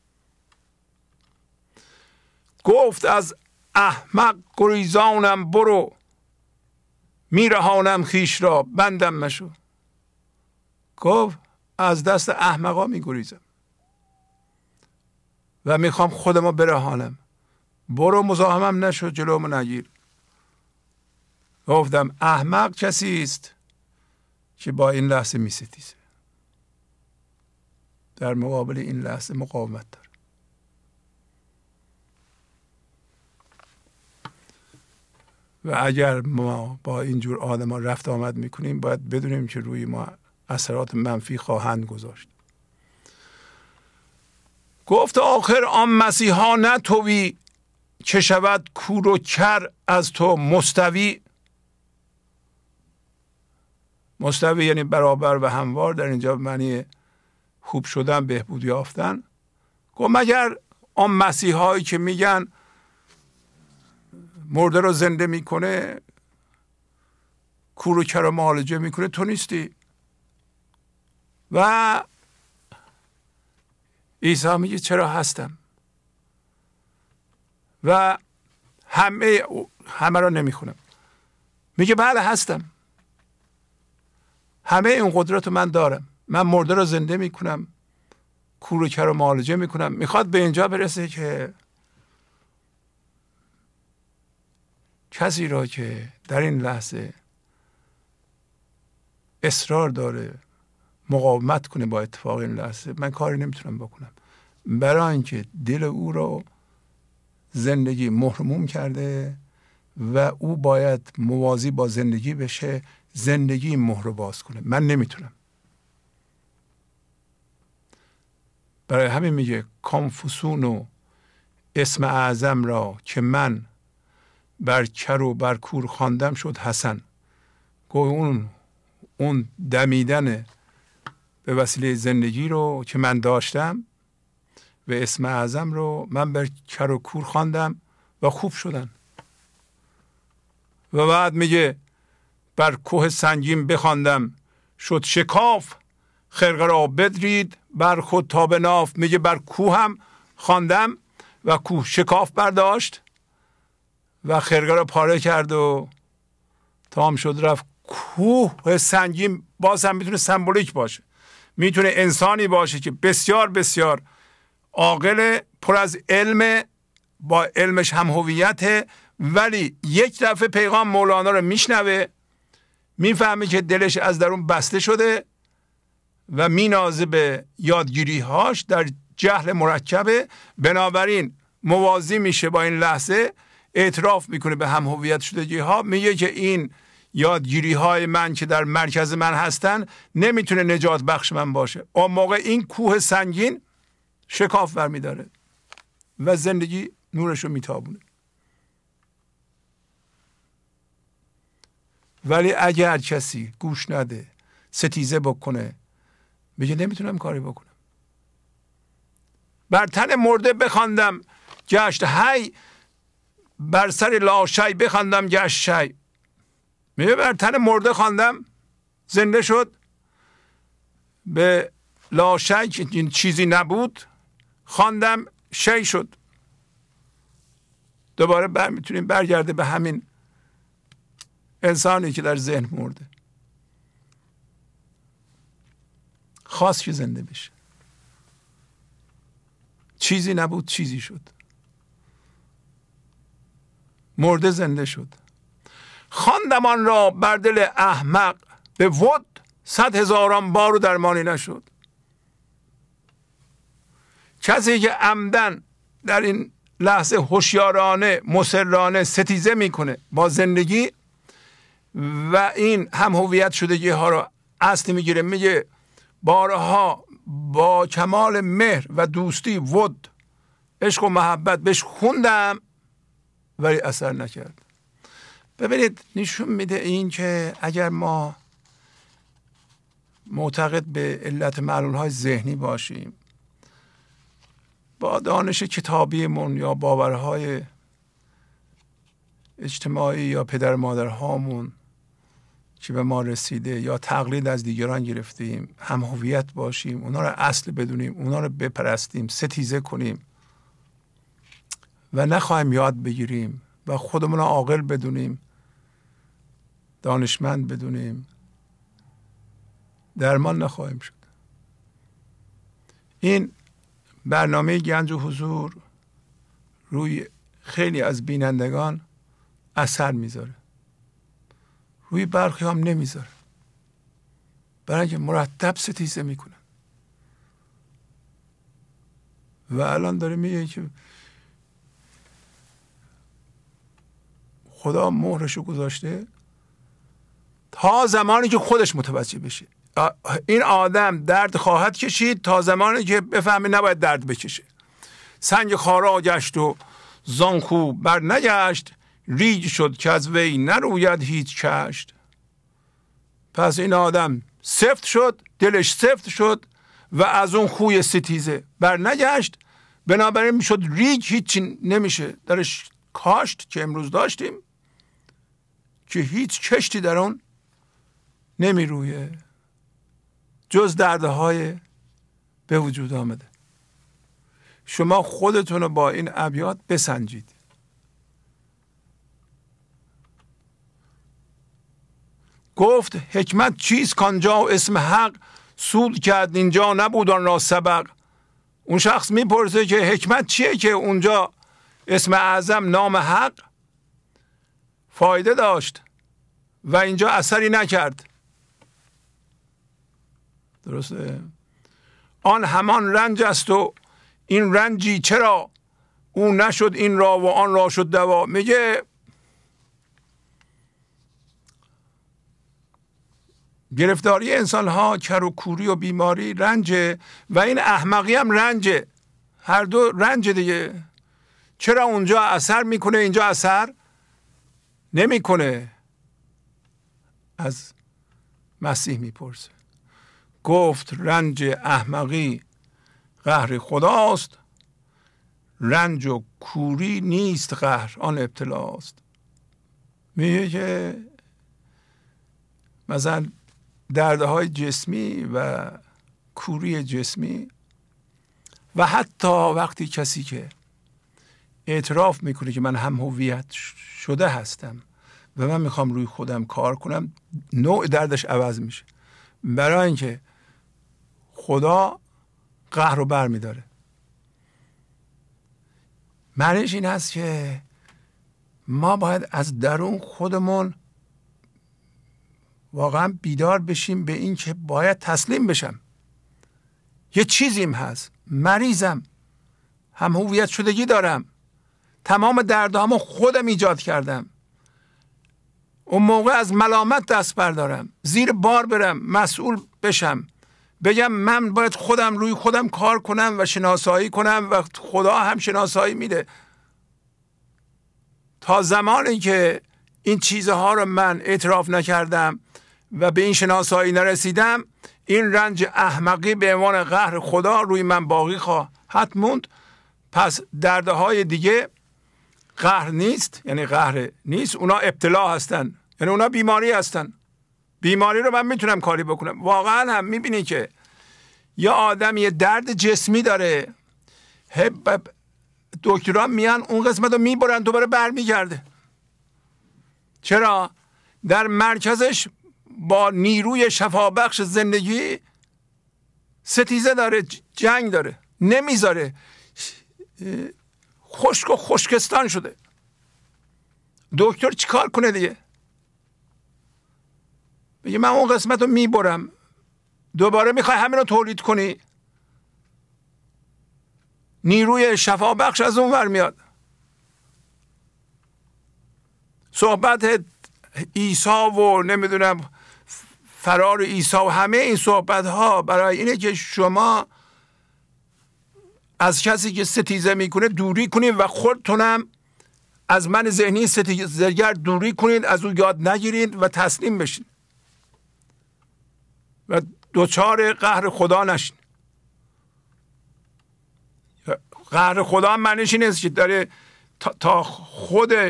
گفت از احمق گریزانم برو، میرهانم خیش را بندم مشو. گفت از دست احمقا میگریزم و میخوام خودمو برهانم. برو مزاحمم نشو، جلومو نگیر. گفتم احمق کسی است که با این لحظه میستیزه، در مقابل این لحظه مقاومت داره. و اگر ما با اینجور آدم ها رفت آمد میکنیم باید بدونیم که روی ما اثرات منفی خواهند گذاشت. گفت آخر آن مسیحا نه تویی، که شود کور و کر از تو مستوی. مستوی یعنی برابر و هموار، در اینجا معنی خوب شدن، بهبود یافتن. گفت مگر آن مسیحایی که میگن مرده رو زنده میکنه، کور و کر رو معالجه میکنه، تو نیستی؟ و عیسی میگه چرا هستم و همه رو نمیخونم. میگه بله هستم، همه این قدرت رو من دارم، من مرده رو زنده میکنم، کور و کر رو معالجه میکنم. میخواد به اینجا برسه که کسی را که در این لحظه اصرار داره مقاومت کنه با اتفاق این لحظه، من کاری نمیتونم بکنم، برای اینکه دل او رو زندگی محروم کرده و او باید موازی با زندگی بشه، زندگی مهر رو باز کنه. من نمیتونم. برای همین میگه کانفوسون و اسم اعظم را که من بر کر و بر کور خواندم شد حسن. گوه اون دمیدن به وسیله زندگی رو که من داشتم و اسم اعظم رو من بر کر و کور خواندم و خوب شدن. و بعد میگه بر کوه سنگین بخواندم شد شکاف، خرقه را بدرید بر خود تا به ناف. میگه بر کوه هم خواندم و کوه شکاف برداشت و خرقه را پاره کرد و تمام شد رفت. کوه سنگین باز هم میتونه سمبولیک باشه، میتونه انسانی باشه که بسیار بسیار عاقل، پر از علم، با علمش هم هویته، ولی یک دفعه پیغام مولانا رو میشنوه، میفهمه که دلش از درون بسته شده و مینازه به یادگیری هاش، در جهل مرکبه، بنابراین موازی میشه با این لحظه، اعتراف میکنه به هم هویت شدگی ها، میگه که این یادگیری های من که در مرکز من هستن نمیتونه نجات بخش من باشه. اون موقع این کوه سنگین شکاف برمیداره و زندگی نورش رو میتابونه. ولی اگر کسی گوش نده، ستیزه بکنه، میگه نمیتونم کاری بکنم. بر تن مرده بخواندم گشت حی، بر سر لاشی بخواندم گشت شی. میگه بر تن مرده خواندم زنده شد، به لاشی که چیزی نبود خواندم شی شد. دوباره میتونیم برگرده به همین انسانی که در ذهن مرده، خواست که زنده بشه، چیزی نبود چیزی شد، مرده زنده شد. خواندم آن را بر دل احمق به ود، 100,000 بار و درمانی نشد. کسی که عمدن در این لحظه هوشیارانه مصرانه ستیزه میکنه با زندگی و این هم هویت شدگی ها رو اصل میگیره، میگه بارها با کمال مهر و دوستی، ود، عشق و محبت بهش خوندم ولی اثر نکرد. ببینید نشون میده این که اگر ما معتقد به علت معلولهای ذهنی باشیم، با دانش کتابیمون یا باورهای اجتماعی یا پدر مادرهامون که به ما رسیده یا تقلید از دیگران گرفتیم، هم هویت باشیم، اونا رو اصل بدونیم، اونا رو بپرستیم، ستیزه کنیم و نخواهیم یاد بگیریم و خودمون رو عاقل بدونیم، دانشمند بدونیم، درمان نخواهیم شد. این برنامه گنج و حضور روی خیلی از بینندگان اثر میذاره، روی برخی هم نمیذاره، برای اینکه مرتب ستیزه میکنن. و الان داره میگه که خدا مهرشو گذاشته تا زمانی که خودش متوجه بشه. این آدم درد خواهد کشید تا زمانی که بفهمه نباید درد بکشه. سنگ خارا گشت و زان خو بر نگشت، ریگ شد که از وی نروید هیچ کشت. پس این آدم سفت شد، دلش سفت شد و از اون خوی ستیزه بر نگشت، بنابراین میشد ریگ هیچی نمیشه درش کاشت که امروز داشتیم که هیچ کشتی در اون نمیرویه جز دردهای به وجود آمده. شما خودتون رو با این ابیات بسنجید. گفت حکمت چیست کانجا اسم حق، سود کرد اینجا نبود آن را سبق. اون شخص میپرسه که حکمت چیه که اونجا اسم اعظم نام حق فایده داشت و اینجا اثری نکرد. درسته؟ آن همان رنج است و این رنجی چرا، اون نشد این را و آن را شد دوا. میگه گرفتاری انسان ها کر و کوری و بیماری رنجه و این احمقی هم رنجه، هر دو رنج دیگه. چرا اونجا اثر میکنه اینجا اثر نمیکنه؟ از مسیح میپرسه. گفت رنج احمقی قهر خداست، رنج و کوری نیست قهر آن ابتلاست. میگه که مثلا دردهای جسمی و کوری جسمی و حتی وقتی کسی که اعتراف میکنه که من هم هویت شده هستم و من میخوام روی خودم کار کنم، نوع دردش عوض میشه، برای اینکه خدا قهر رو بر میداره. معنیش این هست که ما باید از درون خودمون واقعا بیدار بشیم به این که باید تسلیم بشم. یه چیزیم هست، مریضم، هم هویت شدگی دارم، تمام دردهامو خودم ایجاد کردم. اون موقع از ملامت دست بردارم، زیر بار برم، مسئول بشم، بگم من باید خودم روی خودم کار کنم و شناسایی کنم و خدا هم شناسایی میده. تا زمانی که این چیزها رو من اعتراف نکردم و به این شناسایی نرسیدم، این رنج احمقی به عنوان قهر خدا روی من باقی خواهد موند. پس دردهای دیگه قهر نیست، یعنی قهر نیست، اونا ابتلا هستن، یعنی اونا بیماری هستن. بیماری رو من میتونم کاری بکنم. واقعا هم میبینی که یا آدم یه درد جسمی داره، دکتران میان اون قسمت رو میبرن دوباره برمیگرده. چرا؟ در مرکزش با نیروی شفابخش زندگی ستیزه داره، جنگ داره، نمیذاره، خشک و خشکستان شده. دکتر چیکار کنه دیگه؟ بگه من اون قسمت رو میبرم، دوباره میخوای همین رو تولید کنی، نیروی شفابخش از اون ور میاد. صحبت عیسی و نمیدونم فرار عیسی و همه این صحبت ها برای اینه که شما از کسی که ستیزه میکنه دوری کنید و خودتونم از من ذهنی ستیزه‌گر دوری کنید، از او یاد نگیرید و تسلیم بشین و دوچار قهر خدا نشین. قهر خدا معنیش این است که داره تا خود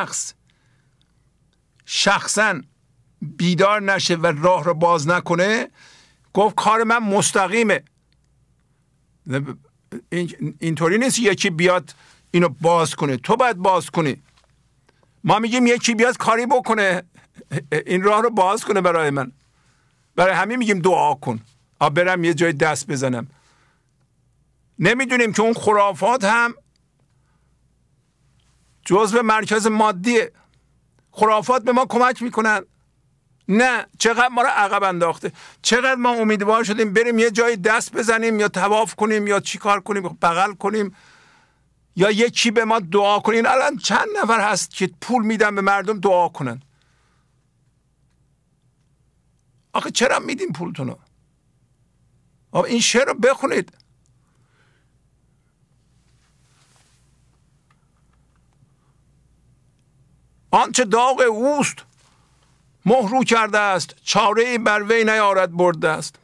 شخصا بیدار نشه و راه رو باز نکنه. گفت کار من مستقیمه. اینطوری نیست یکی بیاد اینو باز کنه، تو باید باز کنی. ما میگیم یکی بیاد کاری بکنه این راه رو باز کنه برای من. برای همین میگیم دعا کن، برم یه جای دست بزنم. نمیدونیم که اون خرافات هم جزو مرکز مادیه. خرافات به ما کمک میکنن. نه، چقدر ما رو عقب انداخته، چقدر ما امیدوار شدیم بریم یه جای دست بزنیم یا طواف کنیم یا چی کار کنیم، بغل کنیم یا یکی به ما دعا کنین. الان چند نفر هست که پول میدن به مردم دعا کنن؟ آخه چرا میدین پولتونو؟ این شعر رو بخونید. آنچه داغ اوست مهرو کرده است، چاره بر وی نیارد برده است.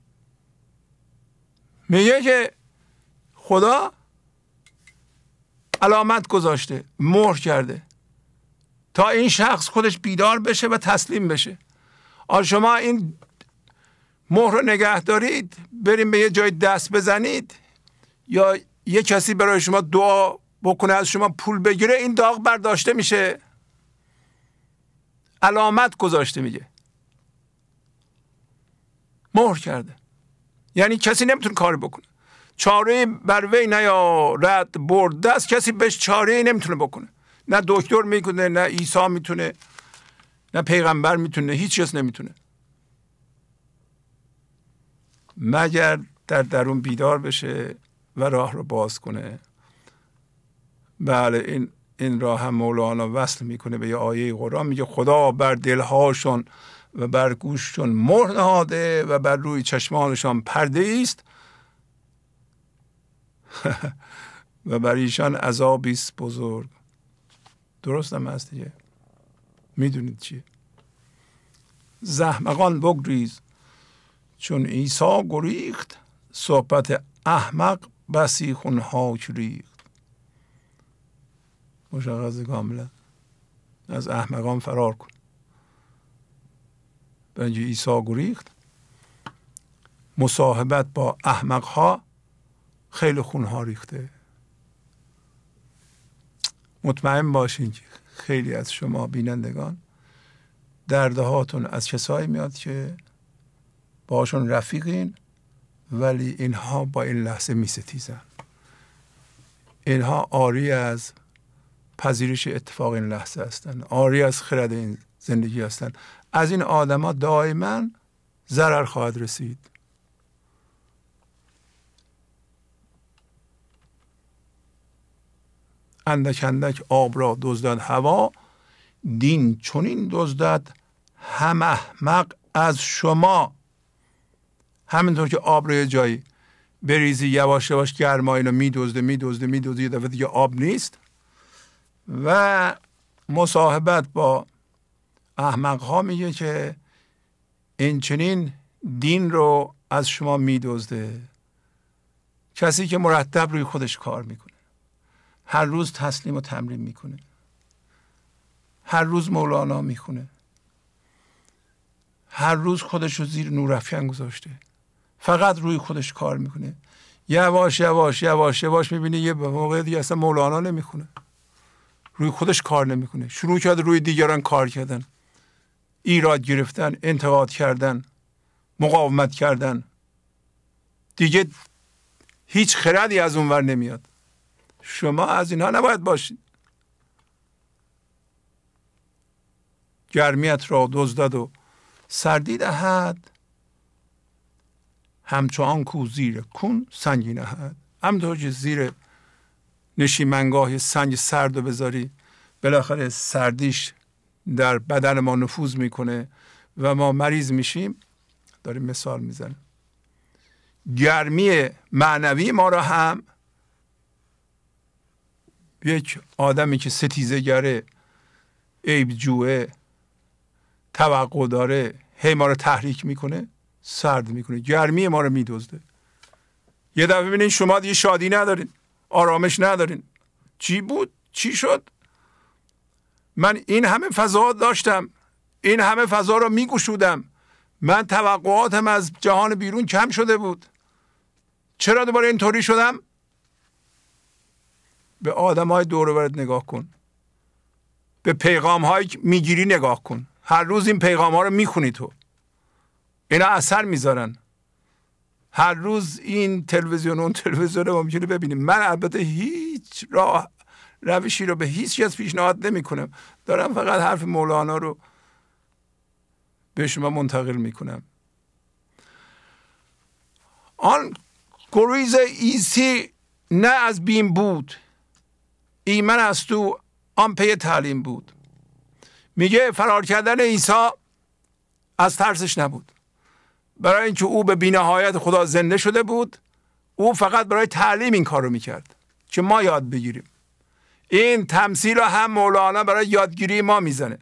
میگه که خدا علامت گذاشته، مهر کرده تا این شخص خودش بیدار بشه و تسلیم بشه. شما این مهر رو نگه دارید، بریم به یه جای دست بزنید یا یه کسی برای شما دعا بکنه، از شما پول بگیره، این داغ برداشته میشه. علامت گذاشته، میگه مهر کرده، یعنی کسی نمیتونه کاری بکنه. چاره بر وی نیارد برده است، کسی بهش چاره نمیتونه بکنه. نه دکتر میکنه، نه عیسی میتونه، نه پیغمبر میتونه، هیچ کس نمیتونه مگر در درون بیدار بشه و راه رو باز کنه. بله، این راه هم مولانا وصل میکنه به یه آیه قرآن، میگه خدا بر دلهاشون و بر گوششون مهر نهاده و بر روی چشمانشان پرده است و بر ایشان عذابی است بزرگ. درست هم هست دیگه. میدونید چیه؟ زحمقان بگریز چون عیسی گریخت، صحبت احمق بسی خونهاک ریخت. مشخصه کاملا، از احمقان فرار کن. بنجی عیسی گریخت، مصاحبت با احمقها خیلی خونها ریخته. مطمئن باشین که خیلی از شما بینندگان دردهاتون از کسایی میاد که باشون رفیقین، ولی اینها با این لحظه میستیزن. اینها عاری از پذیرش اتفاق این لحظه هستن، عاری از خرد این زندگی هستن. از این آدما دائما ضرر خواهد رسید. اندک اندک آب را دزدد هوا، دین چنین دزدد هم احمق از شما. همینطور که آب رو یه جایی بریزی یواش یواش گرما اینو میدزده یه دفعه دیگه آب نیست. و مصاحبت با احمق ها میگه که این چنین دین رو از شما میدزده. کسی که مرتب روی خودش کار میکنه، هر روز تسلیم و تمرین میکنه، هر روز مولانا میخونه، هر روز خودش رو زیر نورافکن گذاشته، فقط روی خودش کار میکنه، یواش یواش یواش یواش میبینی یه موقع دیگه اصلا مولانا نمیخونه، روی خودش کار نمیکنه، شروع کرده روی دیگران کار کردن، ایراد گرفتن، انتقاد کردن، مقاومت کردن. دیگه هیچ خردی از اونور نمیاد. شما از اینها نباید باشید. گرمیت را دزدد و سردی دهد، همچون کو زیر کون سنگی نهد. همونطور که زیر نشیمنگاه سنگ سرد رو بذاری، بالاخره سردیش در بدن ما نفوذ میکنه و ما مریض میشیم. داریم مثال میزنیم. گرمی معنوی ما را هم یک آدمی که ستیزه گره، عیب جوه، توقع داره، هی ما رو تحریک میکنه، سرد میکنه، گرمی ما رو میدزده. یه دفعه ببینین شما دیگه شادی ندارین، آرامش ندارین. چی بود؟ چی شد؟ من این همه فضا داشتم، این همه فضا رو میگشودم، من توقعاتم از جهان بیرون کم شده بود، چرا دوباره اینطوری شدم؟ به آدم‌های دور و برت نگاه کن، به پیغام‌هایی که میگیری نگاه کن. هر روز این پیغام‌ها رو میخونی تو، اینا اثر میذارن. هر روز این تلویزیون اون تلویزیون رو ممکنه ببینیم. من البته هیچ روشی رو به هیچ کس پیشنهاد نمی‌کنم، دارم فقط حرف مولانا رو به شما منتقل میکنم. آن گریز عیسی نه از بیم بود، ایمن از تو آن پی تعلیم بود. میگه فرار کردن عیسی از ترسش نبود، برای اینکه او به بی‌نهایت خدا زنده شده بود. او فقط برای تعلیم این کار رو میکرد که ما یاد بگیریم. این تمثیل رو هم مولانا برای یادگیری ما میزنه.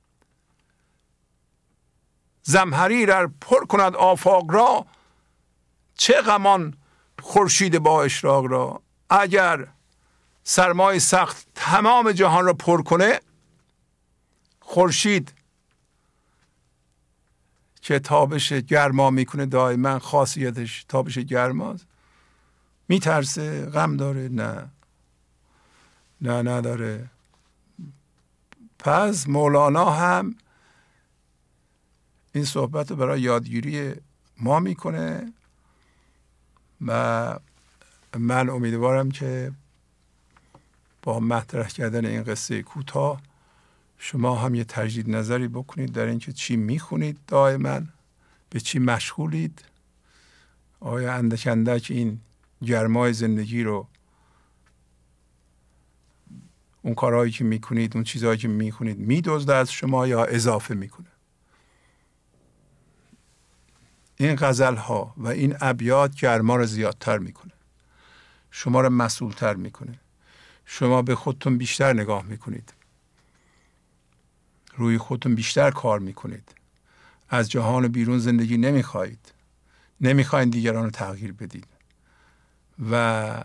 زمهریر ار پر کند آفاق را، چه غمان خورشید با اشراق را. اگر سرمای سخت تمام جهان را پر کنه، خورشید که تابش گرما میکنه، دائما خاصیتش تابش گرماست، میترسه، غم داره؟ نه نداره. پس مولانا هم این صحبت رو برای یادگیری ما میکنه و من امیدوارم که با مطرح کردن این قصه کوتاه شما هم یه تجدید نظری بکنید در اینکه چی میخونید، دائما به چی مشغولید. آیا اندک اندک این گرمای زندگی رو، اون کارهایی که میکنید، اون چیزهایی که میخونید میدزده از شما یا اضافه میکنه؟ این غزل ها و این ابیات گرما رو زیادتر میکنه، شما رو مسئولتر میکنه، شما به خودتون بیشتر نگاه میکنید، روی خودتون بیشتر کار میکنید، از جهان بیرون زندگی نمیخواهید، نمیخواید دیگران رو تغییر بدید. و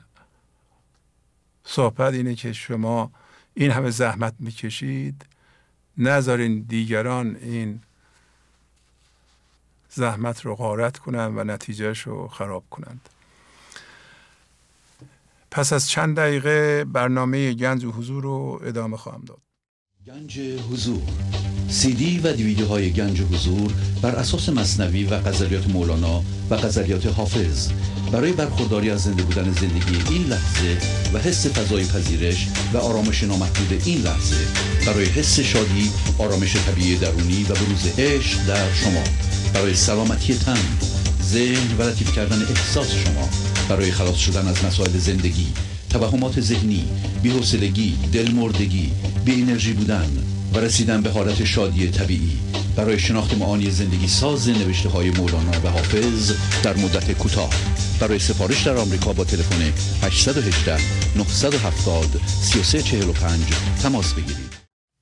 صحبت اینه که شما این همه زحمت میکشید، نذارین دیگران این زحمت رو غارت کنند و نتیجهش رو خراب کنند. پس از چند دقیقه برنامه گنج حضور رو ادامه خواهم داد. گنج حضور، CD و دیویدیوهای گنج حضور بر اساس مثنوی و غزلیات مولانا و غزلیات حافظ، برای برخورداری از زنده بودن زندگی این لحظه و حس فضای پذیرش و آرامش نامحدود این لحظه، برای حس شادی، آرامش طبیعی درونی و بروز عشق در شما، برای سلامتی تن، ذهن و لطیف کردن احساس شما، برای خلاص شدن از مسائل زندگی، توهمات ذهنی، بی‌حوصلگی، دلمردگی، بی انرژی بودن و رسیدن به حالت شادی طبیعی، برای شناخت معانی زندگی ساز نوشته های مولانا و حافظ در مدت کوتاه. برای سفارش در آمریکا با تلفن 818 970 3345 تماس بگیرید.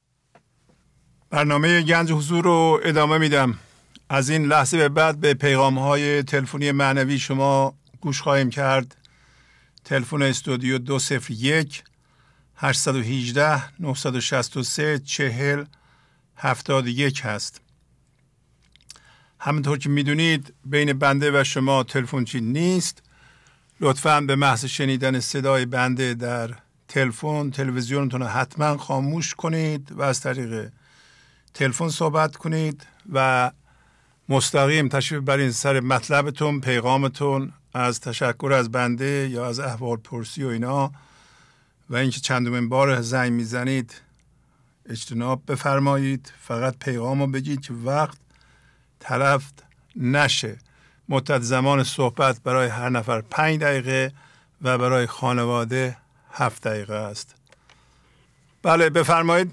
برنامه گنج حضور رو ادامه میدم. از این لحظه به بعد به پیغام های تلفنی معنوی شما گوش خواهیم کرد. تلفن استودیو 201 818 963 40 71 هست. همونطور که میدونید بین بنده و شما تلفنچی نیست. لطفاً به محض شنیدن صدای بنده در تلفن تلویزیونتون رو حتما خاموش کنید و از طریق تلفن صحبت کنید و مستقیم تشریف برین سر مطلبتون، پیغامتون، از تشکر از بنده یا از احوال پرسی و اینا و اینکه چندمین بار زنگ میزنید اجتناب بفرمایید. فقط پیغامو بگید که وقت تلف نشه. مدت زمان صحبت برای هر نفر 5 دقیقه و برای خانواده 7 دقیقه است. بله بفرمایید.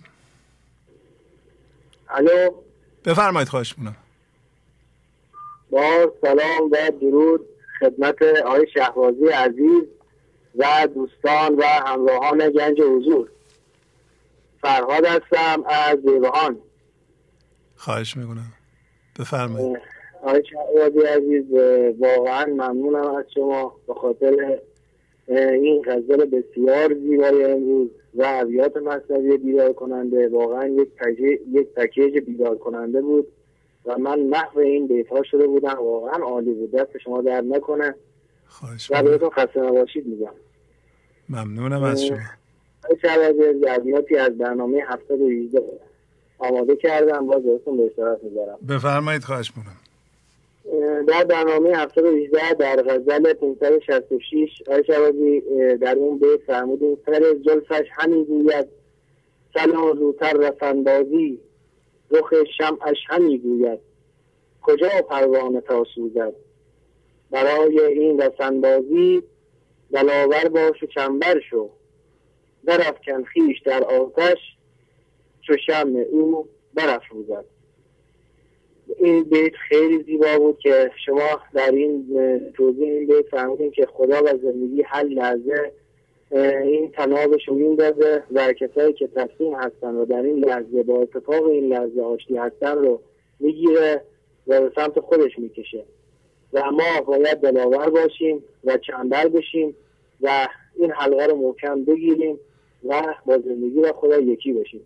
الو، بفرمایید. خواهش می‌کنم. با سلام و درود خدمت آقای شهبازی عزیز و دوستان و همراهان گنج حضور. فرهاد هستم از دیوهان. خواهش میکنم بفرمایید. آقای شهبازی عزیز واقعا ممنونم از شما به خاطر این غزل بسیار زیبای امروز و ابیات مثنوی بیدار کننده. واقعا یک پکیج بیدار کننده بود و من محو این بیت‌ها شده بودم. واقعا عالی بود. دست شما در نکنه. خواهش و بهتون خسته نباشید میگم. ممنونم از شما. شبازی ابیاتی از برنامه 718 آماده کردم، باز بهتون به اشتراک میذارم. بفرمایید. خواهش میکنم. در برنامه 718 در غزل 566 آقای شبازی در اون بیت فرمودیم سر زلفش همی گوید سلا زوتر رسنبازی، رخ شمعش همی گوید کجا پروانه تا سوزد. برای این رسنبازی دلاور باش و چنبر شو، درافکن خویش در آتش چو شمع او برافروزد. این بیت خیلی زیبا بود که شما در این توضیح این بیت فهمیدین که خدا و زندگی هر لحظه این تنابش رو میندازه و کسایی که تسلیم هستن و در این لحظه با اتفاق این لحظه آشتی هستن رو میگیره و به سمت خودش میکشه و ما باید دلاور باشیم و چنبر بشیم و این حلقه رو محکم بگیریم و با زندگی و خدا یکی بشیم.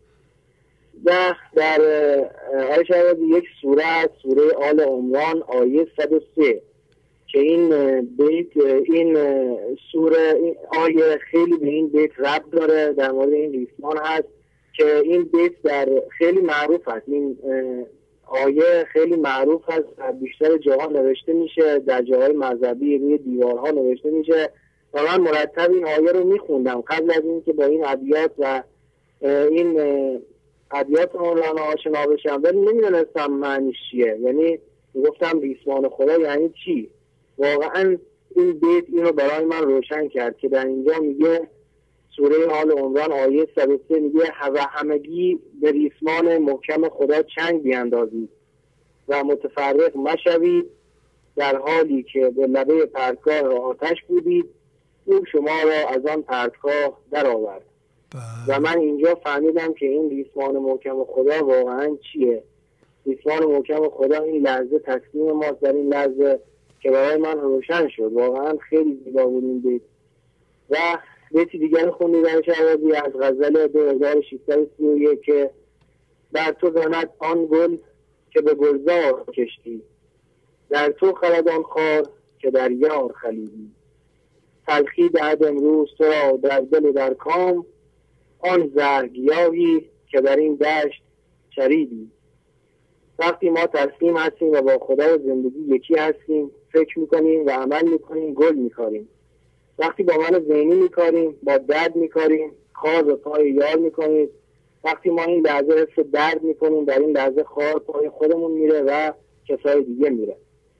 و در آیه شهبازی یک سوره از سوره آل عمران آیه 103 که این بیت، این سوره، این آیه خیلی به این بیت ربط داره، در مورد این ریسمان هست که این بیت در خیلی معروف هست، این آیه خیلی معروف هست، در بیشتر جاها نوشته میشه، در جاهای مذهبی روی دیوارها نوشته میشه و من مرتب این آیه رو میخوندم قبل از این که با این ابیات و این ابیات مولانا آشنا بشم، ولی نمیدونستم معنیش چیه. یعنی میگفتم ریسمان خدا یعنی چی. واقعا این بیت اینو برای من روشن کرد که در اینجا میگه سوره آل عمران آیه 103 میگه همگی به ریسمان محکم خدا چنگ بیاندازید و متفرق مشوید، در حالی که به لبه پرتگاه آتش بودید او شما را از آن پرتگاه در آورد. و من اینجا فهمیدم که این ریسمان محکم خدا واقعا چیه. ریسمان محکم خدا این لحظه تسلیم ماست، در این لحظه که برای من روشن شد. واقعا خیلی زیبا بود این بیت. و بیتی دیگر خوندیدن شهبازی از غزل 2631 که در تو زند آن گل که به گلزار کشتی، در تو خلد آن خار که در یار خلیدی، تلخی دهد امروز تو را در دل و در کام، آن زرگیاهی که در این دشت چریدی. وقتی ما تسلیم هستیم و با خدا و زندگی یکی هستیم، فکر میکنیم و عمل میکنیم، گل میکاریم. وقتی با من ذهنی میکاریم، با درد میکاریم، خار به پای یار میکنیم. وقتی ما این لحظه حس درد میکنیم، در این لحظه خار پای خودمون میره و کسای دیگه میره.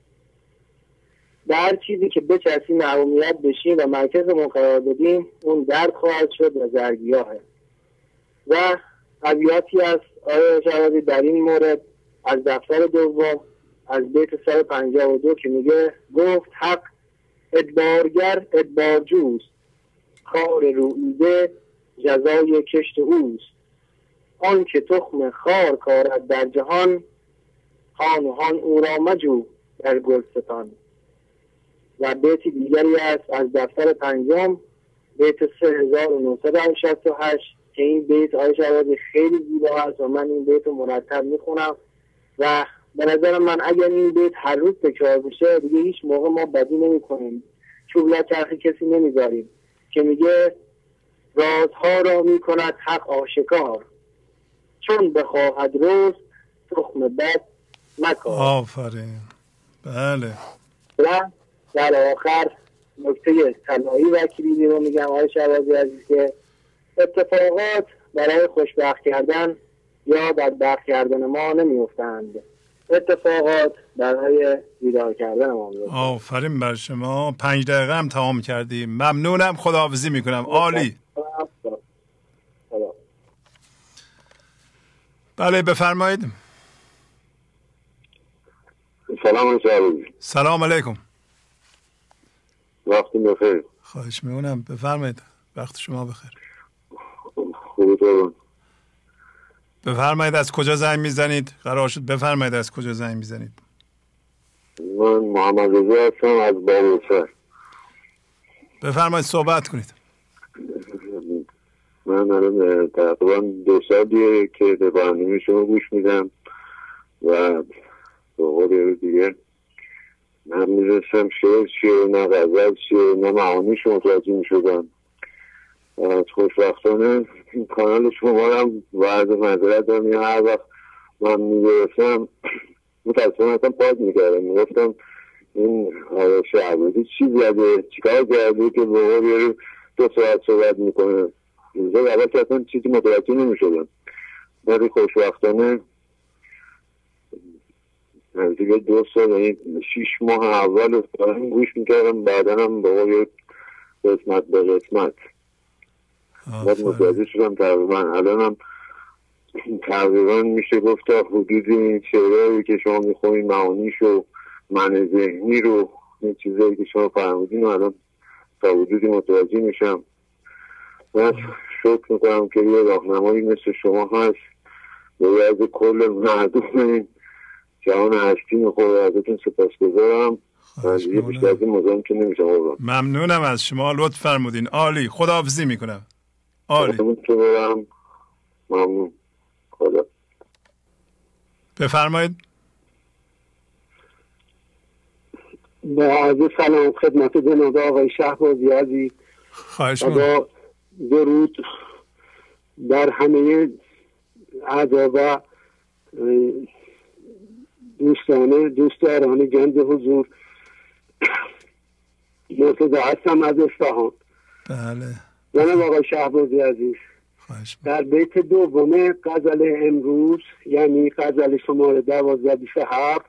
در چیزی که بچسیم محرومیت بشیم و مرکزمون قرار بدیم، اون درد خواهد شد و زرگیاهه. و ابیاتی از آیه شهبازی در این مورد از دفتر دوم از بیت 152 که میگه گفت حق ادبارگر ادبارجوست، خار رویده جزای کشت اوست، آن که تخم خار کارد در جهان، هان و هان او را مجو در گلستان. و بیت دیگری است از دفتر پنجم بیت 3968 که این بیت آیه شهبازی خیلی زیبا است و من این بیت رو مرتب میخونم و به نظر من اگر این بیت هر روز تکرار بشه دیگه هیچ موقع ما بدی نمی کنیم، چوب لچرخی کسی نمیذاریم، که میگه رازها را میکند حق آشکار، چون بخواهد رست تخم بد مکار. آفرین. بله. و در آخر نکته طلایی و کلیدی رو میگم آقای شهبازی عزیز که اتفاقات برای خوشبخت کردن یا بدبخت کردن ما نمیافتند، اتفاقات برای بیدار کردن ما میافتند. آفرین بر شما. 5 دقیقه هم تمام کردیم. ممنونم. خداحافظی میکنم. عالی. بله بفرمایید. سلام علیکم. سلام علیکم. وقتی بخیر. خواهش میکنم. بفرمایید. وقت شما بخیر. خوبتون. بفرمایید از کجا زنگ میزنید؟ قرار شد بفرمایید از کجا زنگ میزنید. من محمد رضا هستم از بابوسر. بفرمایید صحبت کنید. من الان تقریبا 2 سالیه که به برنامه شما گوش میدم و به قول دیگه من میرسم شعر چیه نه غزل چیه نه معانیش متوجه میشدم. خوشبختانه این کانال شما هم وعد مذارت دارم، یا هر وقت من میگرفتم متاسفانه اصلا پاک میکردم، میگفتم این شهبازی چی زده چیکار کرده که بابا بیاره 2 ساعت صحبت میکنه. اینجا اول که اصلا چیزی متوجه نمیشدم، ولی خوشبختانه دیگه 2 سال یعنی 6 ماه اول گوش میکردم، بعدا هم بابا بیاره قسمت به قسمت بعد متوجه شدم. تقریبا الان هم تقریبا میشه گفت تا حدود این شعرهایی که شما میخونید معانیش و معنی ذهنی رو این چیزایی که شما فرمودین الان تا حدودی متوجه میشم من شکر میکنم که یه راهنمایی مثل شما هست باید از کل مردم جهان هستی میخوره. ازتون سپاسگزارم. من دیگه بیشتر از این مزاحم که نمیشم. ممنونم از شما، لطف فرمودین. عالی، خداحافظی میکنم. عالی، ممنون. خدا بفرمایید. با عرض سلام خدمت جناب آقای شهبازی عزیز. خواهش می‌کنم. درود در همه اعضا و دوستداران گنج حضور. مرتضی هستم از اصفهان. بله جناب آقای شهبازی عزیز، در بیت دوم غزل امروز یعنی غزل شماره 1227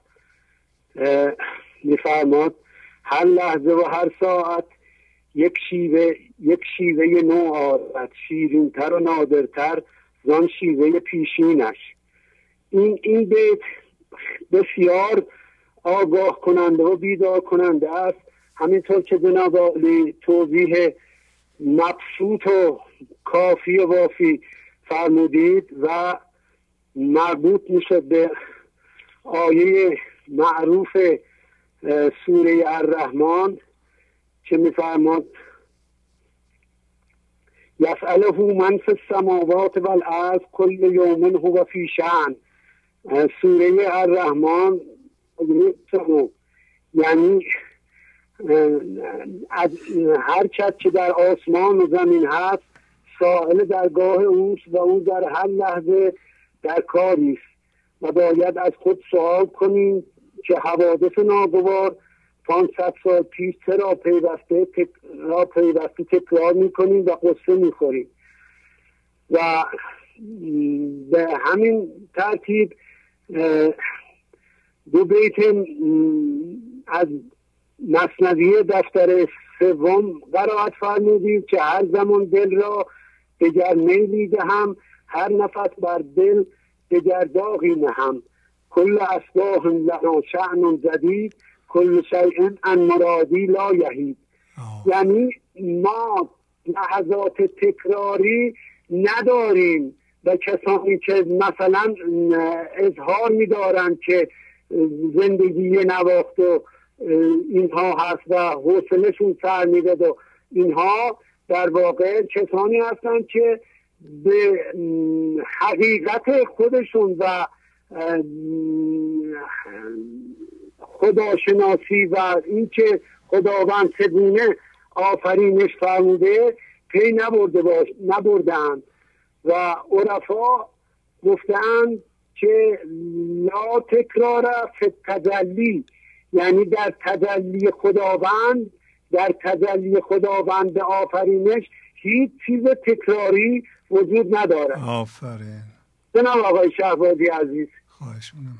میفرماد هر لحظه و هر ساعت یک شیوه نو آرد، شیرین‌تر و نادرتر زان شیوه پیشینش. این بیت بسیار آگاه کننده و بیدار کننده است. همینطور که جناب عالی توضیح مبسوط و کافی و وافی فرمودید و مربوط میشه به آیه معروف سوره الرحمن که میفرماد یسأله من فی السماوات والارض کل یوم هو فی شأن. سوره الرحمن یعنی از هر کس که در آسمان و زمین هست سائل درگاه اوست و او در هر لحظه در کاری است و باید از خود سوال کنیم که حوادث ناگوار 500 سال پیش چرا پیوسته تکرار میکنیم و قصه میخوریم. و به همین ترتیب دو بیت از مثنوی دفتر سوم قرائت فرمودید که هر زمان دل را دگر میلی دهم، هر نفس بر دل دگر داغی نهم، کل اصباح لنا شأن جدید کل شیء عن مرادی لا یحید. یعنی ما لحظات تکراری نداریم و کسانی که مثلا اظهار می‌دارند که زندگی نواخت و اینها هست و حوصله‌شون سر میره و اینها در واقع کسانی هستند که به حقیقت خودشون و خداشناسی و اینکه خداوند چگونه آفرینش فرموده پی نبردند و عرفا گفتند که لا تکرار فی التجلی، یعنی در تجلی خداوند به آفرینش هیچ چیز تکراری وجود نداره. آفرین جناب آقای شهبازی عزیز، خواهش می‌کنم.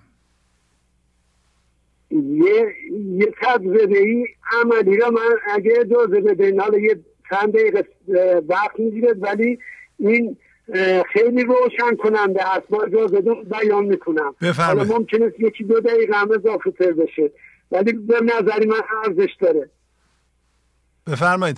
یه تجربه‌ای عملی را من اگه اجازه بدین، حالا یه چند دقیقه وقت میگیره ولی این خیلی روشن کننده است، با اجازه بیان میکنم. حالا ممکنه یکی دو دقیقه هم اضافه تر بشه ولی به نظری من ارزش داره. بفرمایید.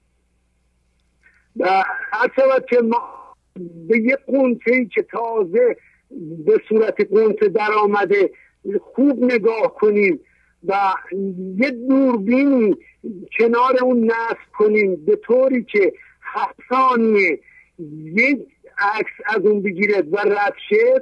اصلا که ما به یه قنچه‌ای که تازه به صورت قنچه در آمده خوب نگاه کنیم و یه دوربینی کنار اون نصب کنیم به طوری که هر ثانیه یک عکس از اون بگیرد و رد شد،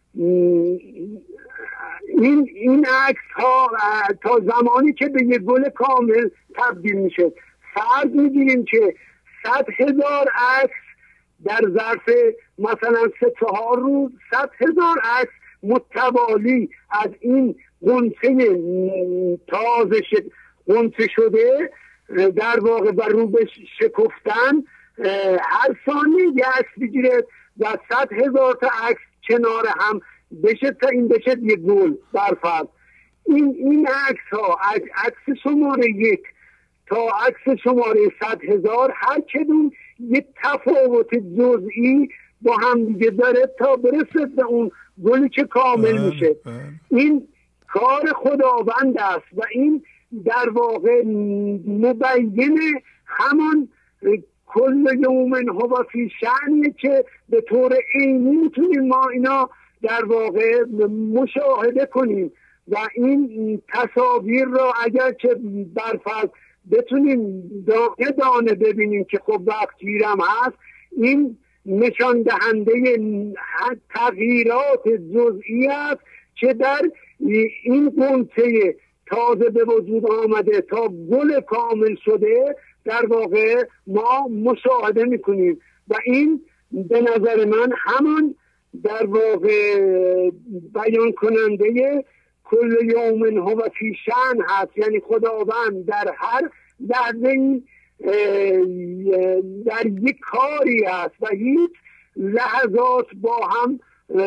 این عکس ها تا زمانی که به یه گل کامل تبدیل میشه فرض میگیریم که 100,000 عکس در ظرف مثلا 3-4 روز 100,000 عکس متوالی از این قنچه تازه قنچه شده در واقع بر رو به شکفتن هر ثانیه یه عکس بگیره و 100,000 تا عکس کنار هم بشه تا این بشه یه گل برفرض. این عکس ها از عکس شماره 1 تا عکس شماره 100,000 هر کدوم یه تفاوت جزئی با هم دیگه داره تا برسه به اون گلی که کامل میشه. این کار خداوند است و این در واقع مبین همان کل یوم هو فی شأنه که به طور عینی میتونیم ما اینا در واقع مشاهده کنیم و این تصاویر را اگر که برفرض بتونیم دانه دانه ببینیم که خب وقتگیرم هست، این نشان دهنده تغییرات جزئی است که در این غنچه تازه به وجود آمده تا گل کامل شده در واقع ما مشاهده میکنیم و این به نظر من همان در واقع بیان کننده کل یوم هو فی شأن هست. یعنی خداوند در هر لحظه در یک کاری هست و هیچ لحظات با هم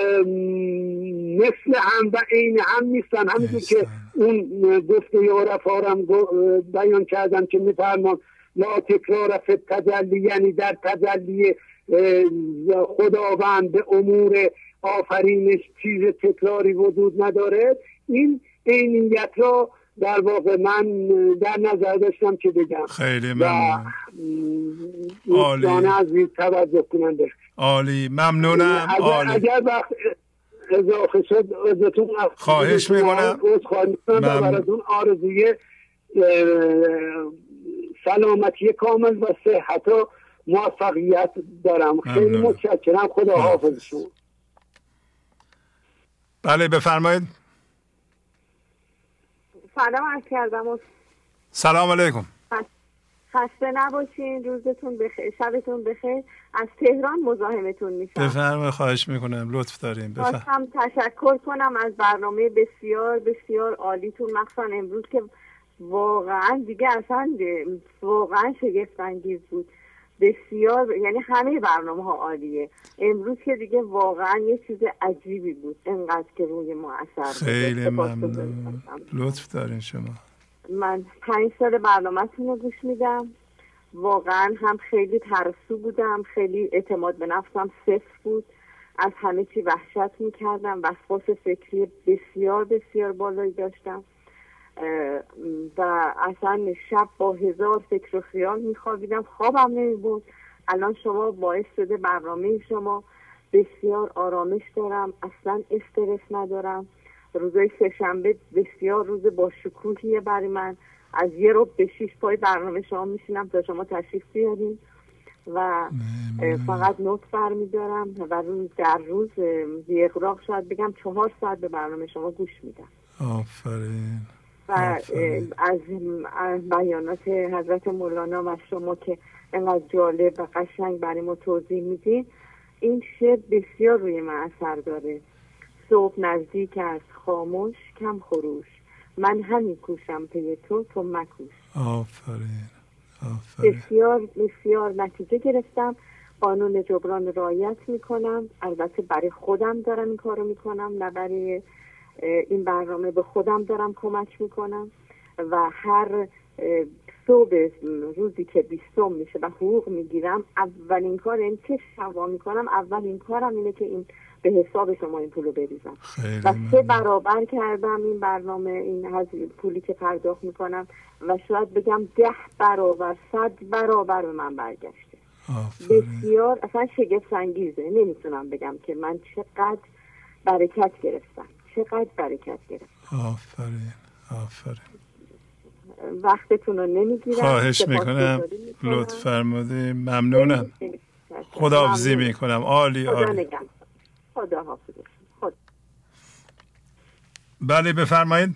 مثل هم و عین هم نیستن. همینطور که اون گفته عرفا بیان کردم که میفرمان لا تکرار فی التجلی، یعنی در تجلی خداوند به امور آفرینش چیز تکراری وجود نداره. این عینیت را در واقع من در نظر داشتم که بگم. خیلی ممنون. عالی. عزیز توجه کننده. عالی، ممنونم. عالی. اگر وقت اضافه شد ازتون خواهش میکنم. براتون آرزوی سلامتی کامل و صحت و موفقیت دارم. خیلی متشکرم. خدا حافظ شما. بله بفرمایید. سلام عرض کردم. سلام علیکم. خسته نباشین، روزتون بخیر، شبتون بخیر. از تهران مزاحمتون میشم. بفرمایید. خواهش میکنم، لطف داریم. خواستم تشکر کنم از برنامه بسیار بسیار عالیتون، مخصوصا امروز که واقعا دیگه اصلا واقعا شگفت انگیز بود. بسیار، یعنی همه برنامه ها عالیه. امروز که دیگه واقعا یه چیز عجیبی بود، انقدر که روی ما اثر. خیلی ممنون، لطف دارین شما. من 5 سال برنامه‌تون رو گوش میدم. واقعا هم خیلی ترسو بودم، خیلی اعتماد به نفسم صفر بود، از همه چی وحشت میکردم، وسواس فکری بسیار بسیار بالایی داشتم و اصلا شب با 1000 فکر و خیال میخوابیدم، خوابم نمیبود. الان شما باعث شده برنامه شما بسیار آرامش دارم، اصلا استرس ندارم. روزای سه‌شنبه بسیار روز با شکوهیه برای من. از 5:06 پای برنامه شما میشینم تا شما تشریف بیارین و فقط نوت برمیدارم و روز در روز بی‌اغراق شاید بگم 4 ساعت به برنامه شما گوش میدم. آفرین. و از بیانات حضرت مولانا و شما که انقدر جالب و قشنگ برای ما توضیح میدین، این شعر بسیار روی من اثر داره. صبح نزدیک است خاموش کم خروش، من همین کوشم پی تو مکوش. آفرین. آفرین. بسیار بسیار نتیجه گرفتم. قانون جبران رعایت میکنم. البته برای خودم دارم این کارو میکنم، نه برای این برنامه. به خودم دارم کمک میکنم و هر صبح روزی که 20 میشه و حقوق میگیرم، اولین کار این که شوا میکنم، اولین کارم اینه که این به حساب شما این پولو بریزم و 3 برابر کردم این برنامه، این از پولی که پرداخت میکنم و شاید بگم 10 برابر 100 برابر به من برگشته. بسیار اصلا شگفت انگیزه. نمیتونم بگم که من چقدر برکت گرفتم. آفرین. وقتتون رو نمیگیرم. خواهش میکنم، لطف فرمودید. ممنونم. خداحافظی میکنم. عالی. خدا حافظ. بله بفرمایید.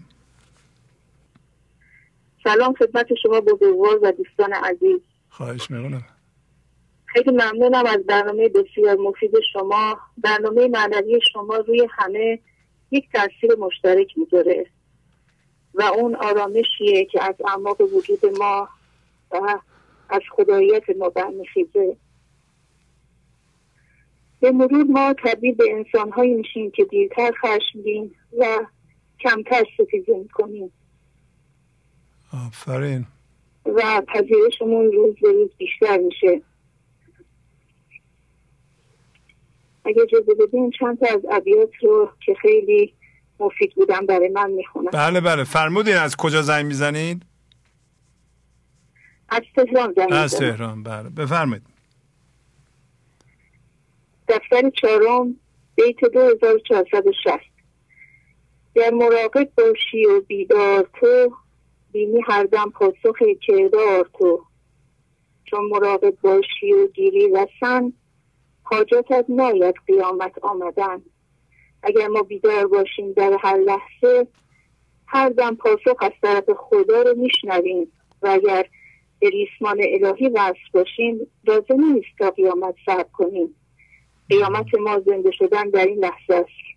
سلام خدمت شما بزرگوار و دوستان عزیز. خواهش میکنم. خیلی ممنونم از برنامه بسیار مفید شما. برنامه معنوی شما روی همه یک تاثیر مشترک میذاره و اون آرامشیه که از اعماق وجود ما و از خداییت ما برمیخیزه. به مرور ما تبدیل به انسان‌هایی میشیم که دیرتر خشمگین و کمتر ستیزه میکنیم. آفرین. و پذیرشمون روز به روز بیشتر میشه. اگه اجازه بدین چند تا از ابیات رو که خیلی مفید بودن برای من میخونم. بله فرمودین. از کجا زنگ میزنید؟ از تهران زنگ می‌زنم. از تهران، بله بفرمایید. دفتر 4 بیت 2460. در مراقب باشی و بیدار تو، بینی هر دم پاسخ کردار تو. چون مراقب باشی و گیری رسن، حاجتت ناید قیامت آمدن. اگر ما بیدار باشیم در هر لحظه، هر دم پاسخ از طرف خدا رو میشنویم و اگر به ریسمان الهی وصل باشیم لازم نیست تا قیامت صبر کنیم. قیامت ما زنده شدن در این لحظه است.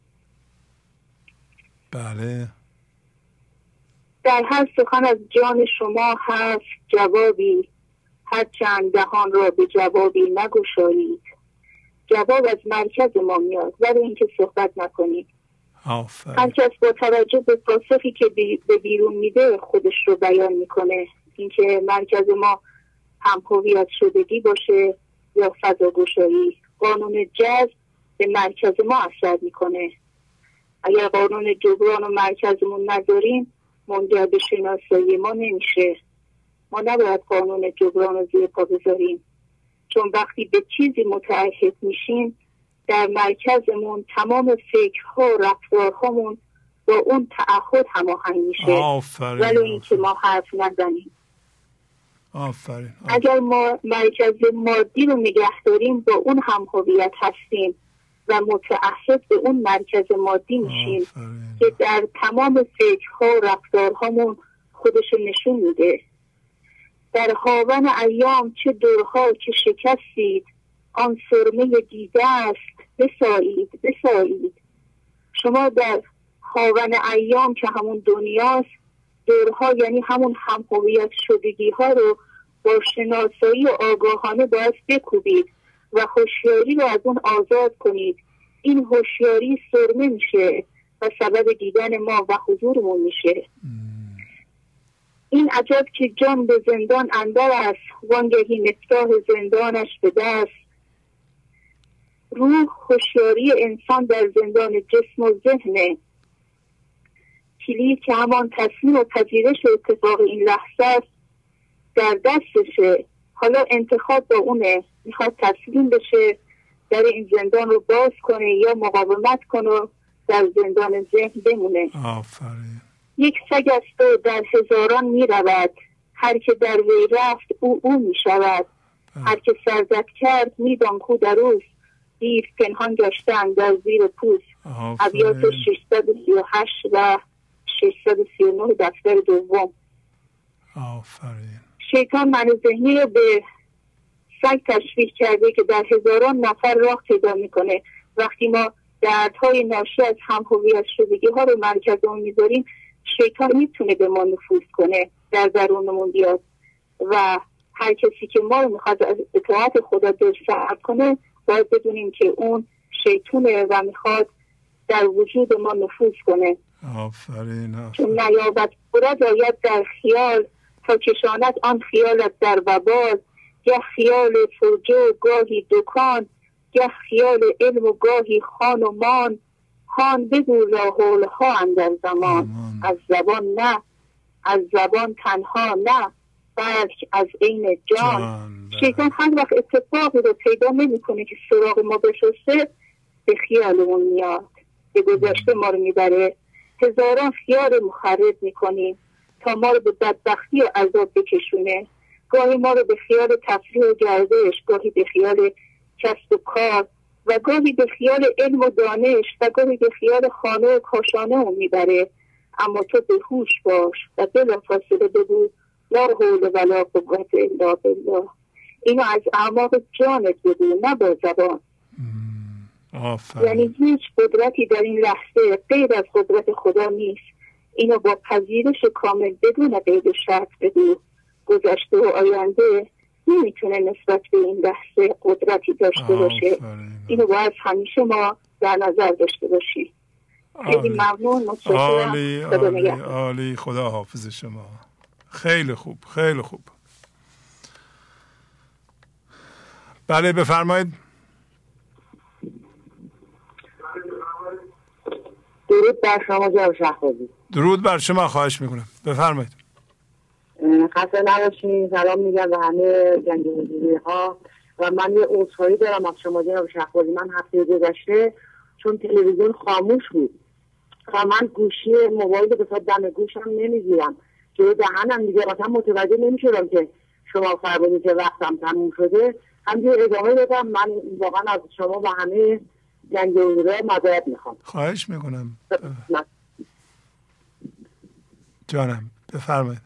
بله. در هر سخن از جان شما هست جوابی، هر چند دهان را به جوابی نگشایید. جواب از مرکز ما میاد ولی اینکه صحبت نکنید. هر کس با توجه به پاسخی که به بیرون میده خودش رو بیان میکنه. اینکه مرکز ما هم هویت شدگی باشه یا فضاگشایی. قانون جذب به مرکز ما اثر میکنه. اگر قانون جبران و مرکزمون نداریم منجر به شناسایی ما نمیشه. ما نباید قانون جبران رو زیر پا بذاریم، چون وقتی به چیزی متعهد میشیم در مرکزمون تمام فکرها و رفتارهامون با اون تعهد هماهنگ میشه. ولی اینکه ما حرف نزنیم. آفرین. اگر ما مرکز مادی رو نگه داریم با اون هم هویت هستیم و متعهد به اون مرکز مادی میشیم که در تمام فکرها و رفتارهامون خودش نشون میده. در هاون ایام چه درها که شکستید، آن سرمه دیده است بسایید بسایید. شما در هاون ایام که همون دنیاست، دورها یعنی همون هم هویت شدگی ها رو با شناسایی و آگاهانه باید بکوبید و هوشیاری رو از اون آزاد کنید. این هوشیاری سرمه میشه و سبب دیدن ما و حضورمون میشه. این عجب که جان به زندان اندر است، وانگهی مفتاح زندانش به دست. روح هوشیاری انسان در زندان جسم و ذهنه. کلید که همان تصمیم و پذیرش اتفاق این لحظه است در دستشه. حالا انتخاب با اونه، میخواد تسلیم بشه در این زندان رو باز کنه یا مقاومت کنه و در زندان ذهن بمونه. آفرین. یک سگ است و در هزاران می رود، هر که در وی رفت او می شود. هر که سرزد کرد می دان کو در اوست، دیر پنهان گشتن در زیر پوست. ابیات 638 و 639 دفتر دوم. آفرین. شیطان من ذهنی رو به سگ تشبیه کرده که در هزاران نفر راه پیدا میکنه. وقتی ما دردهای ناشی از هم هویت شدگی ها رو مرکزمون میذاریم، شیطان میتونه به ما نفوذ کنه، در درونمون بیاد و هر کسی که ما رو میخواد از اطاعت خدا دلسرد کنه باید بدونیم که اون شیطونه و میخواد در وجود ما نفوذ کنه. آفرین. چون نیابت برد آید در خیال، تا کشانت آن خیالت در وبال. گه خیال فرجه و گاهی دکان، گه خیال علم و گاهی خان و مان. خان بگو راحولها اندر زمان، از زبان نه، از زبان تنها نه، بلکه از عین جان. شیطان هر وقت اتفاقی رو پیدا نمی‌کنه که سراغ ما بشسته، به خیالمون میاد، به گذشته ما رو میبره. هزاران خیال مخرب میکنیم تا ما رو به بدبختی و عذاب بکشونه. گاهی ما رو به خیال تفریح و گردش، گاهی به خیال کسب و کار و گاهی به خیال علم و دانش و گاهی به خیال خانه و کاشانه اون میبره. اما تو به هوش باش و بلا فاصله بگو لا حول ولا قوة الا بالله. اینو از اعماق جانت بگو، نه با زبان. یعنی هیچ قدرتی در این لحظه غیر از قدرت خدا نیست. اینو با پذیرش کامل بدون قید و شرط بگو. گذشته و آینده نمیتونه نسبت به این لحظه قدرتی داشته باشه. اینو باید همیشه ما در نظر داشته باشیم. خیلی ممنون، متشکرم. عالی، خدا حافظ شما. خیلی خوب، خیلی خوب. بله بفرمایید. درود بر شما جناب شهبازی. درود بر شما، خواهش میکنم بفرمایید. خسته نباشین. سلام میگم به همه جنگ حضوری ها و من یه عذرخواهی دارم از شما جناب شهبازی. من هفته گذشته چون تلویزیون خاموش بود و من گوشی موبایل به صورت دم گوشم نمیگیرم که دهنم دیگه اصلا متوجه نمیشدم که شما فرمودید که وقتم تموم شده. همینجور ادامه بدم. من واقعا از شما و همه جنگ حضوری ها معذرت میخوام. خواهش میکنم جانم، بفرمایید.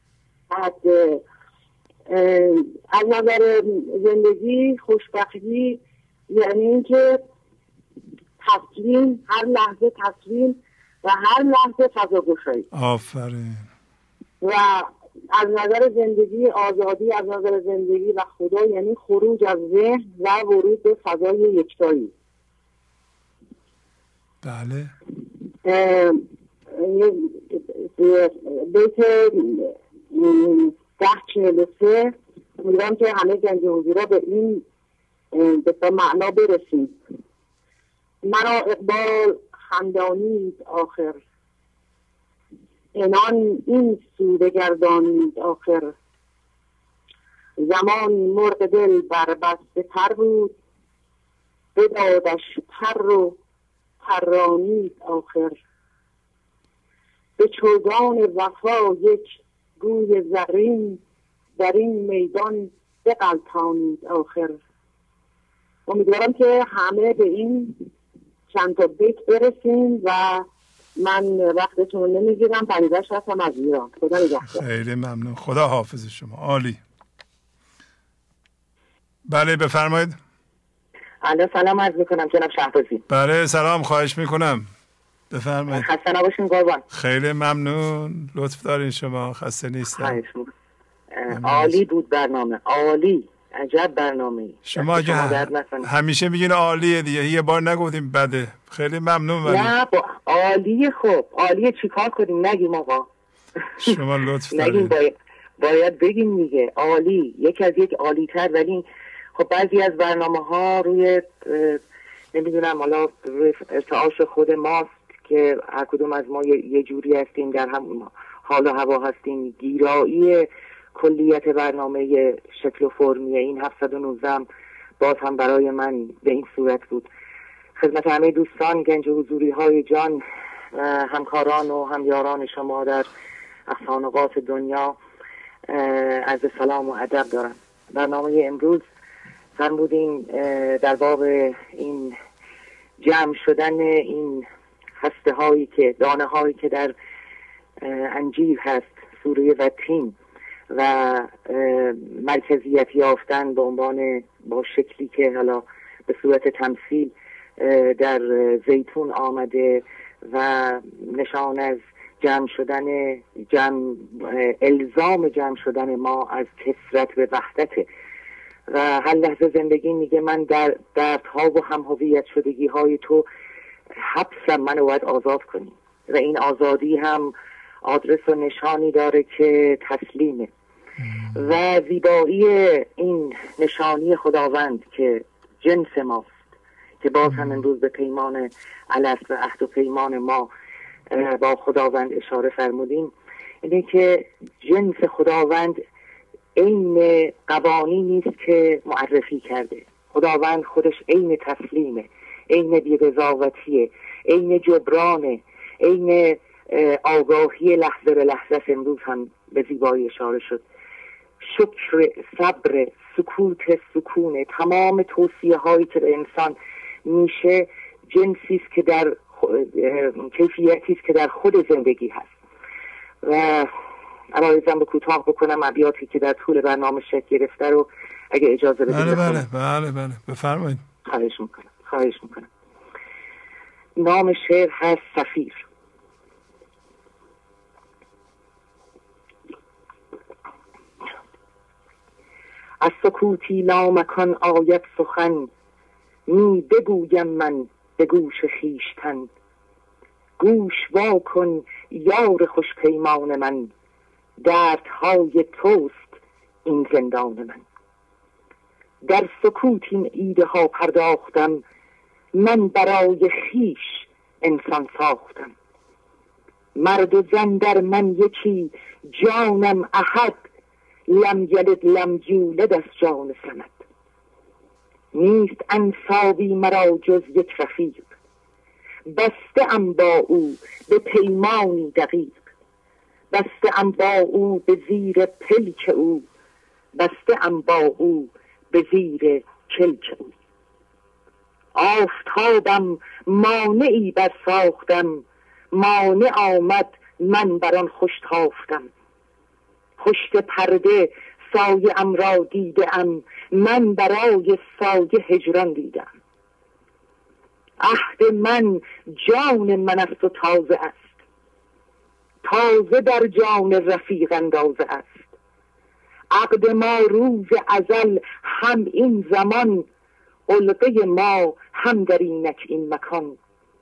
از نظر زندگی خوشبختی یعنی اینکه تسلیم، هر لحظه تسلیم و هر لحظه فضاگشایی. آفرین. و از نظر زندگی آزادی، از نظر زندگی و خدا یعنی خروج از ذهن و ورود به فضای یکتایی. بله. بیت 1043 میگم که همه جنگ حضورا به این به معنا برسیم. مرا اقبال خندانید آخر، انان این سو بگردانید آخر. زمان مرغ دل بر بسته پر بود، بدادش پر و پرانید آخر. به چوگان وفا یک گوی زرین، در این میدان بغلطانید آخر. امیدوارم که همه به این چند تا بیت برسیم و من وقتتون نمیگیرم. پریدش هستم از ایران. خدا نگهدار. خیلی ممنون. خدا حافظ شما. عالی. بله بفرمایید. الو سلام عرض میکنم جناب شهبازی. بله سلام، خواهش میکنم بفرمایید. خسته نباشین قربان. خیلی ممنون، لطف دارین شما. خسته نیستم. عالی بود برنامه، عالی، عجب برنامه‌ای. شما اگه همیشه میگین عالیه دیگه، یه بار نگفتیم بده. خیلی ممنون. ولی نه عالیه. خب عالیه چیکار کنیم؟ نگیم آقا. شما لطف دارین. نگیم، باید بگیم دیگه. عالی، یکی از یک عالی تر. ولی خب بعضی از برنامه ها روی نمیدونم حالا روی ارتعاش خود ماست که هر کدوم از ما یه جوری هستیم، در هم حال و هوا هستیم. گیرایی کلیت برنامه شکل و فرمیه این 719 باز هم برای من به این صورت بود. خدمت همه دوستان گنج حضوری های جان، همکاران و همیاران شما در اقصانقاط دنیا عرض سلام و ادب دارم. برنامه امروز فرمودین در باب این جمع شدن این هسته هایی که دانه هایی که در انجیل هست، سوره و تین، و مرکزیت یافتن به عنوان با شکلی که حالا به صورت تمثیل در زیتون آمده و نشان از جمع شدن الزام جمع شدن ما از کثرت به وحدت. و هر لحظه زندگی میگه من در دردها و همهویت شدگی های تو حبسم، منو باید آزاد کنی. و این آزادی هم آدرس و نشانی داره که تسلیمه. و زیبایی این نشانی خداوند که جنس ماست، که باز هم امروز به پیمان الست و عهد و پیمان ما با خداوند اشاره فرمودیم، اینه که جنس خداوند عین قوانینی است که معرفی کرده. خداوند خودش عین تسلیمه، عین بی‌قضاوتیه، عین جبرانه، عین آگاهی لحظه به لحظه. امروز هم به زیبایی اشاره شد. شکر، صبر، سکوت، سکونه، تمام توصیه هایی که به انسان میشه جنسی است که در کیفیتی است که در خود زندگی هست. و عرایزم به کوتاه بکنم ابیاتی که در طول برنامه شکل گرفته رو اگه اجازه بدید. بله بفرمایید. خواهش میکنم. نام شعر هست سفیر. از سکوتی لامکان آید سخن، می بگویم من به گوش خیشتن. گوش وا کن یار خوش پیمان من، دردهای توست این زندان من. در سکوت این ایده ها پرداختم، من برای خیش انسان ساختم. مرد و زن در من یکی، جانم احد لم یلد لم یولد از جان صمد. نیست انسابی مرا جز یک رفیق، بسته ام با او به پیمانی دقیق. بسته ام با او به زیر پلک او، بسته ام با او به زیر کلک او. آفتابم مانعی بر ساختم، مانع آمد من بر آن خوش تافتم. پشت پرده سایه ام را دیده ام، من برای سایه هجران دیدم. عهد من جان من است و تازه است، تازه در جان رفیق اندازه است. عقد ما روز ازل هم این زمان، علقه ما هم در اینک این مکان.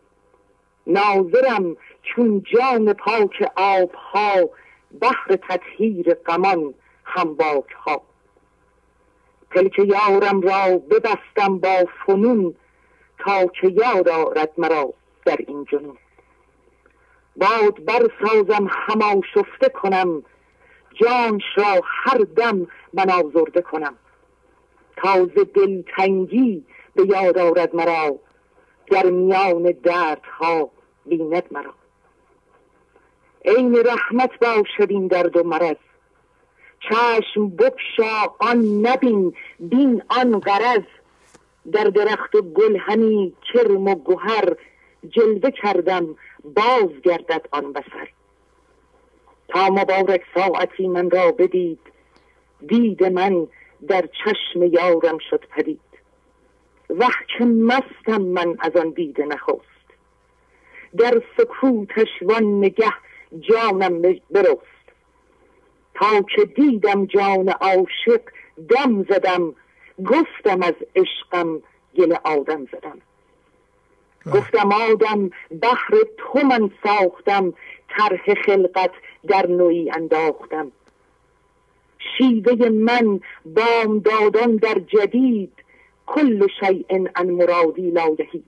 ناظرم چون جان پاک آبها، بحر تطهیر غمان هم باکها. پلک یارم را ببستم با فنون، تا که یاد آرد مرا در این جنون. باد برسازم هم آشفته کنم، جانش را هر دم من آزرده کنم. تازه دلتنگی به یاد آرد مرا، در میان دردها بیند مرا. عین رحمت باشد این درد و مرض، چشم بگشا آن نبین بین آن غرض. در درخت گل همی کرم و گوهر، جلوه کردم باز گردد آن بصر. تا مبارک ساعتی من را بدید، دید من در چشم یارم شد پدید. وه که مستم من از آن دیده نخست، در سکوتش وان نگه جانم برست. تا که دیدم جان عاشق دم زدم، گفتم از عشقم گل آدم زدم. گفتم آدم بهر تو من ساختم، طرح خلقت در نوعی انداختم. شیوه من بامدادان در جدید، کل شیء عن مرادی لا یحید.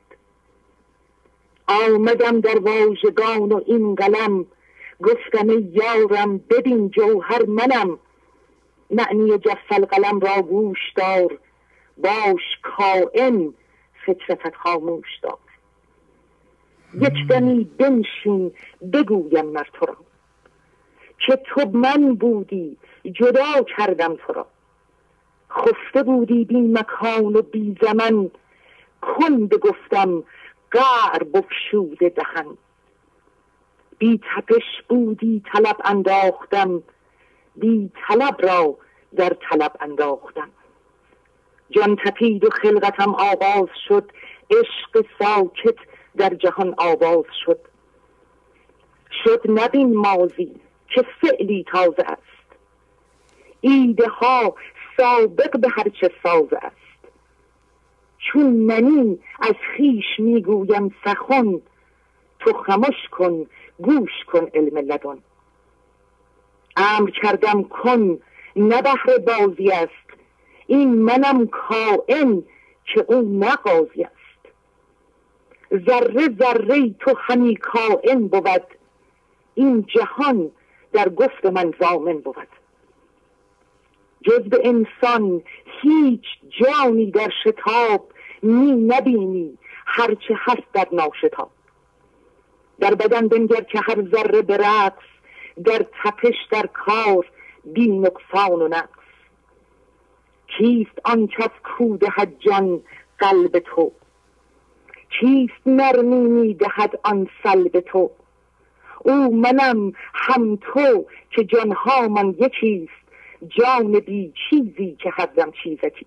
آمدم در واژگان و این قلم، گفتم ای یارم ببین جوهر منم. معنی جف القلم را گوش دار، باش کائن فکرتت خاموش دار. یک دمی بنشین بگویم مر تو را، که تو من بودی جدا کردم تو را. خفته بودی بی مکان و بی زمن، کن بگفتم قعر بگشوده دهن. بی تپش بودی طلب انداختم، بی طلب را در طلب انداختم. جان تپید و خلقتم آغاز شد، عشق ساکت در جهان آواز شد. شد نبین ماضی که فعلی تازه است، ایده ها سابق به هرچه سازه است. چون منی از خیش میگویم سخن، تو خموش کن گوش کن علم لدن. امر کردم کن نه بهر بازی است، این منم کائن که اون نه قاضی است. ذره ذره تو همی کائن بود، این جهان در گفت من ضامن بود. جز به انسان هیچ جانی در شتاب، می نبینی هرچه هست در ناشتاب. در بدن بنگر که هر ذره به رقص، در تپش در کار بی نقصان و نقص. کیست آن کس کو دهد جان قلب تو، چیست نرمی می دهد آن سلب تو. او منم هم تو که جانها من یکیست، جان بی چیزی که هر دم چیزکیست.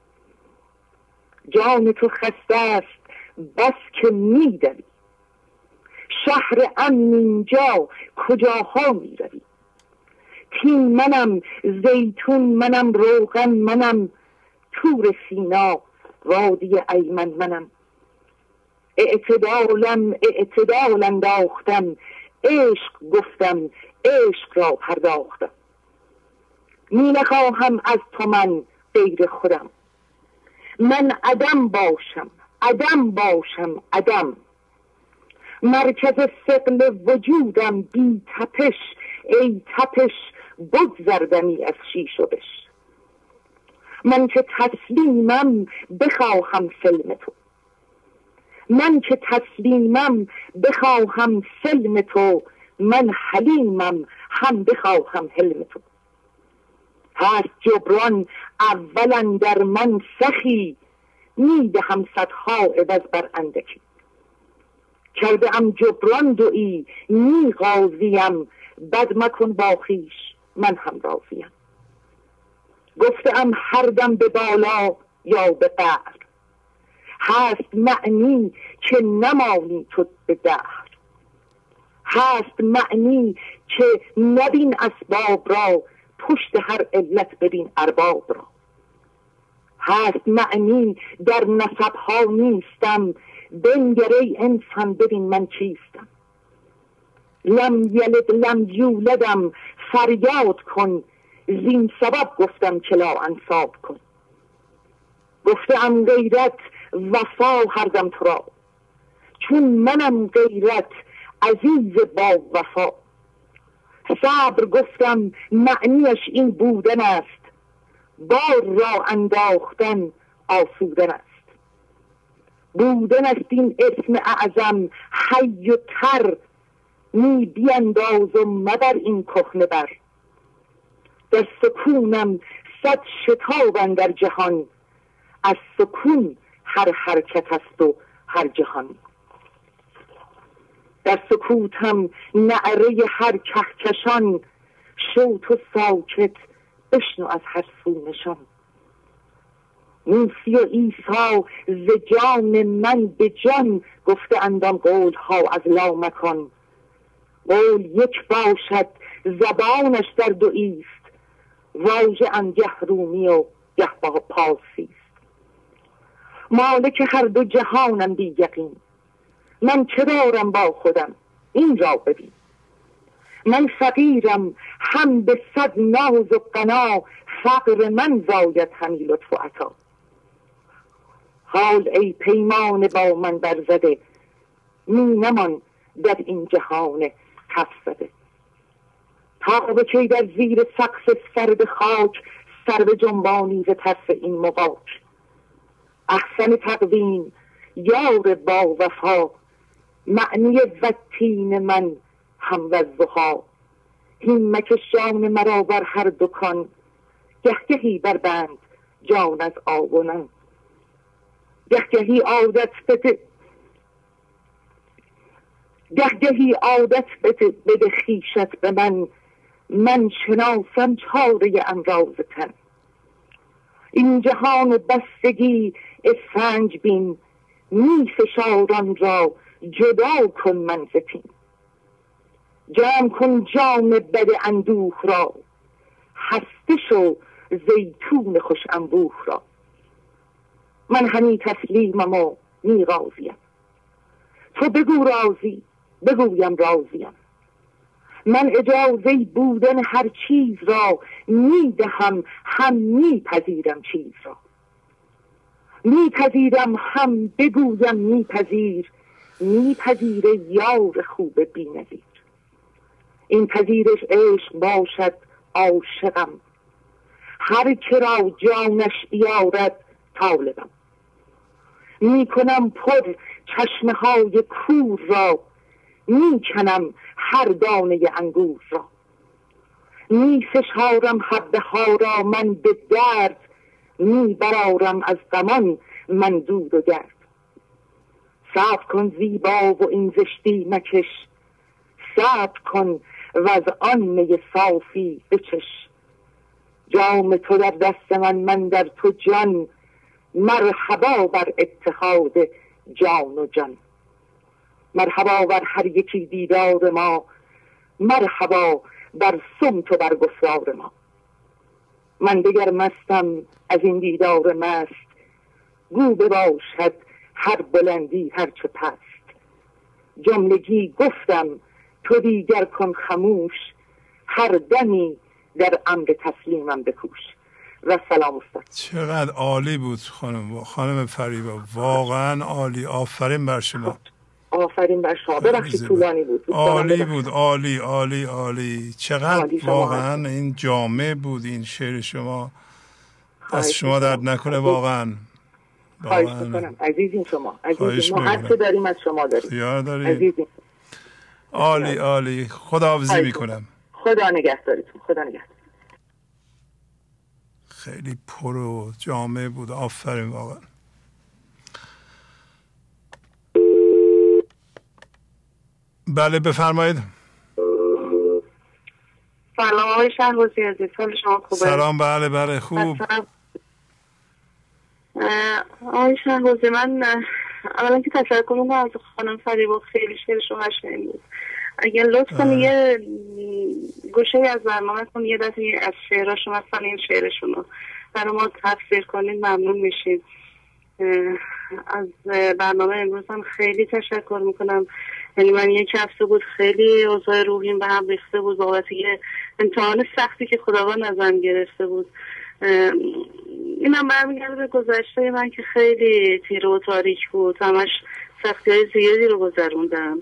جان تو خسته است بس که می دوی، شهر امن اینجا کجاها می روی. تین منم زیتون منم روغن منم، تور سینا وادی ایمن منم. اعتدال انداختم، عشق گفتم عشق را پرداختم. می نخواهم از تو من غیر خودم، من عدم باشم عدم باشم عدم. مرکز ثقل وجودم بی تپش، ای تپش بگذردمی از شیش و بش. من که تسلیمم بخواهم سلم تو، من که تسلیمم بخواهم سلم تو، من حلیمم هم بخواهم حلم تو. هست جبران اولا در من سخی، میدهم صدها عوض بر اندکی. کرده ام جبران دویی می غازیم، بد مکن با خویش من هم راضیم. گفته ام هر دم به بالا یا به قعر، هست معنی که نمانی تو به دهر. هست معنی که نبین اسباب را، پشت هر علت ببین ارباب را. هست معنی در نسب ها نیستم، بنگر ای انسان ببین من چیستم. لم یلد لم یولدم فریاد کن، زین سبب گفتم که لا انساب کن. گفتم غیرت وفا هر دم تو را، چون منم غیرت عزیز با وفا. صبر گفتم معنیش این بودن است، بار را انداختن آسودن است. بودن است این اسم اعظم حی و تر، می بینداز و مبر این کهنه بر. در سکونم صد شتاب در جهان، از سکون هر حرکت است و هر جهان. در سکوتم نعره هر کهکشان، شو تو ساکت بشنو از هر سو نشان. موسی و عیسی ز جان من به جان، گفته اندام قول ها از لا مکان. قول یک باشد زبانش در دویست، واژه انگه رومی و گه پارسیست. مالک هر دو جهانم بی یقین، من چه دارم با خودم این را ببین. من فقیرم هم به صد ناز و قنا، فقر من زاید همی لطف و عطا. حال ای پیمان با من برزده، می نمان در این جهان کف زده. تا به کی در زیر سقف سرد خاک، سر به جنبانی ز ترس این مغاک. احسن تقویم یار با وفا، معنی وطین من هم و الضحی. هین مکشان مرا بر هر دکان، گهگهی بربند جان از آونن. گهگهی عادت بده خیشت به من، من شناسم چاره امراض تن. این جهان بستگی اسفنج بین، می فشاران را جدا کن من ز طین. جمع کن جام بد اندوه را، هسته شو زیتون خوش انبوه را. من همی تسلیمم و می راضیم، تو بگو راضی بگویم راضیم. من اجازه بودن هر چیز را می دهم، هم می پذیرم چیز را. می پذیرم هم بگویم می پذیر، می پذیره یار خوب بی نظیر. این پذیرش عشق باشد عاشقم، هر که را جانش بیارد طالبم. می کنم پر چشمه های کور را، می کنم هر دانه انگور را. می فشارم حبه ها را من به درد، می برارم از غمان من دود و گرد. صبر کن زیبا و این زشتی مکش، صبر کن و از آن می صافی بچش. جام تو در دست من در تو جان، مرحبا بر اتحاد جان و جان. مرحبا بر هر یکی دیدار ما، مرحبا بر صمت و بر گفتار ما. من دگر مستم از این دیدار مست، گو بباشد هر بلندی هر چه پست. جملگی گفتم تو دیگر کن خموش، هر دمی در امر تسلیمم بکوش. و سلام استاد. چقدر عالی بود خانم فریبا، واقعا عالی. آفرین بر شما. آفرین بر شما. ببخشید طولانی بود. عالی بود، عالی عالی عالی. چقدر واقعا این جامع بود این شعر شما. از شما درد نکنه واقعا. خواهش میکنم عزیزین شما. عزیزین ما حق داریم از شما داریم. عزیزین عالی عالی. خداحافظی میکنم. خدا نگهدارتون. خدا نگهدار. خیلی پر و جامع بود. آفرین واقعا. بله بفرمایید. سلام آقای شهبازی عزیز، حال شما خوبه؟ سلام. بله بله خوب. آقای شهبازی من اولا که تشکر میکنم از خانم فریبا، خیلی شعر شما قشنگ بود. اگر لطف کنی یه گوشه از برنامه کن یه دفعه از شعراشون مثلا این شعرشون رو برای ما تفسیر کنید ممنون میشید. از برنامه امروز هم خیلی تشکر میکنم. یعنی من یک هفته بود خیلی اوضاع روحیم به هم ریخته بود بابت یه امتحان سختی که خداوند ازم گرفته بود. اینم برمیگرده به گذشته من که خیلی تیره و تاریک بود، همش سختی‌های زیادی رو گذروندم.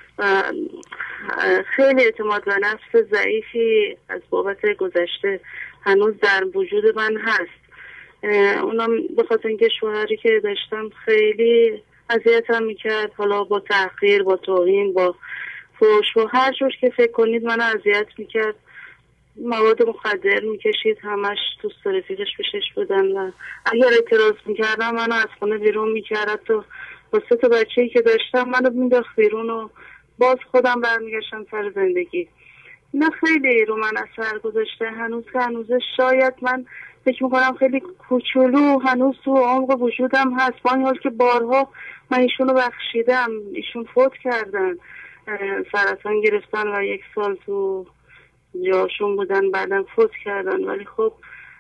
خیلی اعتماد به نفس ضعیفی از بابت گذشته هنوز در وجود من هست. اونم به خاطر اینکه شوهری که داشتم خیلی اذیتم میکرد، حالا با تحقیر، با توهین، با فحش و هر جور که فکر کنید منو اذیت میکرد. مواد مخدر میکشید، همش دوست رفیقش پیشش بودن و اگر اعتراض میکردم منو از خونه بیرون میکرد. تو با 3 تا بچه‌ای که داشتم منو مینداخت بیرون و باز خودم برمیگشتم سر زندگی. اینا خیلی رو من اثر گذاشته. هنوز که هنوزه شاید من فکر میکنم خیلی کوچولو هنوز تو عمق وجودم هست، با این حال که بارها من ایشونو بخشیدم. ایشون فوت کردن، سرطان گرفتن و 1 سال تو جاشون بودن، بعدم فوت کردن. ولی خب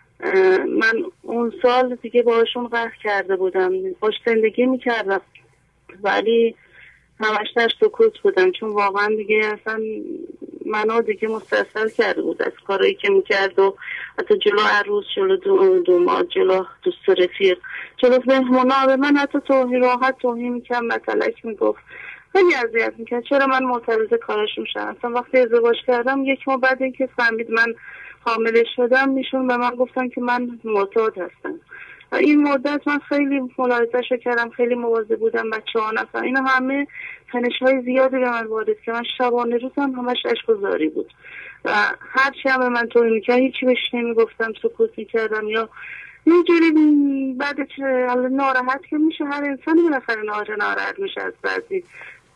من اون سال دیگه باشون قهر کرده بودم، باش زندگی میکردم ولی همش در سکوت بودم، چون واقعا دیگه اصلا منو دیگه مستاصل کرده بود از کارایی که میکرد و حتی جلو عروس، جلو دوماد، جلو دوست رفیق، جلو مهمونا به من حتی راحت توهین میکرد، متلک میگفت، خیلی اذیت میکرد. چرا من معترض کارش میشم؟ اصلا وقتی ازدواج کردم 1 ماه بعد اینکه فهمید من حامله شدم ایشون به من گفتن که من معتاد هستم. و این مدت من خیلی ملاحظه‌شو کردم، خیلی مواظب بودم. بچه‌ها نفر اینا همه تنش‌های زیادی به من وارد که من شبانه روزم همش اشک‌وزاری بود و هر چی هم به من توهین می‌کرد هیچی بهش نمیگفتم، سکوت می‌کردم یا یه جوری. بعد ناراحت که میشه، هر انسانی بالاخره ناراحت میشه از بعضی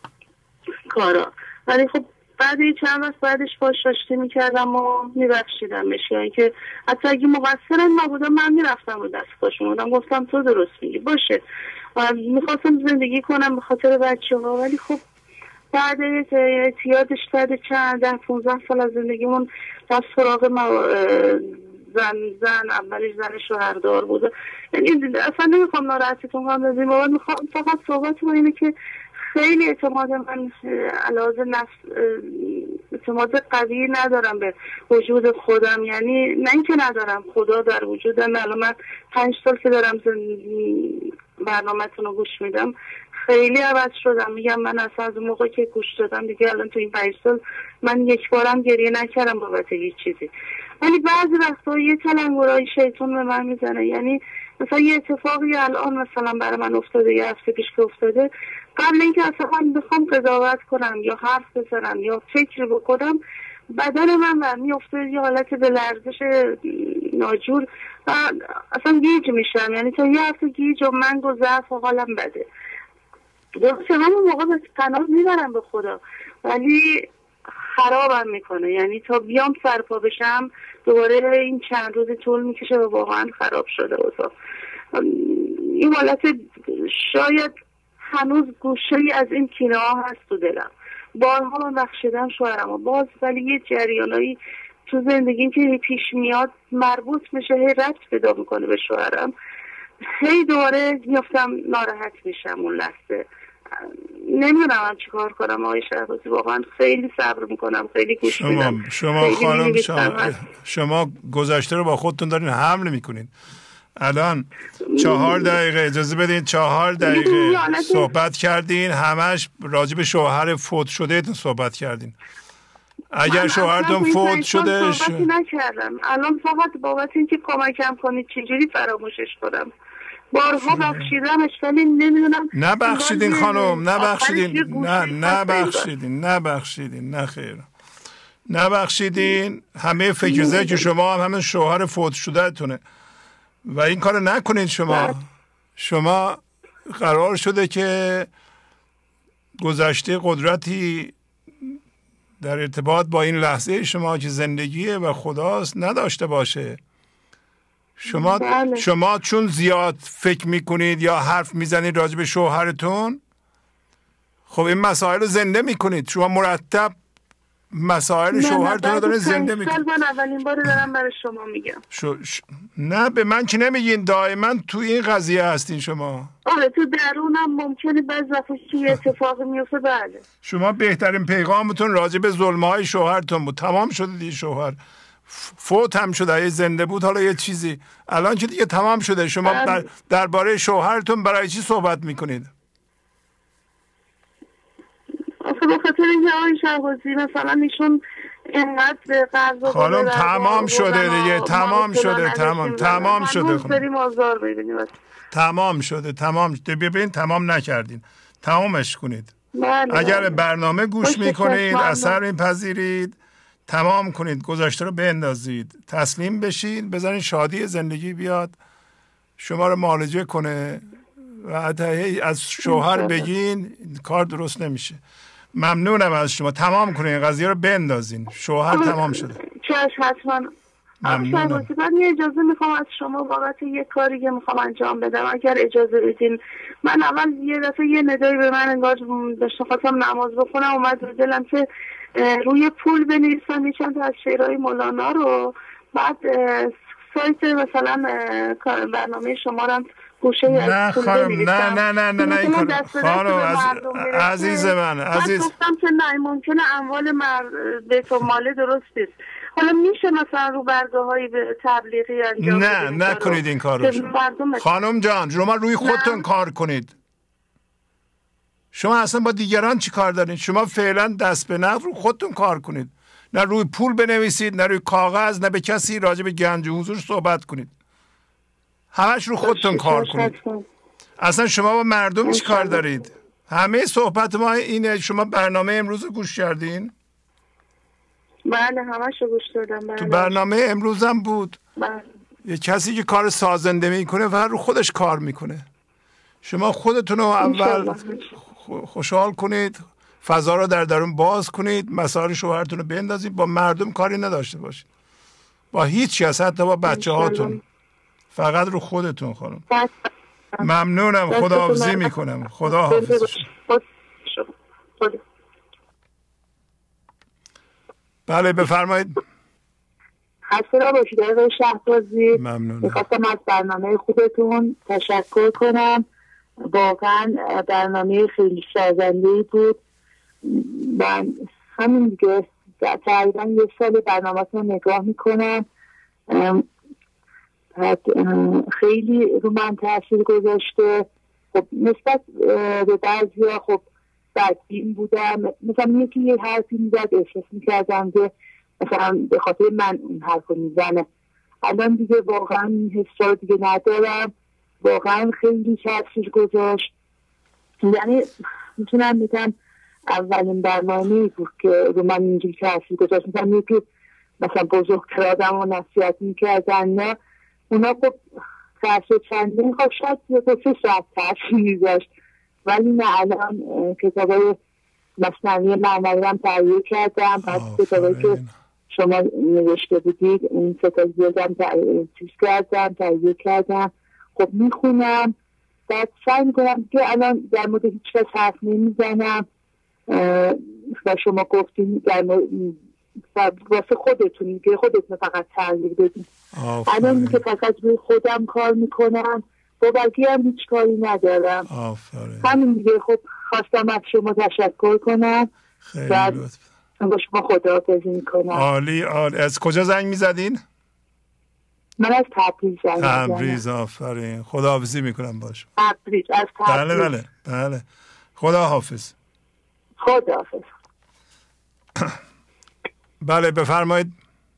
کارا، ولی خب بعد چند وقت بعدش باش آشتی میکردم و میبخشیدمش، یعنی که حتی اگه مقصرم نبودم من میرفتم رو دست پاشون بودم، گفتم تو درست میگی باشه و میخواستم زندگی کنم به خاطر بچه ها. ولی خب بعد اعتیادش بعد چند 10-15 سال از زندگیمون دست سراغ زن اولش زن شوهردار بوده. یعنی اصلا نمیخوام ناراحتتون کنم، میخوام فقط صحبت با اینه که خیلی اعتماد من علاوه نفس اعتماد قوی ندارم به وجود خودم. یعنی نه اینکه ندارم، خدا در وجودم. الان من 5 سال که دارم برنامه‌تون رو گوش میدم خیلی عوض شدم. میگم من اصلا از اون موقع که گوش دادم دیگه الان تو این 5 سال من 1 بارم گریه نکردم بابت هیچ چیزی. ولی بعضی وقتا یه تلنگرهای شیطان به من میزنه. یعنی مثلا یه اتفاقی الان مثلا برای من افتاده، یه هفته پیش که افتاده، قبل اینکه اصلا من بخوام قضاوت کنم یا حرف بزنم یا فکر بکنم بدن من برمی افته یه حالت به لرزش ناجور و اصلا گیج میشم. یعنی تا یه هفته گیج و منگ و ضعف و حالم بده. درسته همون موقع به تناز میبرم به خدا ولی خرابم میکنه. یعنی تا بیام سرپا بشم دوباره این چند روز طول میکشه و واقعا خراب شده اوضاع. این حالت شاید هنوز گوشه‌ای از این کینه ها هست تو دلم. بارها من بخشیدم شوهرم و باز ولی یه جریانایی تو زندگیم که پیش میاد مربوط میشه، هی ربط پیدا میکنه به شوهرم، هی دوباره میفتم ناراحت میشم اون لحظه. نمیدونم چی کار کنم آقای شهبازی، واقعا خیلی صبر میکنم، خیلی گوش میدم. شما گذشته رو با خودتون دارین حمل میکنین. الان 4 دقیقه اجازه بدین، 4 دقیقه صحبت کردین، همش راجع به شوهر فوت شده صحبت کردین. اگر شوهرتون فوت شده صحبتی نکردم، الان فقط بابت اینکه کمکم کنید چجوری فراموشش کنم. بارها بخشیدمش ولی نمیدونم. نبخشیدین خانم، نبخشیدین، نبخشیدین، نه خیر، نبخشیدین. همه فکر که شما همه شوهر فوت شده تونه و این کار نکنید. شما قرار شده که گذشته قدرتی در ارتباط با این لحظه شما که زندگیه و خداست نداشته باشه. شما چون زیاد فکر میکنید یا حرف میزنید راجع به شوهرتون، خب این مسائل رو زنده میکنید. شما مرتب مسائل شوهرتون رو دارین زنده میکنید. من اولین بار دارم برای شما میگم. نه به من که نمیگین، دائما تو این قضیه هستین شما. آره تو درونم ممکنه بعضی وقتا یه اتفاقی میفته. بله شما بهترین پیغامتون راجع به ظلم‌های شوهرتون بود. تمام شده دیگه، شوهر فوت هم شده، اگه زنده بود حالا یه چیزی، الان که دیگه تمام شده. شما درباره شوهرتون برای چی صحبت میکنید؟ آخه به خاطر اینکه آقای شهبازی مثلا ایشون اینقدر قرض خانم تمام شده دیگه، تمام شده تمام شده ببین تمام نکردین، تمامش کنید. اگر برنامه گوش میکنید، اثر میپذیرید، تمام کنید، گذشته رو بندازید، تسلیم بشین، بذارین شادی زندگی بیاد شما رو معالجه کنه و از شوهر بگین کار درست نمیشه. ممنونم از شما، تمام کنین این قضیه رو بندازین، شوهر تمام شده. چشم حتما. ممنونم. من یه اجازه میخوام از شما بابت یه کاری که میخوام انجام بدم اگر اجازه بدین. من اول یه دفعه یه ندایی به من انگار داشتم خواستم نماز بخونم، اومد رو دلم که روی پول بنویسم یه چند تا از شعرهای مولانا رو، بعد سایت مثلا برنامه شما رو گوشه نه خانم، نه این خانم عزیز من گفتم که نه ممکنه اموال بیت المال درست است. حالا میشه مثلا رو برگه های تبلیغی انجام نه نکنید این کار رو. خانم جان شما روی خودتون کار کنید. شما اصلا با دیگران چی کار دارید؟ شما فعلا دست به نقد رو خودتون کار کنید، نه روی پول بنویسید، نه روی کاغذ، نه به کسی راجع به گنج و حضور صحبت کنید. همش رو خودتون کار کنید. اصلا شما با مردم چی کار دارید؟ همه صحبت ما اینه. شما برنامه امروز رو گوش کردین؟ بله همش رو گوش دادم. تو برنامه امروز هم بود. بله. یه کسی که کار سازنده میکنه و رو خودش کار میکنه. شما خودتون رو اول خوشحال کنید، فضا رو در درون باز کنید، مسائل شوهرتون رو بندازید، با مردم کاری نداشته باشید، با هیچ کس، حتی با بچه هاتون، فقط رو خودتون. خانم ممنونم، خداحافظی میکنم. خدا حافظ. بله بفرمایید. خسته باشید آقای شهبازی. ممنونم. میخواستم از برنامه خودتون تشکر کنم، واقعا برنامه خیلی سازنده‌ای بود. من همین دیگه تقریبا 1 سال برنامه‌تون نگاه میکنم، خیلی رو من تاثیر گذاشته. خب نسبت به بعضیا خب بدبین بودم، مثلا یکی یه حرفی میزد احساس میکردم که مثلا به خاطر من اون حرفو میزنه. الان دیگه واقعا این حسا دیگه ندارم، واقعا خیلی تاثیر گذاشت. یعنی میتونم بگم اولین برنامه‌ای بود که رو من اینجوری تاثیر گذاشت. مثلا بزرگتر آدم رو نصیحت میکردن، نه اونا خب تاثیر چندین خب شاید 2-3 ساعت تاثیر میذاشت، ولی نه الان کتابای مثنوی معنوی هم تهیه کردم، بعد کتابایی که شما نوشته بودید این کتاب زیادم تهیه کردم، خب میخونم، بعد سعی میکنم که الان در مورد هیچ کس حرف نمیزنم و شما گفتین در واسه خودتون که خودتون فقط تغییر بدین. الان که فقط روی خودم کار میکنم، با بقیه هم هیچ کاری ندارم. همین دیگه. خب خواستم از شما تشکر کنم. خیلی با شما خداحافظی میکنم. عالی. از کجا زنگ میزدین؟ من از تبریز. آفرین. خداحافظی میکنم باش. تبریز از تبریز. بله بله بله. خدا حافظ. خدا حافظ. بله بفرمایید.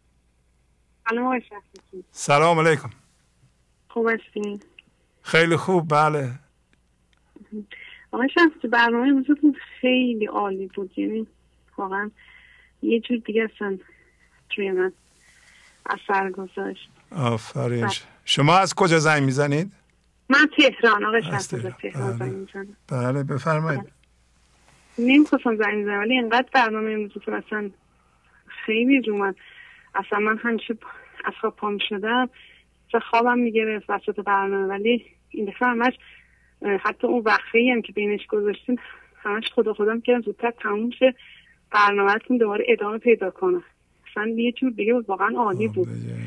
سلام علیکم. خوب هستین؟ خیلی خوب. بله آقای شمسی برنامه امروزتون خیلی عالی بود، یعنی واقعا یه جور دیگه اصلا توی من اثر گذاشت. آفرین. شما از کجا زنگ میزنید؟ من تهران. آقای شمسی تهران زنگ میزنم. بله بفرمایید. نمیخواستم زنگ میزنم ولی اینقدر برنامه امروزتون اصلا خیلی جو من، اصلا من همیشه از خواب پا میشدم خوابم میگرفت وسط برنامه، ولی این دفعه همش حتی اون وقفه‌ای هم که بینش گذاشتین همش خدا میکردم زودتر تموم شه برنامه‌تون دوباره ادامه پیدا کنه. اصلا یه جور دیگه واقعا عالی بود.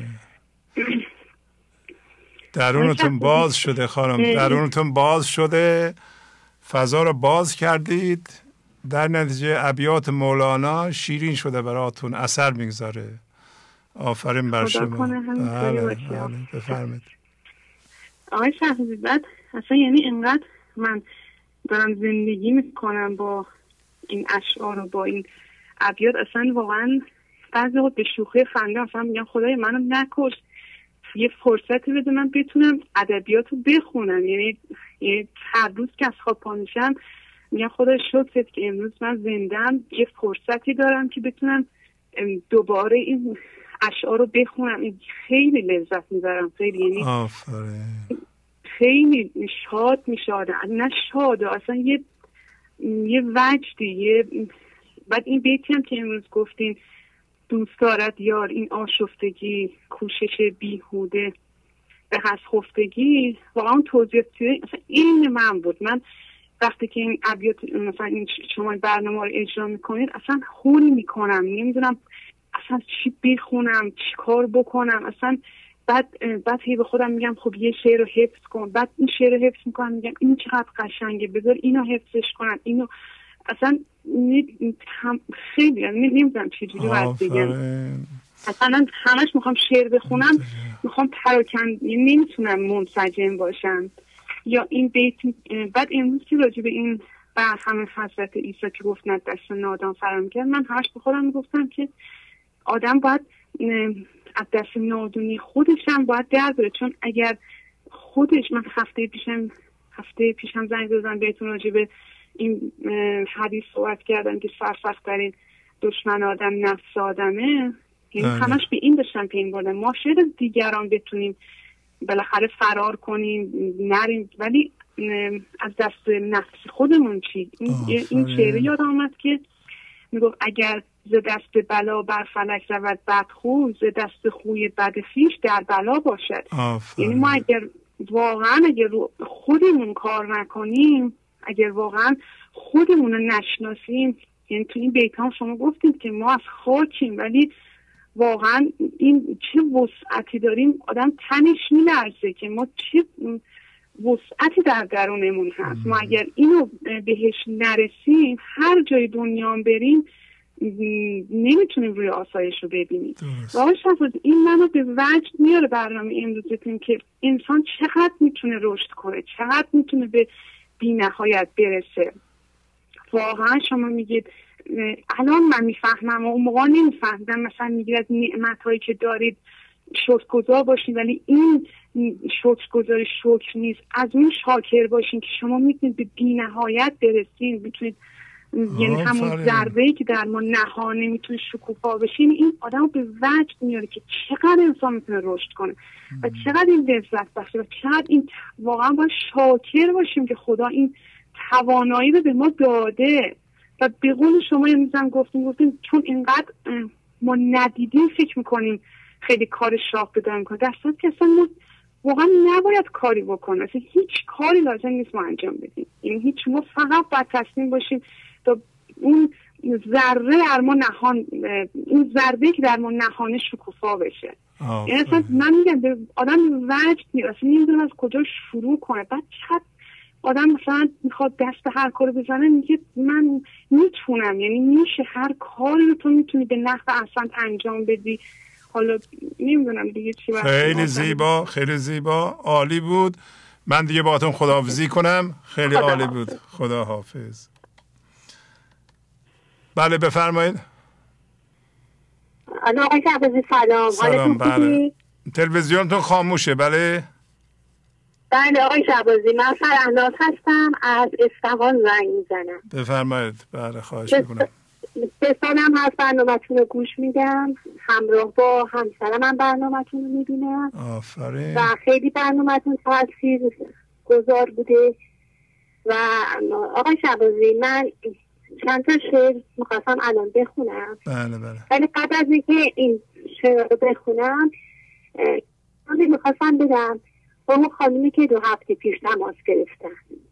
درونتون باز شده خانم، درونتون باز شده، فضا رو باز کردید، در نتیجه ابیات مولانا شیرین شده براتون، اثر میگذاره. آفرین بر شما. بله بفرمایید. آقای شهرزی بعد اصلا یعنی اینقدر من دارم زندگی میکنم با این اشعار و با این ابیات، اصلا واقعا بعضی وقت به شوخی خنده اصلا میگم خدای منو نکش، یه فرصتی بده من بتونم ادبیات رو بخونم. یعنی هر روز که از خواب پا میشم میگم خدای شکرت که امروز من زنده‌ام، یه فرصتی دارم که بتونم دوباره این اشعار رو بخونم. این خیلی لذت میبرم، خیلی یعنی خیلی شاد میشادم، نه شاده اصلا یه وجدی. بعد این بیتی هم که امروز گفتین دوست دارد یار این آشفتگی، کوشش بیهوده به هست خفتگی، واقعا توضیح اصلا این من بود. من وقتی که این ابیات مثلا این شما برنامه رو اجرا میکنید اصلا خون میکنم، نمیدونم اصلا چی بخونم چی کار بکنم اصلا. بعد هی به خودم میگم خب یه شعر رو حفظ کن، بعد این شعر رو حفظ میکنم میگم این چقدر قشنگه بذار اینو حفظش کنم، اینو اصلا خیلی نمیدونم چجوری باید بگم. اصلا همش میخوام شعر بخونم، میخوام پراکند، نمیتونم منسجم باشم. یا این بیت بعد امروز که راجع به این همه حضرت عیسی که گفتن دست نادان فرام کرد، من همش به خودم میگفتم که آدم باید از دست نادونی خودش هم باید در بره، چون اگر خودش، من هفته پیشم زنگ دادم بهتون راجع به این حدیث صحبت کردم که سرسخت‌ترین دشمن آدم نفس آدمه، یعنی همش به این داشتم پین بردم. ما شاید از دیگران بتونیم بالاخره فرار کنیم نریم، ولی از دست نفس خودمون چی؟ این شعر یاد آمد که میگفت اگر ز دست بلا بر فلک رود بدخو، ز دست خوی بد خویش در بلا باشد. یعنی ما اگر رو خودمون کار نکنیم، اگر واقعا خودمون رو نشناسیم، یعنی تو این بیت هم شما گفتید که ما از خاکیم، ولی واقعا این چه وسعتی داریم، آدم تنش میلرزه که ما چه وسعتی در درونمون هست. ما اگر اینو بهش نرسیم هر جای دنیا بریم نمیتونیم روی آسایش رو ببینیم. واقعا این منو به وجد میاره برنامه امروزتون که انسان چقدر میتونه رشد کنه، چقدر میتونه به بی نهایت برسه. واقعا شما میگید الان من میفهمم و اون موقع نمیفهمیدم، مثلا میگید از نعمتهایی که دارید شکرگزار باشین، ولی این شکرگزاری شکر نیست، از اون شاکر باشین که شما میتونید به بی نهایت برسین، میتونید یعنی همون ضربه‌ای که در ما نهانه میتونه شکوفا بشین. این آدم به وجد میاره که چقدر انسان میتونه رشد کنه و چقدر این لذت بخشه و چقدر این واقعا باید شاکر باشیم که خدا این توانایی رو به ما داده. و به قول شما امروزم گفتیم چون اینقدر ما ندیدیم فکر میکنیم خیلی کار شاق بدار میکنه، در صورتی که اصلا ما واقعا نباید کاری بکنه، اصلا هیچ کاری لازم نیست ما انجام بدیم. این هیچ، ما فقط باید تصمیم باشیم تا اون ذره در ما نهان، اون ذره که در ما نهانه شکوفا بشه. یعنی اصلا من میگم به آدم وجد نیست، اصلا نمیدونم از کجا شروع کنه. بعد چقدر آدم مثلا میخواد دست هر کارو بزنه، میگه من میتونم، یعنی میشه هر کاری رو تو میتونی به نحو احسن انجام بدی. حالا نمیدونم دیگه چی. خیلی زیبا، خیلی زیبا، عالی بود. من دیگه باهاتون خداحافظی کنم. خیلی عالی بود. خدا حافظ. بله بفرمایید. آقای شهبازی سلام. سلام. بله تلویزیونتون خاموشه. بله بله آقای شهبازی، من فرهناز هستم، از اصفهان زنگ میزنم. بفرمایید. بله خواهش میکنم. 3 سالم هست برنامه‌تون رو گوش میدم، همراه با همسرم هم برنامه‌تون رو میبینم. آفرین. و خیلی برنامه‌تون تاثیر گذار بوده. و آقای شهبازی من چند تا شعر میخواستم الان بخونم. بله بله. ولی قبل از اینکه این شعر رو بخونم میخواستم بدم با اون خانمی که 2 هفته پیش تماس گرفتن.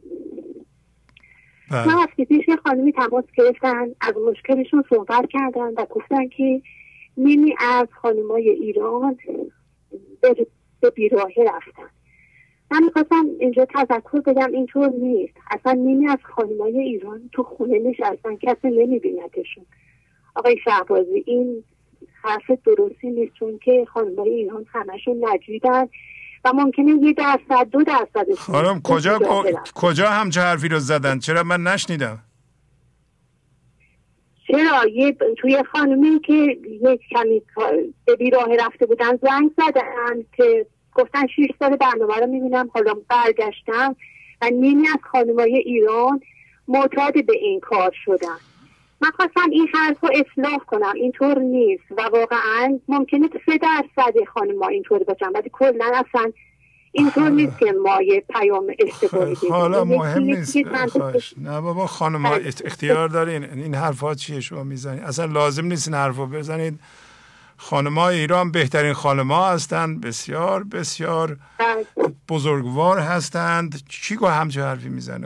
2 هفته پیش یه خانمی تماس گرفتن، از مشکلشون صحبت کردن و گفتن که نیمی از خانمای ایران به بیراهه رفتن. من میخواستم اینجا تذکر بدم اینطور نیست. اصلا نیمی از خانمای ایران تو خونه نشستن، کسی نمیبینتشون. آقای شهبازی این حرف درستی نیست، چون که خانمای ایران همشون نجیبن و ممکنه 1% 2% خانم کجا همچه حرفی رو زدن؟ چرا من نشنیدم؟ چرا توی خانمی که یک کمی به بیراه رفته بودن زنگ زدن که گفتن 6 سال برنامه رو میبینم، حالا برگشتم و نیمی از خانمای ایران معتاد به این کار شدن. من خواستم این حرف رو اصلاح کنم، اینطور نیست و واقعا ممکنه 3% خانم‌ها اینطور باشن، ولی کلا اصلا اینطور نیست که ما یه پیام اشتباهی بدیم. حالا مهم نیست. نه بابا خانم‌ها اختیار دارین. این حرفا چیه شما میزنید؟ اصلا لازم نیست این حرفو بزنید. خانم‌های ایران بهترین خانم‌ها هستند، بسیار بسیار بزرگوار هستند. چی گو همچه حرفی میزنه؟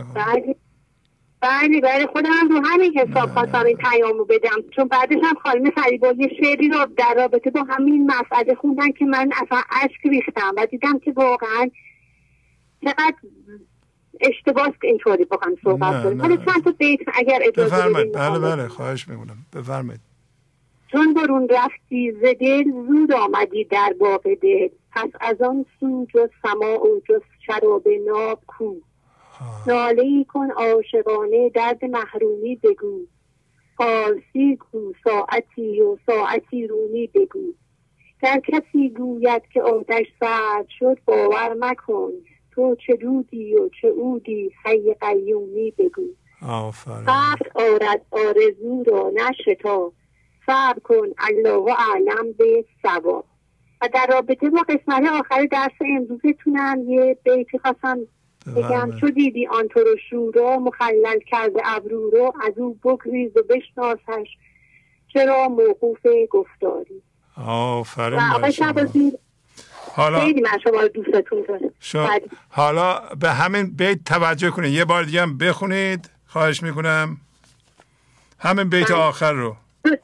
بله خودم هم رو همین حساب خواستم این پیامو بدم، چون بعدش هم خانم فریبا یه شعری رو در رابطه با همین مسئله خوندن که من اصلا اشک ریختم و دیدم که واقعا چقدر اشتباهه اینطوری با هم صحبت کنیم. حالا چند تا بیت اگر اجازه بدید. بله خواهش میکنم بفرمایید. چون برون رفتی ز دل زود آمدی در باغ دل، پس از آن سو جز سماع و جز شراب ناب کو، ناله‌ای کن عاشقانه درد محرومی بگو، فارسی کو ساعتی و ساعتی رومی بگو، گر کسی گوید که آتش سرد شد باور مکن، تو چه دودی و چه عودی حی قیومی بگو. صبر آرد آرزو را نشتا، صبر کن الله اعلم به صواب. و در رابطه با قسمت آخر درس امروزتونم یه بیتی خواستم بگم. چو دیدی آن تو رو شورا، مخلل کرده ابرو رو، از او بگریز و بشناسش چرا موقوف گفتاری. آفرین. آقای شهبازی خیلی من شما رو دوستتون دارم. حالا به همین بیت توجه کنید، یه بار دیگه هم بخونید خواهش میکنم، همین بیت آخر رو.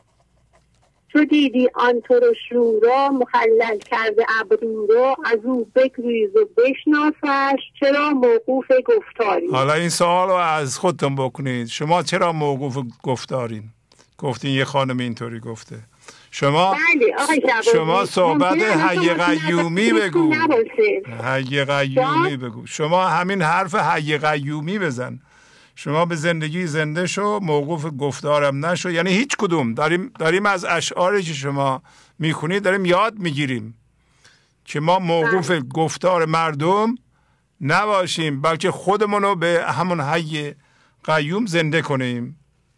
تو دیدی آن تو رو شورا، مخلل کرده ابرو رو، از او بگریز و بشناسش چرا موقوف گفتاری. حالا این سوال رو از خودتون بکنید، شما چرا موقوف گفتارین؟ گفتین یه خانم اینطوری گفته. شما صحبت حی قیومی بگو. حی قیومی بگو. شما همین حرف حی قیومی بزن. شما به زندگی زنده شو، موقوف گفتارم نشو. یعنی هیچ کدوم داریم از اشعاری که شما میخونید داریم یاد میگیریم که ما موقوف گفتار مردم نباشیم، بلکه خودمونو به همون حی قیوم زنده کنیم.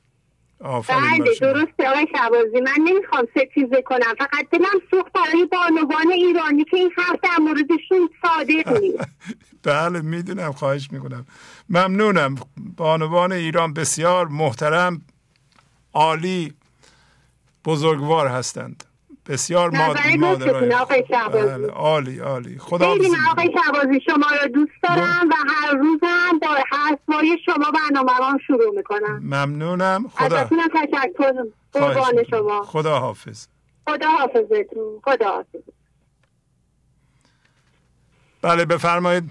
بله درسته آقای شهبازی، من نمیخوام ستیزه کنم، فقط دلم سوخت برای بانوان ایرانی که این حرف در موردشون صادق نیست. بله میدونم، خواهش میکنم، ممنونم. بانوان ایران بسیار محترم، عالی، بزرگوار هستند، بسیار مادرای عالی. خدا خیلی من آقای شهبازی شما رو دوست دارم و هر روزم با حرفای شما برنامه‌ام شروع میکنم. ممنونم. ازتونم تشکر. قربان شما. خدا حافظ. خدا حافظتون. خدا حافظ. بله بفرمایید.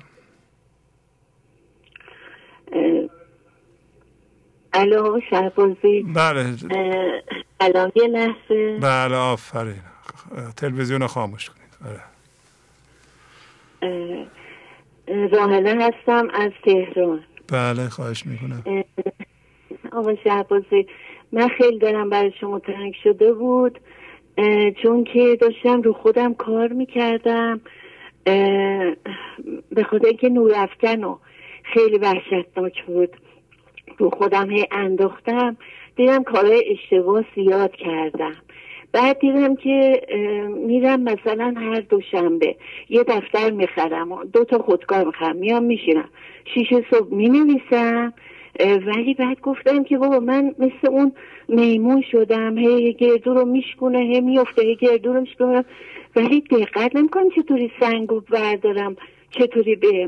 الو شهبازی. بله الان یه لحظه. بله آفرین، تلویزیون رو خاموش کنید. راهله هستم از تهران. بله خواهش میکنم. آقا شهبازی، من خیلی دلم برای شما تنگ شده بود، چون که داشتم رو خودم کار میکردم، به خاطر اینکه نورافکن و خیلی وحشتناک بود رو خودم هی انداختم، دیدم کارهای اشتباه زیاد کردم. بعد دیدم که میرم مثلا هر دوشنبه یه دفتر میخرم و 2 تا خودکار میخرم، میام میشینم 6 صبح مینویسم. ولی بعد گفتم که بابا من مثل اون میمون شدم، هی گردو رو میشکونه، هی میفته، هی گردو رو میشکنم، ولی دقت نمیکنم چطوری سنگو بردارم، چطوری به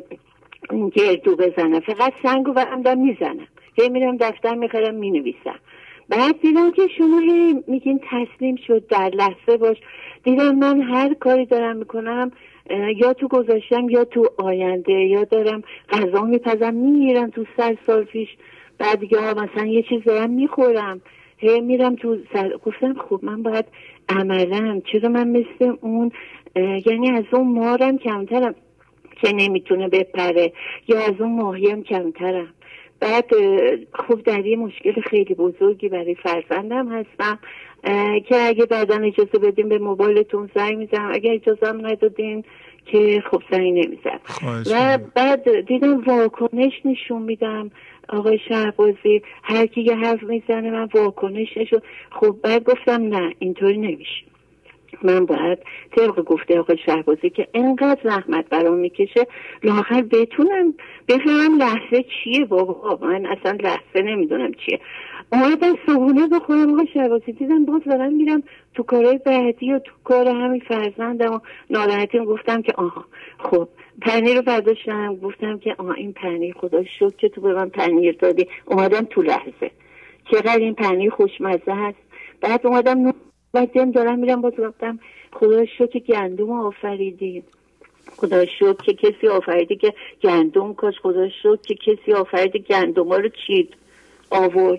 گردو بزنم، فقط سنگو برم میزنم، هی میرم دفتر میخرم مینویسم. بعد دیدم که شما هی میگین تسلیم شد، در لحظه باش. دیدم من هر کاری دارم میکنم یا تو گذاشتم یا تو آینده، یا دارم غذا میپزم میرم تو 100 سال پیش، بعد دیگه مثلا یه چیز دارم میخورم هی میرم تو گفتم خب من باید عملا، چرا من مثل اون، یعنی از اون مارم کمترم که نمیتونه بپره، یا از اون ماهیم کمترم. بعد خب در یه مشکل خیلی بزرگی برای فرزندم هستم که اگه بعداً اجازه بدین به موبایلتون زنگ میزنم، اگه اجازه هم ندادین که خب زنگ نمیزنم. و بعد دیدم واکنش نشون میدم آقای شهبازی، هر کی یه حرف میزنه من واکنش نشون. خب بعد گفتم نه اینطوری نمیشه، من باید طبق گفته آقای شهبازی که انقدر زحمت برام میکشه لااقل بتونم بفهمم لحظه چیه. بابا من اصلا لحظه نمیدونم چیه. اومدم صبحونه بخورم آقای شهبازی، دیدم باز دارم میرم تو کارهای بعدی و تو کار همین فرزندم و ناراحتیم. گفتم که آها خب پنیر رو برداشتم، گفتم که آها این پنیر خدا شکر که تو به من پنیر دادی. اومدم تو لحظه چقدر این پنیر خوشمزه هست. بعد اومدم بعدم دارم میرم باز گفتم خدا شکر که گندم آفریدی، خدا شکر که کسی آفریدی که گندم کاش، خدا شکر که کسی آفریدی گندم ها رو چید آورد.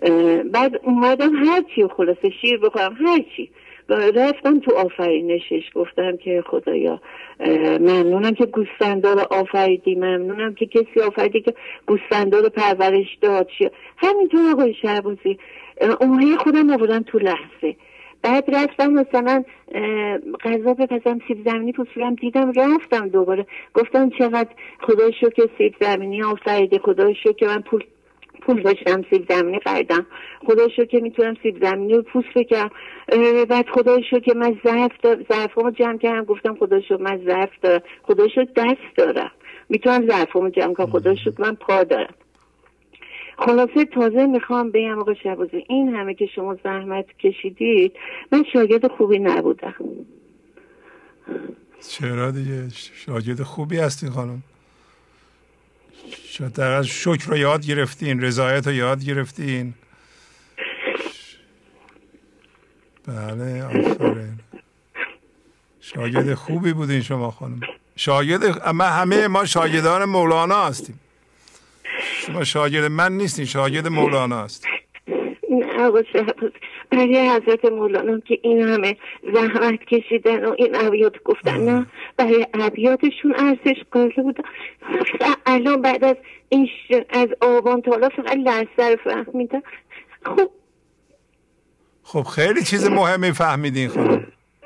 بعد اومدم هر چی خلاصه شیر بخورم هر چی، رفتم تو آفرینشش گفتم که خدایا ممنونم که گوسفندا رو آفریدی، ممنونم که کسی آفریدی که گوسفندا رو پرورش داد. همینطور آقای شهبازی اونهای خودم آوردم تو لحظه. بعد رفتم مثلا غذا بپزم، سیب زمینی پوشیدم، دیدم رفتم دوباره گفتم چقدر خدا شکر که سیب زمینی آفریده، خدا شکر که من پول داشتم سیب زمینی خریدم، خدا شکر که میتونم سیب زمینی رو پوست بکنم. بعد خدا شکر که من ظرفامو جمع کردم، گفتم خدا شکر من ظرف دارم، خدا شکر دست دارم میتونم ظرفامو جمع کنم، خدا شکر من پا دارم. خلاصه تازه میخوام بگم آقا شهبازی این همه که شما زحمت کشیدید من شاگرد خوبی نبودم. چرا دیگه شاگرد خوبی هستین خانم، شاید در شکر رو یاد گرفتین، رضایت رو یاد گرفتین. بله آفرین، شاگرد خوبی بودین شما خانم. شاگرد اما همه ما شاگردان مولانا هستیم. شما شاگرد من نیستین، شاگرد مولانا هست. نه آقا شهبازی برای حضرت مولانا که این همه زحمت کشیدن و این ابیات گفتن، نه برای ابیاتشون ارزش قائل بودن. الان بعد از این از آبان تا حالا فقط لحظه رو فهمیدم. خب خیلی چیز مهمی فهمیدین خانم.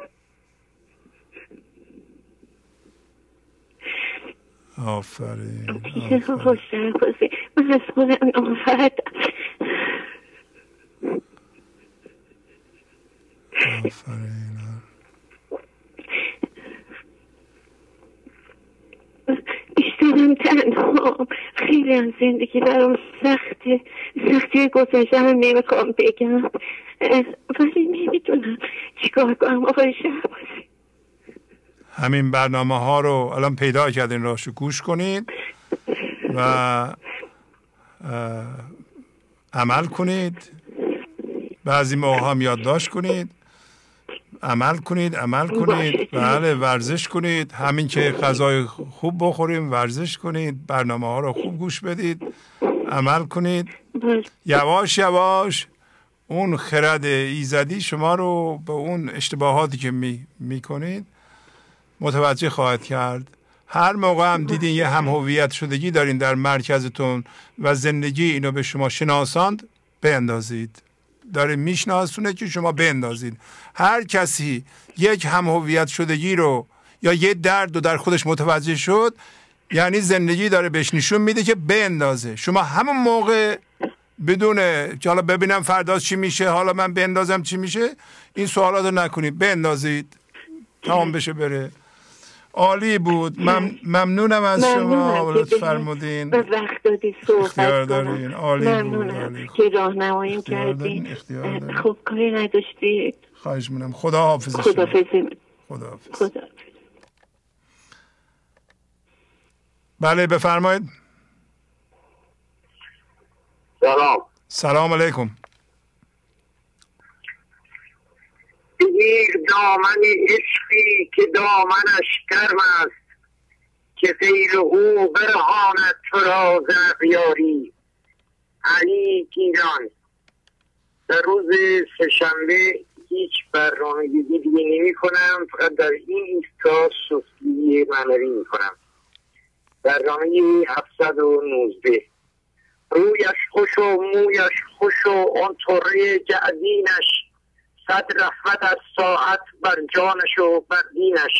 آفرین آقا شهبازی من از خودم ناراحتم. آفرین. بیشترم تنها، خیلی هم زندگی برام سخته، سختی گذشتم نمیخوام بگم ولی نمیدونم چیکار کنم آقای شهبازی. همین برنامه ها رو الان پیدا کردین، راشو گوش کنید و عمل کنید. بعضی موقع هم یادداشت کنید، عمل کنید. بله ورزش کنید، همین که غذای خوب بخوریم ورزش کنید، برنامه ها رو خوب گوش بدید، عمل کنید. یواش یواش اون خرد ایزدی شما رو به اون اشتباهاتی که میکنید متوجه خواهد کرد. هر موقع هم دیدین یه هم هویت شدگی دارین در مرکزتون و زندگی اینو به شما شناساند، بندازید. داره میشناسونه که شما بندازید. هر کسی یک هم هویت شدگی رو یا یه درد رو در خودش متوجه شد، یعنی زندگی داره بهش نشون میده که بندازه. شما همون موقع بدون که حالا ببینم فردا چی میشه، حالا من بندازم چی میشه، این سوالات رو نکنید، بندازید تمام بشه بره. عالی بود. ممنونم از شما لطف فرمودین. به وقت دادی صحبت کنم. عالی ممنونم که راهنماییم کردین. خوب کاری نداشتید. خواهش می‌کنم. خدا حافظ شما. خدا حافظ. بله بفرمایید. سلام علیکم. بگیر دامن عشقی که دامنش گرم است، که خیل او برهاند تو را ز اغیاری. علی گیلان. در روز سه‌شنبه هیچ برنامه‌ریزی دیگه نمی کنم، فقط در این ایستا سوفتی معنوی می کنم. برنامه 719. رویش خوش و مویش خوش و اون طره جعدینش، صد رحمت از ساعت بر جانش و بر دینش.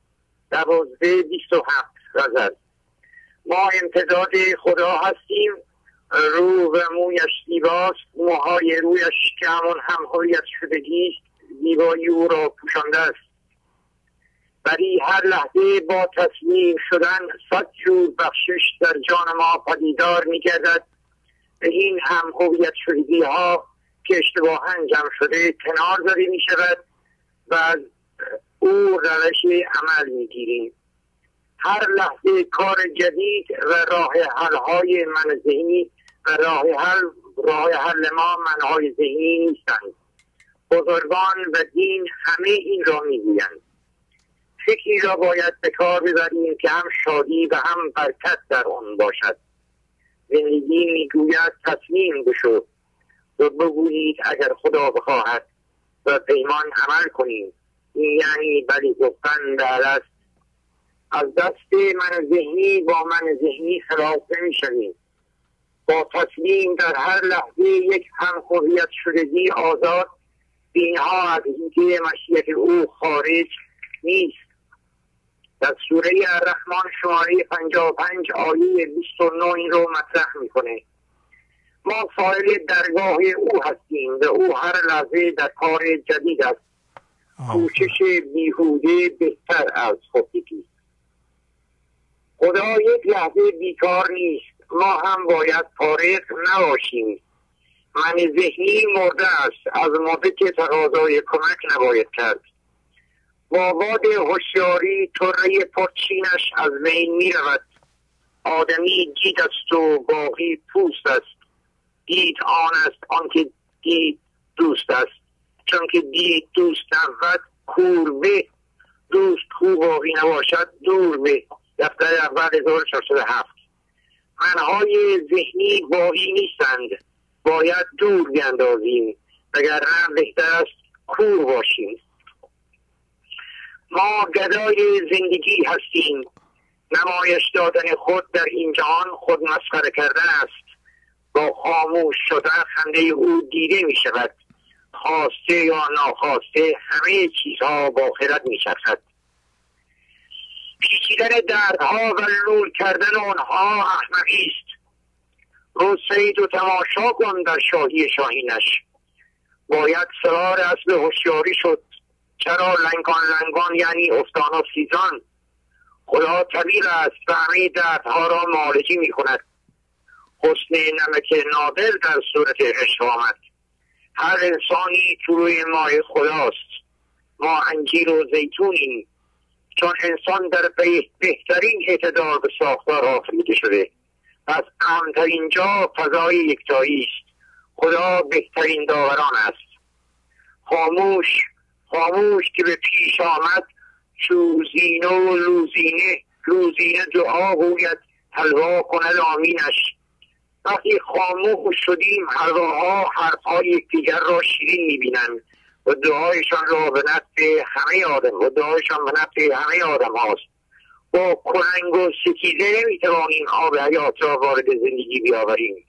12:27 غزل. ما امتداد خدا هستیم، رو و مویش زیباست، موهای رویش که همون هم هویت شدگیست، زیبایی او را پوشانده است. برای هر لحظه با تسلیم شدن 100 جور بخشش در جان ما پدیدار می‌گردد. به این هم هویت شدگی ها که اشتباهاً جمع شده کنار داده می شود و از او روش عمل می گیریم. هر لحظه کار جدید و راه حل های من ذهنی و راه حل ما منهای ذهنی نیستند. بزرگان و دین همه این را می گویند. فکری را باید به کار ببریم که هم شادی و هم برکت در آن باشد. زندگی میگوید تسلیم بشو و بگویید اگر خدا بخواهد و پیمان عمل کنیم. این یعنی بلی گفتن بله است. از دست من ذهنی با من ذهنی خلاف نمیشویم. با تسلیم در هر لحظه یک هم هویت شدگی آزاد، اینها از حیطه مشیت او خارج نیست. در سوره الرحمن شماره 55 آیه 29 این رو مطرح میکنه. ما فاعل درگاه او هستیم و او هر لحظه در کار جدید است. کوشش بیهوده بهتر از خودی. خدا یک لحظه بیکار نیست. ما هم باید فارغ نباشیم. من ذهنی مرده است. از مرده که تقاضای کمک نباید کرد. با باد هوشیاری طره پرچینش از بین می رود. آدمی دید است و باقی پوست است. دید آن است آنکه دید دوست است. چون که دید دوست نبود کور به، دوست کو باقی نباشد دور به. دفتر اول 1407. منهای ذهنی باقی نیستند، باید دور بیندازیم، وگرنه بهتر است کور باشیم. ما گدای زندگی هستیم. نمایش دادن خود در این جهان خود مسخره کردن است. با خاموش شدن خنده او دیده می شود. خواسته یا ناخواسته همه چیزها با خرد می شود. پیچیدن دردها و لول کردن آنها احمقی است. رو سید و تماشا کن در شاهی شاهینش. باید سوار اسب هوشیاری شد. چرا لنگان یعنی افتان و سیزان. خدا طویل است و همه دردها را معالجه می کند. حسن نمک نادر در صورت عشق آمد. هر انسانی تو روی ماه خداست. ما انجیر و زیتونیم، چون انسان در بهترین اعتدال به ساختار آفریده شده. پس امن‌ترین جا فضای یکتایی است. خدا بهترین داوران است. خاموش که به پیش آمد، چوزینه و لوزینه دعا گوید حلوا کند آمینش. وقتی خاموش شدیم هواها حرفهای یکدیگر را شیرین میبینند و دعایشان را به نفع همه آدم و دعایشان به نفع همه آدم هاست. با کلنگ و ستیزه نمیتوانیم آب حیات را وارد زندگی بیاوریم.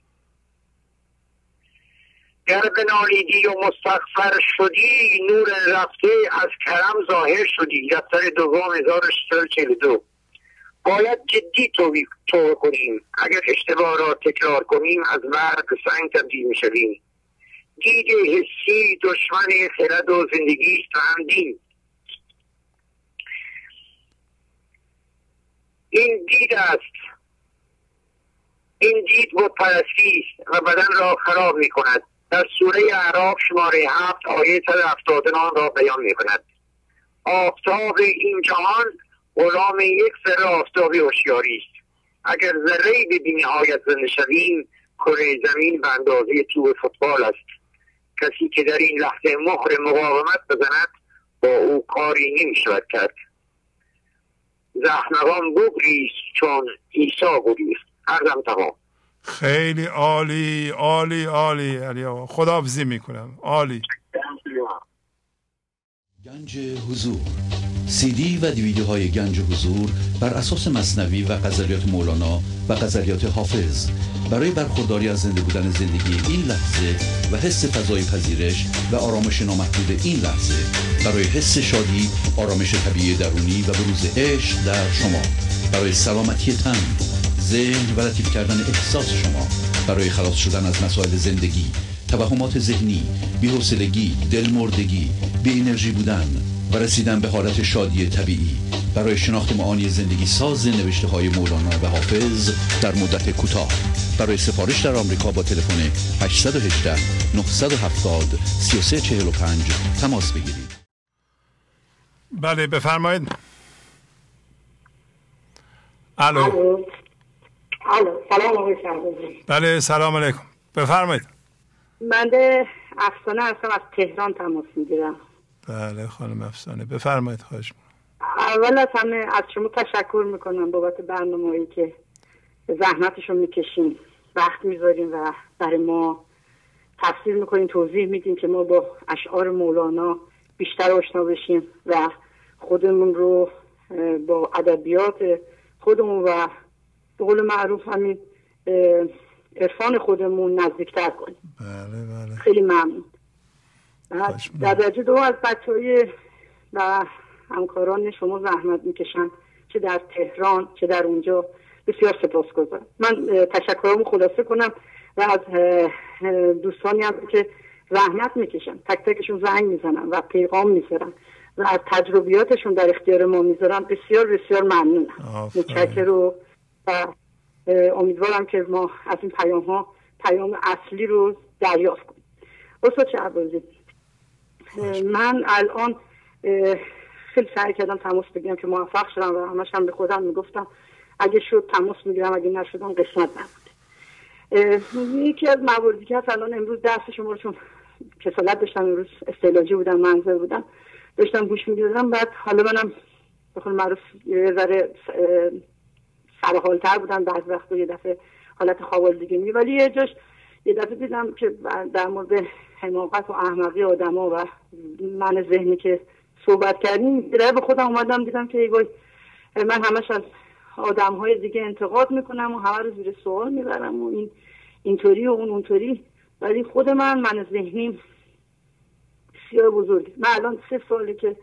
گر بنالیدی و مستغفر شدی، نور رفته از کرم ظاهر شدی. دفتر دوم 1342. باید جدی توبه کنیم. اگر اشتباه را تکرار کنیم از برق به سنگ تبدیل میشویم. دید حسی دشمن خرد و زندگی است و هم دین. این دید است، این دید بود پرستی است و بدن را خراب می کند. در سوره اعراف شماره 7 آیه 179 را بیان می کند. آفتاب این جهان غلام یک ذره آفتابی هوشیاری است. اگر ذره‌ای به بی‌نهایت زنده شویم، کره زمین به اندازه توپ فوتبال است. کسی که در این لحظه مهر مقاومت بزند با او کاری نمی‌شود کرد. زخمگان بگریست چون عیسی گریست. عرضم تمام. خیلی عالی عالی عالی علی آقا، خداحافظی میکنم. عالی. گنج حضور، CD و دیویدیوهای گنج حضور بر اساس مثنوی و غزلیات مولانا و غزلیات حافظ برای برخورداری از زنده بودن زندگی این لحظه و حس فضای پذیرش و آرامش نامحدود این لحظه، برای حس شادی، آرامش طبیعی درونی و بروز عشق در شما، برای سلامتی تن، ذهن و لطیف کردن احساس شما، برای خلاص شدن از مسائل زندگی، توهمات ذهنی، بی‌حوصلگی، دلمردگی، بی انرژی بودن و رسیدن به حالت شادی طبیعی، برای شناخت معانی زندگی ساز نوشته‌های مولانا و حافظ در مدت کوتاه. برای سفارش در آمریکا با تلفن 818 970 3345 تماس بگیرید. بله بفرمایید. الو. سلام علیکم. بله سلام علیکم. بفرمایید. بنده افسانه هستم، از تهران تماس میگیرم. بله خانم افسانه بفرمایید. خواهش میکنم. اول از همه از شما تشکر میکنم بابت برنامه‌ای که زحمتشو میکشین، وقت میذارین و برای ما تفسیر میکنین، توضیح میدین که ما با اشعار مولانا بیشتر آشنا بشیم و خودمون رو با ادبیات خودمون و به قول معروف همین عرفان خودمون نزدیکتر کنیم. بله بله. خیلی ممنون. در درجه دو از بچه‌های و همکاران شما زحمت میکشن، چه در تهران چه در اونجا، بسیار سپاسگزارم. من تشکرامو خلاصه کنم و از دوستانی هم که زحمت میکشن، تک تکشون زنگ میزنن و پیغام میذارن و از تجربیاتشون در اختیار ما میذارن، بسیار بسیار ممنونم. متشکرم و امیدوارم که ما از این پیام اصلی رو دریافت کنیم. استاد شهبازی، من الان خیلی سعی کردم تماس بگیرم که موفق شدم و همش هم به خودم میگفتم اگه شد تماس میگیرم، اگه نشدم قسمت نبوده. یکی از مواردی که الان امروز درس شما رو، چون کسالت داشتم امروز استعلاجی بودم، منظر بودم، داشتم گوش میدادم، بعد حالا منم به قول معروف یه ذره سرحالتر بودم، بعض وقتا یه دفعه حالت خوابالودگی می، ولی یه دفعه دیدم که در مورد حماقت و احمقی آدما و من ذهنی که صحبت کردیم، به خودم اومدم دیدم که وای من همش از آدم‌های دیگه انتقاد میکنم و همه رو زیر سوال میبرم و این اینطوری و اون اونطوری، ولی خود من ذهنیم بسیار بزرگه. من الان 3 ساله که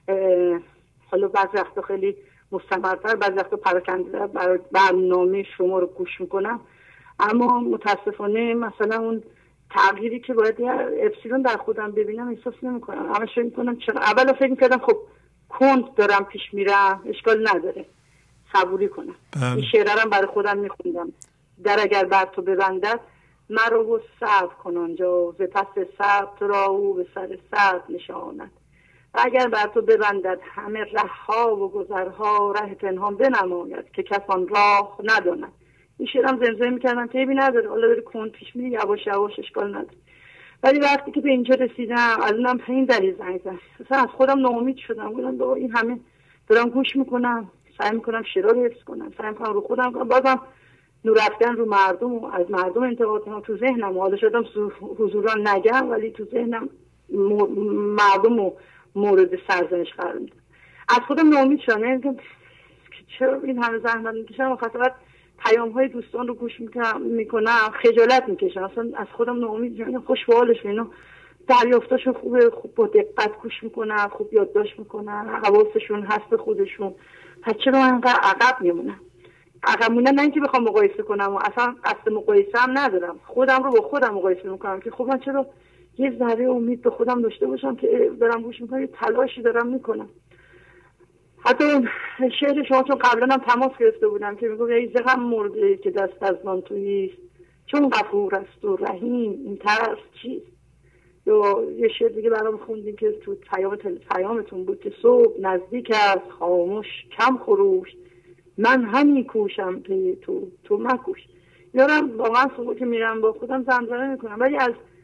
حالا بعضی وقتا خیلی مستمرتر، بعضی وقتا پراکنده برنامه شما رو گوش میکنم، اما متاسفانه مثلا اون تغییری که باید یه اپسیلون در خودم ببینم احساس نمیکنم. همش فکر میکنم چرا، اولا فکر میکردم خب کند دارم پیش میرم، اشکال نداره، صبوری کنم. این شعره رو برای خودم میخوندم: در اگر بر تو ببندد مرو و صبر کن آنجا، ز پس صبر تو را او به سر صبر نشاند. و اگر بر تو ببندد همه رهها و گذرها، ره پنهان بنماید که کس آن راه نداند. این شعرم زمزمه میکردم که عیبی نداره، حالا داری کند پیش میری، یواش یواش، اشکال نداره. ولی وقتی که به اینجا رسیدم، الانم همین دلیل زنگ زدم، اصلا از خودم ناامید شدم. گفتم بابا این همه دارم گوش میکنم، سعی میکنم شعرها رو حفظ کنم، سعی میکنم رو خودم کنم، بازم نورافکن رو مردم و از مردم انتقاد کنم. تو ذهنم حالا شدم حضورا نگم، ولی تو ذهنم مردم رو مورد سرزنش قرار میدم. از خودم ناامید شدم، یعنی چرا این همه زحمت میکشم و فقط پیام های دوستان رو گوش میکنم خجالت میکشم، اصلا از خودم ناامید شدم. خوش به حالش، اینا دریافتاشون خوبه، خوب با دقت گوش میکنن، خوب یادداشت میکنن، حواسشون هست به خودشون. پس چرا من انقدر عقب میمونم؟ عقب موندن نه اینکه بخوام مقایسه کنم و اصلا قصد مقایسه هم ندارم، خودم رو با خودم مقایسه میکنم که خب من چرا یه ذره امید به خودم داشته باشم که دارم گوش میکنم، یه تلاشی دارم میکنم. حتی شعر شما چون قبلا هم تماس گرفته بودم که میگم ای زغم مرده که دست از نان توییست، چون غفور است و رحیم این ترس چیست. یا یه شعر دیگه برام خوندیم که تو پیامتون بود که صبح نزدیک است خاموش کم خروش، من همین کوشم پی تو مکوش. یارم واقعا صبح که میرم با خودم زمزمه میکنم، ولی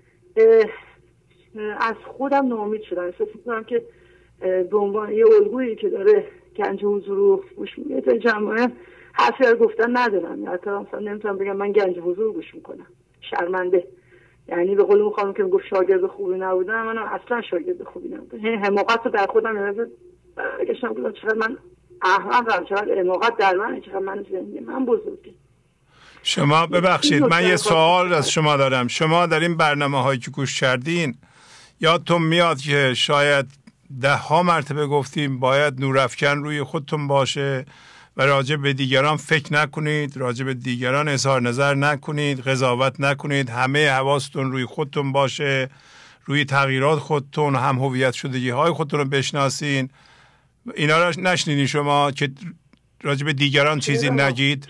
از خودم ناامید شدم. احساس میکنم که به عنوان یه الگویی که داره گنج حضور رو گوش میده تا جمعه حرفی از گفتن ندارم، یا حتی مثلا نمیتونم بگم من گنج حضور گوش میکنم، شرمنده. یعنی به قول اون خانم که گفت شاگرد خوبی نبودم، من اصلا شاگرد خوبی نبودم. حماقت رو در خودم یاد گرفتم که چقدر من احمقم، چقدر حماقت در من، چقدر من ذهنی من بزرگه. شما ببخشید من یه سوال از شما دارم. شما در این برنامه هایی که گوش کردین یادتون میاد که شاید 10 مرتبه گفتیم باید نورافکن روی خودتون باشه و راجع به دیگران فکر نکنید، راجع به دیگران اظهار نظر نکنید، قضاوت نکنید، همه حواستون روی خودتون باشه، روی تغییرات خودتون، هم هویت شدگی های خودتون رو بشناسین. اینا رو نشنیدین شما که راجع به دیگران چیزی نگید؟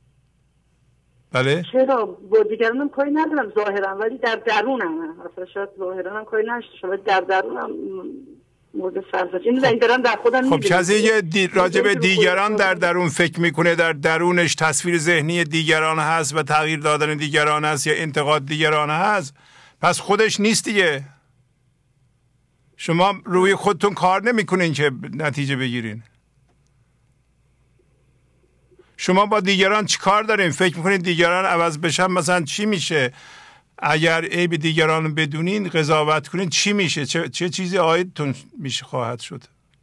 بله؟ چرا با دیگرانم کاری ندارم ظاهرا، ولی در درونم اصلا شاید ظاهرا هم کاری نشته، ولی در درونم مورد سرزنش این دارم در خودم. خب کسی راجع به دیگران در درون فکر میکنه، در درونش تصویر ذهنی دیگران هست و تغییر دادن دیگران هست یا انتقاد دیگران هست، پس خودش نیست دیگه. شما روی خودتون کار نمیکنین که نتیجه بگیرین. شما با دیگران چی کار دارین؟ فکر میکنین دیگران عوض بشن مثلا چی میشه؟ اگر عیب دیگران بدونین، قضاوت کنین، چی میشه؟ چه چیزی عایدتون میشه خواهد شد؟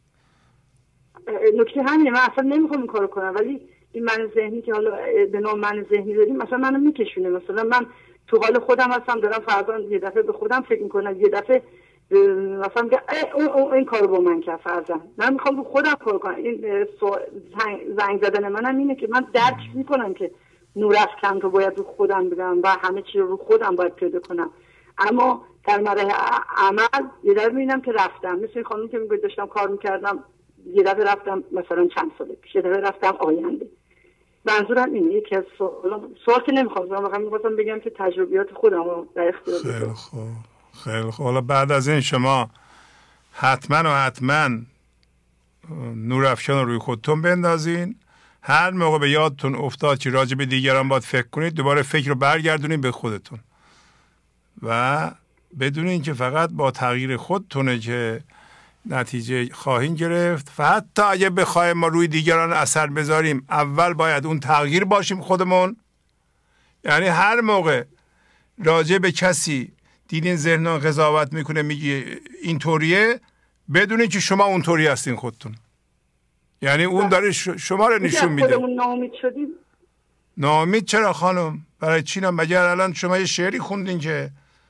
نکته همینه، من اصلا نمیخوام این کارو کنم، ولی این من ذهنی که حالا به نام من ذهنی داریم مثلا منو میکشونه. مثلا من تو حال خودم هستم، دارم فردا یه دفعه به خودم فکر میکنم، یه دفعه مثلا این کارو با من کرد فرضاً، من میخوام رو خودم کار کنم. این زنگ زدن منم اینه که من درک میکنم که نورافکن رو باید رو خودم بگم و همه چی رو خودم باید پیدا کنم، اما در مرحله عمل یه دفعه میبینم که رفتم، مثل این خانم که میگه داشتم کار میکردم یه دفعه رفتم مثلا چند ساله پیش، یه دفعه رفتم آینده. منظورم اینه یکی از سوال که نمیخوام بگم، واقعا میخواستم بگم که تجربیات خودم رو در اختیار بذارم. خیلی خوب، خیلی خوب. حالا بعد از این شما حتما نورافکن رو روی خودتون بندازین. هر موقع به یادتون افتاد که راجع به دیگران باید فکر کنید، دوباره فکر رو برگردونید به خودتون و بدونین که فقط با تغییر خودتونه که نتیجه خواهیم گرفت. و حتی اگه بخوایم ما روی دیگران اثر بذاریم، اول باید اون تغییر باشیم خودمون. یعنی هر موقع راجع به کسی دیدین ذهنان قضاوت میکنه، میگه اینطوریه، بدونین که شما اونطوری هستین خودتون. یعنی اون داره شما رو نشون میده. خودمون ناامید شدیم. ناامید چرا خانم؟ برای چی؟ مگر الان شما یه شعری خوندین که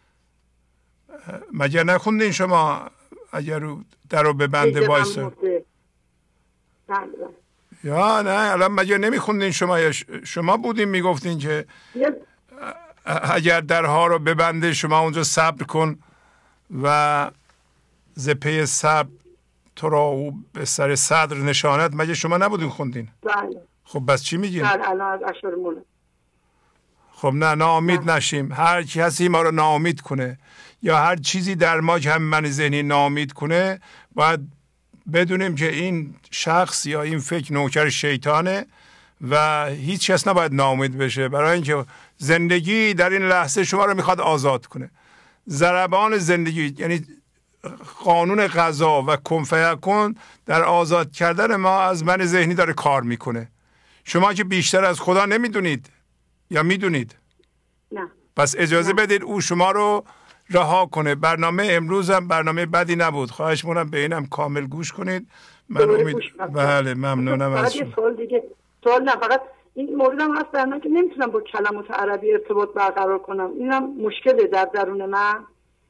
مگر نخوندین شما اگر در رو ببنده وایسه؟ یا نه الان مگر نمیخوندین شما بودین میگفتین که اگر درها رو ببنده شما اونجا صبر کن و زپه صبر تو را او به سر صدر نشانت. مگه شما نبودین خوندین؟ بله. خب بس چی میگین؟ الان از اشعار مولانا. خب نه ناامید نشیم. هر کسی ما رو ناامید کنه یا هر چیزی در ما که هم من ذهنی ناامید کنه، باید بدونیم که این شخص یا این فکر نوکر شیطانه و هیچ کس نباید ناامید بشه، برای اینکه زندگی در این لحظه شما رو میخواد آزاد کنه. ضربان زندگی یعنی قانون قضا و کن فیکون در آزاد کردن ما از من ذهنی داره کار میکنه. شما که بیشتر از خدا نمیدونید، یا میدونید؟ نه. پس اجازه بدید او شما رو رها کنه. برنامه امروز هم برنامه بدی نبود. خواهش می‌کنم به اینم کامل گوش کنید. من بله ممنونم از شما. سوال دیگه، سوال نه، فقط این موردم هست در که نمیتونم با کلمات عربی ارتباط برقرار کنم. اینم مشکله در درون من.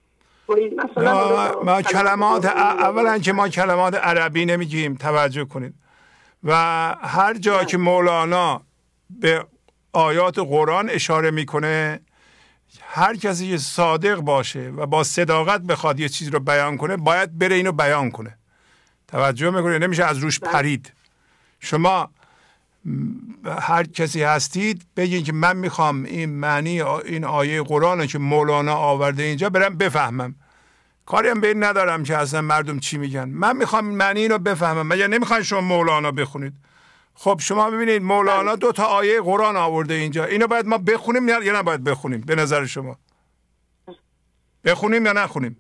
ما کلمات اولا که ما کلمات عربی نمیگیم، توجه کنید. و هر جا که مولانا به آیات قرآن اشاره میکنه، هر کسی که صادق باشه و با صداقت بخواد یه چیز رو بیان کنه باید بره اینو بیان کنه. توجه میکنه، نمیشه از روش پرید. شما هر کسی هستید بگین که من میخوام این معنی این آیه قرآن که مولانا آورده اینجا برم بفهمم. کاری هم به این ندارم که اصلا مردم چی میگن. من میخوام معنی اینو بفهمم. مگه نمیخواین شما مولانا بخونید؟ خب شما ببینید مولانا 2 تا آیه قرآن آورده اینجا. اینو باید ما بخونیم یا نباید بخونیم؟ به نظر شما بخونیم یا نخونیم؟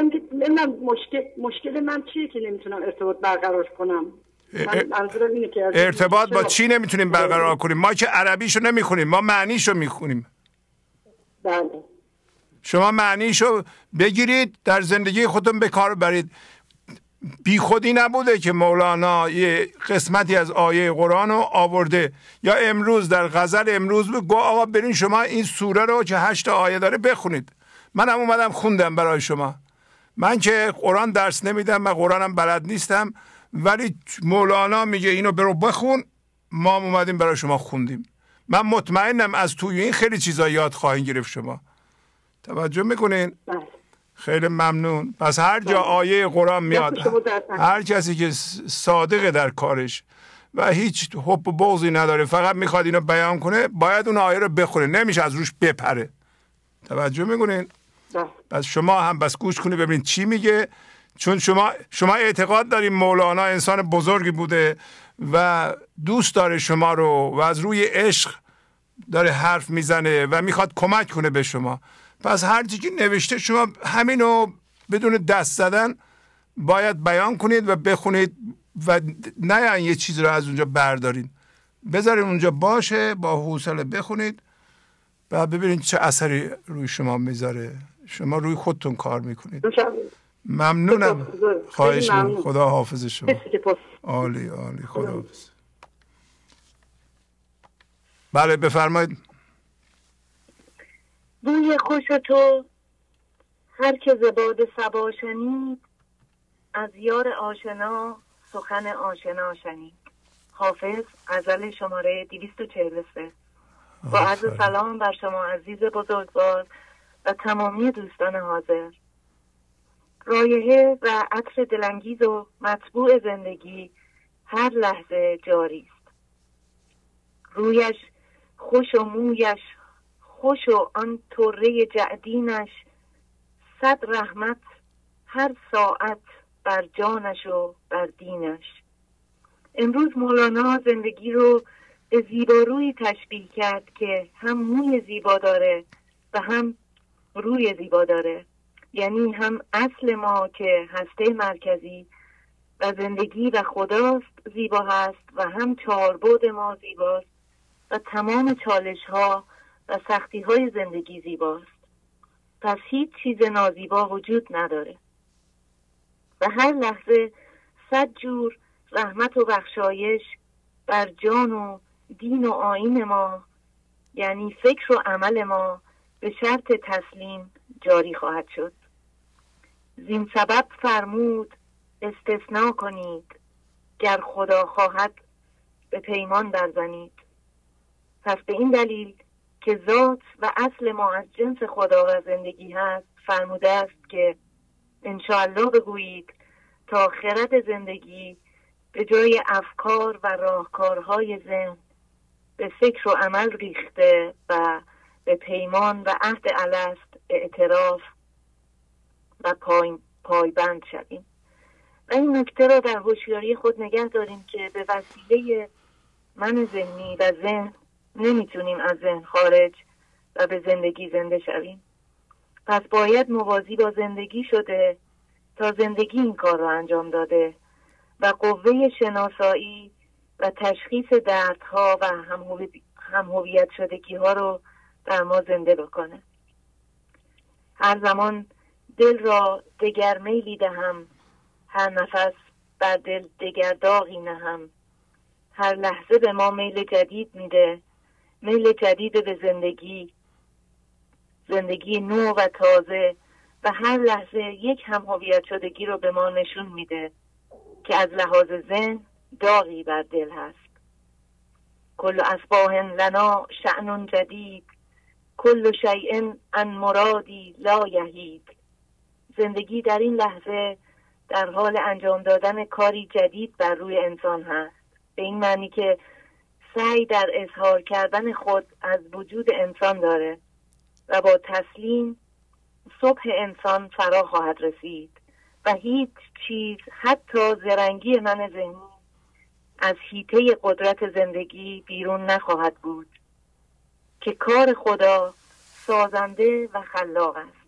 مشکل من چیه که نمیتونم ارتباط برقرار کنم؟ ارتباط با چی نمیتونیم برقرار کنیم؟ ما که عربیشو نمیخونیم، ما معنیشو میخونیم. بله. شما معنیشو بگیرید در زندگی خودتون به کار برید. بی خودی نبوده که مولانا یه قسمتی از آیه قرآن رو آورده، یا امروز در غزل امروز بگو آقا برین شما این سوره رو که 8 آیه داره بخونید. منم اومدم خوندم برای شما. من که قرآن درس نمیدم، من قرآنم بلد نیستم، ولی مولانا میگه اینو برو بخون، ما اومدیم برای شما خوندیم. من مطمئنم از توی این خیلی چیزا یاد خواهید گرفت شما. توجه میکنین؟ خیلی ممنون. پس هر جا آیه قرآن میاد، هر کسی که صادقه در کارش و هیچ حب و بغضی نداره، فقط میخواد اینو بیان کنه، باید اون آیه رو بخونه، نمیشه از روش بپره. توجه میکنین؟ پس شما هم بس گوش کنید ببینید چی میگه، چون شما اعتقاد دارید مولانا انسان بزرگی بوده و دوست داره شما رو و از روی عشق داره حرف میزنه و میخواد کمک کنه به شما. پس هر چیزی که نوشته شما همینو بدون دست زدن باید بیان کنید و بخونید و نه یه چیز رو از اونجا بردارین، بذارین اونجا باشه، با حوصله بخونید و ببینید چه اثری روی شما میذاره. شما روی خودتون کار میکنید. ممنونم. خواهش می‌کنم. خدا حافظ شما. عالی عالی. خدا حافظ. بله بفرمایید. بوی خوش تو هر که ز باد صبا شنید، از یار آشنا سخن آشنا شنید. حافظ، غزل شماره 243. با عرض سلام بر شما عزیز بزرگوار و تمامی دوستان حاضر. رایحه و عطر دلانگیز و مطبوع زندگی هر لحظه جاری است. رویش خوش و مویش خوش و آن طره جعدینش، 100 رحمت هر ساعت بر جانش و بر دینش. امروز مولانا زندگی رو به زیبارویی تشبیه کرد که هم موی زیبا داره و هم روی زیبا داره، یعنی هم اصل ما که هسته مرکزی و زندگی و خداست زیبا هست و هم چاربعد ما زیباست و تمام چالش ها و سختی های زندگی زیباست. پس هیچ چیز نازیبا وجود نداره و هر لحظه 100 جور رحمت و بخشایش بر جان و دین و آیین ما، یعنی فکر و عمل ما، به شرط تسلیم جاری خواهد شد. زین سبب فرمود استثناء کنید، گر خدا خواهد به پیمان برزنید. پس به این دلیل که ذات و اصل ما از جنس خدا و زندگی هست، فرموده است که انشاءالله بگویید تا خرد زندگی به جای افکار و راهکارهای ذهن به فکر و عمل ریخته و به پیمان و عهد الست اعتراف و پایبند شویم. و این نکته را در هوشیاری خود نگه داریم که به وسیله من ذهنی و ذهن نمیتونیم از ذهن خارج و به زندگی زنده شویم. پس باید موازی با زندگی شده تا زندگی این کار را انجام داده و قوه شناسایی و تشخیص دردها و هم هویت شدگی ها رو در ما زنده بکنه. هر زمان دل را دگر میلی دهم، هر نفس بر دل دگر داغی نهم. هر لحظه به ما میل جدید میده، میل جدید به زندگی، زندگی نو و تازه، و هر لحظه یک هم هویت شدگی رو به ما نشون میده که از لحاظ ذهن داغی بر دل هست. کل اصباح لنا شأن جدید، کل شیء عن مرادی لا یحید. زندگی در این لحظه در حال انجام دادن کاری جدید بر روی انسان هست، به این معنی که سعی در اظهار کردن خود از وجود انسان داره و با تسلیم صبح انسان فرا خواهد رسید و هیچ چیز، حتی زرنگی من ذهنی، از حیطه قدرت زندگی بیرون نخواهد بود که کار خدا سازنده و خلاق است.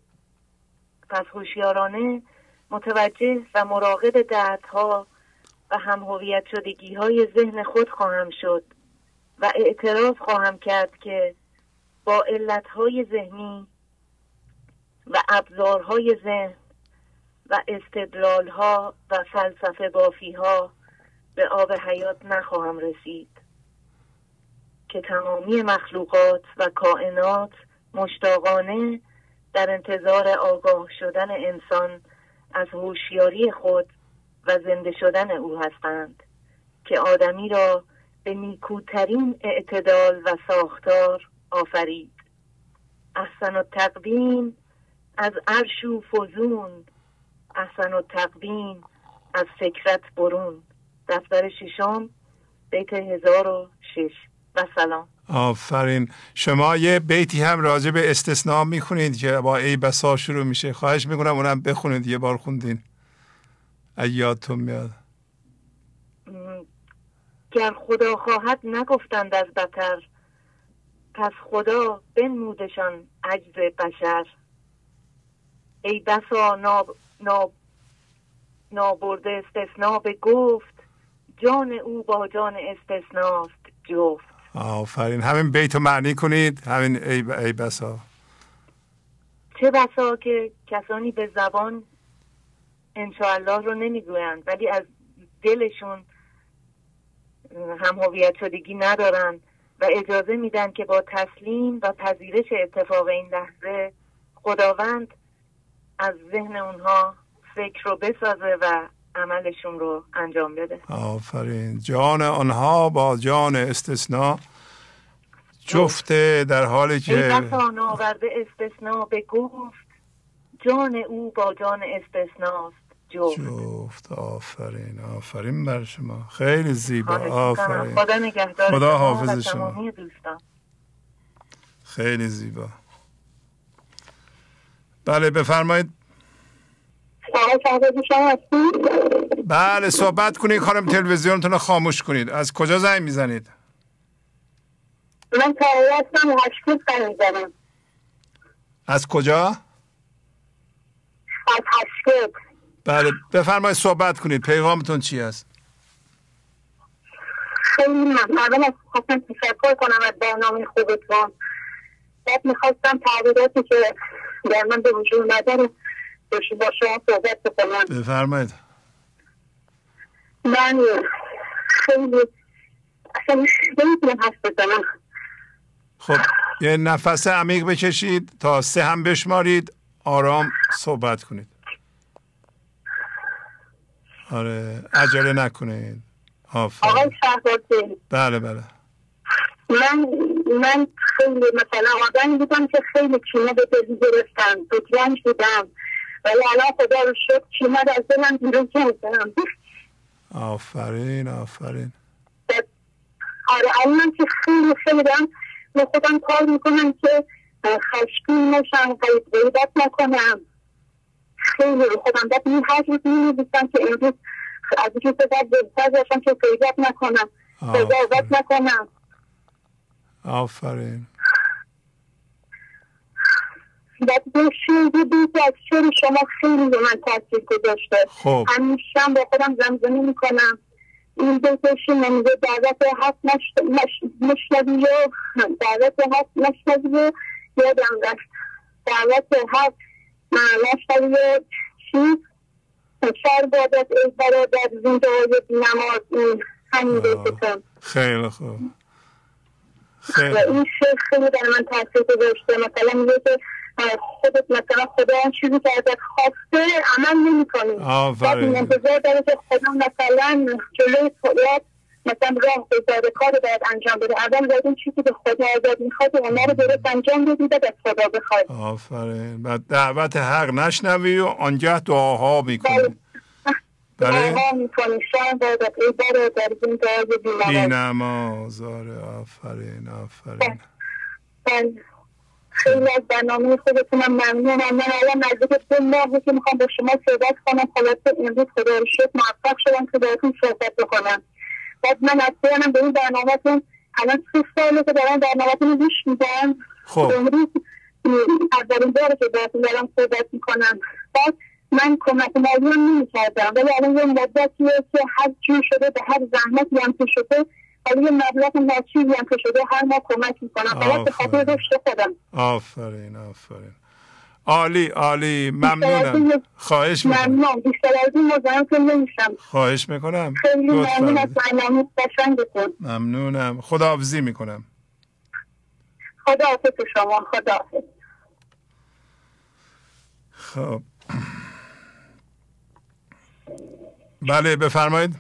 پس هوشیارانه متوجه و مراقب دردها و هم هویت شدگی های ذهن خود خواهم شد و اعتراف خواهم کرد که با علتهای ذهنی و ابزارهای ذهن و استدلالها و فلسفه بافیها به آب حیات نخواهم رسید، که تمامی مخلوقات و کائنات مشتاقانه در انتظار آگاه شدن انسان از هوشیاری خود و زنده شدن او هستند که آدمی را به نیکوترین اعتدال و ساختار آفرید. احسن التقویم از عرش و فزون، احسن التقویم از فکرت برون. دفتر ششم، بیت 1006. و سلام. آفرین. شما یه بیتی هم راجع به استثناء میخونید که با ای بسا شروع میشه، خواهش میکنم اونم بخونید. یه بار خوندین اگه یادتون میاد. گر خدا خواهد نگفتند از بتر، پس خدا بنمودشان عجز بشر. ای بسا نابرده استثناء به گفت، جان او با جان استثناست جفت. آفرین. همین بیتو معنی کنید، همین ای بسا. چه بسا که کسانی به زبان انشاءالله رو نمیگویند ولی از دلشون هم هویت شدگی ندارن و اجازه میدن که با تسلیم و پذیرش اتفاق این لحظه خداوند از ذهن اونها فکر رو بسازه و عملشون رو انجام بده. آفرین. جان آنها با جان استثناء جفته، در حالی که ای بسا ناورده استثناء به گفت، جان او با جان استثناست جفت. آفرین. آفرین بر شما، خیلی زیبا. آفرین. خدا نگهدار. خدا حافظ شما. تمامی دوستان. خیلی زیبا. بله بفرمایید. بله صحبت کنید خانم، تلویزیونتون رو خاموش کنید. از کجا زنگ میزنید؟ من هستم هشکوت زنگ میزنم. از کجا؟ از هشکوت. بله بفرمایید صحبت کنید، پیغامتون چی است؟ خیلی ممنونم. خواستم تشکر کنم از برنامه خوبتون. بعد میخواستم تعبیراتی که در من به وجود اومده رو با شما صحبت بکنم. بفرمایید. من خیلی اصلا نمیتونم حرف بزنم. خب یه نفس عمیق بکشید تا 3 هم بشمارید، آرام صحبت کنید. آره عجله نکنید. آقای شهبازی. بله بله. من خیلی مثلا آدمی بودم که خیلی کینه به دل گرفتم، دودرنج بودم، ولی الان خدا رو شکر کینه از دلم بیرون کردم. آفرین. آفرین. آره الان که خیلی دارم به خودم کار میکنم که خشکین نشم، غیبت نکنم. خیلی رو خودم باید این هر روز می‌نویسم که امروز از اینکه باید بهتر باشم که غیبت نکنم، قضاوت نکنم. آفرین. بعد شعری بود از شعر شما خیلی به من تاثیر گذاشته. خب همیشه با خودم زمزمه میکنم این بکشی نمیده دعوت حق مشنوی و دعوت حق مشنوی یادم رفت دعوت حق مشنوی و چی سر بادت ای برادر زنده های نماز همین بیتتون. خیلی خوب. و این شیخ خیلی در من تاثیر گذاشته. مثلا میگه که خودت مثلا خدا اون چیزی که ازت خواسته عمل نمی کنی بعد این انتظار داره که خدا مثلا جلوی خودت مثلا راه بذاره کار باید انجام بده. اول باید این چیزی که خدا ازت میخواد اونا رو درست انجام بدی بعد از خدا بخوای. آفرین. بعد دعوت حق نشنوی و آنجا دعاها میکنی. دعاها میکنی شاید باید ای برادر زنده های بی‌نماز. آفرین آفرین. خیلی از برنامه خودتونم ممنونم. من الان نزدیک 2 ماهه که میخوام با شما صحبت کنم. خلاصه امروز خدا رو شکر موفق شدم که باهاتون صحبت بکنم. بعد من اصلا به این برنامه‌تون الان 3 ساله که دارم برنامه‌تون رو گوش میدم. امروز اولین باره که باهاتون دارم صحبت میکنم. بعد من کمک مالی هم نمی‌کردم ولی الان یه مدتیه که هر جور شده به هر زحمتی هم که شده ولی یه مبلغ ناچیزی هم که شده هر ماه کمک میکنم. فقط به خاطر رشد خودم. آفرین آفرین. عالی عالی. ممنونم. خواهش میکنم. ممنون. بیشتر از این مزاحمتون نمیشم. خواهش میکنم. خیلی ممنون از برنامه قشنگتون. ممنونم. خداحافظی میکنم. خداحافظ شما. خداحافظ. خب بله بفرمایید.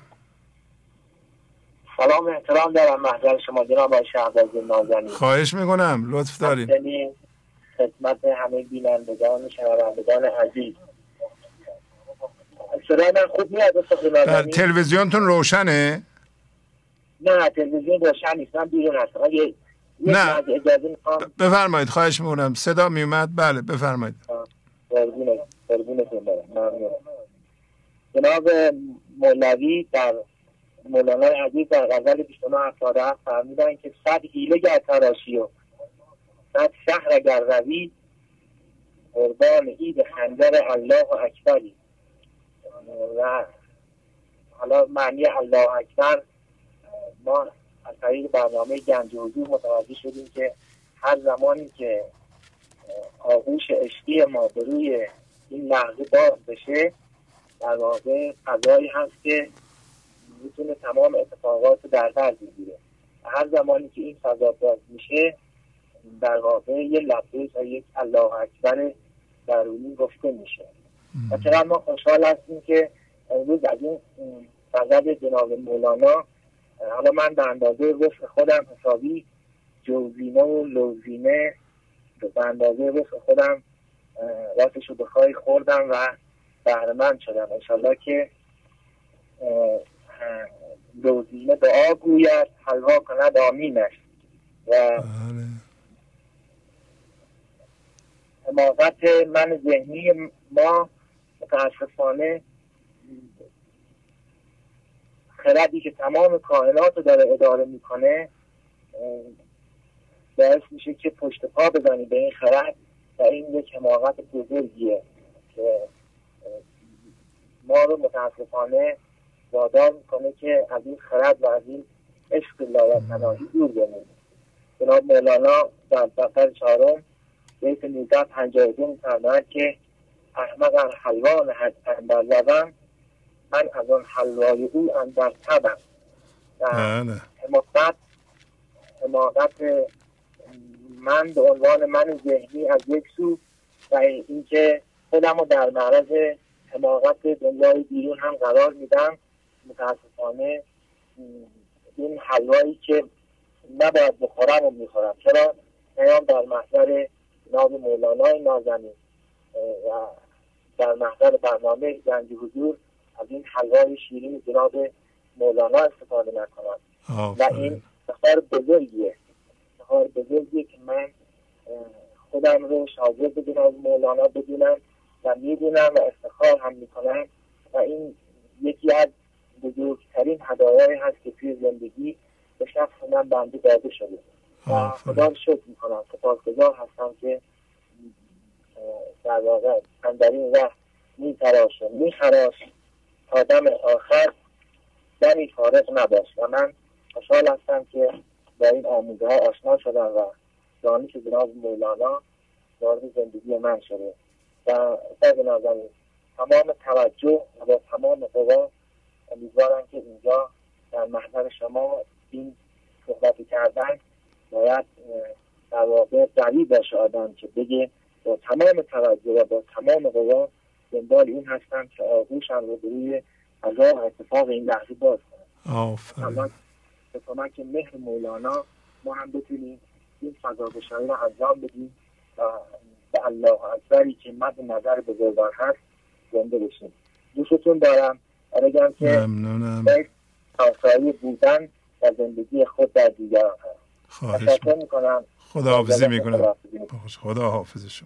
سلام احترام دارم محضر شما جناب آقای شهبازی نازنین. خواهش میکنم لطف دارید. خدمت همه بینندگان شنوندگان عزیز. صدای من خوب میاد؟ تلویزیونتون روشنه؟ نه تلویزیون روشن نیست. من بیرون هستم. نه بفرمایید. خواهش میکنم. صدا میومد. بله بفرمایید. قربونتون برم. ممنون. جناب مولوی در مولانا عزیز در غزل 29-77 فرمودن که 100 حیله گر تراشی و 100 شهر اگر روی قربان عید خنجر الله اکبری. و حالا معنی الله اکبر ما از طریق برنامه گنج حضور متوجه شدیم که هر زمانی که آغوش عشقی ما به روی این لحظه باز بشه در واقع فضایی هست که میتونه تمام اتفاقات در بر بگیره. هر زمانی که این فضا باز میشه در واقع یه لبریز و یک الله اکبر درونی گفته میشه. و چقدر ما خوشحال هستیم که امروز از این غزل جناب مولانا حالا من به اندازه وسع خودم حسابی جوزینه و لوزینه به اندازه وسع خودم راستش رو بخوای خوردم و بهره‌مند شدم. انشالله که لوزینه دعا گوید حلوا کند آمینش. و حماقت من ذهنی ما متاسفانه خردی که تمام کائنات رو داره اداره میکنه باعث میشه که پشت پا بزنی به این خرد و این یک حماقت بزرگیه که ما رو متاسفانه وادار میکنه که از این خرد و از این عشق لایتناهی دور بمونیم. جناب مولانا در دفتر 4 بیت 1952 می‌فرماید که احمق حلوا نهد اندر لبم من از آن حلوای او اندر تبم. حماقت من به عنوان من ذهنی از یک سو و اینکه خودم رو در معرض حماقت دنیای بیرون هم قرار میدم. متاسفانه این حلوایی که نباید بخورم و میخورم. چرا؟ نیام در محضر جناب مولانای نازنین و در محضر برنامه گنج حضور از این حلوای شیرین جناب مولانا استفاده نکنم. و این افتخار بزرگیه که من خودم رو شاگرد جناب مولانا بدونم و میدونم و افتخار هم میکنم و این یکی از بزرگترین هدایایی هست که توی زندگی به شخص من بنده داده شده و خدا رو شکر میکنم. سپاسگزار هستم که در واقع من در این وقت میخراش تا دم آخر دمی فارغ نباش. و من خوشحال هستم که با این آموزه ها آشنا شدم و دانش جناب مولانا وارد زندگی من شده و از نظر تمام توجه و با تمام قوا امیدوارم که اینجا در محضر شما این صحبت کردن باید در واقع قوی باشه آدم که بگه با تمام توجه و با تمام قوا دنبال این هستم که آغوشم رو به روی فضا و اتفاق این لحظه باز کنم. آفرین. به کمک مهر مولانا ما هم بتونیم این فضا گشایی رو انجام بدیم و به الله اکبری که مد نظر بزرگان هست زنده بشیم. دوستتون دارم و بگم که ممنونم. آسایی بودن و زندگی خود در دیگران هست. تشکر میکنم. خداحافظی میکنم. خدا حافظ شما.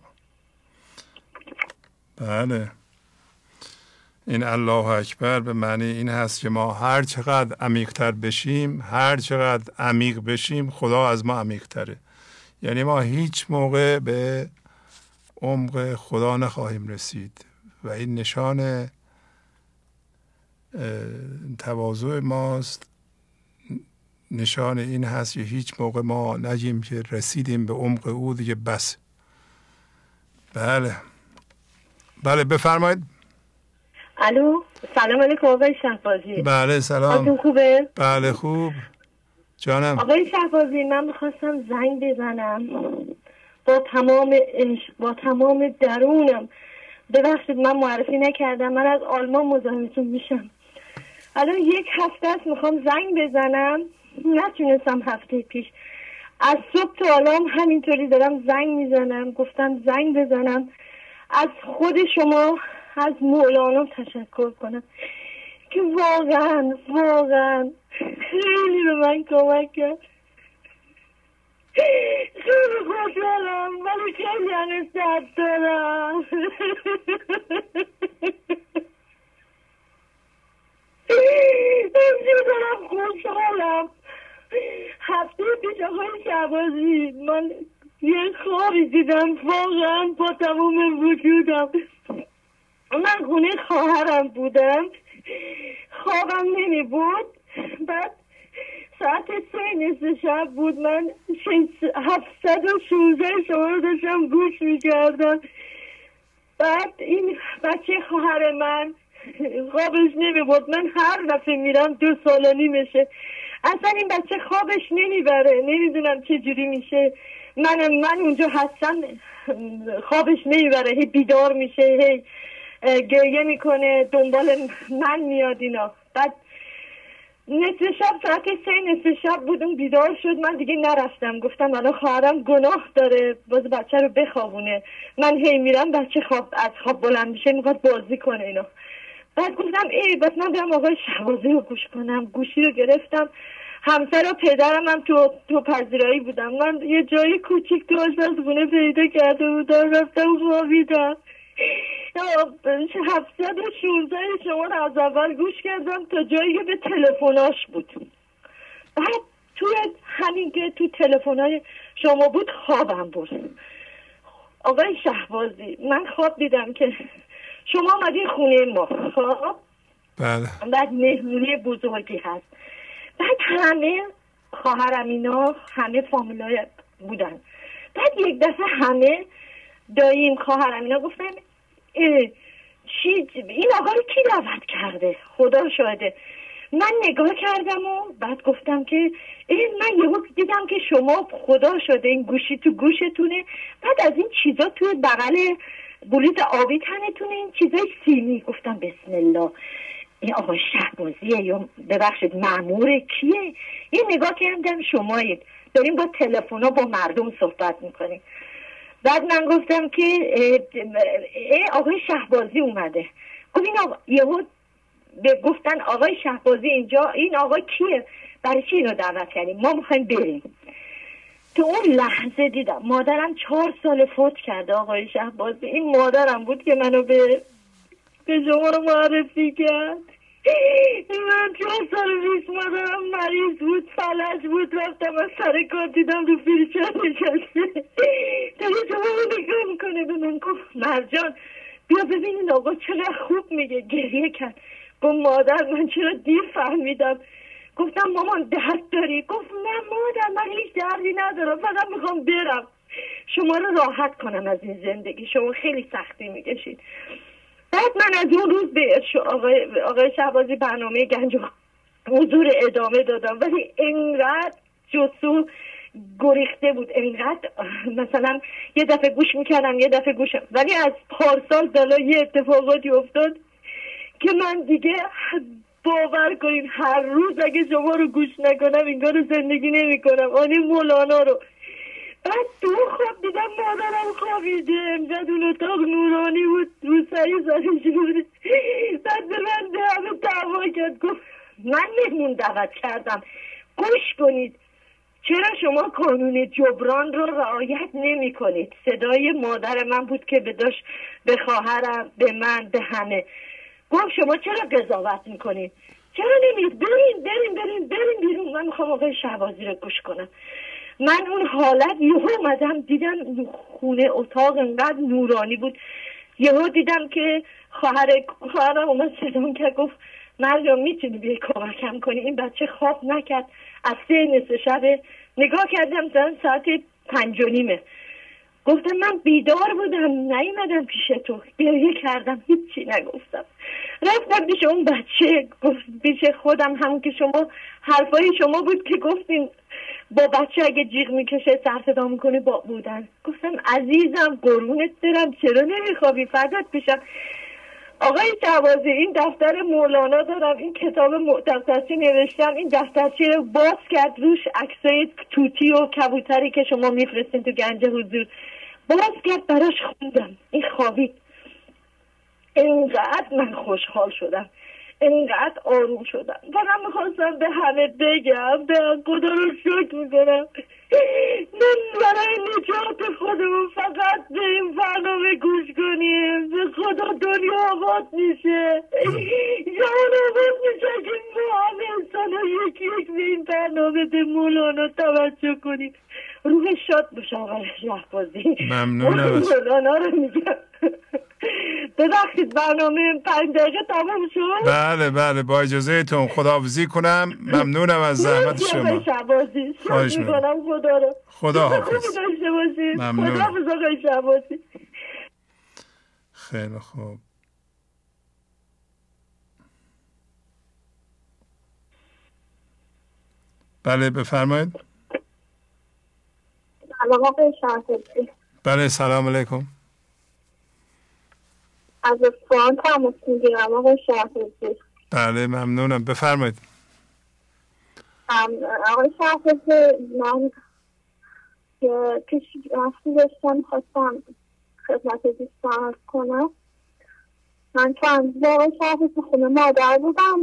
بله، این الله اکبر به معنی این هست که ما هر چقدر عمیق‌تر بشیم، هر چقدر عمیق بشیم، خدا از ما عمیق‌تره. یعنی ما هیچ موقع به عمق خدا نخواهیم رسید و این نشان تواضع ماست. نشان این هست که هیچ موقع ما نگیم که رسیدیم به عمق او دیگه بس. بله بله بفرمایید. الو، سلام علیکم آقای شهبازی. بله سلام. حالتون خوبه؟ بله خوب جانم. آقای شهبازی من میخواستم زنگ بزنم با تمام عشق، با تمام درونم. ببخشید من معرفی نکردم، من از آلمان مزاحمتون میشم. الان 1 هفته است میخوام زنگ بزنم، نتونستم هفته پیش. از صبح تا الان همینطوری دارم زنگ میزنم. گفتم زنگ بزنم از خود شما، از مولانا تشکر کنم که واقعا خیلی به من کمک کرد. خیلی خوشحالم ولی خیلی هنوز درد دارم. امروز دارم خوشحالم. هفته پیش آقای شهبازی من یه خوابی دیدم واقعا با تمام وجودم. من خونه خواهرم بودم، خوابم نمی بود. بعد ساعت 3 شب بود، من 716 شما رو داشتم گوش می کردم. بعد این بچه خواهر من خوابش نمی بود. من هر دفعه میرم 2 سال و نیمشه، اصلا این بچه خوابش نمیبره، نمیدونم چه جوری میشه. من اونجا هستم خوابش نمیبره، هی بیدار میشه، هی گریه میکنه، دنبال من میاد اینا. بعد نصف شب ساعت 3 شب بودم بیدار شد. من دیگه نرفتم، گفتم الان خواهرم گناه داره باز بچه رو بخوابونه. من هی میرم بچه از خواب بلند میشه میخواد بازی کنه اینا. بعد گفتم بس من برم آقای شهبازی رو گوش کنم. گوشی رو گرفتم، همسر و پدرم هم تو پذیرایی بودم. من یه جای کوچیک تو آشپزخونه پیدا کرده بودم، رفتم خوابیدم. 716 شما رو از اول گوش کردم تا جایی که به تلفناش بود. بعد توی همین که تو تلفنای شما بود خوابم بود. آقای شهبازی من خواب دیدم که شما آمدی خونه ما. خب بله. بعد مهمونی بزرگی هست. بعد همه خواهرم اینا همه فامیلای بودن. بعد یک دفعه همه داییم خواهرم اینا گفتن این آقا رو کی دعوت کرده؟ خدا شاهده. من نگاه کردم و بعد گفتم که من یهو دیدم که شما خدا شده این گوشی تو گوشتونه، بعد از این چیزا توی بغل بلیط آبی تنتونه، این چیزای سیمی. گفتم بسم الله، این آقا شهبازیه یا ببخشید مأمور کیه؟ یه نگاه کردم شمایید داریم با تلفن با مردم صحبت میکنیم. بعد من گفتم که آقای شهبازی اومده. گفت این آقا یهو گفتن آقای شهبازی اینجا، این آقا کیه؟ برای چی اینو دعوت کردیم؟ ما میخوایم بریم. تو اون لحظه دیدم مادرم 4 سال فوت کرده آقای شهبازی. این مادرم بود که منو به شما رو معرفی کرد. من 4 سال پیش مادرم مریض بود، فلج بود، رفتم از سر کار دیدم رو پیرچه نشسته. داره شما رو نگاه میکنه به من گفت مرجان بیا ببینین آقا چقدر خوب میگه. گریه کرد. گفت مادر من چرا دیر فهمیدم. گفتم مامان درد داری؟ گفت نه مادر من هیچ دردی ندارم، فقط میخوام برم شما رو راحت کنم از این زندگی، شما خیلی سختی میکشید. بعد من از اون روز به آقای شهبازی برنامه گنج حضور ادامه دادم، ولی انقدر جسو گریخته بود، انقدر مثلا یه دفعه گوش میکردم یه دفعه گوش، ولی از پارسال بالا یه اتفاقاتی افتاد که من دیگه باور کنین هر روز اگه شما رو گوش نکنم انگار رو زندگی نمی کنم. آنی مولانا رو بعد تو خواب دیدم مادرم خوابیده، انقدر اون اتاق نورانی بود، رو سری زنش بود. بعد به من همه دعوا کرد، گفت من مهمون دعوت کردم گوش کنید، چرا شما قانون جبران رو رعایت نمی کنید؟ صدای مادر من بود که داشت به خواهرم، به من، به همه گفت شما چرا قضاوت میکنید؟ چرا نمید؟ بریم بیرون، من میخوام آقای شهبازی رو گوش کنم. من اون حالت یهو اومدم دیدم خونه اتاق انقدر نورانی بود، یهو دیدم که خواهرم اومد صدام کرد، گفت مریم میتونی بیای کمکم کنی؟ این بچه خواب نکرد از 3:30 شب. نگاه کردم ساعت 5:30. گفتم من بیدار بودم نیومدم پیش تو، گریه کردم هیچی نگفتم. رفتم پیش اون بچه، پیش خودم، همون که شما حرفای شما بود که گفتین با بچه اگه جیغ میکشه سر صدا میکنه با بودن. گفتم عزیزم قربونت برم چرا نمیخوابی؟ فردت پیشم. آقای شهبازی این دفتر مولانا دارم، این کتاب دفترچه نوشتم، این دفترچه رو باز کرد روش عکسای توتی و کبوتری که شما میفرستین تو گنج حضور، باز کرد براش خوندم، این خوابید. انقدر من خوشحال شدم، انقدر آروم شدم. فقط میخواستم به همه بگم به خدا رو شکر میکنم من برای نجات خودمون فقط به این برنامه گوش کنیم، به خدا دنیا آباد میشه، جهان آباد میشه که ما همه انسان ها یک به این برنامه به مولانا توجه کنیم. روح شاد باشه آقای شهبازی. ممنونم. مولانا رو میگم. ببخشید برنامه 5 دقیقه تمام شد. بله با اجازهتون خداحافظی کنم. ممنونم از زحمت شما. خواهش میکنم. خدا رو خدا حافظ. داشته باشید. ممنون. خدا حافظ آقای شهبازی. خیلی خوب. بله بفرمایید. سلام آقای شهبازی. بله سلام علیکم. از اصفهان تماس میگیرم آقای شهبازی. بله ممنونم بفرمایید. آقای شهبازی من که رفتی داشتم خواستم خدمت دوستان عرض کنم. من چند آقای شهبازی خونه مادر بودم،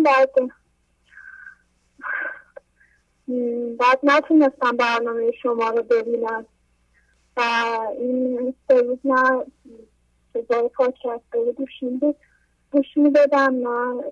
بعد نتونستم برنامه شما رو ببینم و این 3 روز نه که جای پادکست رو گوش میدادم، نه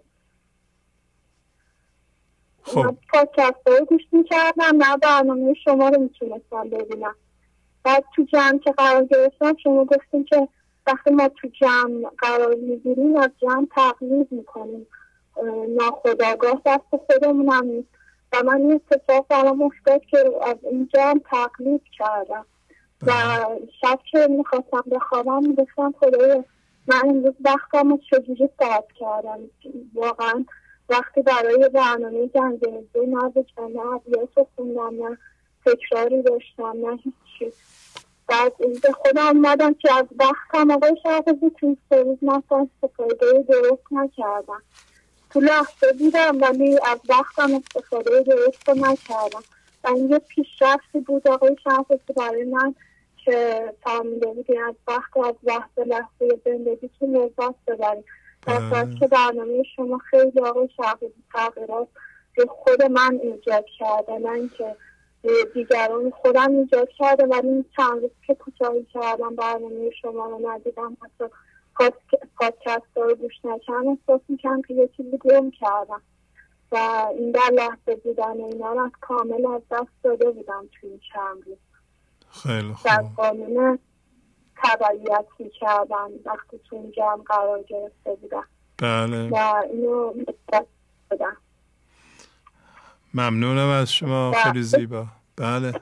پادکست رو گوش میکردم، نه برنامه شما رو میتونستم ببینم. بعد تو جمع که قرار گرفتم شما گفتیم که وقتی ما تو جمع قرار میگیریم از جمع تقلید میکنیم، ناخودآگاه دست خودمونم نیست و من این اتفاق برام افتاد که از این جمع تقلید کردم و شب که میخواستم بخوابم میگفتم خدایا من امروز وقتم رو چجوری صرف کردم. واقعا وقتی برای برنامه گنج‌حضور نبودم، نه ابیات رو خوندم، نه تکراری داشتم، نه هیچی. بعد به خودم اومدم که از وقتم آقای شهبازی توی 3 روز مثلا استفاده درست نکردم. تو لحظه دیدم ولی از وقتم استفاده درست نکردم و این یه پیشرفتی بود آقای شهبازی برای من که فهمیده بودی از لحظه زندگی که لذت ببریم. در که برنامه شما خیلی آقای شهبازی تغییرات به خود من ایجاد کرده، نه اینکه دیگران خودم ایجاد کرده، ولی این چند روز که کوتاهی کردم برنامه شما رو ندیدم، حتی پادکست رو گوش نکردم، احساس میکنم که یه چیزی گم کردم و این در لحظه بودن اینا رو کامل از دست داده بودم توی این چند روز. خیلی خوب. در قانون تبعیت میکردم وقتی تو این جمع قرار گرفته بودم. بله. و اینو بدم. ممنونم از شما، خیلی زیبا. بله.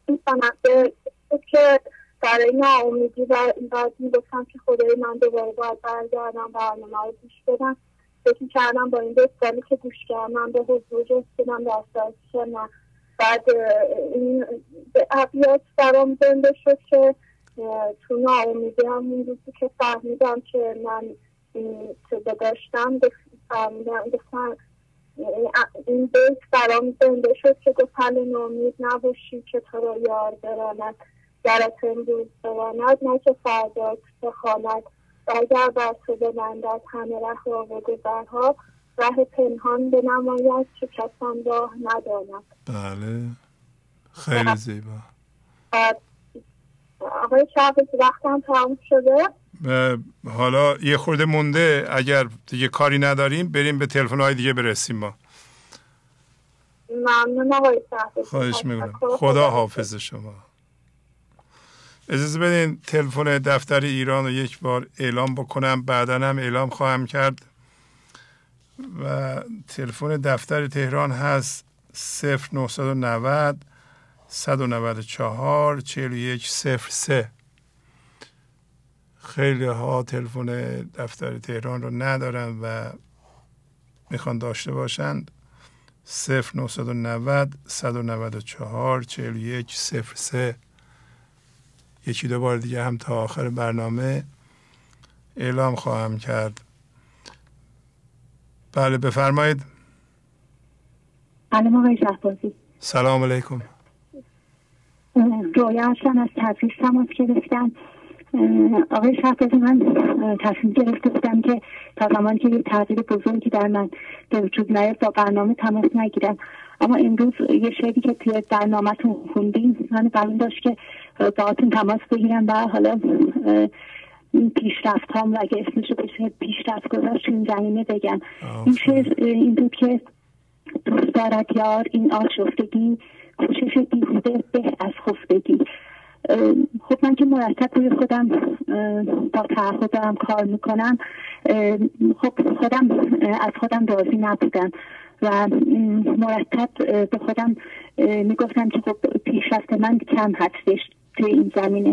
که برای ناامیدی و این بعد میگفتم که خدای من دوباره باید برگردم برنامه رو گوش بدم. فکر کردم با این 2 سالی که گوش کردم به حضور رسیدم در سایت نه. بعد این ابیات برام زنده شد که تو ناامیدی هم این روزی که فهمیدم که من که داشتم فهمیدم این بیت برام زنده شد که گفت هل ناامید نباشی که تو را یار براند، گرت امروز براند نه که فردات بخواند، و اگر بر تو ببندد همه ره را و گذرها، ره پنهان بنماید که کسان راه نداند. بله خیلی زیبا. آقای شهبازی وقتم تمام شده. حالا یه خورده مونده، اگر دیگه کاری نداریم بریم به تلفن‌های دیگه برسیم. ما ممنون آقای شهبازی. خواهش میکنم. خدا حافظ شما. اجازه بدین تلفن دفتر ایران رو یک بار اعلام بکنم، بعداً هم اعلام خواهم کرد. و تلفن دفتر تهران هست 0990 194 4103. خیلی ها تلفن دفتر تهران رو ندارن و میخوان داشته باشند. 0990 194 4103. یکی دو بار دیگه هم تا آخر برنامه اعلام خواهم کرد. بله بفرمایید. سلام آقای شهبازی. سلام علیکم. رویا هستم، از تبریز تماس گرفتم. آقای شهبازی من تصمیم گرفته بودم که تا زمانی که یه تغییر بزرگی در من به وجود نیاد با برنامه تماس نگیرم، اما امروز یه شعری که توی برنامه‌تون خوندین من قبول داشت که باهاتون تماس بگیرم و حالا این پیشرفت هم و اگه اسمشو بشه پیشرفت گذاشت این زمینه بگم. این شعر این بود که دوست دارد یار این آشفتگی، کوشش بیهوده به از خفتگی. خب من که مرتب روی خودم با تعهد دارم کار میکنم، خب خودم از خودم راضی نبودم و مرتب به خودم میگفتم که خب پیشرفت من کم هستش توی این زمینه.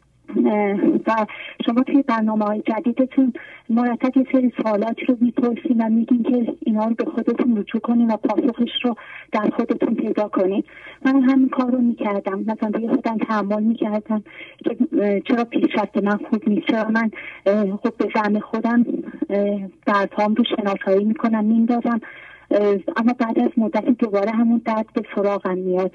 و شما توی برنامه‌های جدیدتون مرتب یه سری سوالات رو میپرسین و میگین که اینا رو به خودتون رجوع کنین و پاسخش رو در خودتون پیدا کنین. من همین کار رو میکردم، مثلا روی خودم تأمل میکردم که چرا پیشرفت من خوب نیست، چرا من خب به زعم خودم دردهام رو شناسایی میکنم میندازم، اما بعد از مدتی دوباره همون درد به سراغم میاد.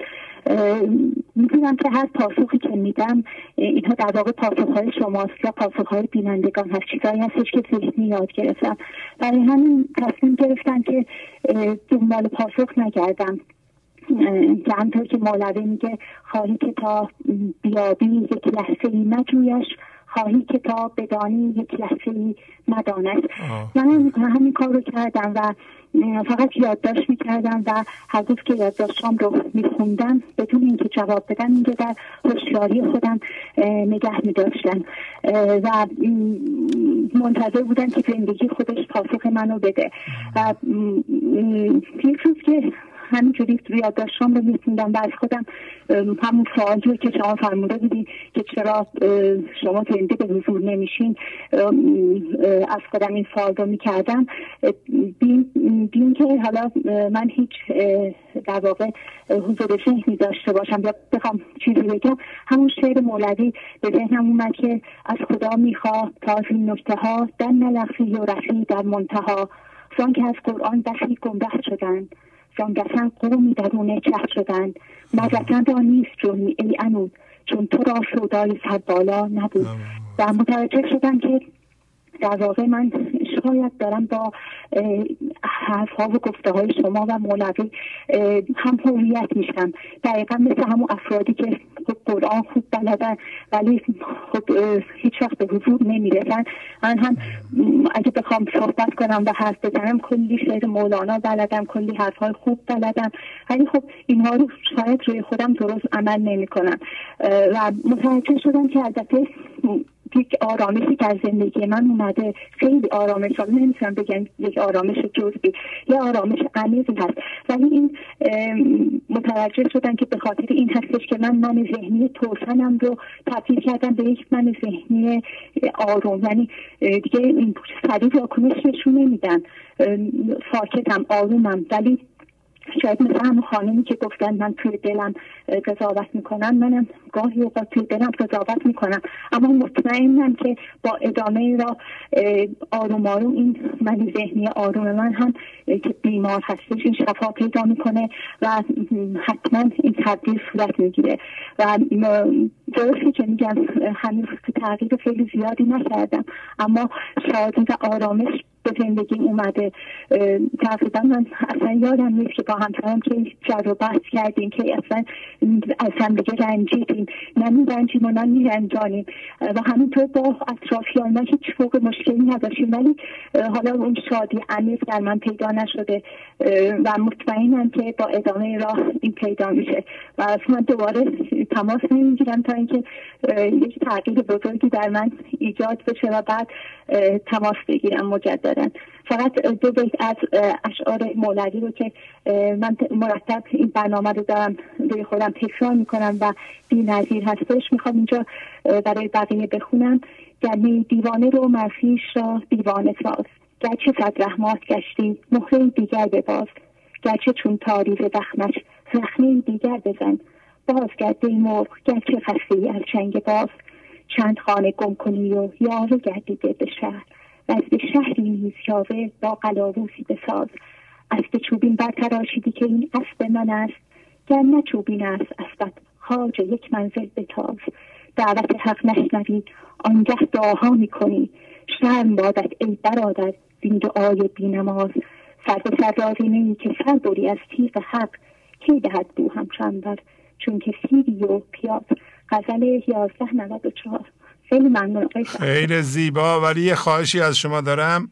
میدونم که هر پاسخی که میدم اینها در واقع پاسخهای شماست یا پاسخهای بینندگان هست، چیزایی هستش که ذهنی یاد گرفتم. برای همین تصمیم گرفتم که دنبال پاسخ نگردم، که همطور که مولوی میگه خواهی که تا بیابی یک لحظه ای نجویش، خواهی که تا بدانی یک لحظه ای مدانش. من همین کار رو کردم و فقط یادداشت میکردم و هر روز که یادداشتام رو میخوندم بدون اینکه جواب بدم اینجا در هوشیاری خودم نگه میداشتم و منتظر بودم که زندگی خودش پاسخ منو بده. و یک روز که همینجوری یادداشتام رو میخوندم و از خودم همون سوالی که شما فرموده بودین که چرا شما زنده به حضور نمیشین، از خودم این سوال رو میکردم بین که حالا من هیچ در واقع حضور ذهنی داشته باشم یا بخوام چیزی بگم، همون شعر مولوی به ذهنم اومد که از خدا میخواه تا از این نکته ها در نلغزی و رسی در منتها، زان که از قرآن بسی گمراه شدند، زانگسن قومی درونه چه شدند، مجتن را نیست جرمی ای عنود، چون تو را سودای سر بالا نبود. و متوجه شدم که در واقع من شاید دارم با حرف‌ها و گفته‌های شما و مولوی هم هویت میشم، دقیقا مثل همون افرادی که خب قرآن خوب بلدن ولی خب هیچ وقت به حضور نمیرسن. من هم اگه بخوام صحبت کنم و حرف بزنم کلی شعر مولانا بلدم، کلی حرف‌های خوب بلدم، ولی خب اینها رو شاید روی خودم درست عمل نمی‌کنم. و متوجه شدم که البته یک آرامشی در زندگی من اومده، خیلی آرامش، نمیتونم بگم یک آرامش جزئی، یه آرامش عمیقی هست. ولی این متوجه شدن که به خاطر این هستش که من ذهنی توسنم رو تبدیل کردم به یک من ذهنی آروم، یعنی دیگه سریع واکنش نشون نمیدم، ساکتم، آرومم. ولی شاید مثل همون خانمی که گفتن من توی دلم قضاوت میکنم، منم گاهی اوقات توی دلم قضاوت میکنم، اما مطمئنم که با ادامه را آروم آروم این من ذهنی آروم من هم که بیمار هستش این شفا پیدا میکنه و حتما این تبدیل صورت میگیره. و درسته که میگم هنوز تغییر خیلی زیادی نکردم، اما شادی و آرامش به زندگی اومده. تقریبا من اصلا یادم نیست که با همسرم که جر و بحث کردیم که اصلا از هم دیگه رنجیدیم، نه میرنجیم و نه میرنجانیم و همینطور با اطرافیان ما هیچ فوق مشکلی نداشتیم، ولی حالا اون شادی عمیق در من پیدا نشده و مطمئنم که با ادامه راه این پیدا میشه و اصلا دوباره تماس نمیگیرم تا اینکه یک تغییر بزرگی در من ایجاد بشه و بعد تماس بگیرم مجددا. فقط دو بیت از اشعار مولوی رو که من مرتب این برنامه رو دارم روی خودم تکرار میکنم و بی‌نظیر هستش، میخوام اینجا برای بقیه بخونم. گرمی دیوانه رو مرفیش را دیوانه ساز، گرچه صد رحمات گشتی مهره دیگر بباز، گرچه چون تاریز زخمش زخمی دیگر بزن، باز گرده مرغ گرچه خسته از چنگ باز، چند خانه گم کنی و یاوه گردیده به شهر، و از به شهری نیز یاوه با قلاووزی بساز، اسب چوبین برتراشیدی که این اسب من است، گر نه چوبین است اسبت خواجه یک منزل بتاز، دعوت حق نشنوی آنگه دعاها میکنی، شرم بادت ای برادر زین دعای بینماز، سر به سر راضی نمی که سر بری از تیغ حق، کی دهد بو هم چنبر چون که سیری و پیاز. غزل 1194. خیلی ممنون. خیلی زیبا. ولی یه خواهشی از شما دارم،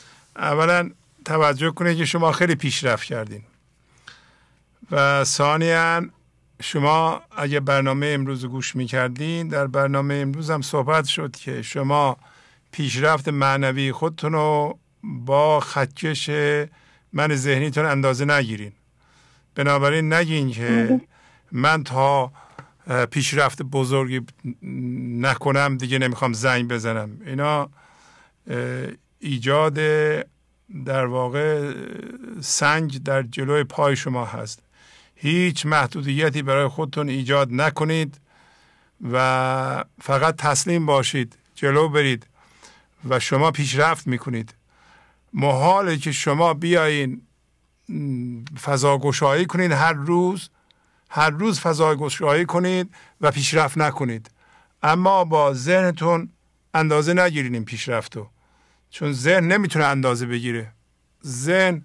اولا توجه کنید که شما خیلی پیشرفت کردین و ثانیاً شما اگه برنامه امروز گوش میکردین، در برنامه امروز هم صحبت شد که شما پیشرفت معنوی خودتون رو با خطکش من ذهنیتون اندازه نگیرین. بنابراین نگین که من تا پیشرفت بزرگی نکنم دیگه نمیخوام زنگ بزنم. اینا ایجاد در واقع سنگ در جلوی پای شما هست. هیچ محدودیتی برای خودتون ایجاد نکنید و فقط تسلیم باشید، جلو برید و شما پیشرفت میکنید. محاله که شما بیاین فضاگشایی کنید، هر روز فضاگشایی کنید و پیشرفت نکنید، اما با ذهنتون اندازه نگیرین این پیشرفتو، چون ذهن نمیتونه اندازه بگیره. ذهن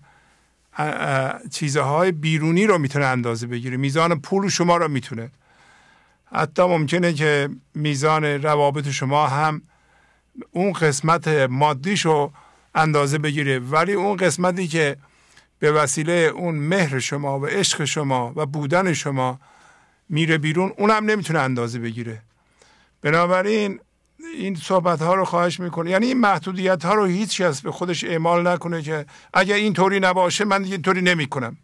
چیزهای بیرونی رو میتونه اندازه بگیره، میزان پول شما رو میتونه، حتی ممکنه که میزان روابط شما هم اون قسمت مادیشو اندازه بگیره، ولی اون قسمتی که به وسیله اون مهر شما و عشق شما و بودن شما میره بیرون، اونم نمیتونه اندازه بگیره. بنابراین این صحبت ها رو خواهش میکنه، یعنی این محدودیت ها رو هیچ کس به خودش اعمال نکنه که اگه این طوری نباشه من دیگه اینطوری نمی کنم.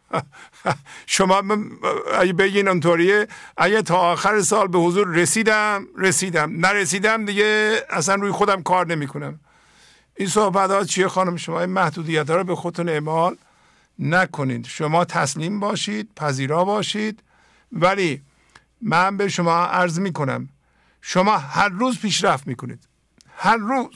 شما اگه بگین اونطوریه، اگه تا آخر سال به حضور رسیدم نرسیدم دیگه اصلا روی خودم کار نمی کنم. این صحبت ها چیه خانم؟ شما این محدودیت ها رو به خودتون اعمال نکنید. شما تسلیم باشید، پذیرا باشید، ولی من به شما عرض می کنم شما هر روز پیشرفت میکنید. هر روز.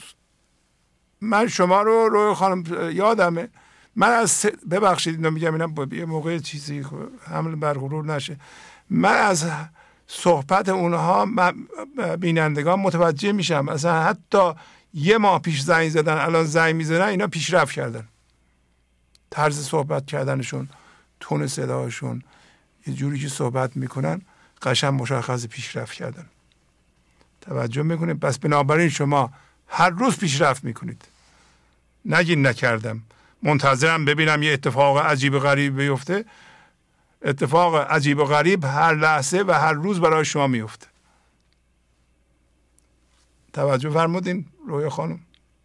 من شما رو خانم یادمه، من از ببخشید اینو میگم، اینم یه موقع چیزی حمل بر غرور نشه، من از صحبت اونها بینندگان متوجه میشم، اصلا حتی یه ماه پیش زنگ زدن الان زنگ میزنن، اینا پیشرفت کردن. طرز صحبت کردنشون، تون صداشون، یه جوری که صحبت میکنن قشنگ مشخص پیشرفت کردن. توجه میکنید؟ پس بنابراین شما هر روز پیشرفت میکنید. نگین نکردم، منتظرم ببینم یه اتفاق عجیب و غریب بیفته. اتفاق عجیب و غریب هر لحظه و هر روز برای شما میفته. توجه فرمودین رویا خانم؟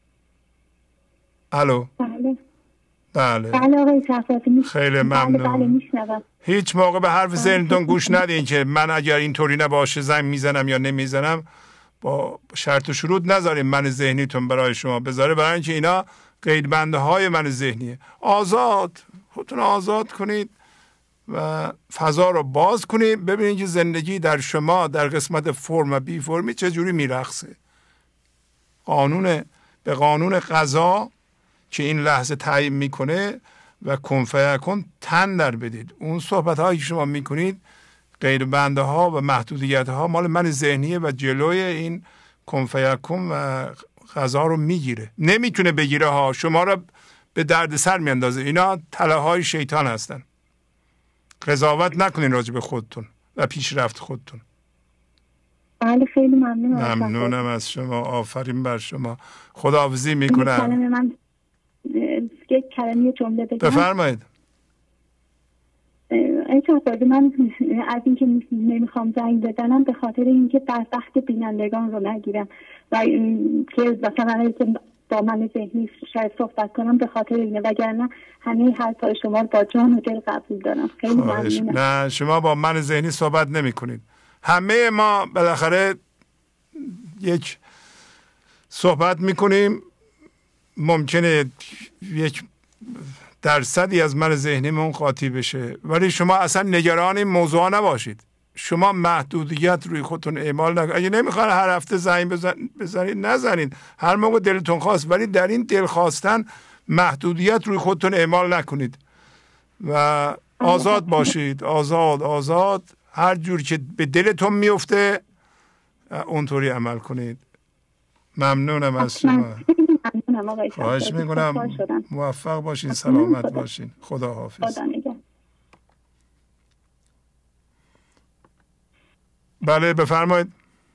الو. بله آقای شهبازی. خیلی ممنون. هیچ موقع به حرف ذهنتون گوش ندین که من اگر اینطوری نباشه زنگ میزنم یا نمیزنم. با شرط و شروط نذاریم من ذهنیتون برای شما بذاره، برای اینکه اینا قیدبنده های من ذهنیه. آزاد خودتون آزاد کنید و فضا رو باز کنید، ببینید که زندگی در شما در قسمت فرم و بی فرمی چجوری میرقصه. به قانون قضا که این لحظه تعیین میکنه و کن فیکون تن در بدید. اون صحبت هایی که شما میکنید قیدبنده ها و محدودیت ها مال من ذهنیه و جلوی این کن فیکون و قضا رو میگیره. نمیتونه بگیره ها، شما رو به درد سر میاندازه. اینا تله های شیطان هستن. قضاوت نکنین راجع به خودتون و پیشرفت خودتون. بله خیلی ممنونم. ممنونم از شما. آفرین بر شما. خداحافظی میکنم. من یک کلمه جمله بگم. بفرمایید. من از اینکه نمیخوام زنگ بزنم به خاطر اینکه در وقت بینندگان رو نگیرم و که مثلا با من ذهنی شاید صحبت کنم، به خاطر اینه، وگرنه همه حرفای شما رو با جان و دل قبول دارم. خیلی ممنونم. نه شما با من ذهنی صحبت نمی کنید. همه ما بالاخره یک صحبت میکنیم، ممکنه یک درصدی از من ذهنیمون قاطی بشه، ولی شما اصلا نگران این موضوع نباشید. شما محدودیت روی خودتون اعمال نکنید. اگه نمیخوان هر هفته زنگ بزنید نزنید، هر موقع دلتون خواست، ولی در این دل خواستن محدودیت روی خودتون اعمال نکنید و آزاد باشید. آزاد هر جور که به دلتون میفته اونطوری عمل کنید. ممنونم از شما. خواهش میکنم. موفق باشین، سلامت باشین. خدا حافظ. بله بفرمایید.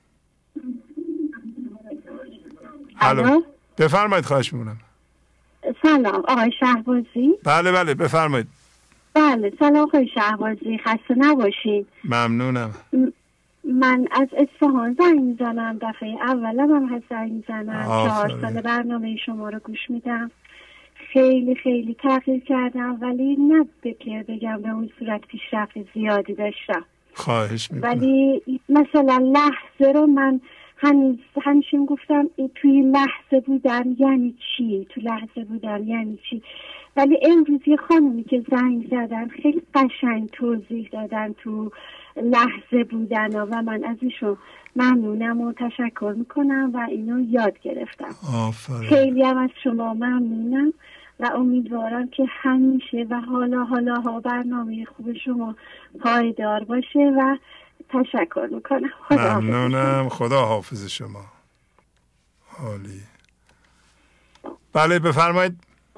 الو بفرمایید. خواهش میکنم. سلام آقای شهبازی. بله بفرمایید. بله سلام آقای شهبازی، خسته نباشید. ممنونم. من از اصفهان زنگ میزنم، دفعه اولم هم زنگ میزنم. 4 سال برنامه شما رو گوش میدم. خیلی خیلی تغییر کردم، ولی نه بگم به اون صورت پیشرفت زیادی داشتم. خواهش میکنم. ولی مثلا لحظه رو من همیشه گفتم توی لحظه بودن یعنی چی، تو لحظه بودن یعنی چی. ولی امروز یه خانومی که زنگ زدن خیلی قشنگ توضیح دادن تو لحظه بودن و من از ایشون ممنونم و تشکر میکنم و اینو یاد گرفتم. خیلی هم از شما ممنونم و امیدوارم که همیشه و حالا برنامه خوب شما پایدار باشه و تشکر میکنم. ممنونم. خدا حافظ شما. عالی. بله بفرمایید.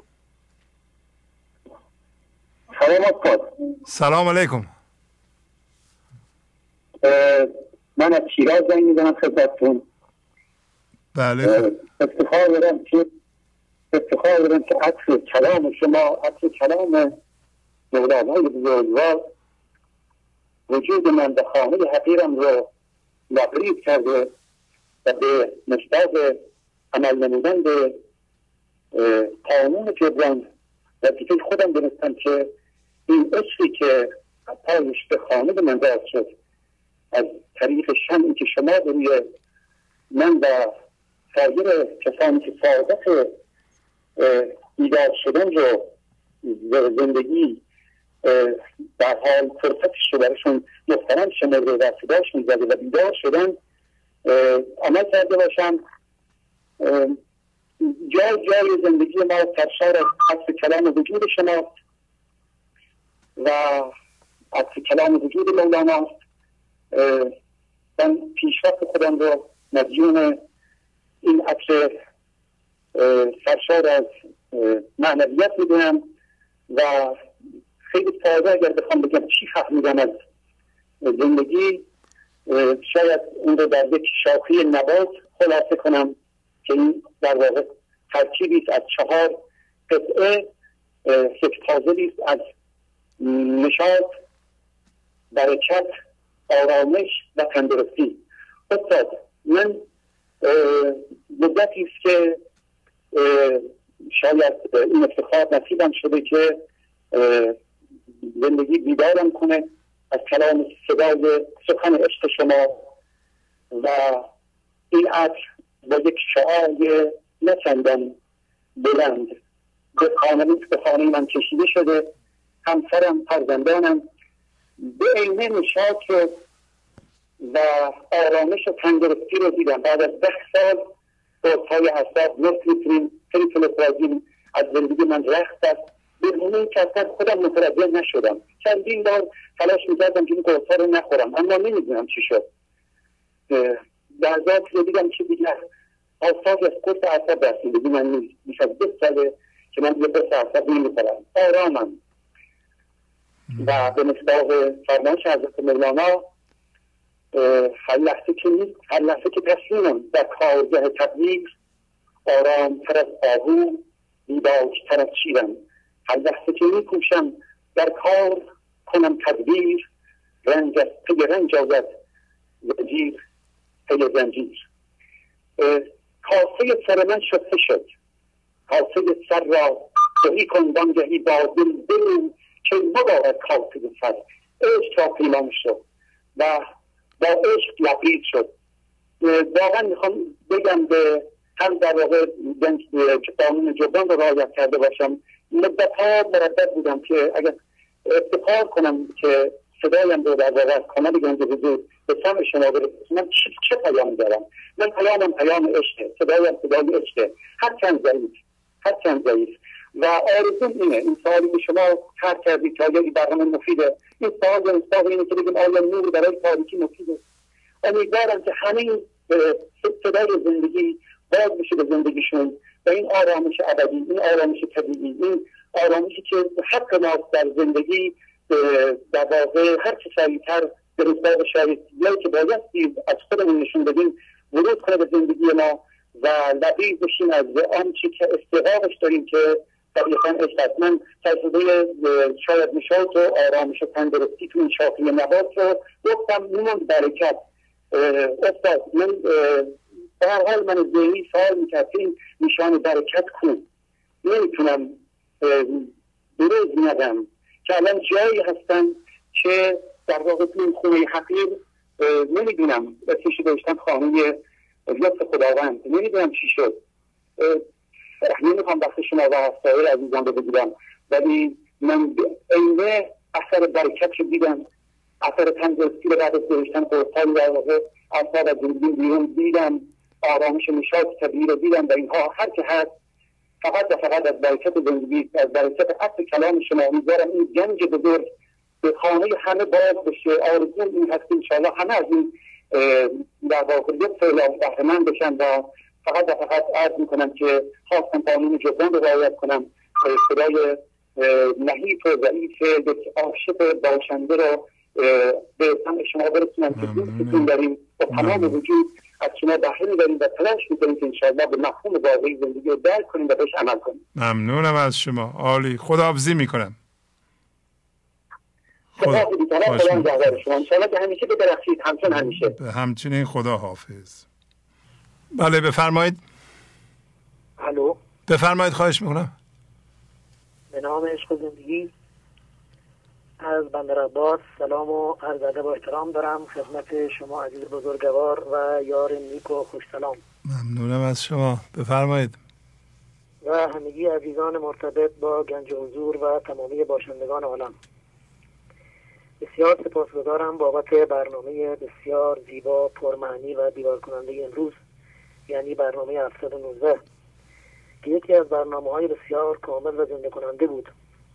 سلام علیکم. من از شیراز زنگ میزنم خدمتتون. بله. افتخار دارم که عطر کلام شما، عطر کلام مولانای بزرگوار وجود من به خانه حقیرم رو لبریز کرده و به مشتاق عمل نمودن به قانون جبران و دیگه خودم دونستم که این عشقی که پایش به خانه به من داد شد از طریق شمعی که شما روی من و سایر کسانی که سعادت بیدار شدن رو زندگی در حال فرصتش رو برشون محترم شمرده و صداش میزده و بیدار شدن عمل کرده باشم. جای زندگی ما سرشار از عطر کلام وجود شماست و عطر کلام وجود مولاناست. من پیشرفت خودم رو مدیون این عطر سرشار از معنویت میدونم و خیلی ساده اگر بخوام بگم چی فهمیدم از زندگی، شاید اون رو در یک شاخه نبات خلاصه کنم که این در واقع ترکیبی است از 4 قطعه، یک پازلی است از نشاط، برکت، آرامش و تندرستی. استاد من مدتی است که شاید این افتخار نصیبم شده که زندگی بیدارم کنه از کلام صدای سخن عشق شما و این عطر با یک شعاع نه چندان بلند به خانه من کشیده شده. همسرم، فرزندانم به عینه نشاط رو و آرامش و تندرستی رو دیدم. بعد از 10 سال قرص‌های اعصاب نوتریپرین، تریفلوپرازین از زندگی من رخت است، بدون اینکه اصلا خودم متوجه نشدم. چندین بار تلاش میکردم که این قرص‌ها رو نخورم اما نمیدونم چی شد. در ذات دیدم که دیگر آثاری از قرص اعصاب در زندگی من نیست. بیش از 20 ساله که من یه قرص اعصاب نمیخورم، آرامم و به مصداق فرمایش حضرت مولانا هر لحظه که تسلیمم در کارگاه تبلیغ، آرام تر از آهو، بیداج تر از شیرم. هر لحظه که میکوشم در کار کنم تدبیر، رنج از پی رنج آید زنجیر پی زنجیر. کاسه سر من شسته شد، کاسه سر را تهی کن وانگهی با دل بگو که مبارد کاسه سر. عشق را پیمان شد و با عشق لبریز شد. واقعا میخوام بگم به هم در واقع قانون جبران رو رعایت کرده باشم. مدت‌ها مردد بودم که اگر افتخار کنم که صدایم رو در واقع از کانال گنج حضور به سمع شما برسونم، چه پیام دارم؟ من پیامم پیام عشقه، صدایم صدای عشقه، هرچند ضعیف و آرزوم اینه. این سوالی که شما طرح کردید که آیا این برنامه مفیده، این سوال اینه که بگیم آیا نور برای تاریکی مفیده. امیدوارم که همه صدای زندگی باز بشه به زندگیشون و این آرامش ابدی، این آرامش طبیعی، این آرامشی که حق ماست در زندگی در واقع هر چه سریعتر به مصداق شایستگی‌هایی که بایستی از خودمون نشون بدیم ورود کنه به زندگی ما و لبریز بشیم از آنچه که استحقاقش داریم که طبیعتاً عشق است. من تجربه شاید نشاط و آرامش و تندرستی تو این شاخه نبات رو گفتم نمون برکت. استاد من به هر حال من ذهنی سوال میکرد که این نشان برکت کو؟ نمیتونم دروغ ندم که الان جایی هستن که در واقع تو این خونه حقیر نمیدونم اسمشو داشتن خانه لطف خداوند، نمیدونم چی شد. نمیخوام وقت شما و سایر عزیزان رو بگیرم، ولی من اینه اثر برکت رو دیدم، اثر تندرستی رو بعد از داشتن قرص‌های در واقع اعصاب از زندگی بیرون دیدم، آرامش نشاط طبیعی رو دیدم و اینها هر که هست فقط و فقط از برکت زندگی، از برکت اصل کلام شما. امیدوارم این گنج بزرگ به خانه همه باز بشه. آرزوم این هست انشاءالله همه از این در واقع لطف الهی بهره‌مند بشن و فقط عرض میکنم که خواستم قانون جبران رو رعایت کنم، صدای نحیف و ضعیف یک عاشق باشنده رو به سمع شما برسونم که دوستتون داریم و تمام وجود از شما بهره می‌بریم و تلاش می‌کنیم که انشاءالله به مفهوم واقعی زندگی رو درک کنیم و بهش عمل کنیم. ممنونم از شما. عالی. خداحافظی میکنم. خدا نگهدار شما. انشاءالله که همیشه بدرخشید، همچون همیشه. همچنین. خدا حافظ. بله بفرمایید. الو. بفرمایید، خواهش میکنم. به نام عشق زندگی از بندر عباس سلام و عرض ادب و احترام دارم خدمت شما عزیز بزرگوار و یار نیک و خوش سلام. ممنونم از شما. بفرمایید. و همگی عزیزان مرتبط با گنج حضور و تمامی باشندگان عالم، بسیار سپاسگزارم بابت برنامه بسیار زیبا، پرمعنی و بیدار کننده امروز، یعنی برنامه 719 که یکی از برنامه‌های بسیار کامل و زنده کننده بود.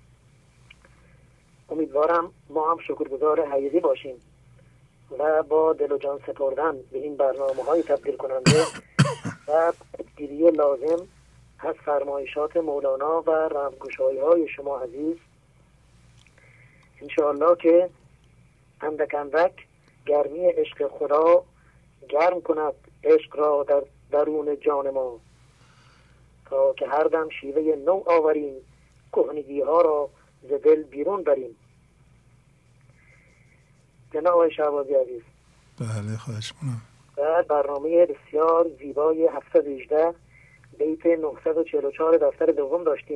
امیدوارم ما هم شکرگزار حقیقی باشیم و با دل و جان سپردن به این برنامه‌های تبدیل کننده و پیگیری لازم از فرمایشات مولانا و رمزگشایی‌های شما عزیز، انشاءالله که اندک اندک گرمی عشق خدا گرم کند عشق را در درون جان ما، تا که هر دم شیوه نو آوریم، کهنگی ها را ز دل بیرون بریم. جناب آقای شهبازی عزیز. بله خواهش کنم. و برنامه بسیار زیبای 718 بیت 944 دفتر دوم داشتیم.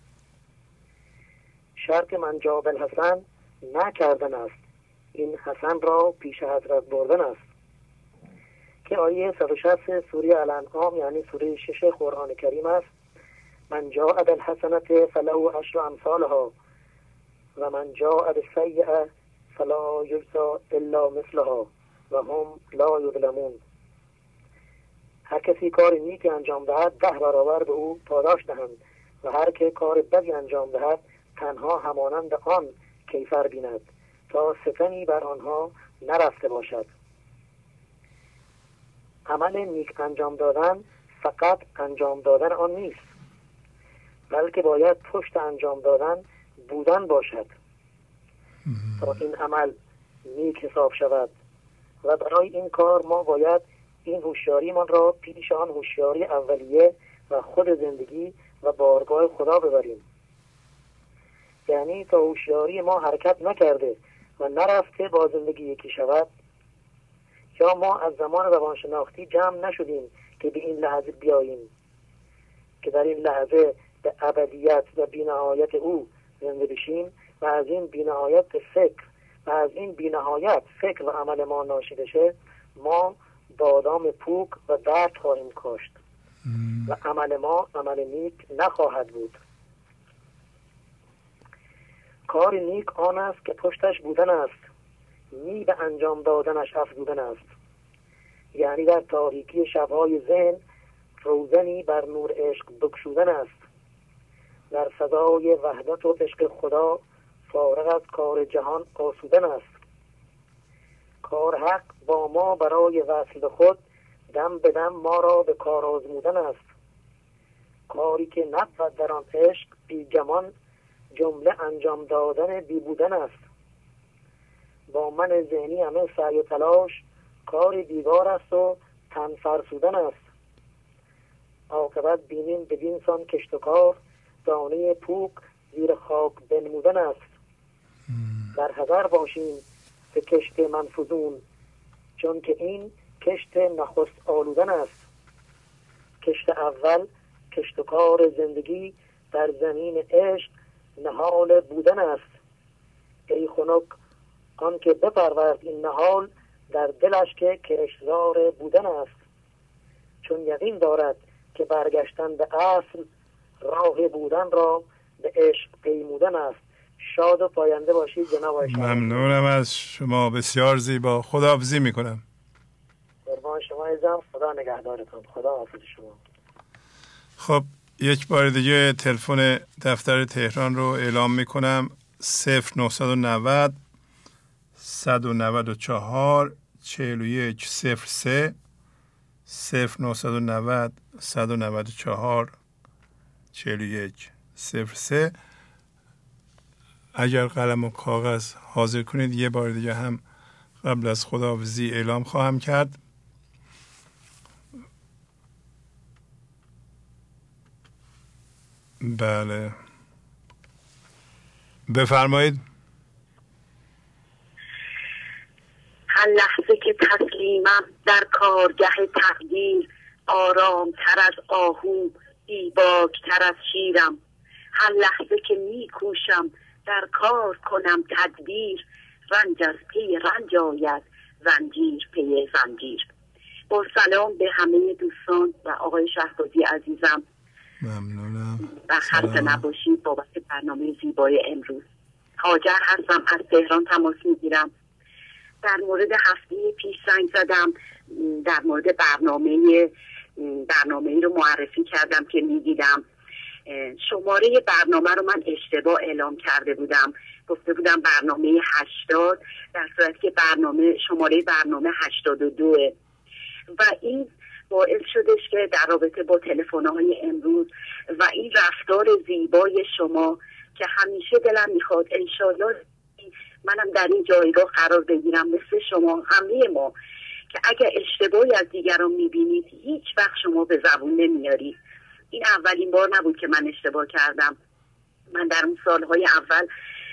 شرط من جا بالحسن نکردن است، این حسن را پیش حضرت بردن است، که آیه 160 سوره الانعام یعنی سوره 6 قرآن کریم است. من جاء بالحسنة فله عشر امثالها و من جاء بالسیئة فلا یجزی الا مثلها و هم لا یظلمون. هر کسی کار نیکی انجام دهد 10 برابر به او پاداش دهند و هر که کار بدی انجام دهد تنها همانند آن کیفر بیند تا ستمی بر آنها نرفته باشد. عمل نیک انجام دادن فقط انجام دادن آن نیست، بلکه باید پشت انجام دادن بودن باشد تا این عمل نیک حساب شود و برای این کار ما باید این هوشیاری من را پیش آن هوشیاری اولیه و خود زندگی و بارگاه خدا ببریم. یعنی تا هوشیاری ما حرکت نکرده و نرفته با زندگی یکی شود، یا ما از زمان روانشناختی جمع نشدیم که به این لحظه بیاییم که در این لحظه به ابدیت و بی‌نهایت او زنده بشیم و از این بی‌نهایت فکر و از این بی‌نهایت فکر و عمل ما ناشی بشه، ما بادام پوک و درد خواهیم کاشت و عمل ما عمل نیک نخواهد بود. کار نیک آن است که پشتش بودن است، نی به انجام دادنش افزودن است. یعنی در تاریکی شبهای ذهن روزنی بر نور عشق بگشودن است. در صدای وحدت و عشق خدا فارغ از کار جهان آسودن است. کار حق با ما برای وصل به خود دم به دم ما را به کار آزمودن است. کاری که نبود در آن عشق بی گمان جمله انجام دادن بی بودن است. با من ذهنی همه سعی و تلاش کار دیوار است و تن فرسودن است. عاقبت بینیم بدین سان کشت و کار دانه پوک زیر خاک بنمودن است. در حذر باشیم به کشت منفوذون، چون که این کشت نخست آلودن است. کشت اول کشت و کار زندگی در زمین عشق نهال بودن است. ای خنک آن که بپرورد این نهال در دلش که کشتزار بودن است. چون یقین دارد که برگشتن به اصل راه بودن را به عشق پیمودن است. شاد و پاینده باشید جناب آقای شهبازی. ممنونم از شما، بسیار زیبا. خداحافظی میکنم. قربان شما عزیزم، خدا نگهدارتون. خدا حافظ شما. خب یک بار دیگه تلفن دفتر تهران رو اعلام میکنم: 0990 194 4103 0990 194 4103. اگر قلم و کاغذ حاضر کنید یه بار دیگه هم قبل از خداحافظی اعلام خواهم کرد. بله بفرمایید. هر لحظه که تسلیمم در کارگه تقدیر، آرام تر از آهو بیباک تر از شیرم. هر لحظه که می کوشم در کار کنم تدبیر، رنج از پی رنج آید زنجیر پی زنجیر. با سلام به همه دوستان و آقای شهبازی عزیزم. ممنونم. و خسته نباشید بابت برنامه زیبای امروز. هاجر هستم، از تهران تماس میگیرم. در مورد هفته پیش زنگ زدم، در مورد برنامه رو معرفی کردم که میدیدم. شماره برنامه رو من اشتباه اعلام کرده بودم، گفته بودم برنامه 80، در صورتی که شماره برنامه 82 و این باعث شدش که در رابطه با تلفن‌های امروز و این رفتار زیبای شما که همیشه دلم میخواد انشالله منم در این جایگاه قرار بگیرم مثل شما، همه ما، که اگر اشتباهی از دیگران میبینید هیچ وقت شما به زبون نمیارید. این اولین بار نبود که من اشتباه کردم. من در اون سالهای اول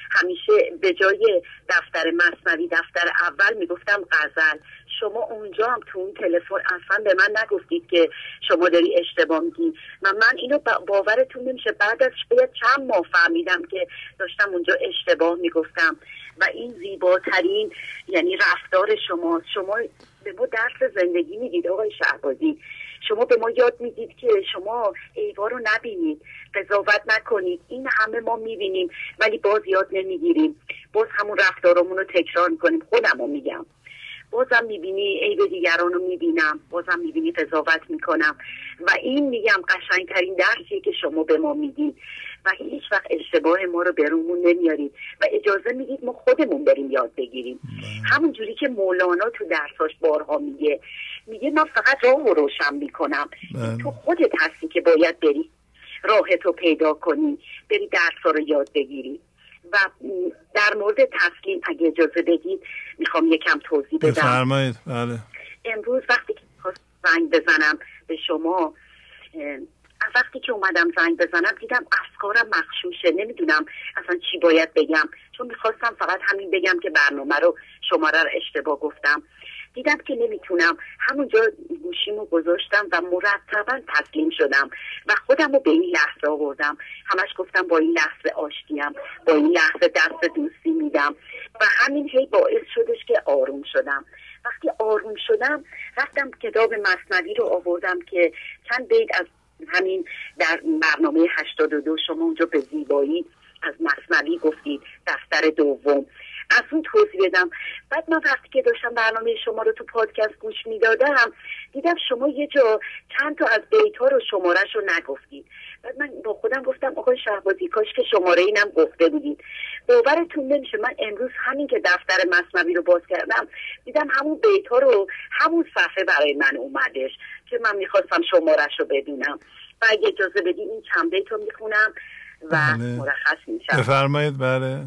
همیشه به جای دفتر مثنوی دفتر اول میگفتم غزل. شما اونجا هم تو اون تلفن اصلا به من نگفتید که شما داری اشتباه میگی. من اینو باورتون نمیشه، بعد از شاید چند ماه فهمیدم که داشتم اونجا اشتباه میگفتم. و این زیباترین یعنی رفتار شما به ما درس زندگی میدید آقای شهبازی. شما به ما یاد میدید که شما ایوا رو نبینید، قضاوت نکنید. این همه ما میبینیم ولی باز یاد نمیگیریم، باز همون رفتارمون رو تکرار میکنیم. خودم رو میگم، بازم میبینی عیب دیگران رو میبینم، بازم میبینی قضاوت میکنم. و این میگم قشنگترین درسیه که شما به ما میدید و هیچ وقت اشتباه ما رو به رومون نمیارید و اجازه میدید ما خودمون بریم یاد بگیریم. همون جوری که مولانا تو درساش بارها میگه من فقط راه رو روشن میکنم. تو خودت هستی که باید بری راهتو پیدا کنی، بری درسا رو یاد بگیری. و در مورد تسلیم اگه اجازه بدید میخوام یکم توضیح بدم. بفرمایید. بله. امروز وقتی که زنگ بزنم به شما، وقتی که اومدم زنگ بزنم دیدم افکارم مخشوشه، نمیدونم اصلا چی باید بگم، چون میخواستم فقط همین بگم که برنامه رو شماره رو اشتباه گفتم. دیدم که نمیتونم، همونجا گوشیمو گذاشتم و مرتبا تسلیم شدم و خودم رو به این لحظه آوردم. همش گفتم با این لحظه آشتیم، با این لحظه دست دوستی میدم و همین هی باعث شدش که آروم شدم. وقتی آروم شدم رفتم کتاب مثنوی رو آوردم که چند بیت از همین در برنامه 82 شما اونجا به زیبایی از مثنوی گفتید، دفتر دوم، از اون توضیح بدم. بعد من وقتی که داشتم برنامه شما رو تو پادکست گوش میدادم دیدم شما یه جا چند تا از بیت‌ها رو شماره‌ش رو نگفتید. بعد من با خودم گفتم آقای شهبازی کاش که شماره اینم گفته بودید. باورتون نمیشه من امروز همین که دفتر مثنوی رو باز کردم دیدم همون بیت‌ها رو همون صفحه برای من اومدش که من میخواستم شماره‌ش رو بدونم. و اگه اجازه بدید این چند بیت رو میخونم و مرخص میشم. بفرمایید. بله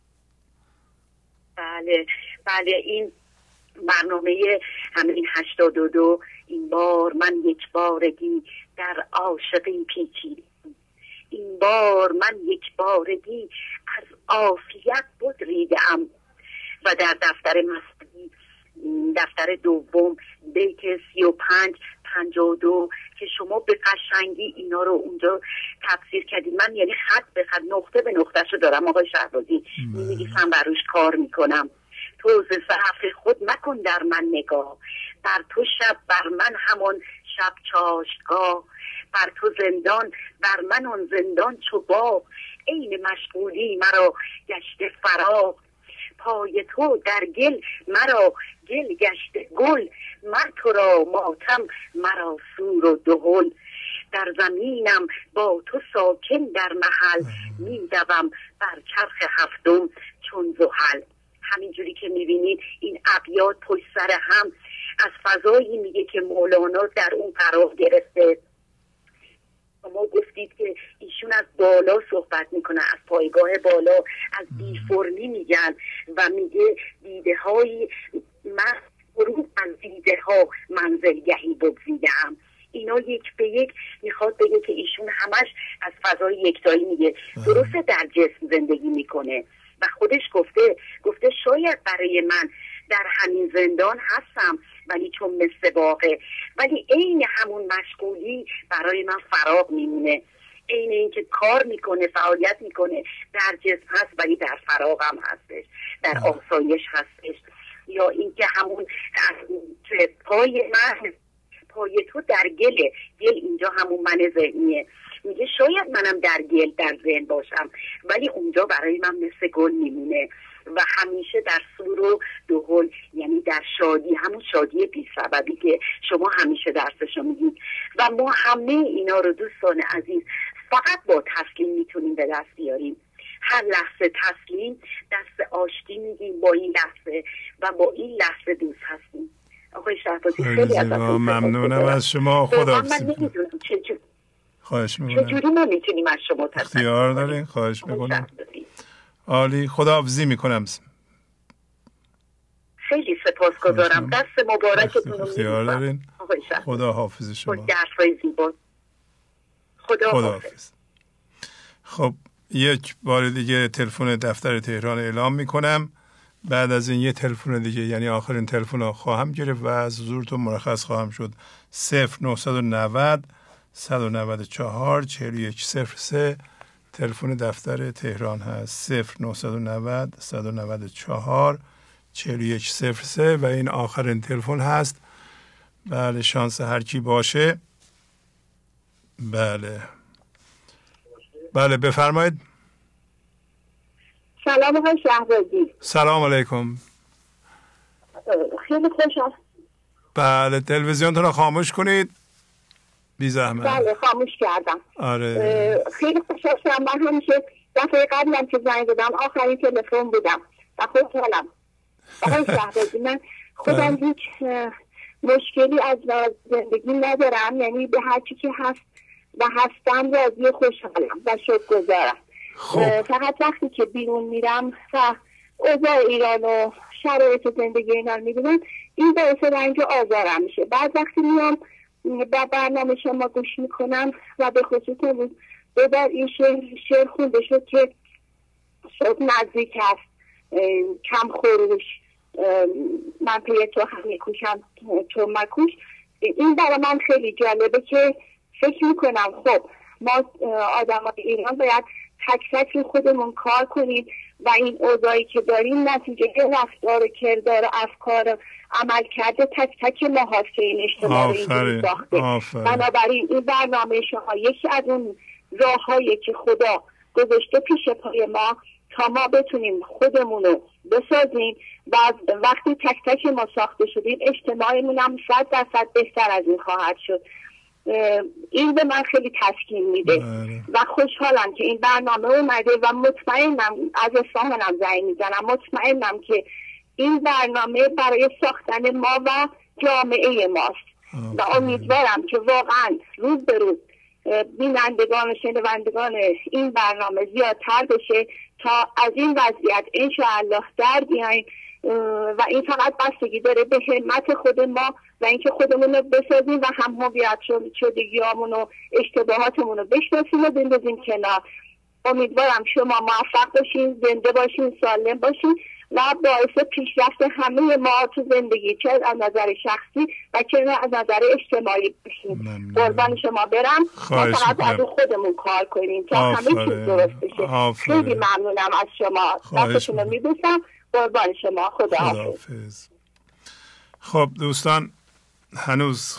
این برنامه همین 82 این بار من یک بارگی در عاشقی پیچیدم، این بار من یک بارگی از عافیت بدریدم. و در دفتر مثنوی دفتر دوم بیت 35-52 که شما به قشنگی اینا رو اونجا تفسیر کردید. من یعنی خط به خط نقطه به نقطه شو دارم آقای شهبازی می‌نویسم، بروش کار میکنم. تو ز ضعف خود مکن در من نگاه، بر تو شب بر من همان شب چاشتگاه، بر تو زندان بر من آن زندان چو باغ، عین مشغولی مرا گشته فراغ، پای تو در گل مرا گل گشته گل، من تو را ماتم مرا سور و دهل، در زمینم با تو ساکن در محل، میدوم بر چرخ هفتم چون زحل. همینجوری که میبینید این ابیات پشت سر هم از فضایی میگه که مولانا در اون قرار گرفته. ما گفتید که ایشون از بالا صحبت میکنه، از پایگاه بالا، از بیفرمی میگن و میگه دیده های من فرو از دیده ها منزلگهی بگزیدم. اینا یک به یک میخواد بگه که ایشون همش از فضای یکتایی میگه. درسته در جسم زندگی میکنه و خودش گفته شاید برای من در همین زندان هستم ولی چون مثل باغه، ولی عین همون مشغولی برای من فراغ میمونه، عین این که کار میکنه فعالیت میکنه در جسم هست ولی در فراغ هم هستش، در آسایش هستش. یا این که همون پای من پای تو در گل اینجا همون من ذهنیه، میگه شاید منم در گل در ذهن باشم ولی اونجا برای من مثل گل میمونه و همیشه در سور و دهل، یعنی در شادی، همون شادی بی سببی که شما همیشه درسشو میگید. و ما همه اینا رو دوستان عزیز فقط با تسلیم میتونیم به دست بیاریم. هر لحظه تسلیم، دست آشتی میگیم با این لحظه و با این لحظه دوست هستیم. آقای شهبازی خیلی ازتون ممنونم از شما. خداحافظ. من نمیدونم خواهش میکنم. چجوری ما میتونیم از شما اختیار دارین. خواهش میکنم. عالی. خداحافظی میکنم. خیلی سپاسگزارم. دست مبارکتون رو اختیار دارین. خداحافظ شما. درسای زیبا. خداحافظ. خب یک بار دیگه تلفن دفتر تهران اعلام میکنم. بعد از این یه تلفن دیگه، یعنی آخرین تلفن رو خواهم گرفت و از حضورتون مرخص خواهم شد. 0990 194 4103 تلفن دفتر تهران هست. 0990 194 4103 و این آخرین تلفن هست. بله، شانس هر کی باشه. بله بفرمایید. سلام آقای شهبازی. سلام علیکم. خیلی خوشحال. بله، تلویزیونتون رو خاموش کنید بی زحمت. بله خاموش کردم. آره. خیلی خوشحال شدم. من همیشه دفعه قبلم که زنگ زدم آخرین تلفن بودم و خوشحالم. آقای شهبازی، من خودم هیچ مشکلی از زندگی ندارم، یعنی به هر چی که هست و هستم راضی و خوشحالم و شکرگزارم. فقط وقتی که بیرون میرم و اوضاع ایران و شرایط زندگی ایران میبینم، این باعث رنج و آزارم میشه. بعد وقتی میام به برنامه شما گوش میکنم و به خصوص ببر این شعر خونده شد که صبح نزدیک هست، کم خروش، من پی تو هم میکوشم تو مکوش. این برای من خیلی جالبه که فکر میکنم خب ما آدم ایران باید تک تک خودمون کار کنیم و این اوضاعی که داریم نتیجه رفتار و کردار و افکار و عمل کرده تک تک ما هست که این اجتماع رو اینجوری ساخته. بنابراین این برنامه شما یکی از اون راههایی که خدا گذاشته پیش پای ما تا ما بتونیم خودمون رو بسازیم و وقتی تک تک ما ساخته شدیم اجتماعمون هم 100% بهتر از این خواهد شد. این به من خیلی تسکین میده و خوشحالم که این برنامه اومده و مطمئنم، از اصفهانم زنگ میزنم، مطمئنم که این برنامه برای ساختن ما و جامعه ماست و امیدوارم که واقعا روز به روز بینندگان و شنوندگان این برنامه زیادتر بشه تا از این وضعیت انشاءالله در بیاییم و این فقط بستگی داره به همت خود ما و اینکه خودمون رو بسازیم و هم هویت شدگیامون و اشتباهاتمون رو بشناسیم و بندازیم کنار. امیدوارم شما موفق باشین، زنده باشین، سالم باشین و باعث پیشرفت همه ما تو زندگی، چه از نظر شخصی و چه از نظر اجتماعی باشین. قربان شما برم. ما فقط از خودمون کار کنیم تا همه چیز درست بشه. خیلی ممنونم از شما. دستتون رو میبوسم. قربان شما. خداحافظ. خب دوستان، هنوز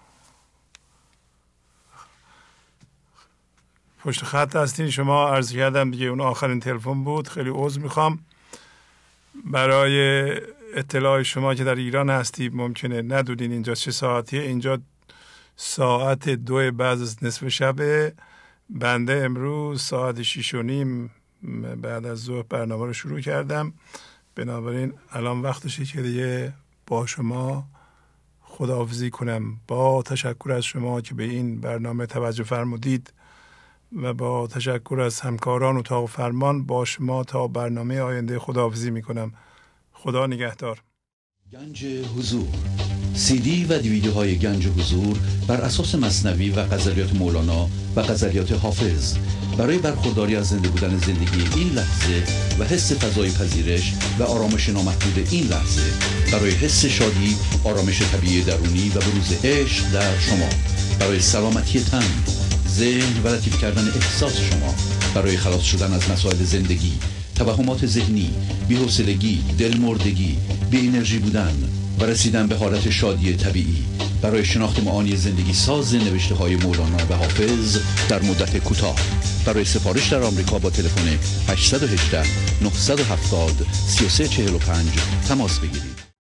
پشت خط هستین. شما عرض کردم دیگه اون آخرین تلفن بود. خیلی عذر میخوام. برای اطلاع شما که در ایران هستید ممکنه ندونین اینجا چه ساعتیه. اینجا ساعت 2 بعد از نصف شبه. بنده امروز ساعت 6:30 بعد از ظهر برنامه رو شروع کردم. بنابراین الان وقتشه که دیگه با شما خداحافظی کنم. با تشکر از شما که به این برنامه توجه فرمودید و با تشکر از همکاران اتاق فرمان با شما تا برنامه آینده خداحافظی میکنم. خدا نگهدار. گنج حضور، CD و دیویدیوهای گنج حضور بر اساس مثنوی و غزلیات مولانا و غزلیات حافظ برای برخورداری از زنده بودن زندگی این لحظه و حس فضای پذیرش و آرامش نامحدود این لحظه، برای حس شادی، آرامش طبیعی درونی و بروز عشق در شما، برای سلامتی تن، ذهن و لطیف کردن احساس شما، برای خلاص شدن از مسائل زندگی، توهمات ذهنی، بی‌حوصلگی، دلمردگی، بی انرژی بودن و رسیدن به حالت شادی طبیعی، برای شناخت معانی زندگی ساز نوشته های مولانا و حافظ در مدت کوتاه. برای سفارش در آمریکا با تلفن 818 970 3345 تماس بگیرید.